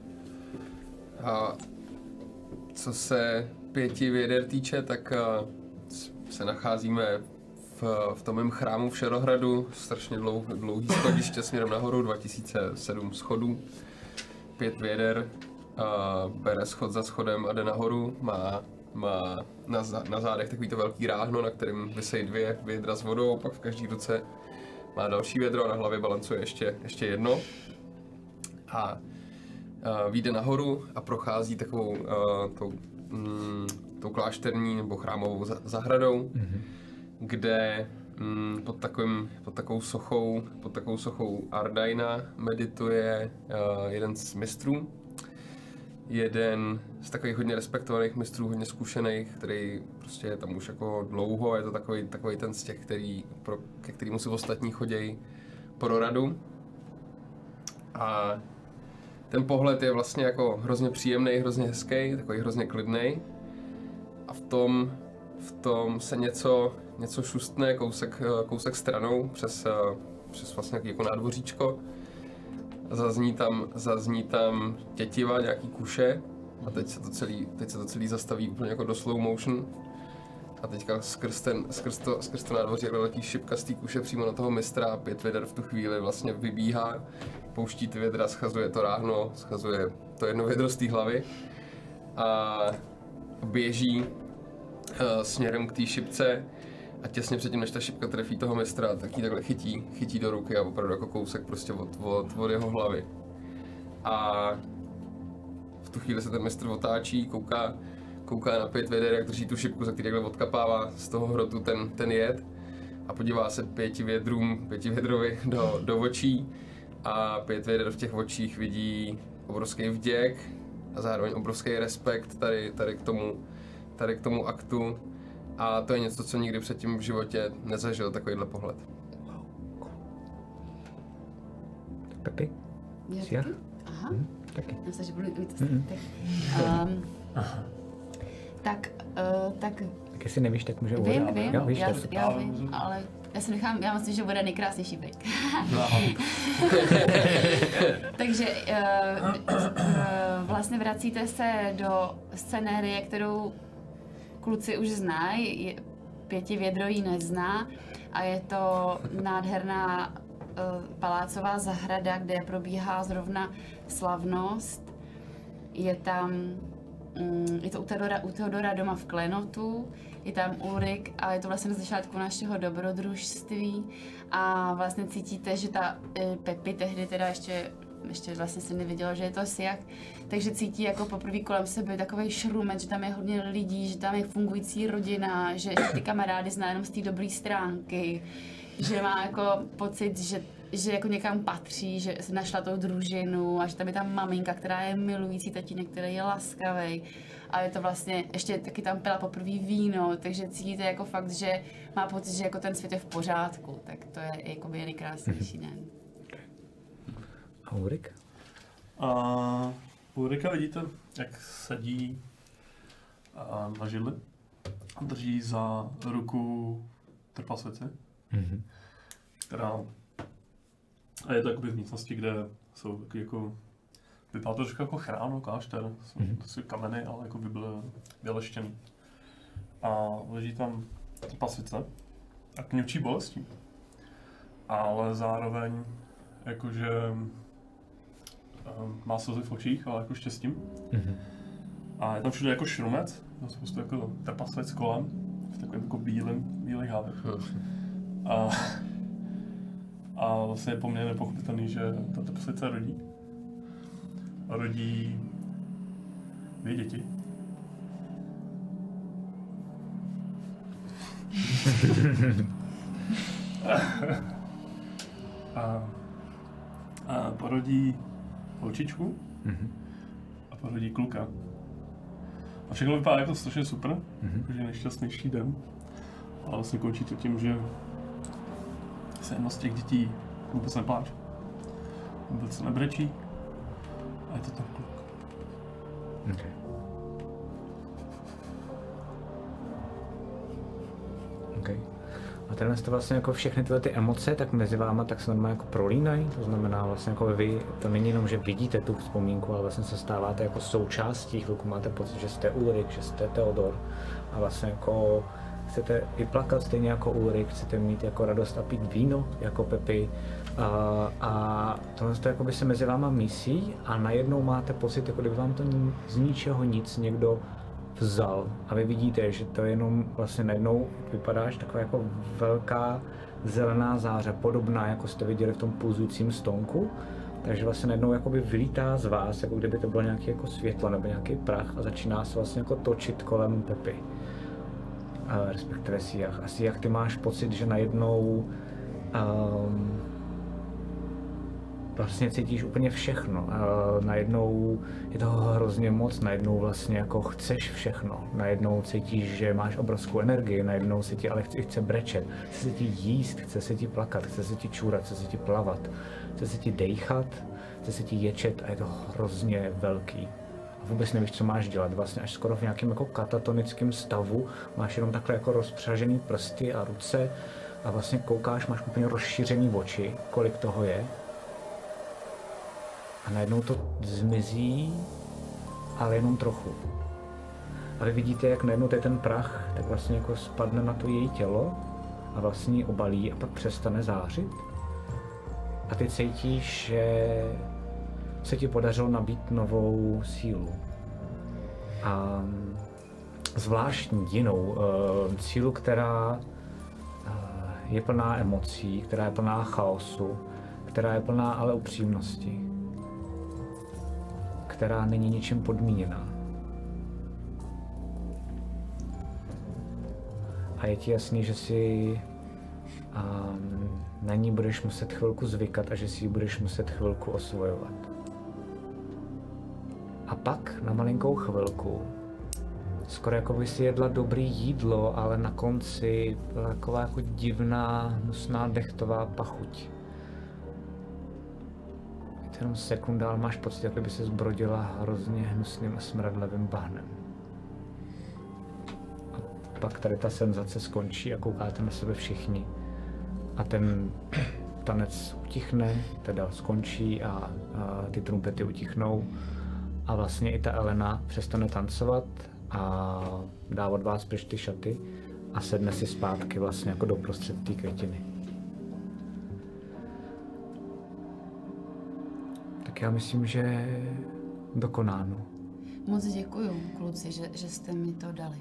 A co se 5 věder týče, tak se nacházíme v tom mém chrámu v Šerohradu, strašně dlouhý schodiště směrem nahoru, 2007 schodů, 5 věder, bere schod za schodem a jde nahoru, má na zádech takovýto velký ráhno, na kterém visejí 2 vědra s vodou, pak v každý ruce má další vědro a na hlavě balancuje ještě jedno. A vyjde nahoru a prochází takovou tou klášterní nebo chrámovou zahradou, kde pod takovou sochou Ardaina medituje jeden z mistrů. Jeden z takových hodně respektovaných mistrů, hodně zkušených, který prostě je tam už jako dlouho, je to takový ten z těch, ke kterému si ostatní chodějí pro radu. A ten pohled je vlastně jako hrozně příjemný, hrozně hezký, takový hrozně klidný. A v tom se něco šustne kousek stranou přes vlastně jako nádvoříčko. Zazní tam tětiva, nějaký kuše a teď se to celý zastaví úplně jako do slow motion. A teďka skrz to nádvoří letí šipka z té kuše přímo na toho mistra a 5 věder v tu chvíli vlastně vybíhá, pouští ty vědra, schazuje to ráhno, schazuje to jedno vědro z té hlavy a běží směrem k té šipce a těsně předtím, než ta šipka trefí toho mistra, tak ji takhle chytí do ruky a opravdu jako kousek prostě od jeho hlavy. A v tu chvíli se ten mistr otáčí, kouká na 5 věder, jak drží tu šipku, za který takhle odkapává z toho hrotu ten jed a podívá se 5 vědrovi do očí a 5 věder v těch očích vidí obrovský vděk a zároveň obrovský respekt tady k tomu aktu a to je něco, co nikdy předtím v životě nezažil, takovýhle pohled. Pepi? Já taky? Aha. Taky. Já myslím, že budu mít tak. Tak jestli nevíš, tak může voda. Vím, jo, víš, já vím, ale já myslím, že voda je nejkrásnější byk. Takže vlastně vracíte se do scenérie, kterou kluci už znají, 5 vědro ji nezná a je to nádherná palácová zahrada, kde probíhá zrovna slavnost. Je to u Teodora doma v klenotu, je tam Ulrik a je to vlastně na začátku našeho dobrodružství a vlastně cítíte, že ta Pepi tehdy teda ještě vlastně se nevědělo, že je to Siak, takže cítí jako poprvé kolem sebe takový šrumet, že tam je hodně lidí, že tam je fungující rodina, že ty kamarády zná jenom z té dobré stránky, že má jako pocit, že jako někam patří, že se našla tou družinu a že tam je ta maminka, která je milující, tatínek, který je laskavý. A je to vlastně, ještě taky tam pila poprvé víno, takže cítíte jako fakt, že má pocit, že jako ten svět je v pořádku, tak to je jako by nejkrásnější, ne? A Ulrik? A Ulrika vidíte, jak sedí na židli a drží za ruku trpaslici, která a je to jakoby v místnosti, kde jsou taky jako, vypadá to trošku jako chrám, klášter, jsou kameny, ale jako by byly vyleštěný. A leží tam trpaslice a kňučí bolestí, ale zároveň jakože má slzy v očích, ale jako štěstím. A je tam všude jako šrumet, spoustu jako trpaslic kolem, v takovém jako bílých hávech. A vlastně je poměrně nepochopitelný, že ta trpaslice rodí. A rodí 2 děti. a porodí holčičku a porodí kluka. A všechno vypadá jako strašně super, že je nejšťastnější den. Ale vlastně končí to tím, že se jedna z těch dětí vůbec nepláče. Vůbec se nebrečí. A je to ten kluk. Okay. Okay. A tenhle to vlastně jako všechny tyhle ty emoce, tak mezi váma tak se normálně jako prolínají, to znamená vlastně jako vy, to není jenom, že vidíte tu vzpomínku, ale vlastně se stáváte jako součástí, chvilku máte pocit, že jste Ulrik, že jste Teodor a vlastně jako chcete i plakat stejně jako Ulrik, chcete mít jako radost a pít víno jako Pepi a tohle to jako by se mezi váma mísí a najednou máte pocit, jako kdyby vám to z ničeho nic někdo vzal a vy vidíte, že to jenom vlastně najednou vypadáš taková jako velká zelená záře, podobná jako jste viděli v tom pulzujícím stonku, takže vlastně najednou jakoby vylítá z vás, jako kdyby to bylo nějaké jako světlo nebo nějaký prach a začíná se vlastně jako točit kolem Pepi. Respektive Siak. Asi jak ty máš pocit, že najednou vlastně cítíš úplně všechno. Najednou je toho hrozně moc, najednou vlastně jako chceš všechno. Najednou cítíš, že máš obrovskou energii, najednou se ti ale chce brečet, chce se ti jíst, chce se ti plakat, chce se ti čůrat, chce se ti plavat, chce se ti dejchat, chce se ti ječet a je to hrozně velký. Vůbec nevíš, co máš dělat, vlastně až skoro v nějakém jako katatonickém stavu, máš jenom takhle jako rozpřažený prsty a ruce a vlastně koukáš, máš úplně rozšířený oči, kolik toho je. A najednou to zmizí, ale jenom trochu. A vy vidíte, jak najednou ten prach tak vlastně jako spadne na to její tělo a vlastně ji obalí a pak přestane zářit. A ty cítíš, že se ti podařilo nabít novou sílu. A zvláštní, jinou sílu, která je plná emocí, která je plná chaosu, která je plná ale upřímnosti, která není ničím podmíněná. A je ti jasný, že si na ní budeš muset chvilku zvykat a že si ji budeš muset chvilku osvojovat. A pak na malinkou chvilku, skoro jako by si jedla dobrý jídlo, ale na konci byla taková jako divná, hnusná dechtová pachuť. Je to jenom sekunda, ale máš pocit, jako by se zbrodila hrozně hnusným a smradlavým bahnem. A pak tady ta senzace skončí a koukáte na sebe všichni. A ten tanec utichne, teda skončí a ty trumpety utichnou. A vlastně i ta Elena přestane tancovat a dá od vás pryč ty šaty a sedne si zpátky vlastně jako doprostřed té květiny. Tak já myslím, že dokonáno. Moc děkuju, kluci, že jste mi to dali.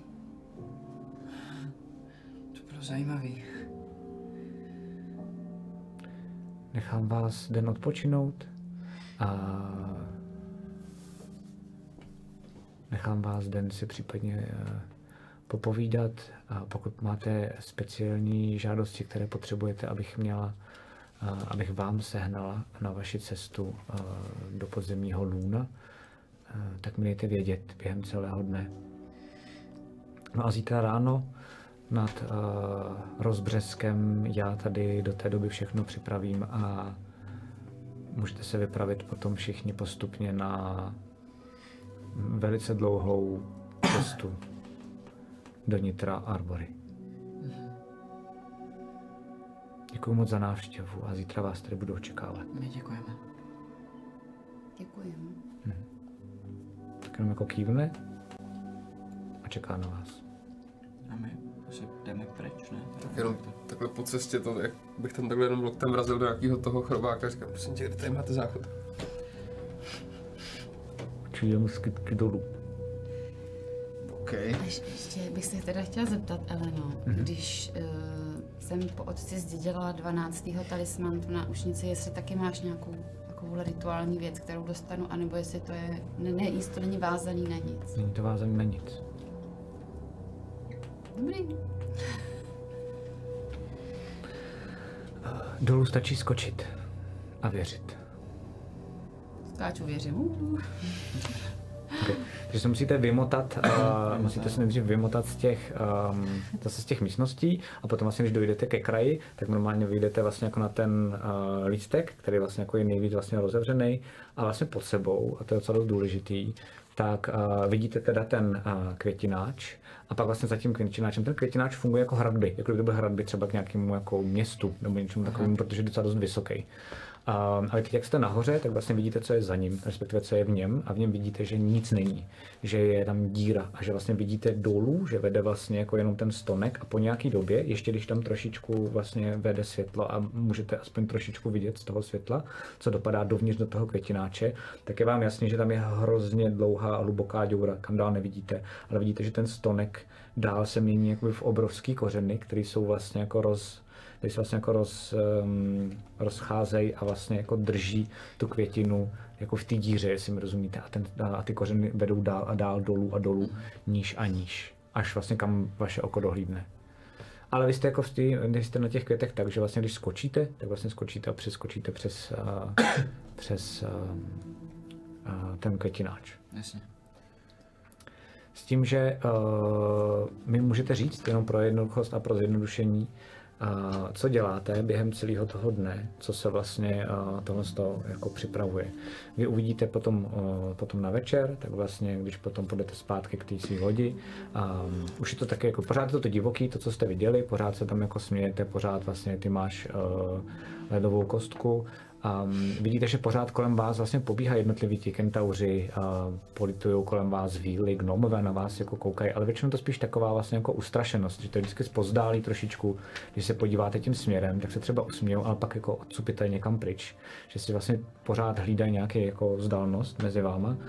To bylo zajímavý. Nechám vás den odpočinout a nechám vás den si případně popovídat a pokud máte speciální žádosti, které potřebujete, abych vám sehnala na vaši cestu do podzemního lůna, tak mi dejte vědět během celého dne. No a zítra ráno nad rozbřeskem já tady do té doby všechno připravím a můžete se vypravit potom všichni postupně na velice dlouhou cestu do nitra Arbory. Děkuji moc za návštěvu a zítra vás tady budu očekávat. My děkujeme. Děkujeme. Tak jenom jako kývne a čeká na vás. A my asi jdeme pryč, ne? Tak jenom takhle po cestě, to, jak bych tam takhle jenom loktem vrazil do nějakého toho chrobáka a říkám, prosím tě, kde tady máte záchod? Čijdeme skytky dolů. OK. Ještě bych se teda chtěla zeptat, Eleno, když jsem po otci zdědila 12. talisman v náušnici, jestli taky máš nějakou takovou rituální věc, kterou dostanu, anebo jestli to je, jestli to není vázaný na nic. Není to vázaný na nic. Dobrý. Dolů stačí skočit a věřit. Skáču, věřím. Okay. Takže se musíte vymotat, musíte se nejdřív vymotat zase z těch místností a potom vlastně, když dojdete ke kraji, tak normálně vyjdete vlastně jako na ten lístek, který vlastně jako je nejvíc vlastně rozevřený a vlastně pod sebou, a to je docela dost důležitý, tak vidíte teda ten květináč a pak vlastně za tím květináčem, ten květináč funguje jako hradby, jako kdyby to byly hradby třeba k nějakému jako městu nebo něčemu takovému, protože je docela dost vysoký. Ale teď, jak jste nahoře, tak vlastně vidíte, co je za ním, respektive co je v něm a v něm vidíte, že nic není, že je tam díra a že vlastně vidíte dolů, že vede vlastně jako jenom ten stonek a po nějaký době, ještě když tam trošičku vlastně vede světlo a můžete aspoň trošičku vidět z toho světla, co dopadá dovnitř do toho květináče, tak je vám jasný, že tam je hrozně dlouhá a hluboká děura, kam dál nevidíte, ale vidíte, že ten stonek dál se mění jakoby v obrovský kořeny, které jsou vlastně jako tady se vlastně jako rozcházejí a vlastně jako drží tu květinu jako v té díře, jestli mi rozumíte. A ty kořeny vedou dál a dál, dolů a dolů, níž a níž, až vlastně kam vaše oko dohlídne. Ale vy jste jako když jste na těch květech tak, že vlastně když skočíte, tak vlastně skočíte a přeskočíte přes ten květináč. Jasně. S tím, že mi můžete říct jenom pro jednoduchost a pro zjednodušení, co děláte během celého toho dne, co se vlastně tohle jako připravuje. Vy uvidíte potom na večer, tak vlastně, když potom půjdete zpátky k té své lodi, už je to taky jako, pořád je to divoký, to, co jste viděli, pořád se tam jako smějete, pořád vlastně ty máš ledovou kostku. Vidíte, že pořád kolem vás vlastně pobíhají jednotliví ti kentauři, politují kolem vás víly, gnomové na vás jako koukají, ale většinou to spíš taková vlastně jako ustrašenost, že to je vždycky zpozdálí trošičku, když se podíváte tím směrem, tak se třeba usmějou, ale pak jako odsupíte někam pryč, že si vlastně pořád hlídají nějaký jako vzdálenost mezi váma.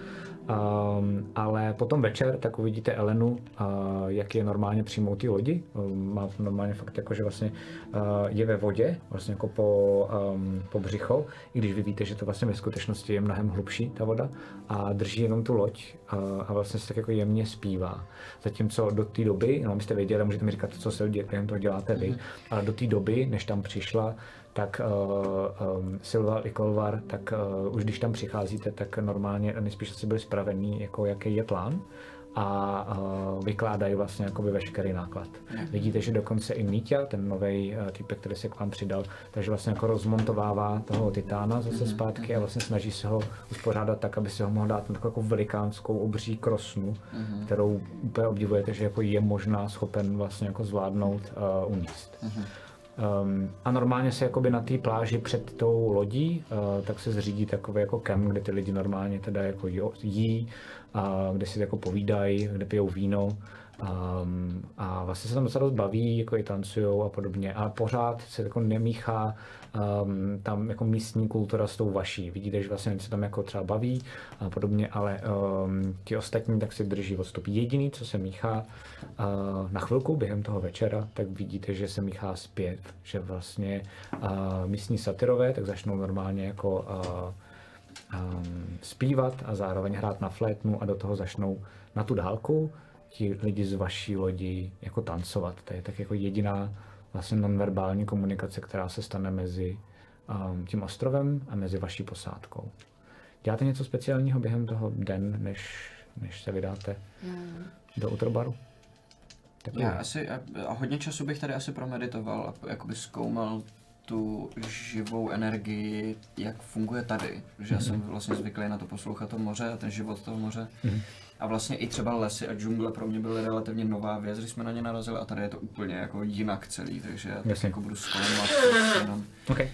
Ale potom večer tak uvidíte Elenu, jak je normálně přímo u té lodi. Má normálně fakt jako, že vlastně je ve vodě, vlastně jako po břicho, i když vy víte, že to vlastně ve skutečnosti je mnohem hlubší ta voda a drží jenom tu loď a vlastně se tak jako jemně zpívá. Zatímco do té doby, no abyste věděli, můžete mi říkat, co se během toho děláte vy, ale do té doby, než tam přišla, tak Silva i Kolvar, tak už když tam přicházíte, tak normálně nejspíš asi byli spravený, jako jaký je plán a vykládají vlastně jakoby veškerý náklad. Vidíte, že dokonce i Míťa, ten nový typek, který se k vám přidal, takže vlastně jako rozmontovává toho titána zase zpátky a vlastně snaží se ho uspořádat tak, aby si ho mohl dát na takovou velikánskou obří krosnu, kterou úplně obdivujete, že jako je možná schopen vlastně jako zvládnout uníst. A normálně se jakoby na té pláži před tou lodí, tak se zřídí takový jako kemp, kde ty lidi normálně teda jako jí, kde si jako povídají, kde pijou víno a vlastně se tam docela dost baví, jako i tancujou a podobně, ale pořád se jako nemíchá tam jako místní kultura s tou vaší. Vidíte, že vlastně se tam jako třeba baví a podobně, ale ti ostatní tak si drží odstup. Jediný, co se míchá na chvilku během toho večera, tak vidíte, že se míchá zpěv, že vlastně místní satyrové tak začnou normálně jako zpívat a zároveň hrát na flétnu a do toho začnou na tu dálku ti lidi z vaší lodi jako tancovat. To je tak jako jediná vlastně nonverbální komunikace, která se stane mezi tím ostrovem a mezi vaší posádkou. Děláte něco speciálního během toho den, než se vydáte do Utrobaru? Já asi, a hodně času bych tady asi promeditoval a jakoby zkoumal tu živou energii, jak funguje tady. Protože já jsem vlastně zvyklý na to poslouchat to moře a ten život toho moře. A vlastně i třeba lesy a džungle pro mě byly relativně nová věc, když jsme na ně narazili a tady je to úplně jako jinak celý, takže já tak jako budu zkoumat. Okay.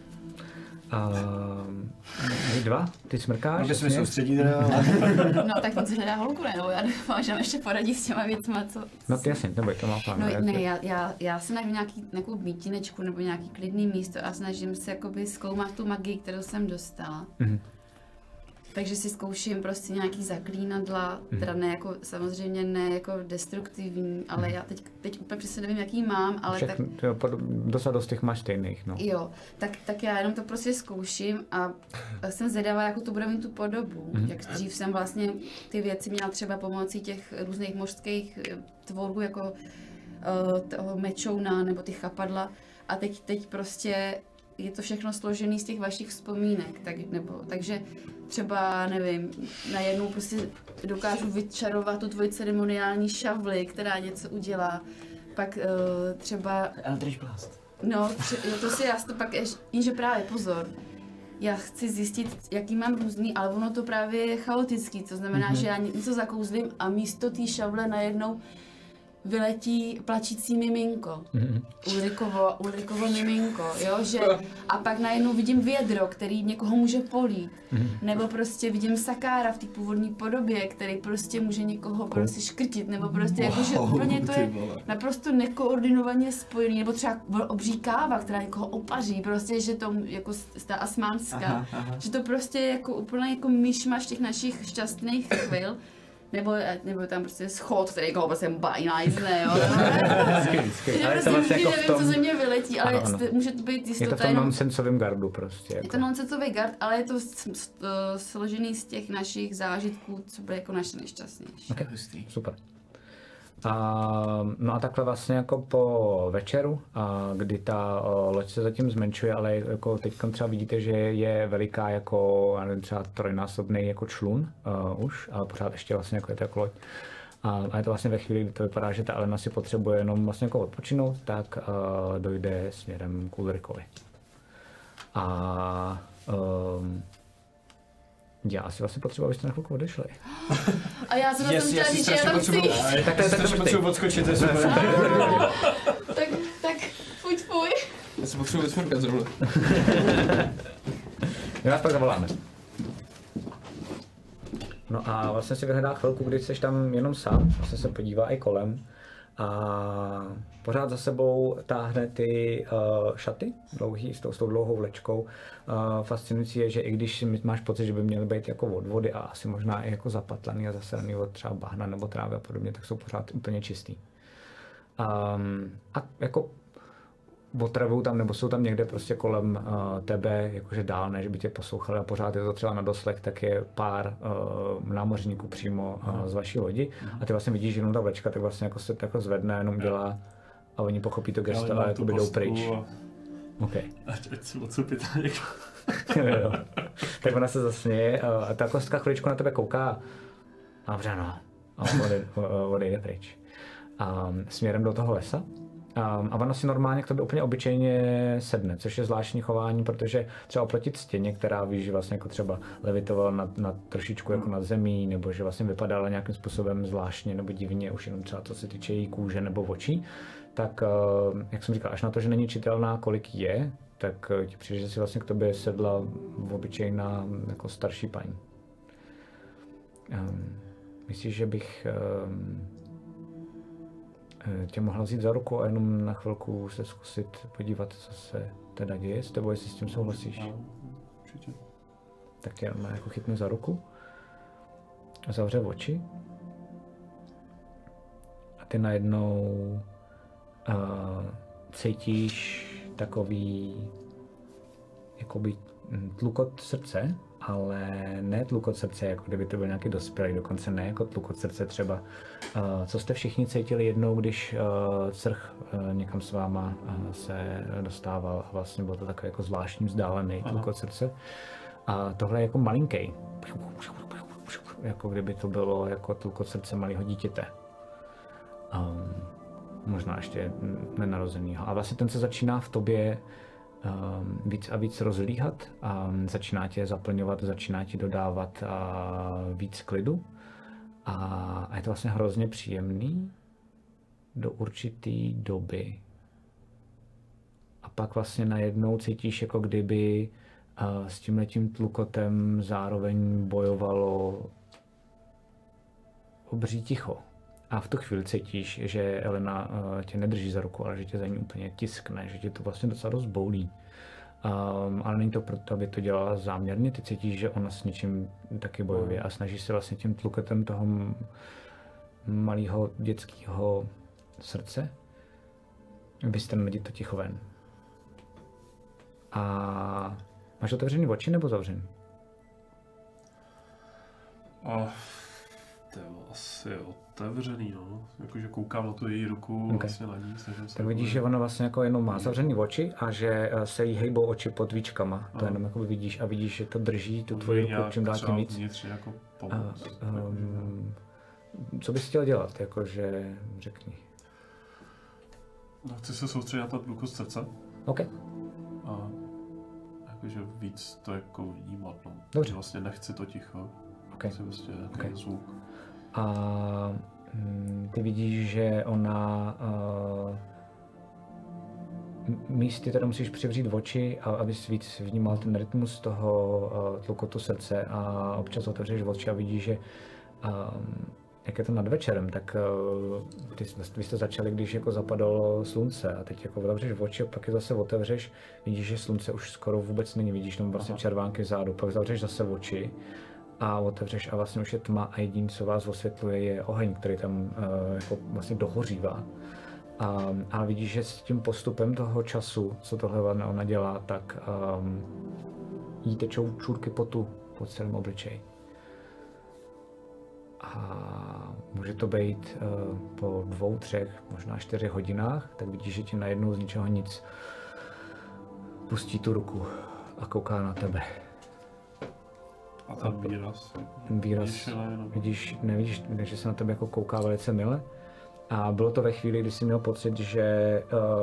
Vy dva, ty smrkáš? Může se soustředit, No tak nic hledá holku, ne? No, já doufám, že ještě poradit s těma věcma, co... No ty jasně, neboj, to má plán. No ne, já se najdu nějakou mítinečku nebo nějaký klidný místo a snažím se jakoby zkoumat tu magii, kterou jsem dostala. Takže si zkouším prostě nějaký zaklínadla, teda ne jako, samozřejmě ne jako destruktivní, ale já teď úplně přesně nevím, jaký mám, ale však, tak... dost těch máš stejných, no. Jo, tak já jenom to prostě zkouším a jsem zvědavá, jakou to bude mít tu podobu. Jak dřív jsem vlastně ty věci měla třeba pomocí těch různých mořských tvorů, jako toho mečouna nebo ty chapadla a teď prostě je to všechno složené z těch vašich vzpomínek, takže třeba, nevím, najednou prostě dokážu vyčarovat tu tvoji ceremoniální šavli, která něco udělá, pak třeba... Eldritch Blast. No, to si já to pak jenže právě pozor, já chci zjistit, jaký mám různý, ale ono to právě je chaotický, to znamená, že já něco zakouzlím a místo té šavle najednou vyletí plačící miminko, Ulrikovo miminko, jo, že a pak najednou vidím vědro, který někoho může polít, nebo prostě vidím Sakára v té původní podobě, který prostě může někoho prostě škrtit, nebo prostě jakože úplně to je naprosto nekoordinovaně spojený, nebo třeba obří káva, která někoho opaří, prostě, že to jako ta asmánská, že to prostě je jako úplně jako myšmaš těch našich šťastných chvil. Nebo tam prostě schod, který jako prostě bajnajzne, jo. Ale prostě vlastně jako nevím, co ze mě vyletí, ale může to být jistota. Je to v tom nonsensovém gardu prostě. Jako. Je to nonsensový gard, ale je to složený z těch našich zážitků, co byly jako naše nejšťastnější. Okay. Super. No a takhle vlastně jako po večeru, kdy ta loď se zatím zmenšuje, ale jako teď třeba vidíte, že je veliká jako, já nevím, třeba trojnásobný jako člun už, ale pořád ještě vlastně jako je to jako loď. A je to vlastně ve chvíli, kdy to vypadá, že ta Elena si potřebuje jenom vlastně jako odpočinout, tak dojde směrem k Ulrikovi. Já asi vlastně potřebuji, abyste na chvilku odešli. A já jsem chtěla říct, že já tam chci. Tak potřebuji odskočit, to je super. Tak, fuj. Já se potřebuji vysmrkat zrovna. My vás pak zavoláme. No a vlastně si vyhledá chvilku, kdy jsi tam jenom sám, vlastně se podívá i kolem A pořád za sebou táhne ty šaty dlouhý, s tou dlouhou vlečkou. Fascinující je, že i když máš pocit, že by měly být jako od vody a asi možná i jako zapatlaný a zasraný od třeba bahna nebo trávy a podobně, tak jsou pořád úplně čistý. A jako otravují tam, nebo jsou tam někde prostě kolem tebe, jakože dál, než by tě poslouchali a pořád je to třeba na doslech, tak je pár námořníků přímo z vaší lodi a ty vlastně vidíš, že jenom ta vlečka tak vlastně jako se tako zvedne, jenom dělá a oni pochopí to gesto a jako by jdou pryč. Okay. Ať si odsupit někdo. Tak ona se zasměje a ta kostka chviličku na tebe kouká a dobře no, a odejde pryč. Směrem do toho lesa. A ona si normálně k tobě úplně obyčejně sedne, což je zvláštní chování, protože třeba oproti stěně, která víš, že vlastně jako třeba levitovala na trošičku jako nad zemí, nebo že vlastně vypadala nějakým způsobem zvláštně nebo divně, už jenom třeba co se týče její kůže nebo očí, tak jak jsem říkal, až na to, že není čitelná, kolik je, tak ti přijde, že si vlastně k tobě sedla obyčejná jako starší paní. Myslíš, že bych tě mohla vzít za ruku a jenom na chvilku se zkusit podívat, co se teda děje s tebou, jestli s tím souhlasíš? No, určitě. Tak tě jako chytnu za ruku, zavře oči a ty najednou cítíš takový jakoby tlukot srdce, ale ne tlukot srdce, jako kdyby to byl nějaký dospělý, dokonce ne jako tlukot srdce třeba. Co jste všichni cítili jednou, když crch někam s váma se dostával a vlastně byl to takový jako zvláštní vzdálený tlukot srdce. A tohle je jako malinký, jako kdyby to bylo jako tlukot srdce malého dítěte. Možná ještě nenarozenýho. A vlastně ten se začíná v tobě víc a víc rozlíhat a začíná tě zaplňovat, začíná ti dodávat víc klidu a je to vlastně hrozně příjemný do určitý doby. A pak vlastně najednou cítíš, jako kdyby s tímhletím tlukotem zároveň bojovalo obří ticho. A v tu chvíli cítíš, že Elena tě nedrží za ruku, ale že tě za ní úplně tiskne, že tě to vlastně docela dost boulí. Ale není to proto, aby to dělala záměrně, ty cítíš, že ona s něčím taky bojuje a snaží se vlastně tím tluketem toho malého dětského srdce vystrnadit to ticho ven. A máš otevřený oči nebo zavřený? To je asi otevřený, no. Jakože koukám na tu její ruku, vlastně na ní. Tak vidíš, že ona vlastně jako jenom má zavřený oči a že se jí hejbou oči pod víčkama. To jenom jako vidíš a vidíš, že to drží tu tvoji ruku čím dál tím víc. Jako pomoc, co bys chtěl dělat, jakože řekni. No, chci se soustředit na to tlukot srdce. OK. A jakože víc to jako vnímat, no. Dobře. Vlastně nechci to ticho. Okay. Chci vlastně nějaký zvuk. A ty vidíš, že ona místy teda musíš přivřít oči, abys víc vnímal ten rytmus toho tlukotu srdce a občas otevřeš oči a vidíš, že jak je to nad večerem, tak vy jste začali, když jako zapadalo slunce a teď jako otevřeš oči a pak je zase otevřeš, vidíš, že slunce už skoro vůbec není, vidíš tam vlastně červánky vzadu, pak zavřeš zase oči a otevřeš a vlastně už je tma a jediné, co vás osvětluje, je oheň, který tam jako vlastně dohořívá. A vidíš, že s tím postupem toho času, co tohle ona dělá, tak jí tečou čůrky potu po celém obličeji. A může to být po 2, 3, možná 4 hodinách, tak vidíš, že ti najednou z ničeho nic pustí tu ruku a kouká na tebe. A ten výraz? Ten výraz, nevidíš, že se na tebe jako kouká velice mile. A bylo to ve chvíli, kdy jsi měl pocit, že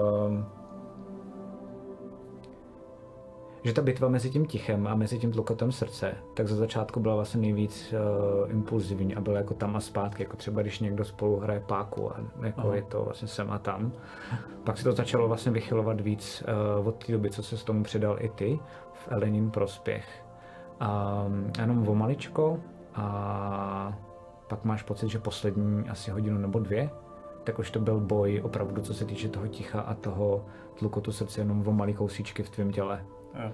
ta bitva mezi tím tichem a mezi tím tlukotem srdce, tak za začátku byla vlastně nejvíc impulzivní a byla jako tam a zpátky, jako třeba když někdo spolu hraje páku a jako je to vlastně sem a tam. Pak se to začalo vlastně vychylovat víc od té doby, co se s tomu přidal i ty, v Elenin prospěch. Jenom o maličko a pak máš pocit, že poslední asi hodinu nebo 2 tak už to byl boj opravdu, co se týče toho ticha a toho tlukotu srdce, jenom o malý kousíčky v tvém těle. Jo.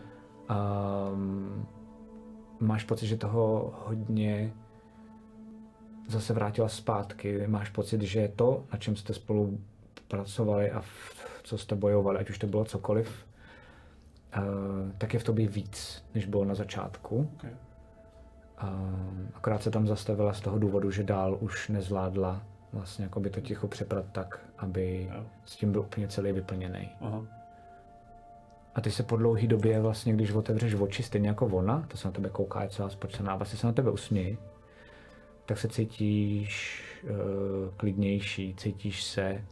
Máš pocit, že toho hodně zase vrátila zpátky. Máš pocit, že to, na čem jste spolu pracovali a co jste bojovali, ať už to bylo cokoliv, tak je v tobě víc, než bylo na začátku. Okay. Akorát se tam zastavila z toho důvodu, že dál už nezvládla vlastně jakoby to ticho přeprat tak, aby s tím byl úplně celý vyplněný. Aha. A ty se po dlouhý době vlastně, když otevřeš oči, stejně jako ona, to se na tebe kouká, je celá spočená, vlastně se na tebe usměje, tak se cítíš klidnější, cítíš se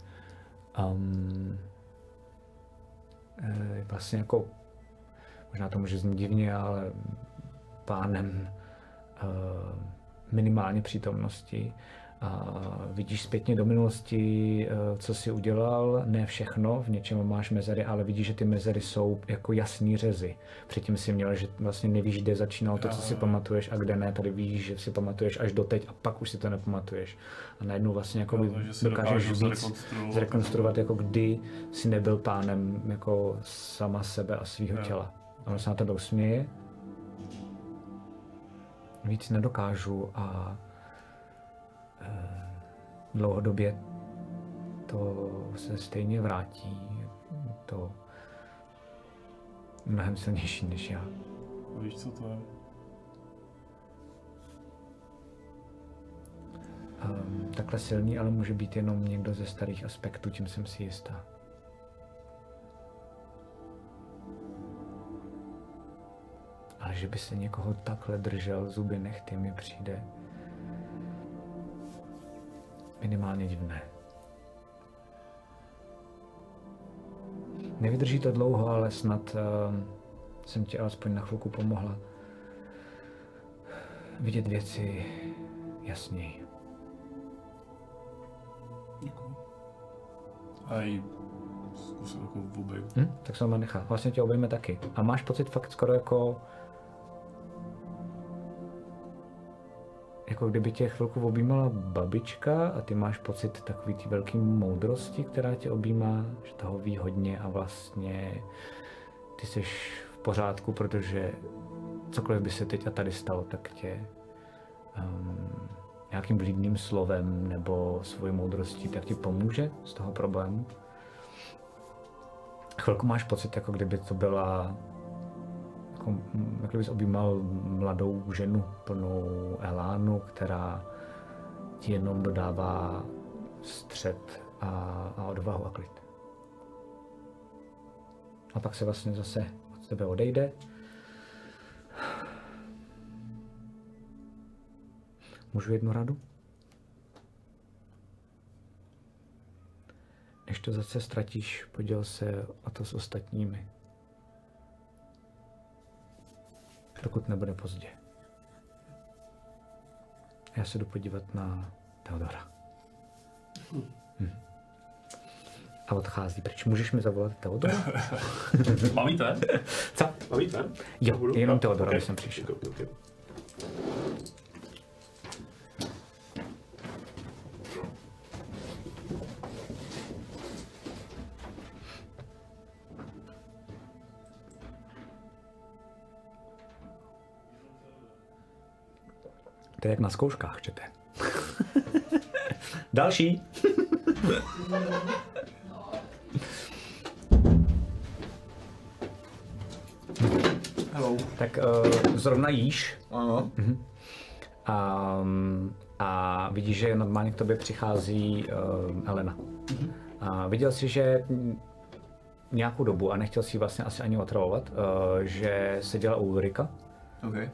vlastně jako, možná to může znít divně, ale pánem minimálně přítomnosti. A vidíš zpětně do minulosti, co jsi udělal, ne všechno, v něčem máš mezery, ale vidíš, že ty mezery jsou jako jasný řezy. Předtím si měl, že vlastně nevíš, kde začínalo to, co si pamatuješ a kde ne, tady víš, že si pamatuješ až doteď a pak už si to nepamatuješ. A najednou vlastně jako dokážeš víc zrekonstruovat, jako kdy jsi nebyl pánem jako sama sebe a svýho těla. A on se na tebe usměje. Víc nedokážu a dlouhodobě to se stejně vrátí. To mnohem silnější než já. A víš, co to je? Takhle silný, ale může být jenom někdo ze starých aspektů, tím jsem si jistá. Ale že by se někoho takhle držel zuby nehty, mi přijde minimálně divné. Nevydrží to dlouho, ale snad jsem ti alespoň na chvilku pomohla vidět věci jasněji. Děkuji. A i zkusím jako obejmu. Tak se ona nechá. Vlastně tě obejme taky. A máš pocit fakt skoro jako kdyby tě chvilku objímala babička a ty máš pocit takový té velké moudrosti, která tě objímá, že toho ví hodně a vlastně ty jsi v pořádku, protože cokoliv by se teď a tady stalo, tak tě nějakým vlídným slovem nebo svojí moudrostí tak ti pomůže z toho problému. Chvilku máš pocit, jako kdyby to byla jako bys objímal mladou ženu plnou elánu, která ti jenom dodává střed a odvahu a klid. A pak se vlastně zase od tebe odejde. Můžu jednu radu? Než to zase ztratíš, poděl se o to s ostatními. Dokud nebude pozdě. Já se jdu podívat na Teodora. A odchází pryč. Můžeš mi zavolat Teodora? Bavíte? Co? Bavíte? Jo, jenom Teodora, když jsem přišel. Okay. To je jak na zkouškách, čete. Další. Hello. Tak zrovna jíš. Ano. A vidíš, že normálně k tobě přichází Elena. A viděl jsi, že nějakou dobu, a nechtěl si vlastně asi ani otravovat, že seděla u Ulrika. Okay.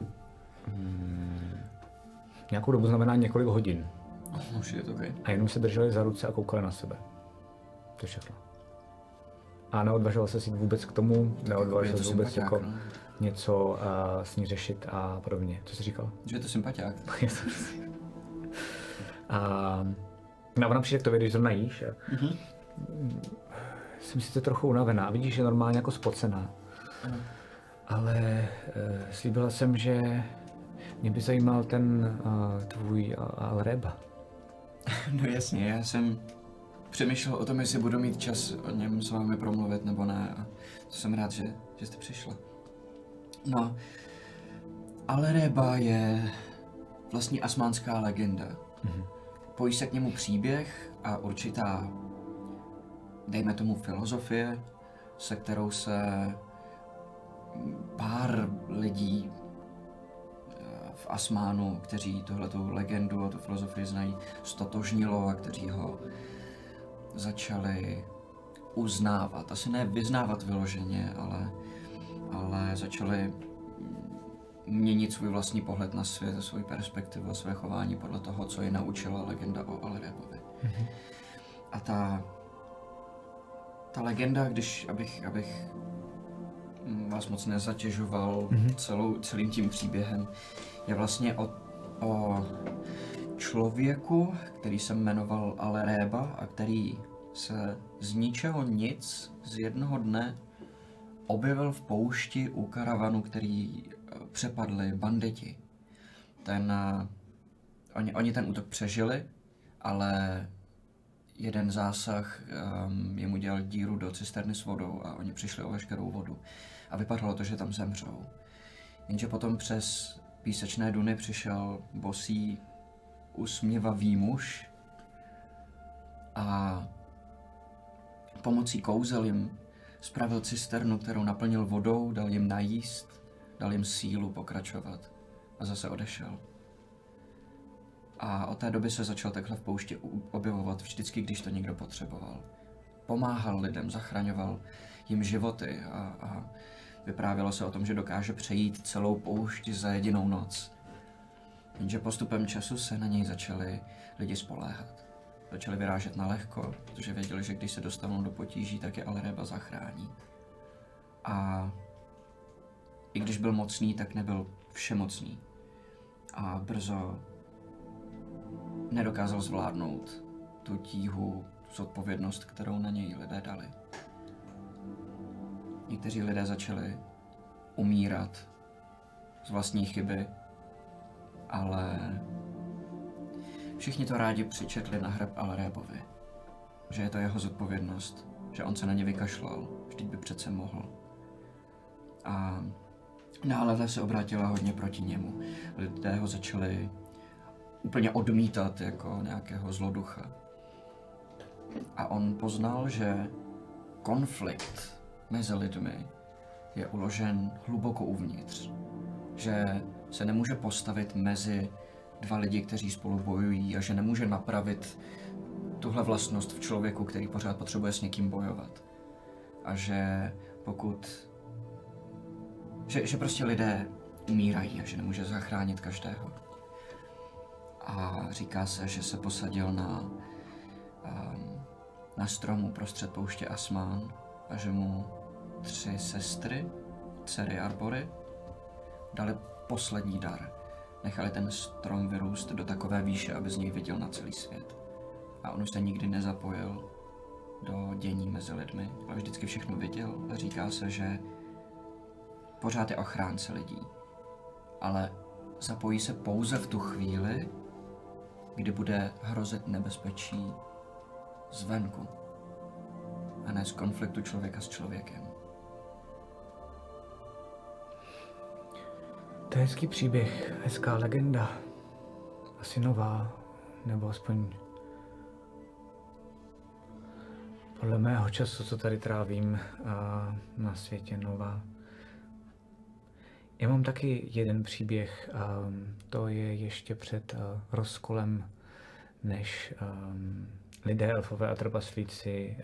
Nějakou dobu znamená několik hodin. Už je to okay. A jenom se drželi za ruce a koukali na sebe. To je všechno. A neodvažoval se jít vůbec k tomu, neodvažoval se vůbec jako něco s ní řešit a podobně. Co jsi říkal? Že je to sympatiák. A ona přijde k tobě, když zrovna jíš. Jsem sice trochu unavená, vidíš, že je normálně jako spocená. Ale slíbila jsem, že mě by zajímal ten tvůj Alreba. No jasně, já jsem přemýšlel o tom, jestli budu mít čas o něm s vámi promluvit nebo ne. A jsem rád, že jste přišla. No, Al-Reba je vlastně asmánská legenda. Pojí se k němu příběh a určitá, dejme tomu, filozofie, se kterou se pár lidí v Asmánu, kteří tuhletu legendu a tu filozofii znají, stotožnilo a kteří ho začali uznávat. Asi ne vyznávat vyloženě, ale začali měnit svůj vlastní pohled na svět, svou perspektivu a své chování podle toho, co je naučila legenda o Al-Rebovi. A ta legenda, abych vás moc nezatěžoval celým tím příběhem, je vlastně o člověku, který se jmenoval Al-Reba a který se z ničeho nic z jednoho dne objevil v poušti u karavanu, který přepadli banditi. Oni ten útok přežili, ale jeden zásah jemu dělal díru do cisterny s vodou a oni přišli o veškerou vodu. A vypadalo to, že tam zemřou. Jenže potom přes písečné duny přišel bosý, usměvavý muž a pomocí kouzel jim spravil cisternu, kterou naplnil vodou, dal jim najíst, dal jim sílu pokračovat a zase odešel. A od té doby se začal takhle v poušti objevovat vždycky, když to někdo potřeboval. Pomáhal lidem, zachraňoval jim životy a vyprávělo se o tom, že dokáže přejít celou poušť za jedinou noc. Jenže postupem času se na něj začali lidi spoléhat. Začali vyrážet na lehko, protože věděli, že když se dostanou do potíží, tak je Al-Reba zachrání. A i když byl mocný, tak nebyl všemocný. A brzo nedokázal zvládnout tu tíhu, zodpovědnost, kterou na něj lidé dali. Někteří lidé začali umírat z vlastní chyby, ale všichni to rádi přičetli na hreb Al-Rebovi, že je to jeho zodpovědnost, že on se na ně vykašlal, vždyť by přece mohl. A nálada se obrátila hodně proti němu. Lidé ho začali úplně odmítat jako nějakého zloducha. A on poznal, že konflikt mezi lidmi je uložen hluboko uvnitř. Že se nemůže postavit mezi dva lidi, kteří spolu bojují a že nemůže napravit tuhle vlastnost v člověku, který pořád potřebuje s někým bojovat. A že pokud... Že prostě lidé umírají a že nemůže zachránit každého. A říká se, že se posadil na stromu prostřed pouště Asmán a že mu 3 sestry, dcery Arbory, dali poslední dar. Nechali ten strom vyrůst do takové výše, aby z něj viděl na celý svět. A on už se nikdy nezapojil do dění mezi lidmi, ale vždycky všechno viděl a říká se, že pořád je ochránce lidí, ale zapojí se pouze v tu chvíli, kdy bude hrozit nebezpečí zvenku a ne z konfliktu člověka s člověkem. To je hezký příběh, hezká legenda. Asi nová, nebo aspoň podle mého času, co tady trávím na světě, nová. Já mám taky jeden příběh, to je ještě před rozkolem, než lidé, elfové a trpaslíci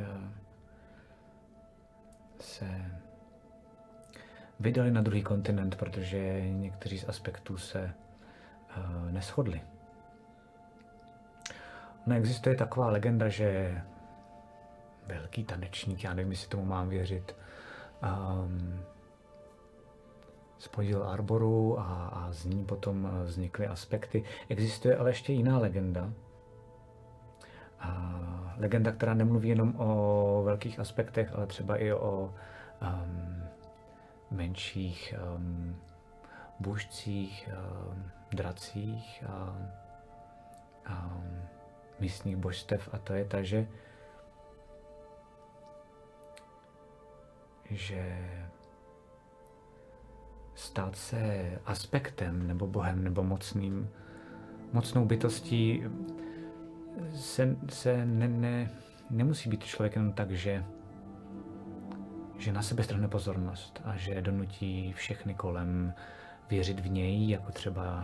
se vydali na druhý kontinent, protože někteří z aspektů se neshodli. Neexistuje taková legenda, že velký tanečník, já nevím, jestli tomu mám věřit, spojil Arboru a z ní potom vznikly aspekty. Existuje ale ještě jiná legenda. Legenda, která nemluví jenom o velkých aspektech, ale třeba i o menších bůžcích, dracích a místních božstev. A to je ta, že že stát se aspektem nebo bohem nebo mocnou bytostí nemusí být člověk jen tak, že na sebe strhne pozornost a že donutí všechny kolem věřit v něj, jako třeba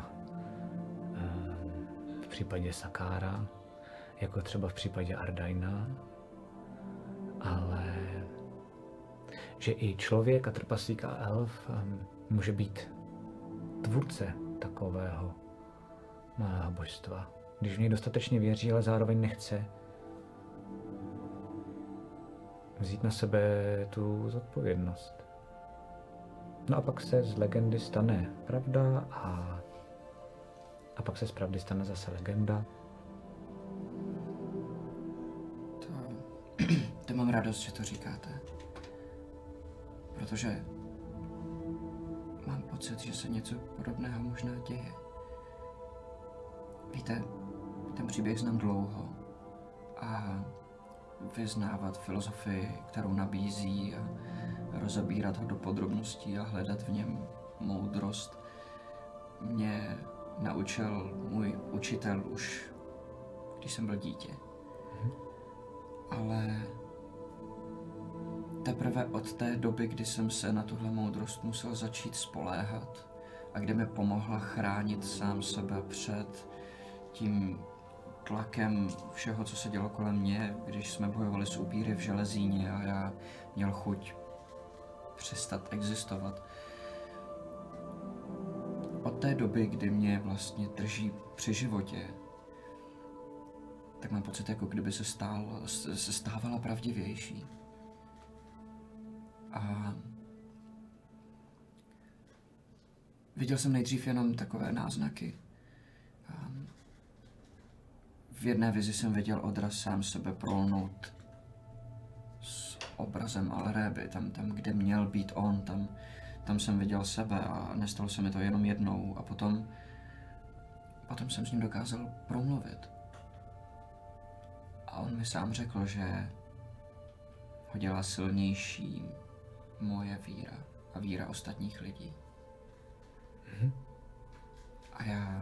v případě Sakára, jako třeba v případě Ardaina, ale že i člověk a trpaslík a elf může být tvůrce takového malého božstva. Když v něj dostatečně věří, ale zároveň nechce vzít na sebe tu zodpovědnost. No a pak se z legendy stane pravda a pak se z pravdy stane zase legenda. To mám radost, že to říkáte. Protože mám pocit, že se něco podobného možná děje. Víte, ten příběh znám dlouho a vyznávat filozofii, kterou nabízí a rozebírat ho do podrobností a hledat v něm moudrost, mě naučil můj učitel už, když jsem byl dítě. Ale teprve od té doby, kdy jsem se na tuhle moudrost musel začít spoléhat a kde mi pomohla chránit sám sebe před tím tlakem všeho, co se dělo kolem mě, když jsme bojovali s upíry v Železíně a já měl chuť přestat existovat. Od té doby, kdy mě vlastně drží při životě, tak mám pocit, jako kdyby se stávala pravdivější. A viděl jsem nejdřív jenom takové náznaky. V jedné vizi jsem viděl odraz sám sebe prolnout s obrazem Alréby, tam, kde měl být on, tam jsem viděl sebe a nestalo se mi to jenom jednou a potom jsem s ním dokázal promluvit. A on mi sám řekl, že ho dělá silnější moje víra a víra ostatních lidí. A já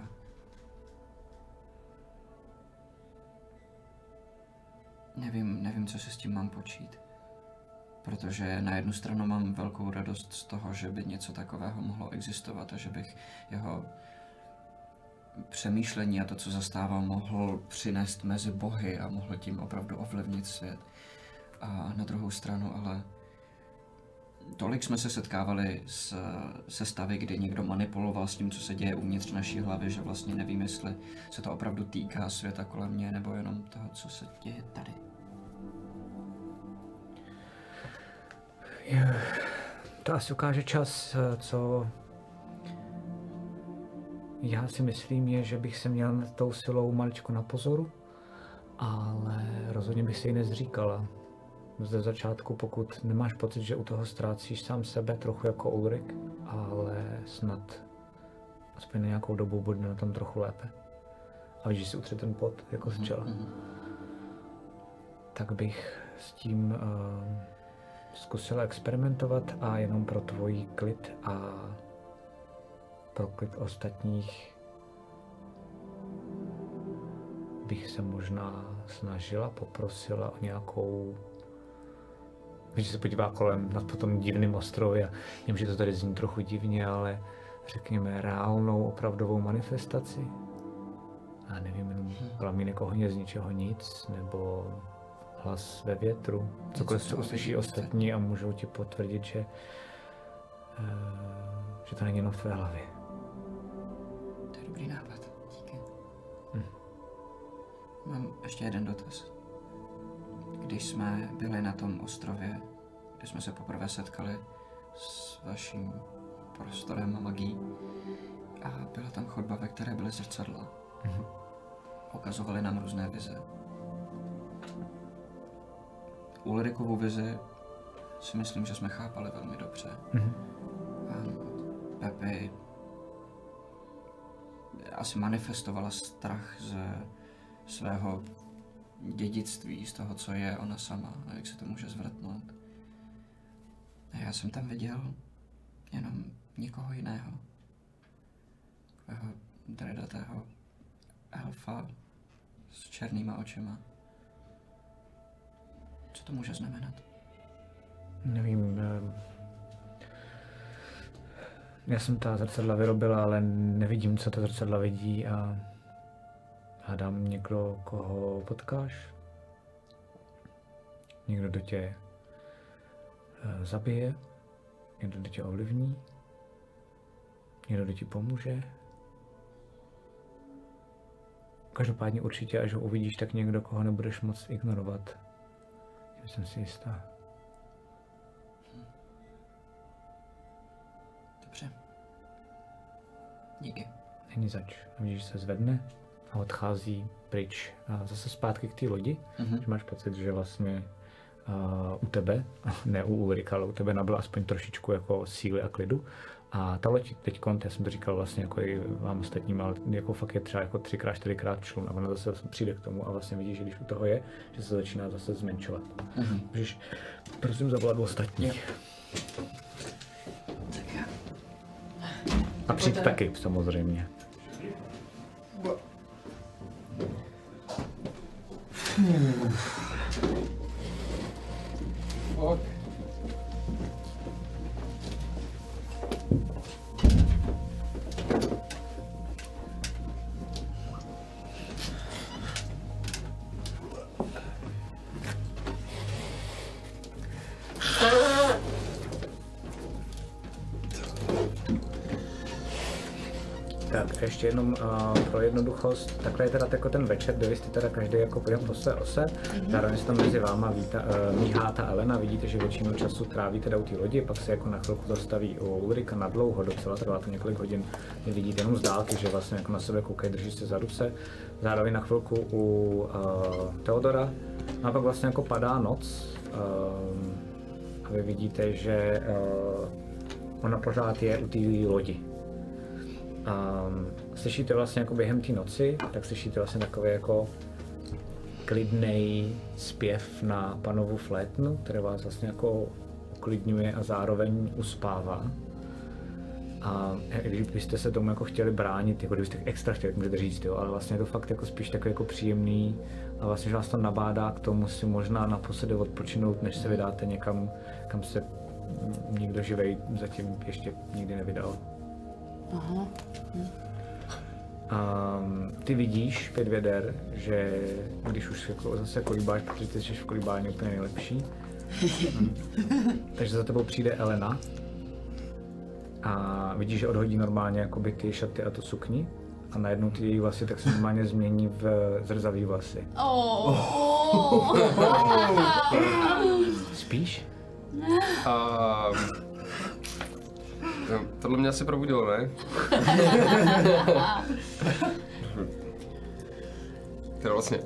nevím, co se s tím mám počít. Protože na jednu stranu mám velkou radost z toho, že by něco takového mohlo existovat a že bych jeho přemýšlení a to, co zastával, mohl přinést mezi bohy a mohl tím opravdu ovlivnit svět. A na druhou stranu ale tolik jsme se setkávali se stavy, kdy někdo manipuloval s tím, co se děje uvnitř naší hlavy, že vlastně nevím, jestli se to opravdu týká světa kolem mě, nebo jenom toho, co se děje tady. To asi ukáže čas, co já si myslím je, že bych se měl nad tou silou maličko na pozoru, ale rozhodně bych si ji nezříkala. Ze začátku, pokud nemáš pocit, že u toho ztrácíš sám sebe, trochu jako Ulrik, ale snad aspoň na nějakou dobu bude na tom trochu lépe. A víš, že si utře ten pot jako z čela. Tak bych s tím zkusila experimentovat a jenom pro tvůj klid a pro klid ostatních bych se možná snažila, poprosila o nějakou, když se podívá kolem nad po tom divným ostrově a vím, že to tady zní trochu divně, ale řekněme reálnou, opravdovou manifestaci. A nevím, jenom plamínek ohně z ničeho nic, nebo hlas ve větru, cokoliv, co uslyší ostatní a můžou ti potvrdit, že to není jenom v tvé hlavě. To je dobrý nápad, díky. Mám ještě jeden dotaz. Když jsme byli na tom ostrově, kde jsme se poprvé setkali s vaším prostorem a magií, a byla tam chodba, ve které byly zrcadla. Ukazovali nám různé vize. Ulrikovu vizi si myslím, že jsme chápali velmi dobře. Pepi asi manifestovala strach ze svého dědictví, z toho, co je ona sama a jak se to může zvrtnout. A já jsem tam viděl jenom nikoho jiného. Takového dredatého elfa s černýma očima. Co to může znamenat? Nevím. Já jsem ta zrcadla vyrobila, ale nevidím, co ta zrcadla vidí a hádám někdo, koho potkáš. Někdo, kdo tě zabije, někdo, kdo tě ovlivní, někdo, kdo ti pomůže. Každopádně určitě, až ho uvidíš, tak někdo, koho nebudeš moc ignorovat. Já jsem si jistá. Dobře. Díky. Není zač. Vidíš, že se zvedne a odchází pryč a zase zpátky k té lodi. Že máš pocit, že vlastně u tebe, ne u Ulrika, ale u tebe nabylo aspoň trošičku jako síly a klidu. A ta loď teďkon, já jsem to říkal vlastně jako i vám ostatním, ale jako fakt je třeba jako 3x, 4x člun a ona zase přijde k tomu a vlastně vidíš, že když u toho je, že se začíná zase zmenšovat. Můžeš prosím zavolat ostatní. A přijď taky, samozřejmě. Tak ještě jenom pro jednoduchost, takhle je teda jako ten večer, kde vy jste teda každý jako půjdem po své ose, zároveň se tam mezi váma míhá ta Elena, vidíte, že většinu času tráví teda u té lodi, pak se jako na chvilku zastaví u Ulrika na dlouho, docela trvá to několik hodin, kdy vidíte jenom z dálky, že vlastně jako na sebe koukají, drží se za ruce, zároveň na chvilku u Teodora, a pak vlastně jako padá noc a vy vidíte, že ona pořád je u té lodi. Slyšíte vlastně jako během té noci, tak slyšíte vlastně takový jako klidnej zpěv na panovu flétnu, který vás vlastně jako uklidňuje a zároveň uspává. A když byste se tomu jako chtěli bránit, jako kdybyste extra chtěli, můžete říct, jo, ale vlastně je to fakt jako spíš takový jako příjemný a vlastně, že vás to nabádá k tomu si možná naposledy odpočinout, než se vydáte někam, kam se nikdo živej zatím ještě nikdy nevydal. Aha. Ty vidíš, 5 věder, že když už jako zase kolíbáš, protože ty jsi v kolíbání úplně nejlepší. Takže za tebou přijde Elena a vidíš, že odhodí normálně jakoby ty šaty a tu sukni a najednou ty její vlasy tak se normálně změní v zrzavý vlasy. Spíš? Tohle mě asi probudilo, ne? Teda vlastně.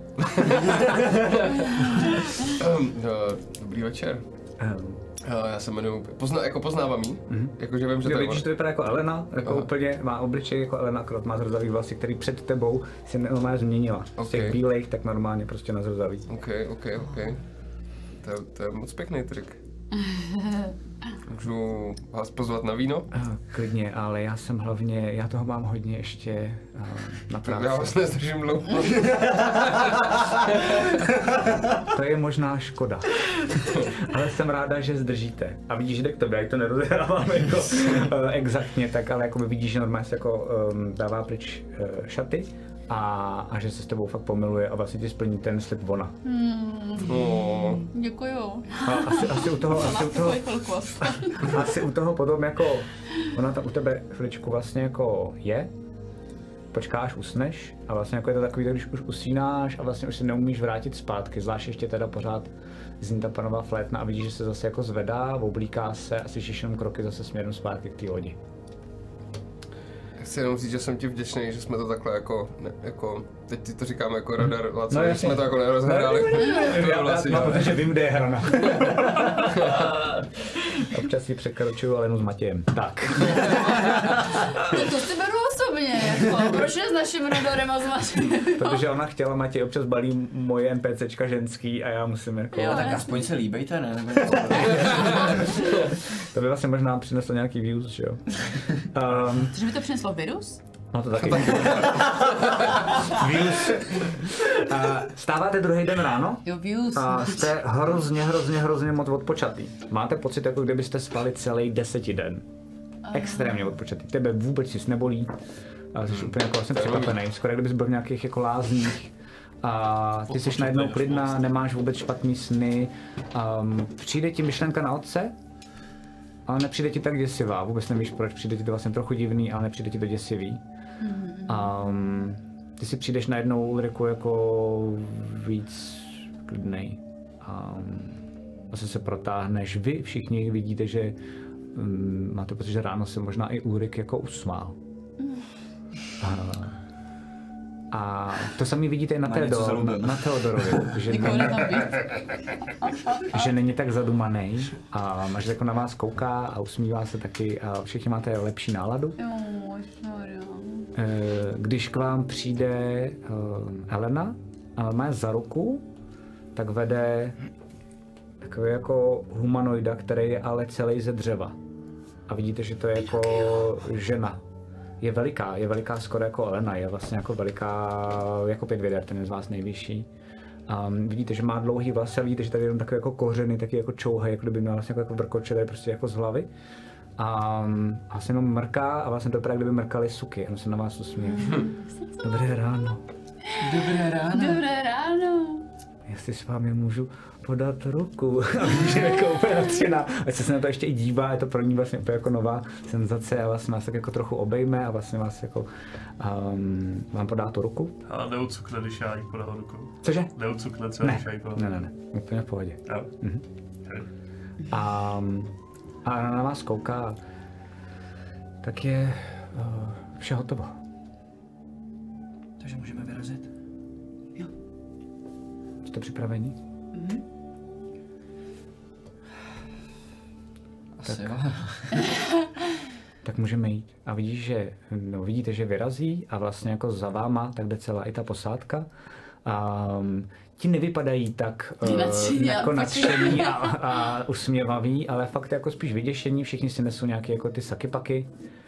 Dobrý večer. Já se jmenuji, jako poznávám jí, jakože vím, že to je vidíš, že to vypadá jako Elena, jako úplně má obličej jako Elena, akorát má zrzavý vlasy, který před tebou si normálně změnila. Z těch bílejch tak normálně prostě na zrzavý. OK. To je moc pěkný trik. Můžu vás pozvat na víno? Klidně, ale já toho mám hodně ještě na práci. Já vás nezdržím dlouho. To je možná škoda. Ale jsem ráda, že zdržíte. A vidíš, že jde k tobě, jak to nerozhrávám jako exaktně, tak ale jako vidíš, že normálně se jako dává pryč šaty a že se s tebou fakt pomiluje a vlastně ti splní ten slib ona. Děkuju. A asi u toho potom jako, ona tam u tebe chviličku vlastně jako je, počkáš, usneš a vlastně jako je to takový, když už usínáš a vlastně už se neumíš vrátit zpátky, zvlášť ještě teda pořád zní ta panová flétna a vidíš, že se zase jako zvedá, oblíká se a slyšíš jenom kroky zase směrem zpátky k té lodi. Chci jenom říct, že jsem ti vděčný, že jsme to takhle jako, teď ti to říkáme jako radar, Václav, že jsme to jako nerozhráli. Já protože vím, kde je hrana. Občas si překročuju, ale jenom s Matějem. Tak. To si beru osobně. úplně, jako, proč s naším Rodorem a s vaším? Protože ona chtěla, Matěj občas balí moje NPCčka ženský a já musím jako... Jo, tak aspoň se líbejte, ne? To by vlastně možná přineslo nějaký views, že jo? Cože by to přineslo virus? No to taky. Views. Stáváte druhý den ráno Jo, views. a jste hrozně moc odpočatý. Máte pocit, jako kdybyste spali celý 10 den. Extrémně odpočatý. Tebe vůbec nic nebolí. Jsi úplně jako vlastně překvapený. Skoro kdybys byl v nějakých jako lázních. A ty jsi najednou klidná, nemáš vůbec špatný sny. Přijde ti myšlenka na otce, ale nepřijde ti tak děsivá. Vůbec nevíš proč, přijde ti to vlastně trochu divný, ale nepřijde ti to děsivý. Ty si přijdeš najednou, Ulriku, jako víc klidnej. Vlastně se protáhneš. Vy všichni vidíte, že máte pocit, že ráno se možná i Ulrik jako usmál. A to sami vidíte i na Theodorovi, že není tak zadumaný a že jako na vás kouká a usmívá se taky a všichni máte lepší náladu. Když k vám přijde Elena a má za ruku, tak vede takový jako humanoida, který je ale celý ze dřeva. A vidíte, že to je jako žena. Je veliká skoro jako Elena, je vlastně jako veliká, jako Pětvěder, ten je z vás nejvyšší. Vidíte, že má dlouhý vlasy a vidíte, že tady je jenom takové jako kořeny, taky jako čouhaj, jako kdyby měl vlastně jako vrkoče, prostě jako z hlavy. A vlastně jenom mrká a vlastně to vypadá, kdyby mrkaly suky, jenom se na vás usmíje. Dobré ráno. Dobré ráno. Dobré ráno. Jestli s vámi můžu podat ruku. A vidíš, že jako úplně nadšená. A se na to ještě i dívá, je to pro ní vlastně úplně jako nová senzace a vlastně vás tak jako trochu obejme a vlastně vás jako vám podá tu ruku. A neucukne, když já jí podám ruku. Cože? Neucukne třeba, když já jí podám ruku. Ne, úplně v pohodě. Jo. A na vás kouká, tak je vše hotovo. Takže můžeme vyrazit? Jo. Jste připraveni? Asi jo. Tak můžeme jít. A vidíte, že vyrazí a vlastně jako za váma tak jde celá i ta posádka. Ti nevypadají tak jako nadšení a usměvaví, ale fakt jako spíš vyděšení, všichni si nesou nějaké jako ty sakypaky.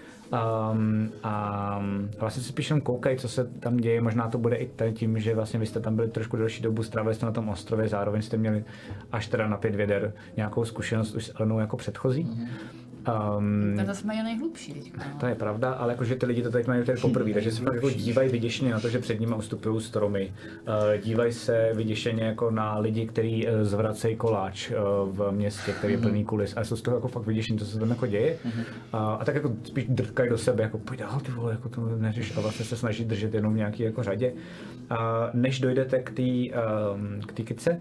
A vlastně si spíš jenom koukají, co se tam děje, možná to bude i tím, že vlastně vy jste tam byli trošku delší dobu, strávili jste na tom ostrově, zároveň jste měli až teda na Pětvěder nějakou zkušenost už s Elenou jako předchozí. To zase mají nejhlubší teďka. To je pravda, ale jakože ty lidi to teď mají tady poprvé, takže se jako dívají vyděšeně na to, že před nimi ustupují stromy. Dívají se vyděšeně jako na lidi, kteří zvracejí koláč v městě, který je plný kulis. A jsou z toho jako fakt vyděšení, co se tam jako děje. A tak jako spíš drkají do sebe, jako pojď dál ty vole, jako to neřeš. A vlastně se snaží držet jenom v nějaký jako řadě. Než dojdete k té kytce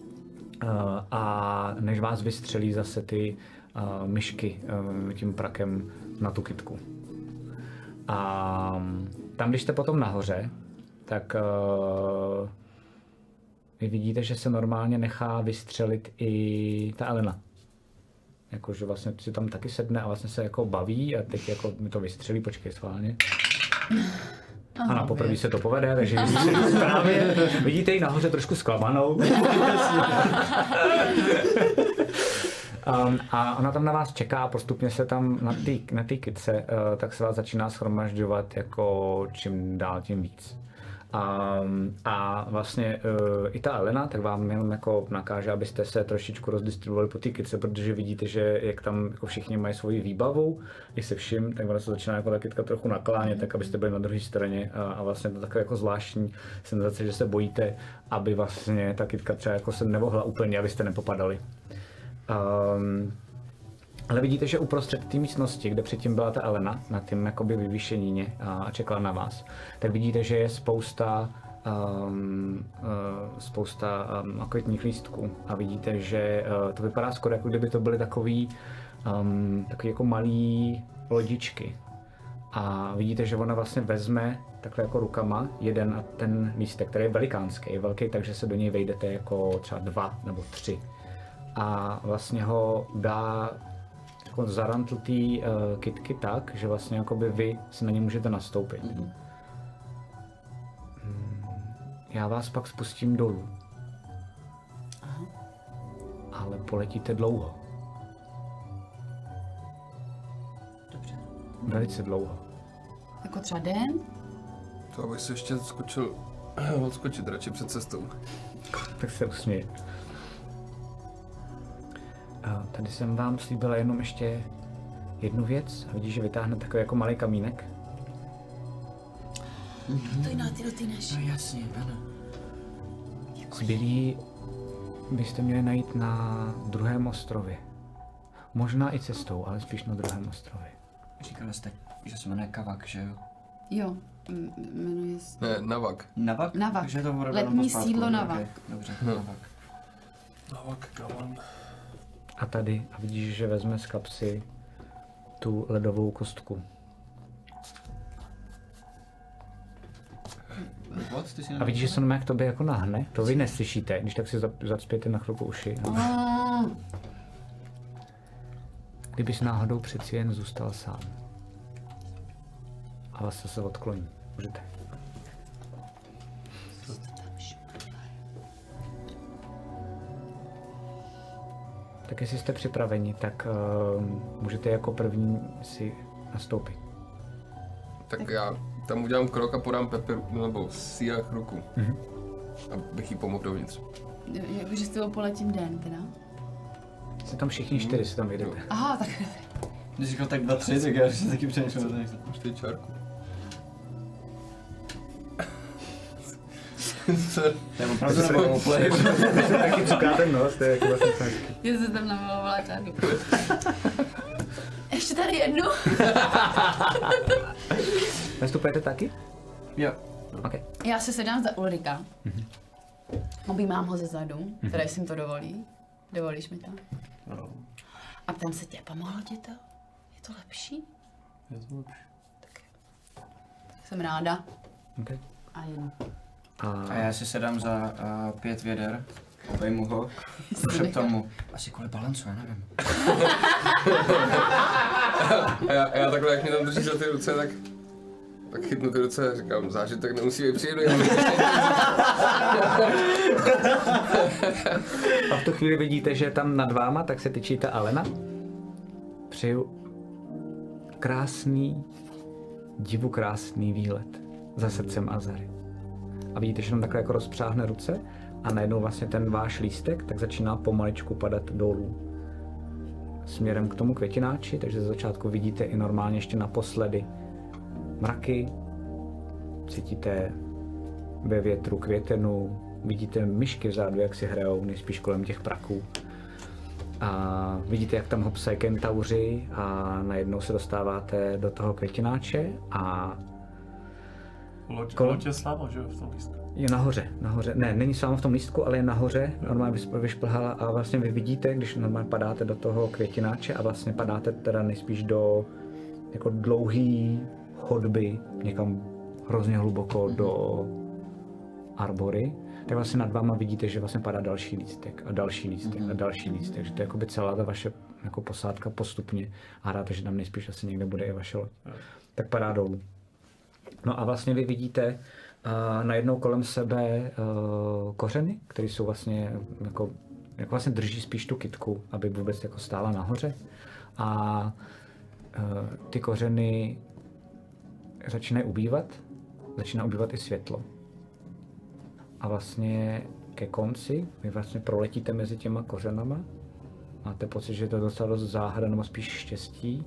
a než vás vystřelí zase ty myšky tím prakem na tu kytku. A tam, když jste potom nahoře, tak vy vidíte, že se normálně nechá vystřelit i ta Elena. Jakože vlastně si tam taky sedne a vlastně se jako baví a teď jako mi to vystřelí, počkej schválně. Ano, poprvé se to povede, takže vidíte ji nahoře trošku zklamanou. A ona tam na vás čeká a postupně se tam na té kytce, tak se vás začíná shromažďovat jako čím dál tím víc. A vlastně i ta Elena tak vám jenom jako nakáže, abyste se trošičku rozdistribuovali po té kytce, protože vidíte, že jak tam jako všichni mají svoji výbavu, když se všim, tak ona se začíná jako ta kytka trochu naklánět, tak abyste byli na druhé straně a vlastně to takové jako zvláštní senzace, že se bojíte, aby vlastně ta kytka třeba jako se nevohla úplně, abyste nepopadali. Ale vidíte, že uprostřed té místnosti, kde předtím byla ta Elena, na tím jakoby vyvýšenině a čekala na vás, tak vidíte, že je spousta akvitních lístků a vidíte, že to vypadá skoro jako kdyby to byly takový jako malý lodičky. A vidíte, že ona vlastně vezme takhle jako rukama jeden a ten lístek, který je velikánský, je velký, takže se do něj vejdete jako třeba 2 nebo 3. A vlastně ho dá jako zarantl té kytky tak, že vlastně jakoby vy si na ně můžete nastoupit. Já vás pak spustím dolů. Ale poletíte dlouho. Dobře. Velice dlouho. Jako třeba den? To abych se ještě odskočit radši před cestou. Tak se usměje. Tady jsem vám slíbila jenom ještě jednu věc. Vidíš, že vytáhne takový jako malý kamínek. To jiná, ty do ty než. No jasně, ano. Zbylí byste měli najít na druhém ostrově. Možná i cestou, ale spíš na druhém ostrově. Říkali jste, že se jmenuje Kavak, že jo? Jo, jmenuje se... Ne, Navak. Navak? Navak. Takže je to opravdu Letní pospátku. sídlo Navak. Okay, dobře, Navak. Navak, Gavan. A tady, a vidíš, že vezme z kapsy tu ledovou kostku. A vidíš, že se jak tobě jako nahne, to vy neslyšíte, když tak si zacpěte na chvilku uši. Kdybys náhodou přeci jen zůstal sám. A vás se odkloní. Můžete. Tak jestli jste připraveni, tak můžete jako první si nastoupit. Tak já tam udělám krok a podám Pepper, nebo Siach ruku. Abych jí pomohl dovnitř. Jakože s tebou poletím den, teda? Jste tam všichni 4, si tam vyjdete. Aha, tak Když říkal tak 2, 3, tak já si taky přemýšlel. Máš ty čárku. To je opravdu nebo úplně. Taky cuká ten nos, to je jako vlastně hezky. já jsem tam namalovala čárku. Ještě tady jednu. Nastupujete taky? Jo. Okay. Já se sedám za Ulrika. Objímám ho ze zadu, teda jestli mi to dovolí. Dovolíš mi to? No, A ptám se tě, pomohlo ti to? Je to lepší? je to lepší. Jsem ráda. Okay. A jen. A já si sedám za 5 věder, obejmu ho a šeptám mu, asi kvůli balancu, já nevím. A já takhle, jak mě tam drží za ty ruce, tak chytnu ty ruce a říkám, zážitek nemusí být příjemný. A v tu chvíli vidíte, že tam nad váma, tak se tyčí ta Alena. Přeju krásný, divokrásný výlet za srdcem Azary. A vidíte, že tam takhle jako rozpřáhne ruce a najednou vlastně ten váš lístek tak začíná pomaličku padat dolů. Směrem k tomu květináči, takže ze začátku vidíte i normálně ještě naposledy mraky, cítíte ve větru květenu, vidíte myšky vzadu, jak si hrajou, nejspíš kolem těch praků. A vidíte, jak tam hopsají kentauři a najednou se dostáváte do toho květináče a Loď je s náma, že jo, v tom lístku. je nahoře. Ne, není s váma v tom lístku, ale je nahoře, normálně vyšplhala a vlastně vy vidíte, když normálně padáte do toho květináče a vlastně padáte teda nejspíš do jako dlouhý chodby, někam hrozně hluboko do arbory, tak vlastně nad váma vidíte, že vlastně padá další lístek a další lístek a další lístek, že to je jakoby celá ta vaše jako posádka postupně a hráte, že tam nejspíš asi někde bude i vaše loď. Tak padá dolů. No a vlastně vy vidíte najednou kolem sebe kořeny, které jsou vlastně jako vlastně drží spíš tu kytku, aby vůbec jako stála nahoře. A ty kořeny začínají ubývat, začíná ubývat i světlo. A vlastně ke konci vy vlastně proletíte mezi těma kořenama. Máte pocit, že je to docela dost záhada, nebo spíš štěstí,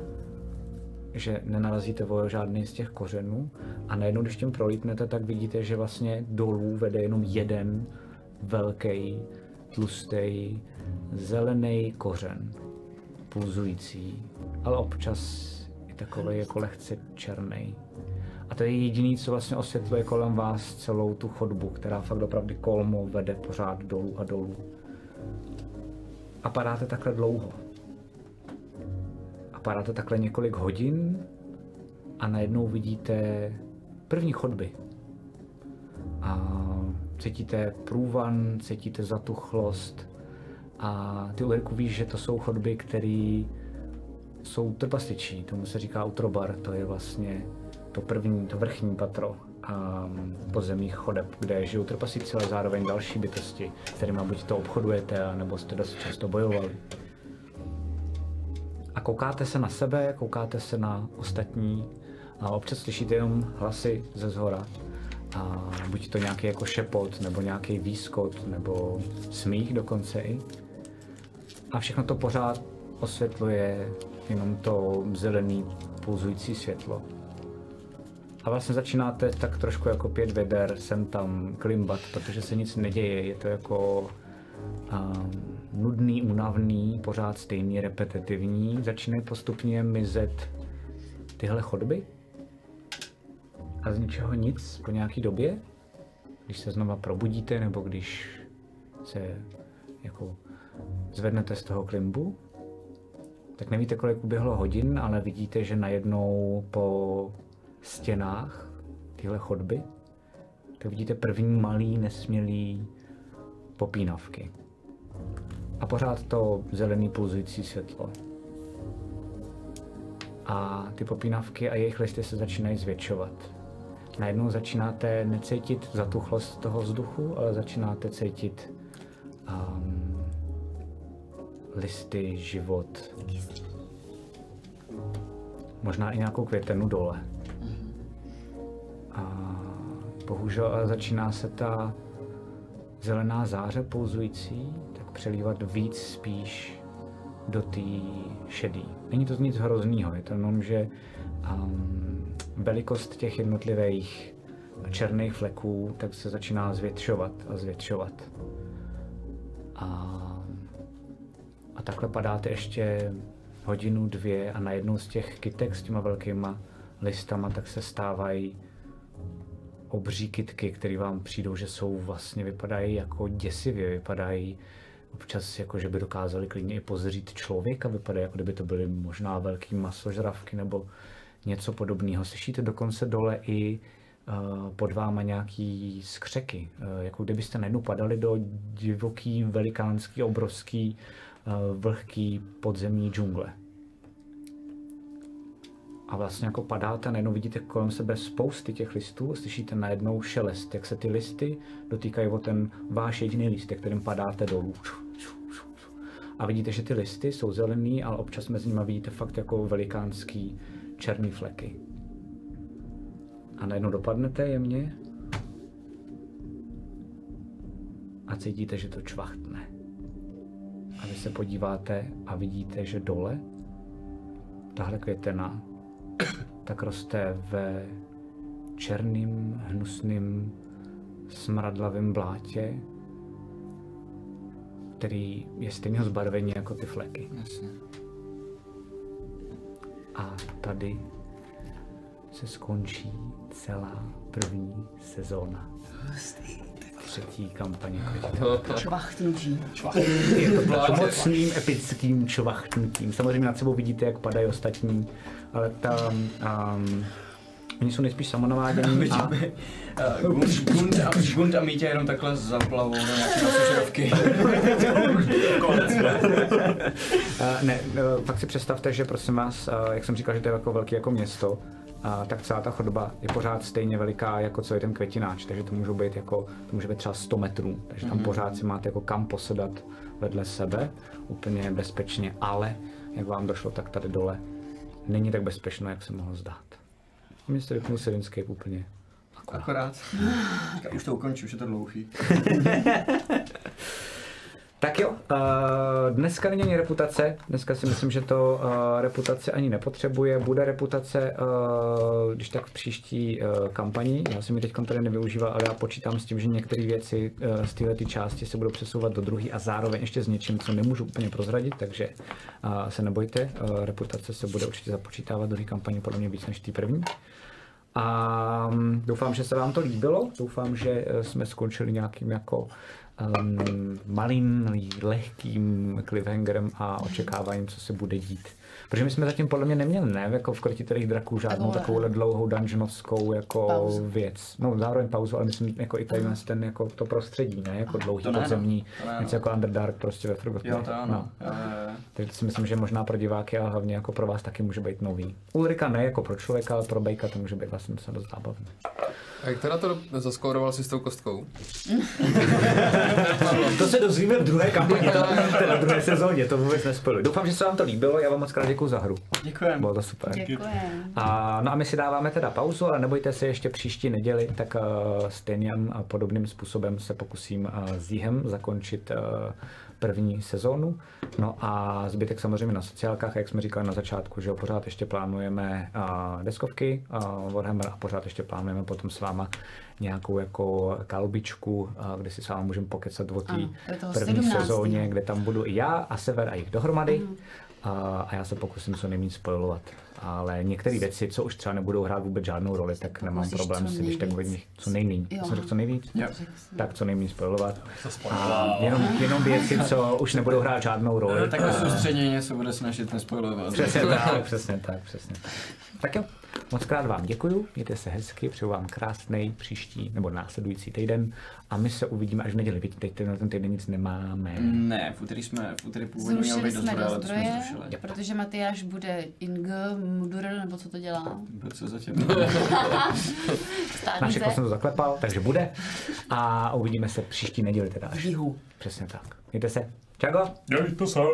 že nenarazíte o žádný z těch kořenů a najednou, když tím prolítnete, tak vidíte, že vlastně dolů vede jenom jeden velký, tlustý, zelený kořen, pulzující, ale občas i takový jako lehce černý. A to je jediný, co vlastně osvětluje kolem vás celou tu chodbu, která fakt opravdu kolmo vede pořád dolů a dolů. A padáte takhle dlouho. A padáte takhle několik hodin a najednou vidíte první chodby. A cítíte průvan, cítíte zatuchlost a ty, Ulriku, víš, že to jsou chodby, které jsou trpastičí, tomu se říká utrobar, to je vlastně to vrchní patro podzemních chodeb, kde žijou trpasíci, ale zároveň další bytosti, s kterými buď to obchodujete, nebo jste dost často bojovali. A koukáte se na sebe, koukáte se na ostatní a občas slyšíte jenom hlasy ze zhora. A buď to nějaký jako šepot, nebo nějaký výskot, nebo smích dokonce i. A všechno to pořád osvětluje jenom to zelený pulzující světlo. A vlastně začínáte tak trošku jako 5 veder sem tam klimbat, protože se nic neděje, je to jako nudný, únavný, pořád stejný, repetitivní. Začínají postupně mizet tyhle chodby. A z ničeho nic po nějaký době, když se znova probudíte, nebo když se jako zvednete z toho klimbu, tak nevíte, kolik uběhlo hodin, ale vidíte, že najednou po stěnách tyhle chodby, tak vidíte první malý, nesmělý popínavky. A pořád to zelený pulzující světlo. A ty popínavky a jejich listy se začínají zvětšovat. Najednou začínáte necítit zatuchlost toho vzduchu, ale začínáte cítit listy, život. Možná i nějakou květenu dole. A bohužel ale začíná se ta zelená záře pulzující tak přelívat víc spíš do té šedý. Není to nic hroznýho, je to jenom, že velikost těch jednotlivých černých fleků tak se začíná zvětšovat a zvětšovat. A takhle padáte ještě hodinu, 2 a najednou z těch kytek s těma velkýma listama tak se stávají obří kytky, které vám přijdou, že jsou vlastně, vypadají jako děsivě, vypadají občas jako, že by dokázali klidně i pozřít člověka, vypadají jako kdyby to byly možná velký masožravky nebo něco podobného. Slyšíte dokonce dole i pod váma nějaký skřeky, jako kdybyste najednou padali do divoký, velikánský, obrovský, vlhký podzemní džungle. A vlastně jako padáte, najednou vidíte kolem sebe spousty těch listů, slyšíte najednou šelest, jak se ty listy dotýkají o ten váš jediný lístek, kterým padáte dolů. A vidíte, že ty listy jsou zelený, ale občas mezi nimi vidíte fakt jako velikánský černý fleky. A najednou dopadnete jemně a cítíte, že to čvachtne. A vy se podíváte a vidíte, že dole tahle květena tak roste ve černým, hnusným, smradlavém blátě, který je stejného zbarvení jako ty fleky. Jasně. A tady se skončí celá první sezóna. Třetí kampaně. Čvachtnutí. Je to mocným, epickým čvachtnutím. Samozřejmě nad sebou vidíte, jak padají ostatní, ale tam oni jsou nejspíš samonavádění a... Gund a Mítě jenom takhle zaplavou na nějaké masožravky. Ne, fakt si představte, že prosím vás, jak jsem říkal, že to je jako velký jako město, tak celá ta chodba je pořád stejně veliká jako celý ten květináč, takže to může být třeba 100 metrů, takže tam pořád si máte jako kam posedat vedle sebe, úplně bezpečně, ale jak vám došlo, tak tady dole není tak bezpečno, jak se mohlo zdát. Mě jste vypnul Sirenscape úplně. Akorát. Už to ukončím, už je to dlouhý. Tak jo, dneska není ani reputace, dneska si myslím, že to reputace ani nepotřebuje, bude reputace, když tak v příští kampani, já jsem ji teď tady nevyužíval, ale já počítám s tím, že některé věci z této části se budou přesouvat do druhé a zároveň ještě s něčím, co nemůžu úplně prozradit, takže se nebojte, reputace se bude určitě započítávat do druhé kampani podle mě víc než té první. A doufám, že se vám to líbilo, doufám, že jsme skončili nějakým jako malým, lehkým cliffhangerem a očekáváním, co se bude dít. Protože my jsme zatím podle mě neměli, ne, jako v Krotitelích draků žádnou takovouhle dlouhou dungeonovskou jako pauzu. Věc. No zároveň pauzu, ale myslím jako i tady ten jako to prostředí, ne, jako dlouhý podzemní, něco jako Underdark prostě ve Forgotten. Jo, to ano. No. Takže si myslím, že možná pro diváky a hlavně jako pro vás taky může být nový. Ulrika ne jako pro člověka, ale pro Bejka to může být vlastně docela dost zábavné. A jak teda to zaskóroval si s tou kostkou? To se dozvíme v druhé kampani, v druhé sezóně, to vůbec nespojuji. Doufám, že se vám to líbilo, já vám moc krát děkuji za hru. Děkujeme. Bylo to super. Děkujem. No a my si dáváme teda pauzu, ale nebojte se, ještě příští neděli, tak stejným a podobným způsobem se pokusím s Jihem zakončit první sezónu. No a zbytek samozřejmě na sociálkách, jak jsme říkali na začátku, že pořád ještě plánujeme deskovky Warhammer a pořád ještě plánujeme potom s váma nějakou jako kalbičku, kde si s vámi můžeme pokecat o té první 17. sezóně, kde tam budu i já a Sever a jich dohromady. A já se pokusím co nejméně spojovat. Ale některé věci, co už třeba nebudou hrát vůbec žádnou roli, tak nemám problém si když tak od nich co nejméně. Jsem řekl co nejvíc? Tak co nejméně spojovat. A jenom věci, co už nebudou hrát žádnou roli. Takhle soustředěně se bude snažit nespojovat. Přesně tak. Tak jo, moc krát vám děkuju, mějte se hezky, přeju vám krásný příští nebo následující týden a my se uvidíme až v neděli. Teď ten týden nic nemáme. Ne, v úterý původně měl být do zdroje, ale to jsme zrušili. Protože Matyáš bude Mudur, nebo co to dělá? Co zatím? Na všechno jsem to zaklepal, takže bude. A uvidíme se příští neděli teda až. Jihu. Přesně tak. Mějte se. Čago. Dělejte se.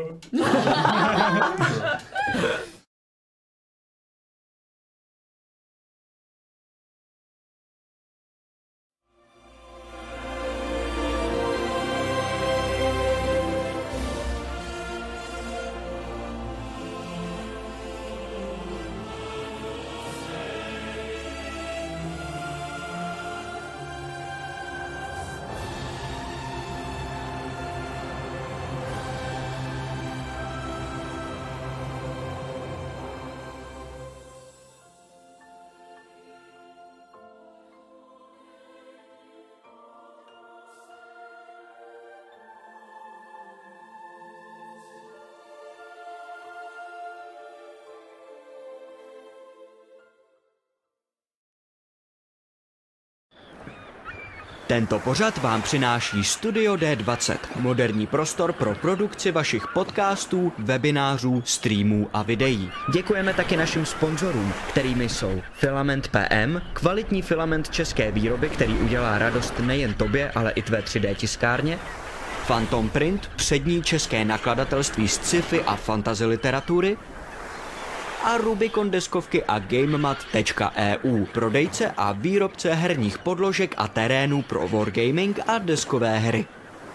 Tento pořad vám přináší Studio D20, moderní prostor pro produkci vašich podcastů, webinářů, streamů a videí. Děkujeme taky našim sponzorům, kterými jsou Filament PM, kvalitní filament české výroby, který udělá radost nejen tobě, ale i tvé 3D tiskárně, Phantom Print, přední české nakladatelství z sci-fi a fantasy literatury, a Rubicon deskovky a GameMat.eu, prodejce a výrobce herních podložek a terénů pro wargaming a deskové hry.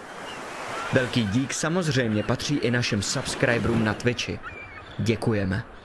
Velký dík samozřejmě patří i našim subscriberům na Twitchi. Děkujeme.